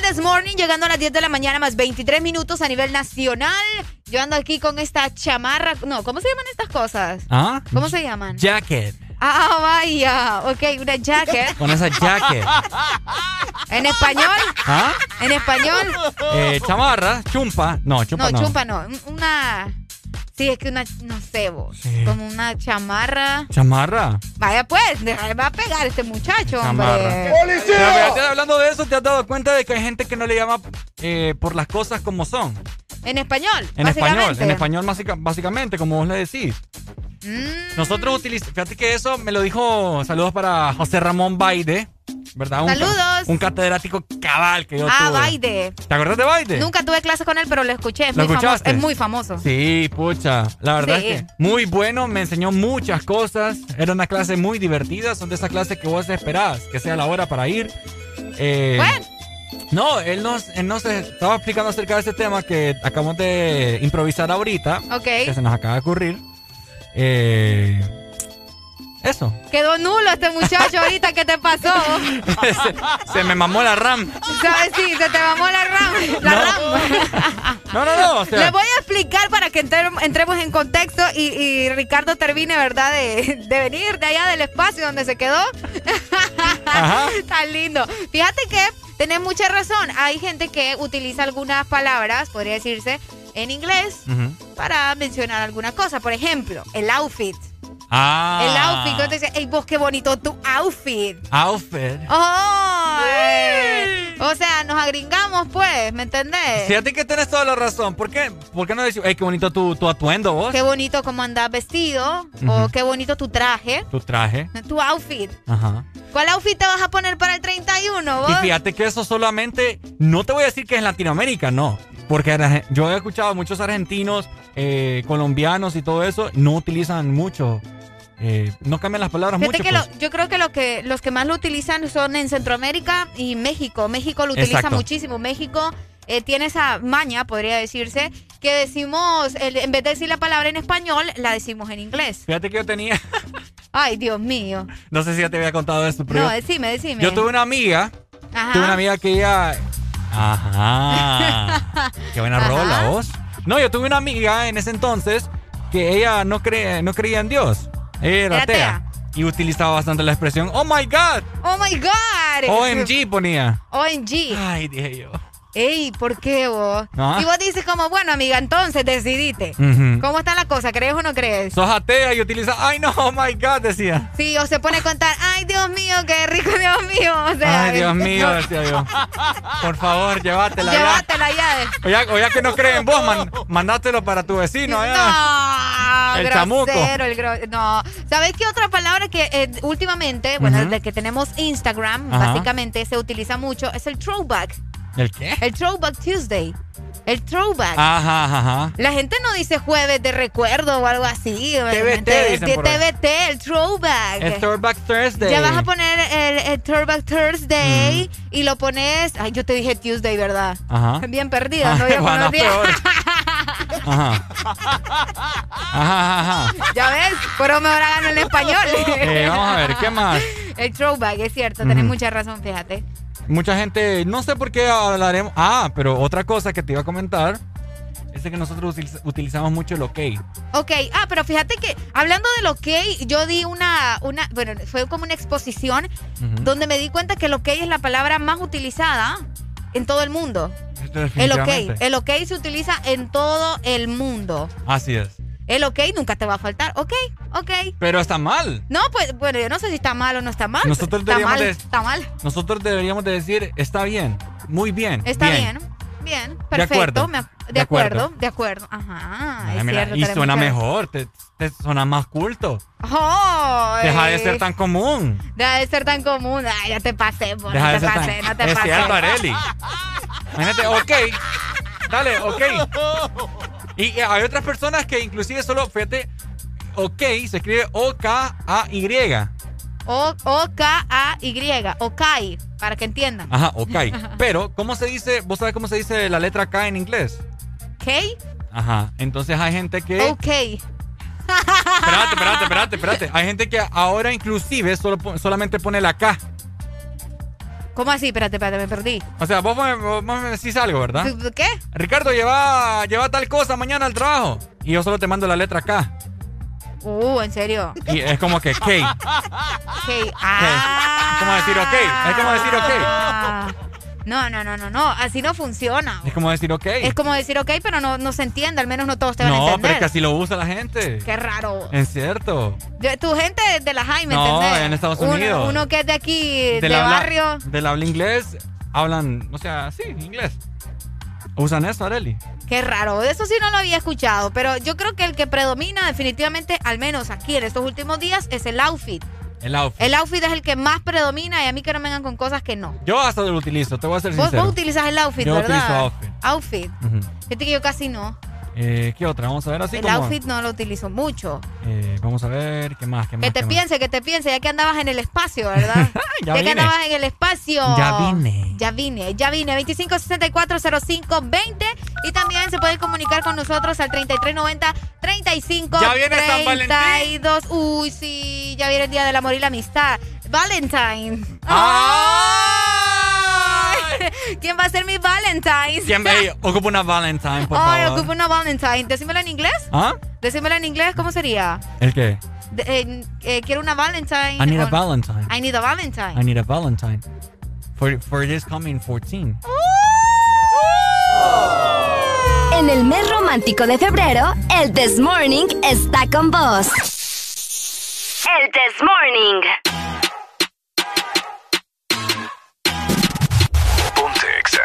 This Morning, llegando a las diez de la mañana, más veintitrés minutos a nivel nacional. Yo ando aquí con esta chamarra. No, ¿cómo se llaman estas cosas? ¿Ah? ¿Cómo se llaman? Jacket. Ah, vaya. Ok, una jacket. Con esa jacket. ¿En español? ¿Ah? ¿En español? Eh, chamarra, chumpa. No, chumpa no. No, chumpa no. Una... Sí, es que una... No sé vos. Sí. Como una chamarra. ¿Chamarra? Vaya pues, me va a pegar este muchacho, chamarra. Hombre. ¡Policía! Pero, hablando de eso, ¿te has dado cuenta de que hay gente que no le llama eh, por las cosas como son? ¿En español? En español, en español básica, básicamente, como vos le decís. Mm. Nosotros utilizamos, fíjate que eso me lo dijo, saludos para José Ramón Baide, ¿verdad? Un, saludos. Un catedrático cabal que yo ah, tuve. Ah, Baide. ¿Te acuerdas de Baide? Nunca tuve clase con él, pero lo escuché. Es, ¿Lo muy, famoso, escuchaste? es muy famoso. Sí, pucha. La verdad sí. es que muy bueno, me enseñó muchas cosas. Era una clase muy divertida. Son de esas clases que vos esperás que sea la hora para ir. Eh, bueno. No, él nos, él nos estaba explicando acerca de este tema que acabamos de improvisar ahorita. Ok. Que se nos acaba de ocurrir. Eh, eso. Quedó nulo este muchacho ahorita. ¿Qué te pasó? se, se me mamó la RAM. ¿Sabes? Sí, se te mamó la RAM. La no. RAM. No, no, no. O sea. Les voy a explicar para que entre, entremos en contexto y, y Ricardo termine, ¿verdad? De, de venir de allá del espacio donde se quedó. Ajá. Tan lindo. Fíjate que tenés mucha razón. Hay gente que utiliza algunas palabras, podría decirse, en inglés uh-huh. para mencionar alguna cosa. Por ejemplo, el outfit. Ah. El outfit. Entonces dice, hey, vos qué bonito tu outfit. Outfit. Oh, eh. O sea, nos agringamos, pues, ¿me entendés? Fíjate que tenés toda la razón. ¿Por qué? ¿Por qué no decís, hey, qué bonito tu, tu atuendo, vos? Qué bonito cómo andás vestido. Uh-huh. O qué bonito tu traje. Tu traje. Tu outfit. Ajá. ¿Cuál outfit te vas a poner para el treinta y uno, vos? Y fíjate que eso solamente, no te voy a decir que es Latinoamérica, no. Porque yo he escuchado a muchos argentinos, eh, colombianos y todo eso, no utilizan mucho. Eh, no cambian las palabras Fíjate mucho. Que pues. lo, yo creo que, lo que los que más lo utilizan son en Centroamérica y México. México lo utiliza Exacto. muchísimo. México eh, tiene esa maña, podría decirse, que decimos, el, en vez de decir la palabra en español, la decimos en inglés. Fíjate que yo tenía... Ay, Dios mío. No sé si ya te había contado esto, pero... No, yo, decime, decime. Yo tuve una amiga, Ajá. tuve una amiga que ella... Ajá. Qué buena Ajá. rola, vos. No, yo tuve una amiga en ese entonces que ella no, cre no creía en Dios. Ella era, Era atea. atea. Y utilizaba bastante la expresión, oh my God. Oh my God. O M G ponía. O M G. Ay, dije yo. Ey, ¿por qué vos? ¿Ah? Y vos dices como, bueno, amiga, entonces decidite. Uh-huh. ¿Cómo está la cosa? ¿Crees o no crees? Sos atea y utiliza, ay no, oh my God, decía. Sí, o se pone a contar, ay, Dios mío, qué rico, Dios mío. O sea, ay, Dios mío, decía yo. Por favor, llévatela ya. Llévatela ya. O ya, o ya que no creen en vos, man, mandátelo para tu vecino allá. No, el grosero, chamuco. el gro no. ¿Sabes qué otra palabra que eh, últimamente, bueno, uh-huh. desde que tenemos Instagram, Ajá. básicamente se utiliza mucho, es el throwback? ¿El qué? El Throwback Tuesday. El throwback. Ajá, ajá. La gente no dice jueves de recuerdo o algo así. T V T dicen por T V T, el throwback. El Throwback Thursday. Ya vas a poner el, el Throwback Thursday mm. y lo pones... Ay, yo te dije Tuesday, ¿verdad? Ajá. Bien perdida, ah, no yo bueno, conocía. Ajá. Ajá, ajá. Ya ves, pero mejor háganlo en español. Eh, vamos a ver, ¿qué más? El throwback, es cierto, tenés mm. mucha razón, fíjate. Mucha gente, no sé por qué hablaremos. Ah, pero otra cosa que te iba a comentar es que nosotros utilizamos mucho el OK. Ok, ah, pero fíjate que hablando del OK, yo di una, una bueno, fue como una exposición uh-huh. donde me di cuenta que el OK es la palabra más utilizada en todo el mundo. El OK, el OK se utiliza en todo el mundo. Así es. El OK nunca te va a faltar. Ok, ok. Pero está mal. No, pues, bueno, yo no sé si está mal o no está mal. Nosotros está mal, de, está mal. Nosotros deberíamos de decir, está bien, muy bien. Está bien, bien, bien, perfecto. De acuerdo, me, de, de acuerdo, acuerdo, de acuerdo. Ajá, Ay, es mira, cierto. y suena mejor, te, te suena más culto. Oh, Deja de ser tan común. Deja de ser tan común. Ay, ya te pasé, por, Deja no de te ser pasé, tan... no te es pasé. Es cierto, Arely. Imagínate, ok. Dale, ok. Y hay otras personas que inclusive solo, fíjate, ok, se escribe O K A Y. O K A Y, Okai, para que entiendan. Ajá, Okai. Pero, ¿cómo se dice? ¿Vos sabés cómo se dice la letra K en inglés? ¿K? Ajá, entonces hay gente que... Ok. Espérate, espérate, espérate, espérate. Hay gente que ahora inclusive solo, solamente pone la K. ¿Cómo así? Espérate, espérate, me perdí. O sea, vos me, vos me decís algo, ¿verdad? ¿Qué? Ricardo, lleva, lleva tal cosa mañana al trabajo. Y yo solo te mando la letra K. Uh, ¿en serio? Y es como que K. K. Ah. Es como decir ok. Es como decir ok. No, no, no, no, no. Así no funciona. Es como decir ok. Es como decir ok, pero no, no se entiende. Al menos no todos te van a No, entender. pero es que así lo usa la gente. Qué raro. Es cierto. Yo- tu gente es de la Jaime, No, ¿entendés? en Estados Uno- Unidos. Uno, que es de aquí, de Del habla- barrio. Del habla inglés, hablan, o sea, sí, inglés. ¿Usan eso, Arely? Qué raro. Eso sí no lo había escuchado. Pero yo creo que el que predomina definitivamente, al menos aquí en estos últimos días, es el outfit. El outfit. El outfit es el que más predomina y a mí que no me vengan con cosas que no. Yo hasta lo utilizo, te voy a ser Vos, sincero. vos utilizas el outfit, Yo ¿verdad? utilizo outfit. Outfit. Ujú. Fíjate que yo casi no. Eh, ¿Qué otra? Vamos a ver así el como... outfit no lo utilizo mucho. Eh, vamos a ver, ¿qué más? ¿Qué más? Que te qué más? piense, que te piense, ya que andabas en el espacio, ¿verdad? Ya que vine. andabas en el espacio. Ya vine. Ya vine, ya vine. veinticinco sesenta y cuatro cero cinco veinte. Y también se pueden comunicar con nosotros al treinta y tres noventa treinta y cinco Ya viene San treinta y dos. Uy, sí, ya viene el Día del Amor y la Amistad. Valentine. ¡Ay! ¿Quién va a ser mi Valentine? ¿Quién ve? Ocupa una Valentine, por Ay, favor. ocupo una Valentine. Decímelo en inglés. ¿Ah? Decímelo en inglés, ¿cómo sería? ¿El qué? De- eh, eh, quiero una Valentine. I need a on- Valentine. I need a Valentine. I need a Valentine. For, for this coming fourteen. En el mes romántico de febrero, el This Morning está con vos. El This Morning. Ponte Exa.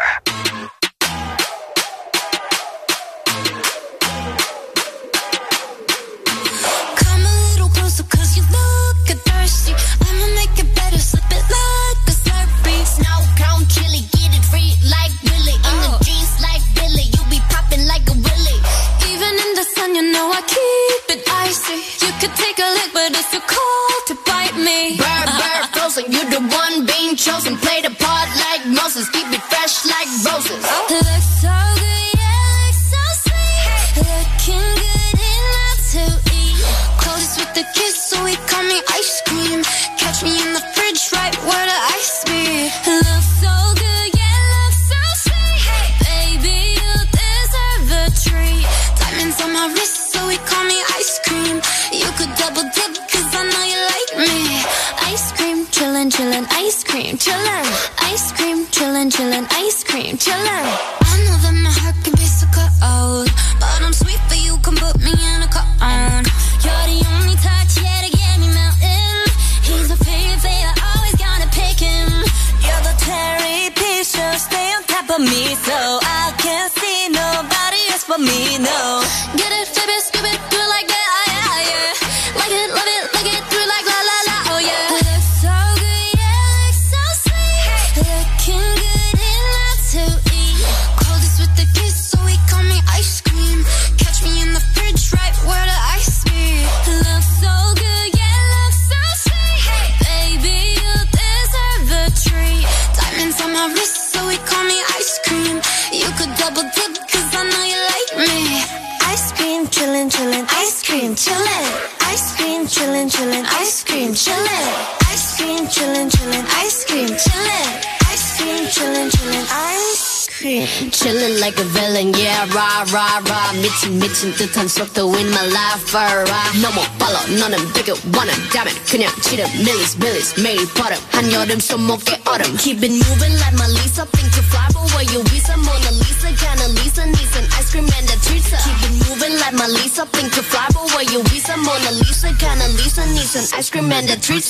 Come a little closer cause you look thirsty. I'ma make it better, slip it like a slurpee. Snow cone chili, get it free like Willy. In the jeans like Billy, you be popping like a willy. Even in the sun, you know I keep it icy. You could take a lick, but it's too cold to bite me. Bird, bird, frozen, you the one being chosen. Play the part like Moses, keep it fresh like roses. Looks so good, yeah, looks so sweet. Looking good enough to eat. Close with the kiss, so he call me ice cream. Catch me in the fridge, right where the ice be. Looks so good, yeah, looks so sweet. Baby, you deserve a treat. Diamonds on my wrist, so he call me ice cream. You could double dip, cause I know you like me. Ice cream, chillin', chillin', ice cream, chillin'. Ice cream, chillin', chillin', ice cream, chillin'. I know that my heart can be so cold, but I'm sweet for you, come put me in a cone. You're the only touch, yeah, to get me melting. He's a favorite, I always gotta pick him. You're the cherry picture, stay on top of me, so I can't see nobody else but me, no. Get it, flip it, skip it, do it like that, yeah, yeah. Like it, love it, like it, through like la la la, oh yeah. Looks so good, yeah, looks so sweet. Looking good enough to eat. Coldest with the kiss, so he call me ice cream. Catch me in the fridge, right where the ice be. Looks so good, yeah, looks so sweet. Baby, you deserve a treat. Diamonds on my wrist, so he call me ice cream. You could double dip, cause I know you like me. Ice cream, chillin', chillin', ice cream, chillin'. Ice cream, chillin', chillin', ice cream, chillin'. Ice cream, chillin', chillin', ice cream, chillin'. Ice cream, chillin', chillin', ice cream. Chillin' like a villain, yeah, rah, rah, rah. 미친, 미친 듯한 속도 in my life, alright. 너무 빨라, 너는 되게 원한다면 그냥 지름, 밀리스, 밀리스, 매일 버릇. 한여름 손목에 얼음. Keep it moving like my Lisa. Think you fly, but where you visa? Mona Lisa, kinda Lisa, needs an ice cream and a treat. Keep it moving like my Lisa. Think you fly, but where you visa? Mona Lisa, kinda Lisa, needs an ice cream and a treat.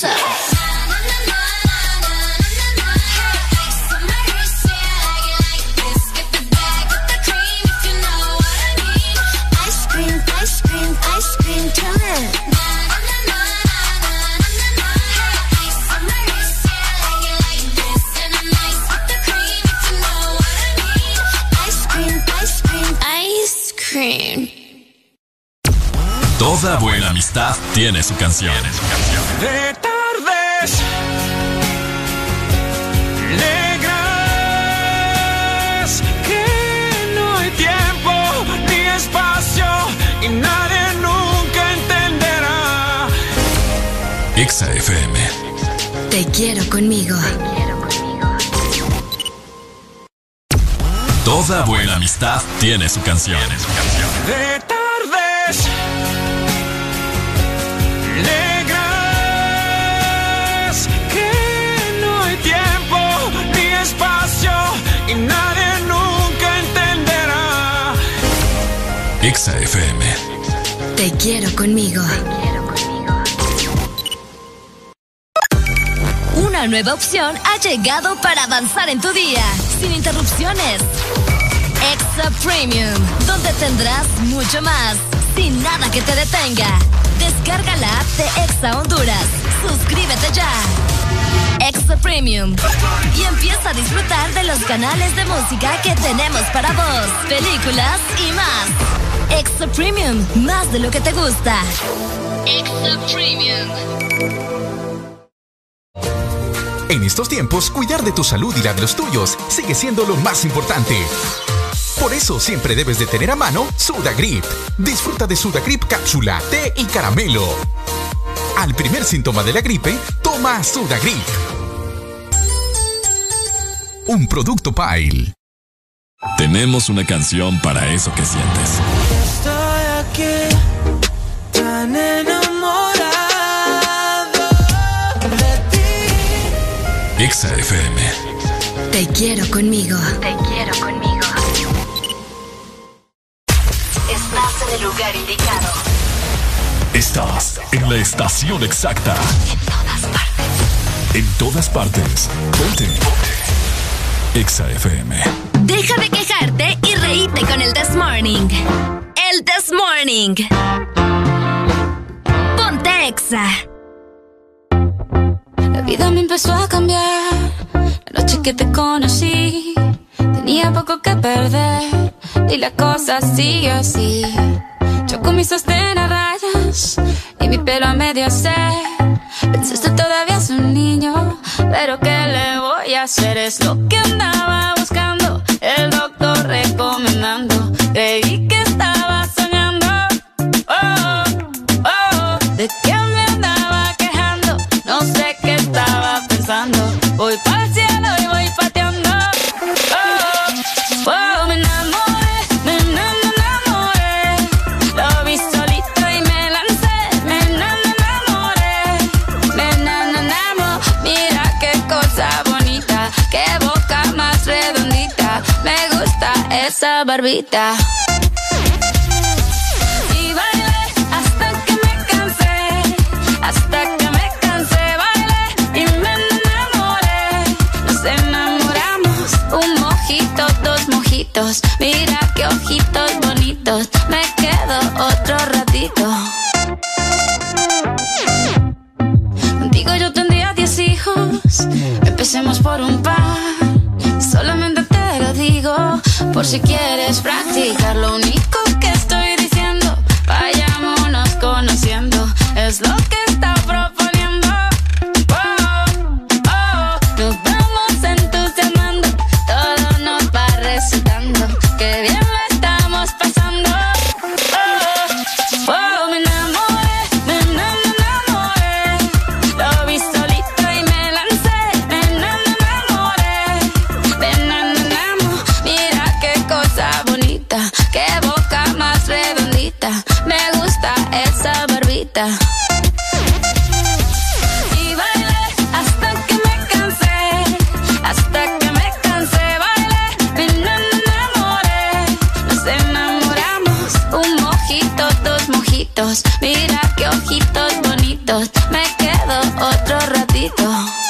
Ice cream, ice cream, ice cream, chillin'. Ice cream, ice cream, ice cream. Toda buena amistad tiene su canción. De tardes negras, que no hay tiempo ni espacio y nadie nunca entenderá. Exa F M. Te quiero conmigo. Toda buena amistad tiene su canción. De tardes negras, que no hay tiempo ni espacio y nadie nunca entenderá. Exa F M. Te quiero conmigo. Una nueva opción ha llegado para avanzar en tu día, sin interrupciones. Exa Premium, donde tendrás mucho más, sin nada que te detenga. Descarga la app de Exa Honduras. Suscríbete ya. Exa Premium. Y empieza a disfrutar de los canales de música que tenemos para vos, películas y más. Exa Premium, más de lo que te gusta. Exa Premium. En estos tiempos, cuidar de tu salud y la de los tuyos sigue siendo lo más importante. Por eso siempre debes de tener a mano Sudagrip. Disfruta de Sudagrip cápsula, té y caramelo. Al primer síntoma de la gripe, toma Sudagrip. Un producto Pile. Tenemos una canción para eso que sientes. Estoy aquí, tan enamorado de ti. Exa F M. Te quiero conmigo. Te quiero conmigo. Estás en el lugar indicado. Estás en la estación exacta. En todas partes. En todas partes. Ponte. Exa F M. Deja de quejarte y reíte con el This Morning. El This Morning. Ponte Exa. La vida me empezó a cambiar. La noche que te conocí, tenía poco que perder y la cosa sigue así. Yo con mi sostén a rayas y mi pelo a medio hacer. Pensaste todavía es un niño, pero ¿qué le voy a hacer? Es lo que andaba buscando, el doctor recomendando. Creí que estaba soñando. Oh, oh, ¿de qué me andaba quejando? No sé qué estaba pensando. Voy para el cielo y voy pateando. Oh, oh, me enamoré, me enamoré. Lo vi solito y me lancé. Me enamoré, me enamoré. Mira qué cosa bonita, qué boca más redondita. Me gusta esa barbita. Y bailé hasta que me cansé, hasta que me cansé. Bailé y me enamoré. Nos enamoramos, un mojito, dos mojitos. Mira qué ojitos bonitos. Me quedo otro ratito. Contigo yo tendría diez hijos. Empecemos por un par. Solamente te lo digo por si quieres practicar. Lo único que estoy diciendo, vayámonos conociendo. Es lo que está proponiendo. Oh, oh, nos vamos entusiasmando. Todo nos va resultando. Qué bien lo estamos pasando. Oh, oh, me enamoré, me enamoré. Lo vi solito y me lancé. Me enamoré, me enamoré. Mira qué cosa bonita, qué boca más redondita. Me gusta esa barbita. Y bailé hasta que me cansé, hasta que me cansé. Bailé, me enamoré. Nos enamoramos, un mojito, dos mojitos. Mira qué ojitos bonitos. Me quedo otro ratito.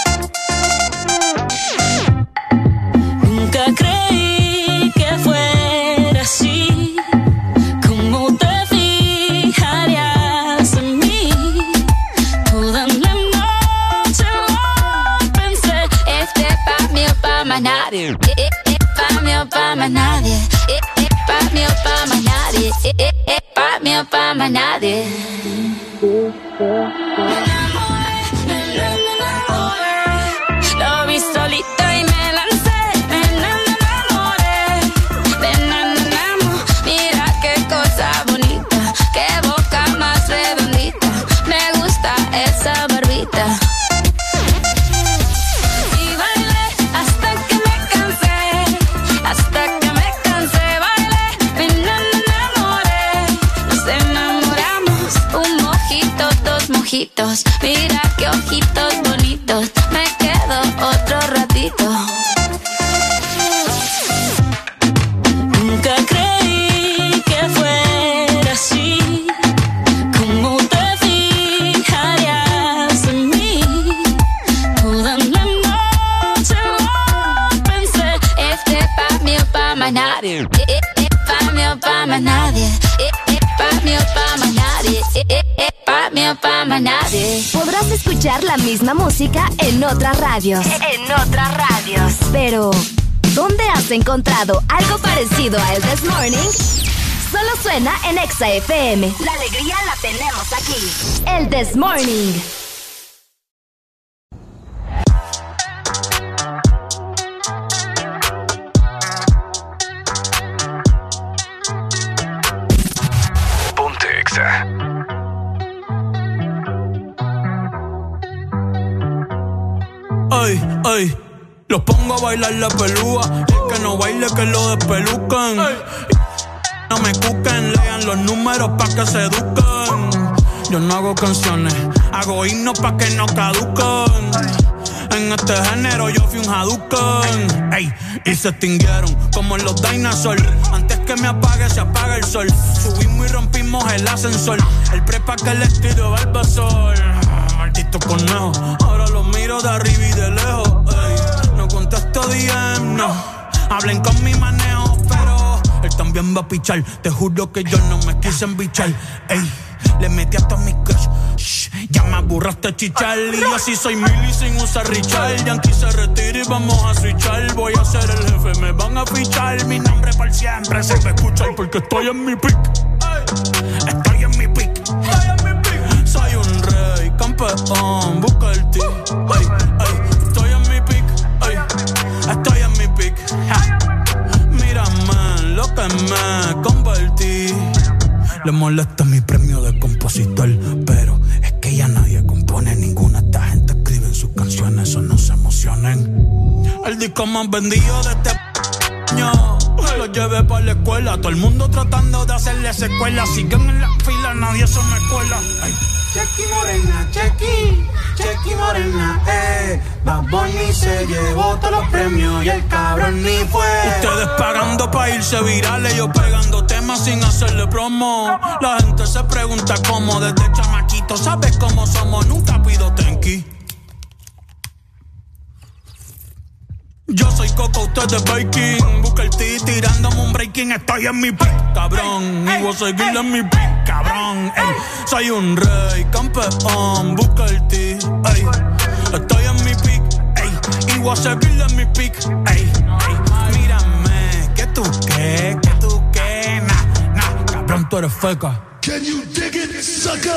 Nunca creí que fuera así. ¿Cómo te fijarías en mí? Toda la noche lo pensé. Este pa' mí o pa' más nadie. Eh, eh, eh, pa' mí o pa' más nadie. Eh, eh, pa' mí o pa' más nadie. Eh, eh, eh, pa' mí o pa' más nadie. Lo vi solito y me lancé. Me enamoré, me enamoré. Mira qué cosa bonita, qué boca más redondita. Me gusta esa barbita. Y bailé hasta que me cansé, hasta que me ojitos, mira qué ojitos bonitos, me quedo otro ratito. Nunca creí que fuera así, como te fijarías en mí. Toda la noche lo pensé, este pa' mí o pa' más nadie, pa' mí o pa' más nadie, pa' mí o pa' más nadie, pa' mí o pa' más nadie. Podrás escuchar la misma música en otras radios. En otras radios. Pero ¿dónde has encontrado algo parecido a El This Morning? Solo suena en Exa F M. La alegría la tenemos aquí. El This Morning. Ponte Exa. Ay, ay, los pongo a bailar la pelúa. El que no baile que lo despelucan. No me cuquen, lean los números pa' que se eduquen. Yo no hago canciones, hago himnos pa' que no caduquen. En este género yo fui un Hadouken. Ey, y se extinguieron como en los dinosaurs. Antes que me apague se apaga el sol. Subimos y rompimos el ascensor. El prepa que les tiro Barbasol. Maldito conejo, ahora los miro de arriba y de lejos. Ey, no contesto D M, no. Hablen con mi manejo, pero él también va a pichar. Te juro que yo no me quise embichar. Ey, le metí hasta mi crush. Shh, ya me aburraste chichar. Y yo así soy Milly sin usar Richard. Yankee se retira y vamos a switchar. Voy a ser el jefe, me van a fichar. Mi nombre para siempre se me escucha. Porque estoy en mi pick. Estoy en mi pick. Soy un rey, campeón, busca el ti. Ay, ay, estoy en mi pick. Ay, estoy en mi pick. Ja. Mírame lo que me convertí. Le molesta mi premio de compositor, pero es que ya nadie compone. Ninguna esta gente escribe en sus canciones, eso no se emocionen. El disco más vendido de este año lo llevé para la escuela. Todo el mundo tratando de hacerle secuela. Siguen en la fila, nadie se me cuela. Ay. Chequi Morena, Chequi, Chequi Morena, eh. Bad Bunny se llevó todos los premios y el cabrón ni fue. Ustedes pagando pa' irse virales, yo pegando temas sin hacerle promo. La gente se pregunta cómo, desde chamaquito, ¿sabes cómo somos? Nunca pido tenki. Yo soy Coco, usted es Baking. Busca el T tirándome un breaking. Estoy en mi pick, cabrón. Y voy a seguir en mi pick, cabrón. Ey, soy un rey, campeón. Busca el T, ey. Estoy en mi pick, ey. Y voy a seguir en mi pick, ey, ey. Mírame, que tú qué, que tú qué. Nah, nah, cabrón, tú eres feca. Can you dig it, sucker?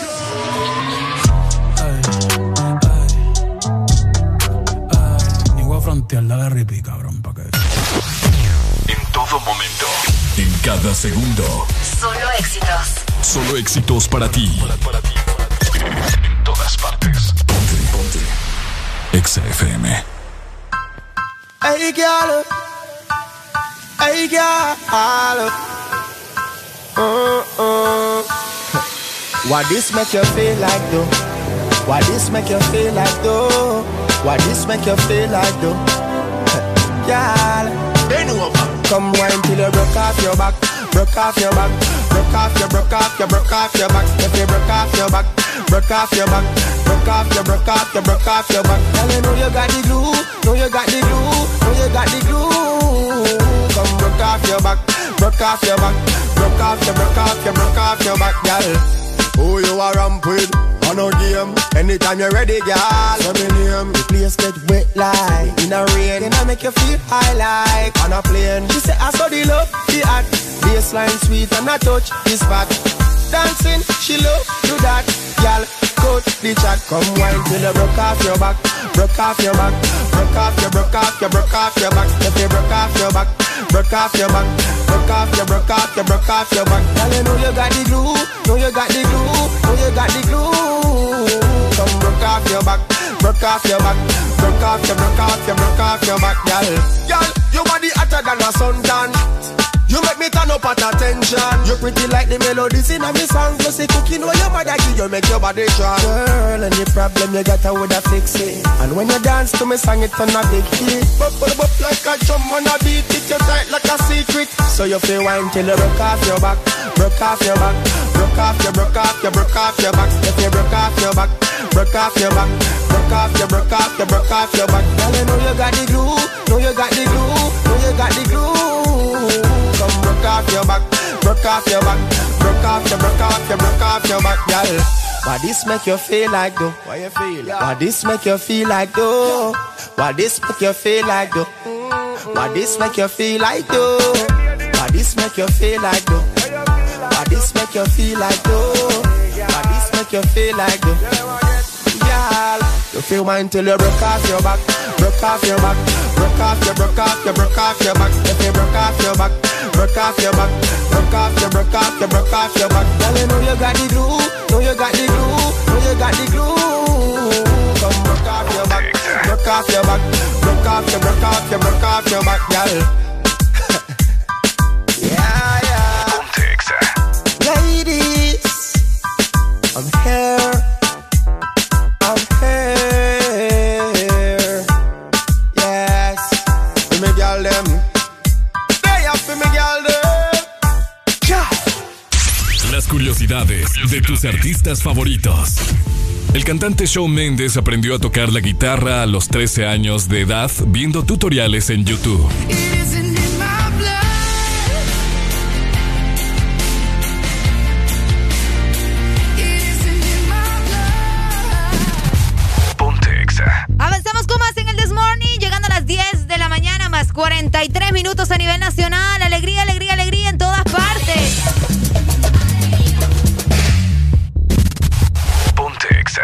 Frontear la de Rippy, cabrón, pa' que... En todo momento, en cada segundo. Solo éxitos. Solo éxitos para ti. Para, para ti, para ti. En todas partes. Ponte, ponte. Exa F M. Hey, girl. Hey, girl. Uh, uh. Why this make you feel like though? Why this make you feel like though? Why this make you feel like though? Girl, bend over. Come wine till you broke off your back, broke off your back, broke off your, broke off your, broke off your back. If you broke off your back, broke off your back, broke off your, broke off your, broke off your back. Girl, you know you got the glue, know you got the glue, know you got the glue. Come broke off your back, broke off your back, broke off your, broke off your, broke off your back, girl. Who you are ramp with? On no game. Anytime you're ready, girl. So me name. The place get wet like in a rain. And I make you feel high like on a plane. She say I saw the love, the act. Baseline sweet and I touch this spot. Dancing, she love do that. Girl, coat the chat. Come wine till you broke off your back. Broke off your back. Broke off your, broke off your, broke off your back. If you broke off your back. Broke off your back. Broke off your, broke off your, broke off your back. Girl, you know you got the glue. Know you got the glue. Know you got the glue. Come broke off your back. Broke off your back. Broke off your, broke off your, broke off your back, girl. Girl, your body hotter than a suntan. You make me turn up at attention. You pretty like the melodies in a me songs. You say cooking while your body give you make your body strong. Girl, any problem you got, I woulda fix it. And when you dance to me song, it on a big hit. Bop, bop, bop like a drum on a beat. It you tight like a secret. So you feel wine till you broke off your back. Broke off your back. Broke off your, broke off your, broke off your back. If you broke off your back. Broke off your back. Broke off your, broke off your, broke off your back. Girl, you know you got the glue. Know you got the glue. Know you got the glue. Come broke off your back. Broke off your back. Broke off your, broke off your, broke off your back, girl. Why this make you feel like though? Why you feel? Why this make you feel like though? Why this make you feel like though? Why this make you feel like though? Why this make you feel like though? Why this make you feel like though? Why this make you feel like though? Girl, you feel mine till you broke off your back. Broke off your back. Broke off your, broke off your, broke off your back. If you broke off your back. Broke off your back. Broke off your, broke off your, broke off your back. Girl, you know you got the glue. Know you got the glue. Know you got the glue. Come broke off your back. Broke off your back. Broke off your, broke off your, broke off your back, girl. Yeah, yeah. Ladies, I'm here. I'm here. Yes. For me girl them. They up for me girl them. Las curiosidades de tus artistas favoritos. El cantante Shawn Mendes aprendió a tocar la guitarra a los trece años de edad viendo tutoriales en YouTube. Avanzamos con más en el This Morning, llegando a las diez de la mañana, más cuarenta y tres minutos a nivel nacional. Alegría, alegría, alegría en todas partes. Ponte Exa.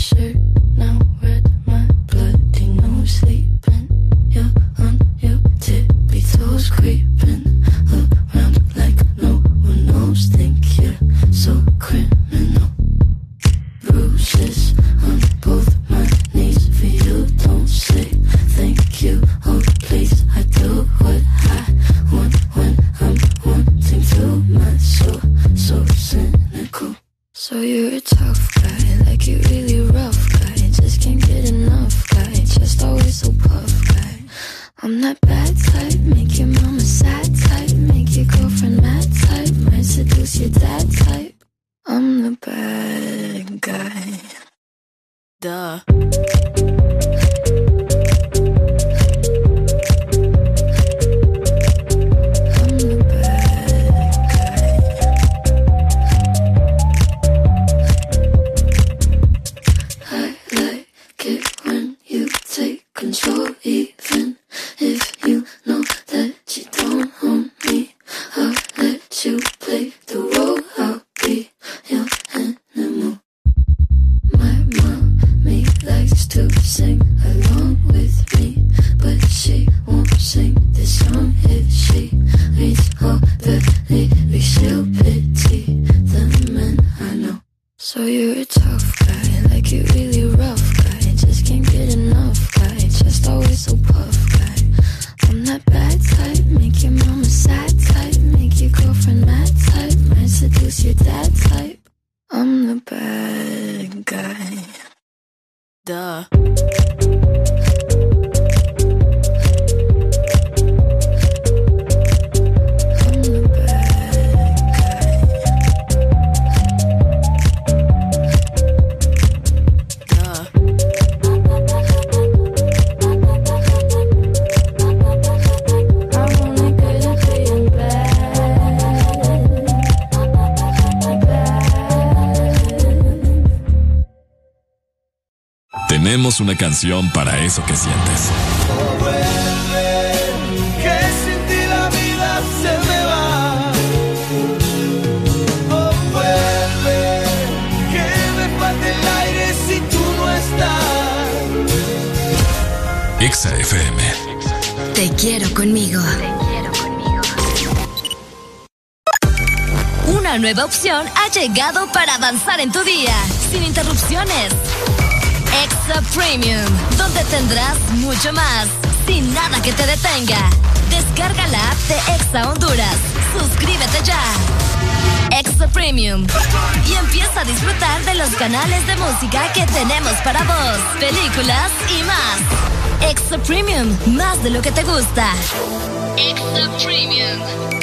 So you're a tough guy, like you really rough guy. Just can't get enough guy, just always so puff guy. I'm that bad type, make your mama sad type, make your girlfriend mad type, might seduce your dad type. I'm the bad guy. Duh. Control, even if you know that you don't own me. I'll let you play the role. I'll be your animal. My mommy likes to sing along with me, but she won't sing this song if she reads all the lyrics. She'll pity the men I know. So you're a tough guy, like you really rough guy. Just can't get enough guy, just always so puff guy. I'm that bad type, make your mama sad type, make your girlfriend mad type, might seduce your dad type. I'm the bad guy. Duh. Tenemos una canción para eso que sientes. Vuelve, que sin ti la vida se me va. Oh, vuelve, que me falta el aire si tú no estás. Exa F M. Te quiero conmigo. Te quiero conmigo. Una nueva opción ha llegado para avanzar en tu día, sin interrupciones. Exa Premium, donde tendrás mucho más, sin nada que te detenga. Descarga la app de Exa Honduras. Suscríbete ya. Exa Premium. Y empieza a disfrutar de los canales de música que tenemos para vos, películas y más. Exa Premium, más de lo que te gusta. Exa Premium.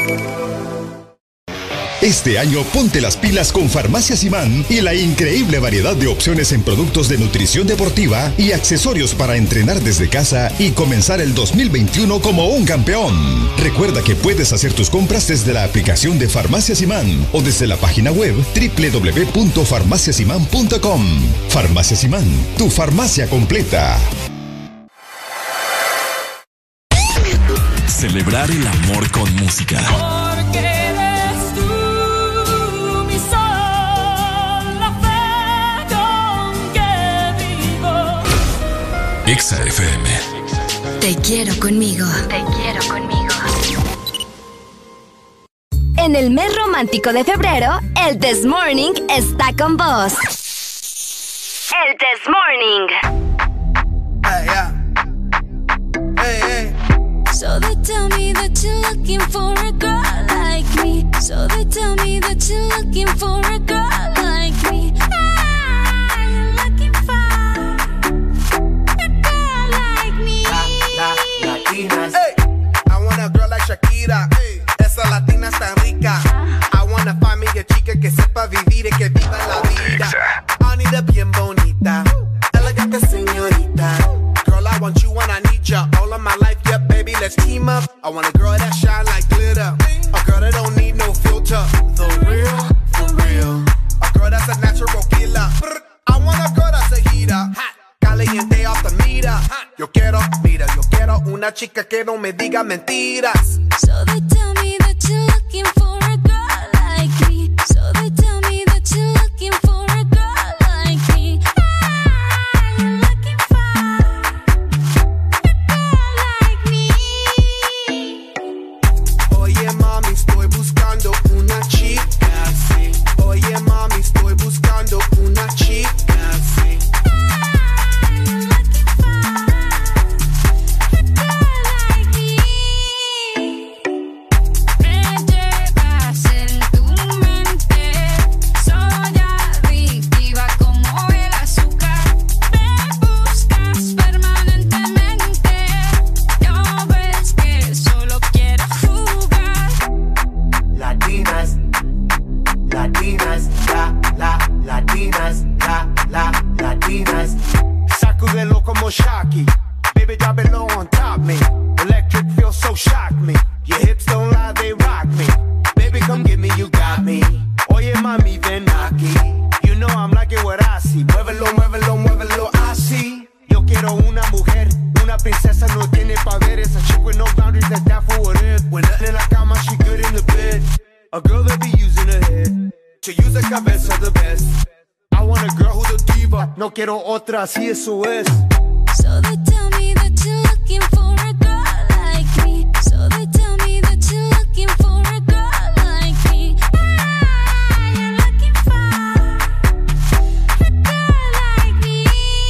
Este año ponte las pilas con Farmacias Imán y la increíble variedad de opciones en productos de nutrición deportiva y accesorios para entrenar desde casa y comenzar el dos mil veintiuno como un campeón. Recuerda que puedes hacer tus compras desde la aplicación de Farmacias Imán o desde la página web doble u doble u doble u punto farmacias imán punto com. Farmacias Imán, tu farmacia completa. Celebrar el amor con música. Exa F M. Te quiero conmigo. Te quiero conmigo. En el mes romántico de febrero, el This Morning está con vos. El This Morning. Hey, yeah. Hey, hey. So they tell me that you're looking for a girl like me. So they tell me that you're looking for a girl like me. Ah, you're looking for a girl like me. La, la, latinas. Hey, I want a girl like Shakira. Hey, esa latina está rica. I wanna find me a chica que sepa vivir y que viva la vida. Anita bien bonita, elegante señorita. Girl, I want you and I need ya all of my life. Yeah, baby, let's team up. I want a girl that shine like glitter, a girl that don't need no filter. The real, for real. A girl that's a natural killer. I want a girl that's a heater, caliente off the meter. Yo quiero, mira, yo quiero una chica que no me diga mentiras. So they tell me that you're looking for a girl like me. So they tell me that you're looking for a girl like me. Ah, you're looking for a girl like me. Oye mami, estoy buscando una chica así. Oye mami, estoy buscando una chica así. Sácudelo como Shocky. Baby, drop it low on top me. Electric feels so shock me. Your hips don't lie, they rock me. Baby, come get me, you got me. Oye, mami, ven aquí. You know I'm liking what I see. Muévelo, muévelo, muévelo así. Yo quiero una mujer, una princesa, no tiene poderes. A chick with no boundaries, that's down for what it. When nothing in la cama, she good in the bed. A girl that be using her head to use the cabeza the best. I want a girl who's a diva. No quiero otra, así eso es. So they tell me that you're looking for a girl like me. So they tell me that you're looking for a girl like me. Ah, you're looking for a girl like me.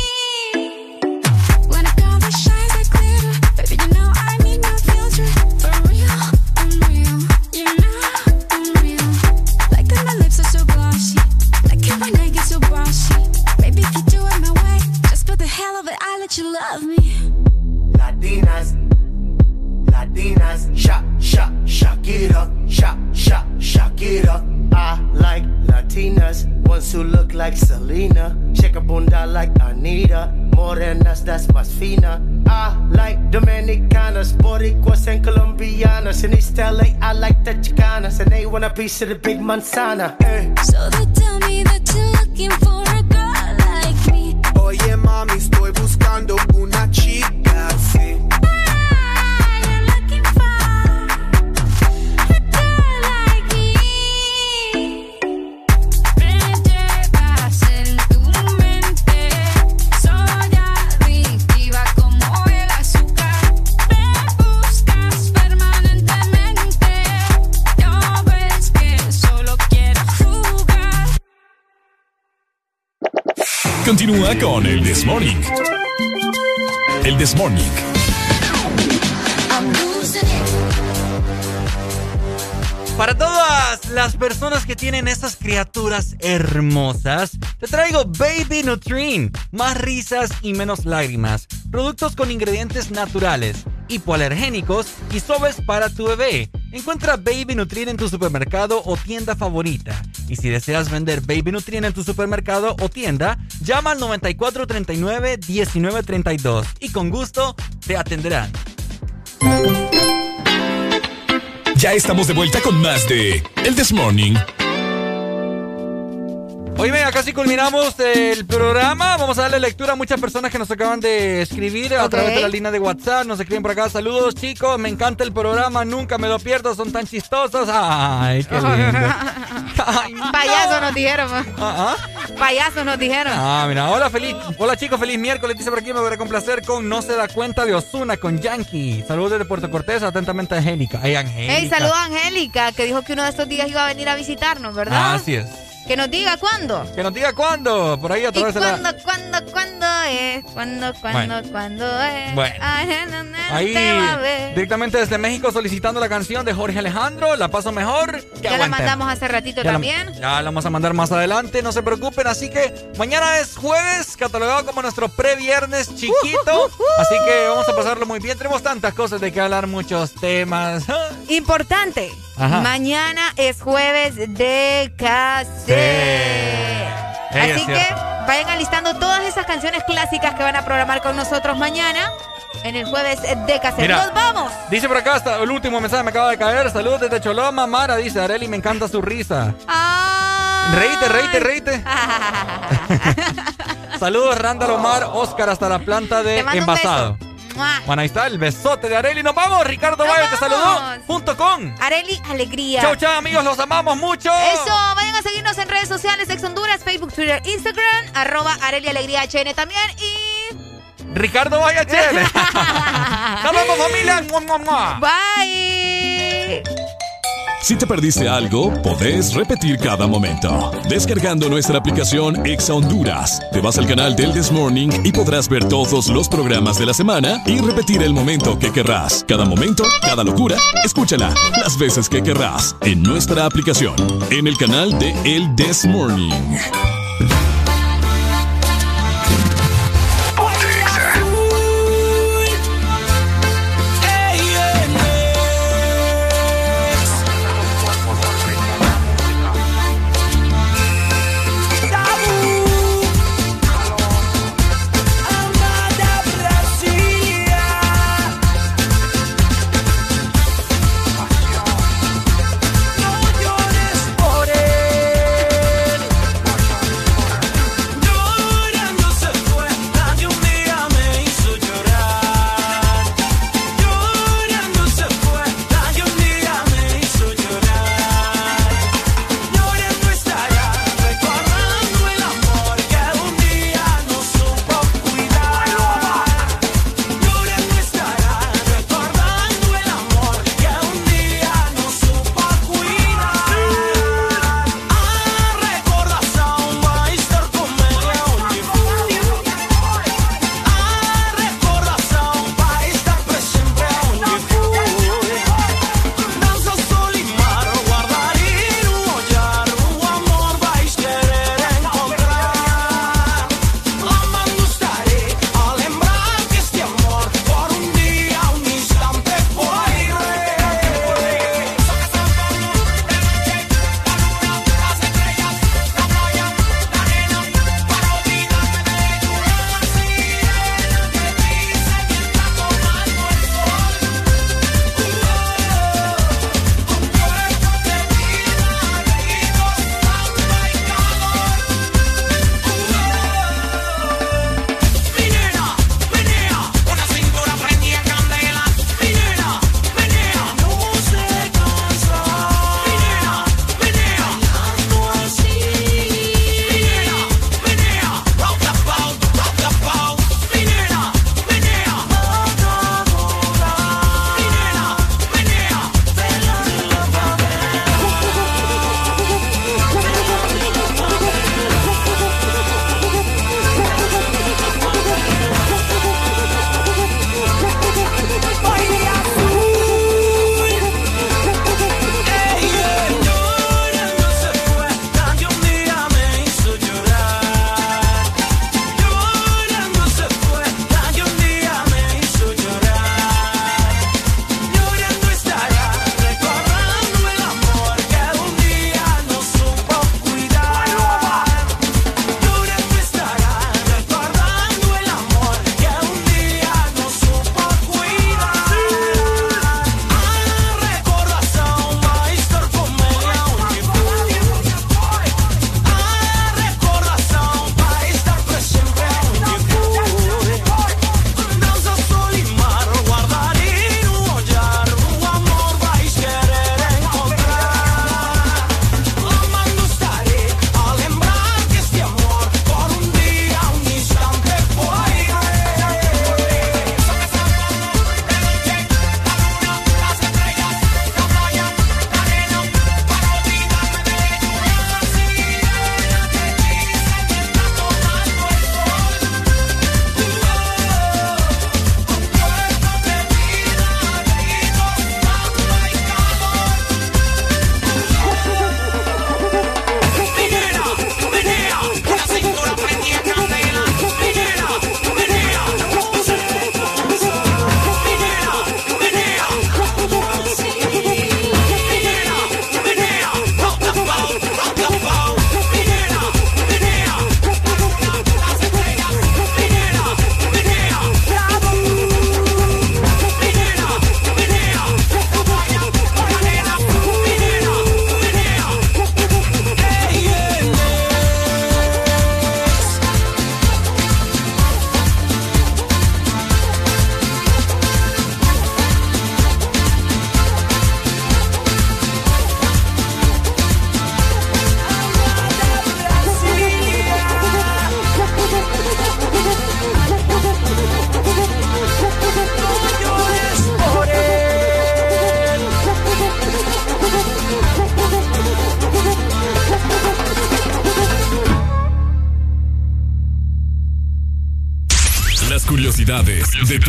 When a girl that shines like glitter, baby, you know I need no filter. For real, I'm real. You know I'm real. Like that my lips are so glossy. Like it when I get so bossy. Baby, if you do it my way, just for the hell of it, I let you love me. Latinas, Latinas, sha, sha, Shakira, sha, sha, Shakira. I like Latinas, ones who look like Selena, shake a bunda like Anita, morenas, that's más fina. I like Dominicanas, Boricuas and Colombianas. In East L A, I like the Chicanas, and they want a piece of the big manzana. Eh. So they tell me that you're looking for a girl like me. Oye mami, estoy buscando una chica así. Ah, you're looking for a girl like me. Me llevas en tu mente. Soy adictiva como el azúcar. Me buscas permanentemente. No ves que solo quiero jugar. Continúa con el This Morning. El This Morning. I'm losing it. Para todas las personas que tienen esas criaturas hermosas, te traigo Baby Nutrin. Más risas y menos lágrimas. Productos con ingredientes naturales, hipoalergénicos y suaves para tu bebé. Encuentra Baby Nutrin en tu supermercado o tienda favorita. Y si deseas vender Baby Nutrin en tu supermercado o tienda, llama al noventa y cuatro treinta y nueve diecinueve treinta y dos y con gusto te atenderán. Ya estamos de vuelta con más de El This Morning. Hoy ya casi culminamos el programa. Vamos a darle lectura a muchas personas que nos acaban de escribir a okay. través de la línea de WhatsApp. Nos escriben por acá. Saludos, chicos. Me encanta el programa. Nunca me lo pierdo. Son tan chistosos. Ay, qué lindo. Ay, no. Payaso nos dijeron. ¿Ah? Payaso nos dijeron. Ah, mira. Hola, feliz. Hola, chicos. Feliz miércoles. Dice por aquí. Me voy a complacer con No se da cuenta de Ozuna con Yankee. Saludos desde Puerto Cortés. Atentamente, Angélica. Ay, Angélica. Hey, saludos a Angélica, que dijo que uno de estos días iba a venir a visitarnos, ¿verdad? Así es. Que nos diga cuándo. Que nos diga cuándo. Por ahí a través de la... ¿Cuándo, cuándo, cuándo es? ¿Cuándo, cuándo, bueno. cuándo es? Bueno. Ay, no, no, ahí, directamente desde México solicitando la canción de Jorge Alejandro. La paso mejor. Ya aguanten. La mandamos hace ratito ya también. La, ya la vamos a mandar más adelante. No se preocupen. Así que mañana es jueves, catalogado como nuestro pre-viernes chiquito. Uh, uh, uh, uh. Así que vamos a pasarlo muy bien. Tenemos tantas cosas de que hablar, muchos temas. Importante. Ajá. Mañana es jueves de cassette. Sí. Ey, Así que vayan alistando todas esas canciones clásicas que van a programar con nosotros mañana en el jueves de cassette. Mira, ¡nos vamos! Dice por acá, hasta el último mensaje me acaba de caer. Saludos desde Choloma, Mara. Dice Arely, me encanta su risa. Ay. Reíte, reíte, reíte. Saludos, Randall Omar, Oscar, hasta la planta de envasado. Bueno, ahí está el besote de Arely. Nos vamos. Ricardo Valle te saludó. Junto con Arely Alegría. Chau, chau, amigos. Los amamos mucho. Eso. Vayan a seguirnos en redes sociales. Ex Honduras, Facebook, Twitter, Instagram. Arroba Arely Alegría H N también. Y... Ricardo Valle H N. Nos vemos, familia. Bye. Si te perdiste algo, podés repetir cada momento. Descargando nuestra aplicación Exa Honduras, te vas al canal del This Morning y podrás ver todos los programas de la semana y repetir el momento que querrás. Cada momento, cada locura, escúchala las veces que querrás en nuestra aplicación, en el canal de El This Morning. de tu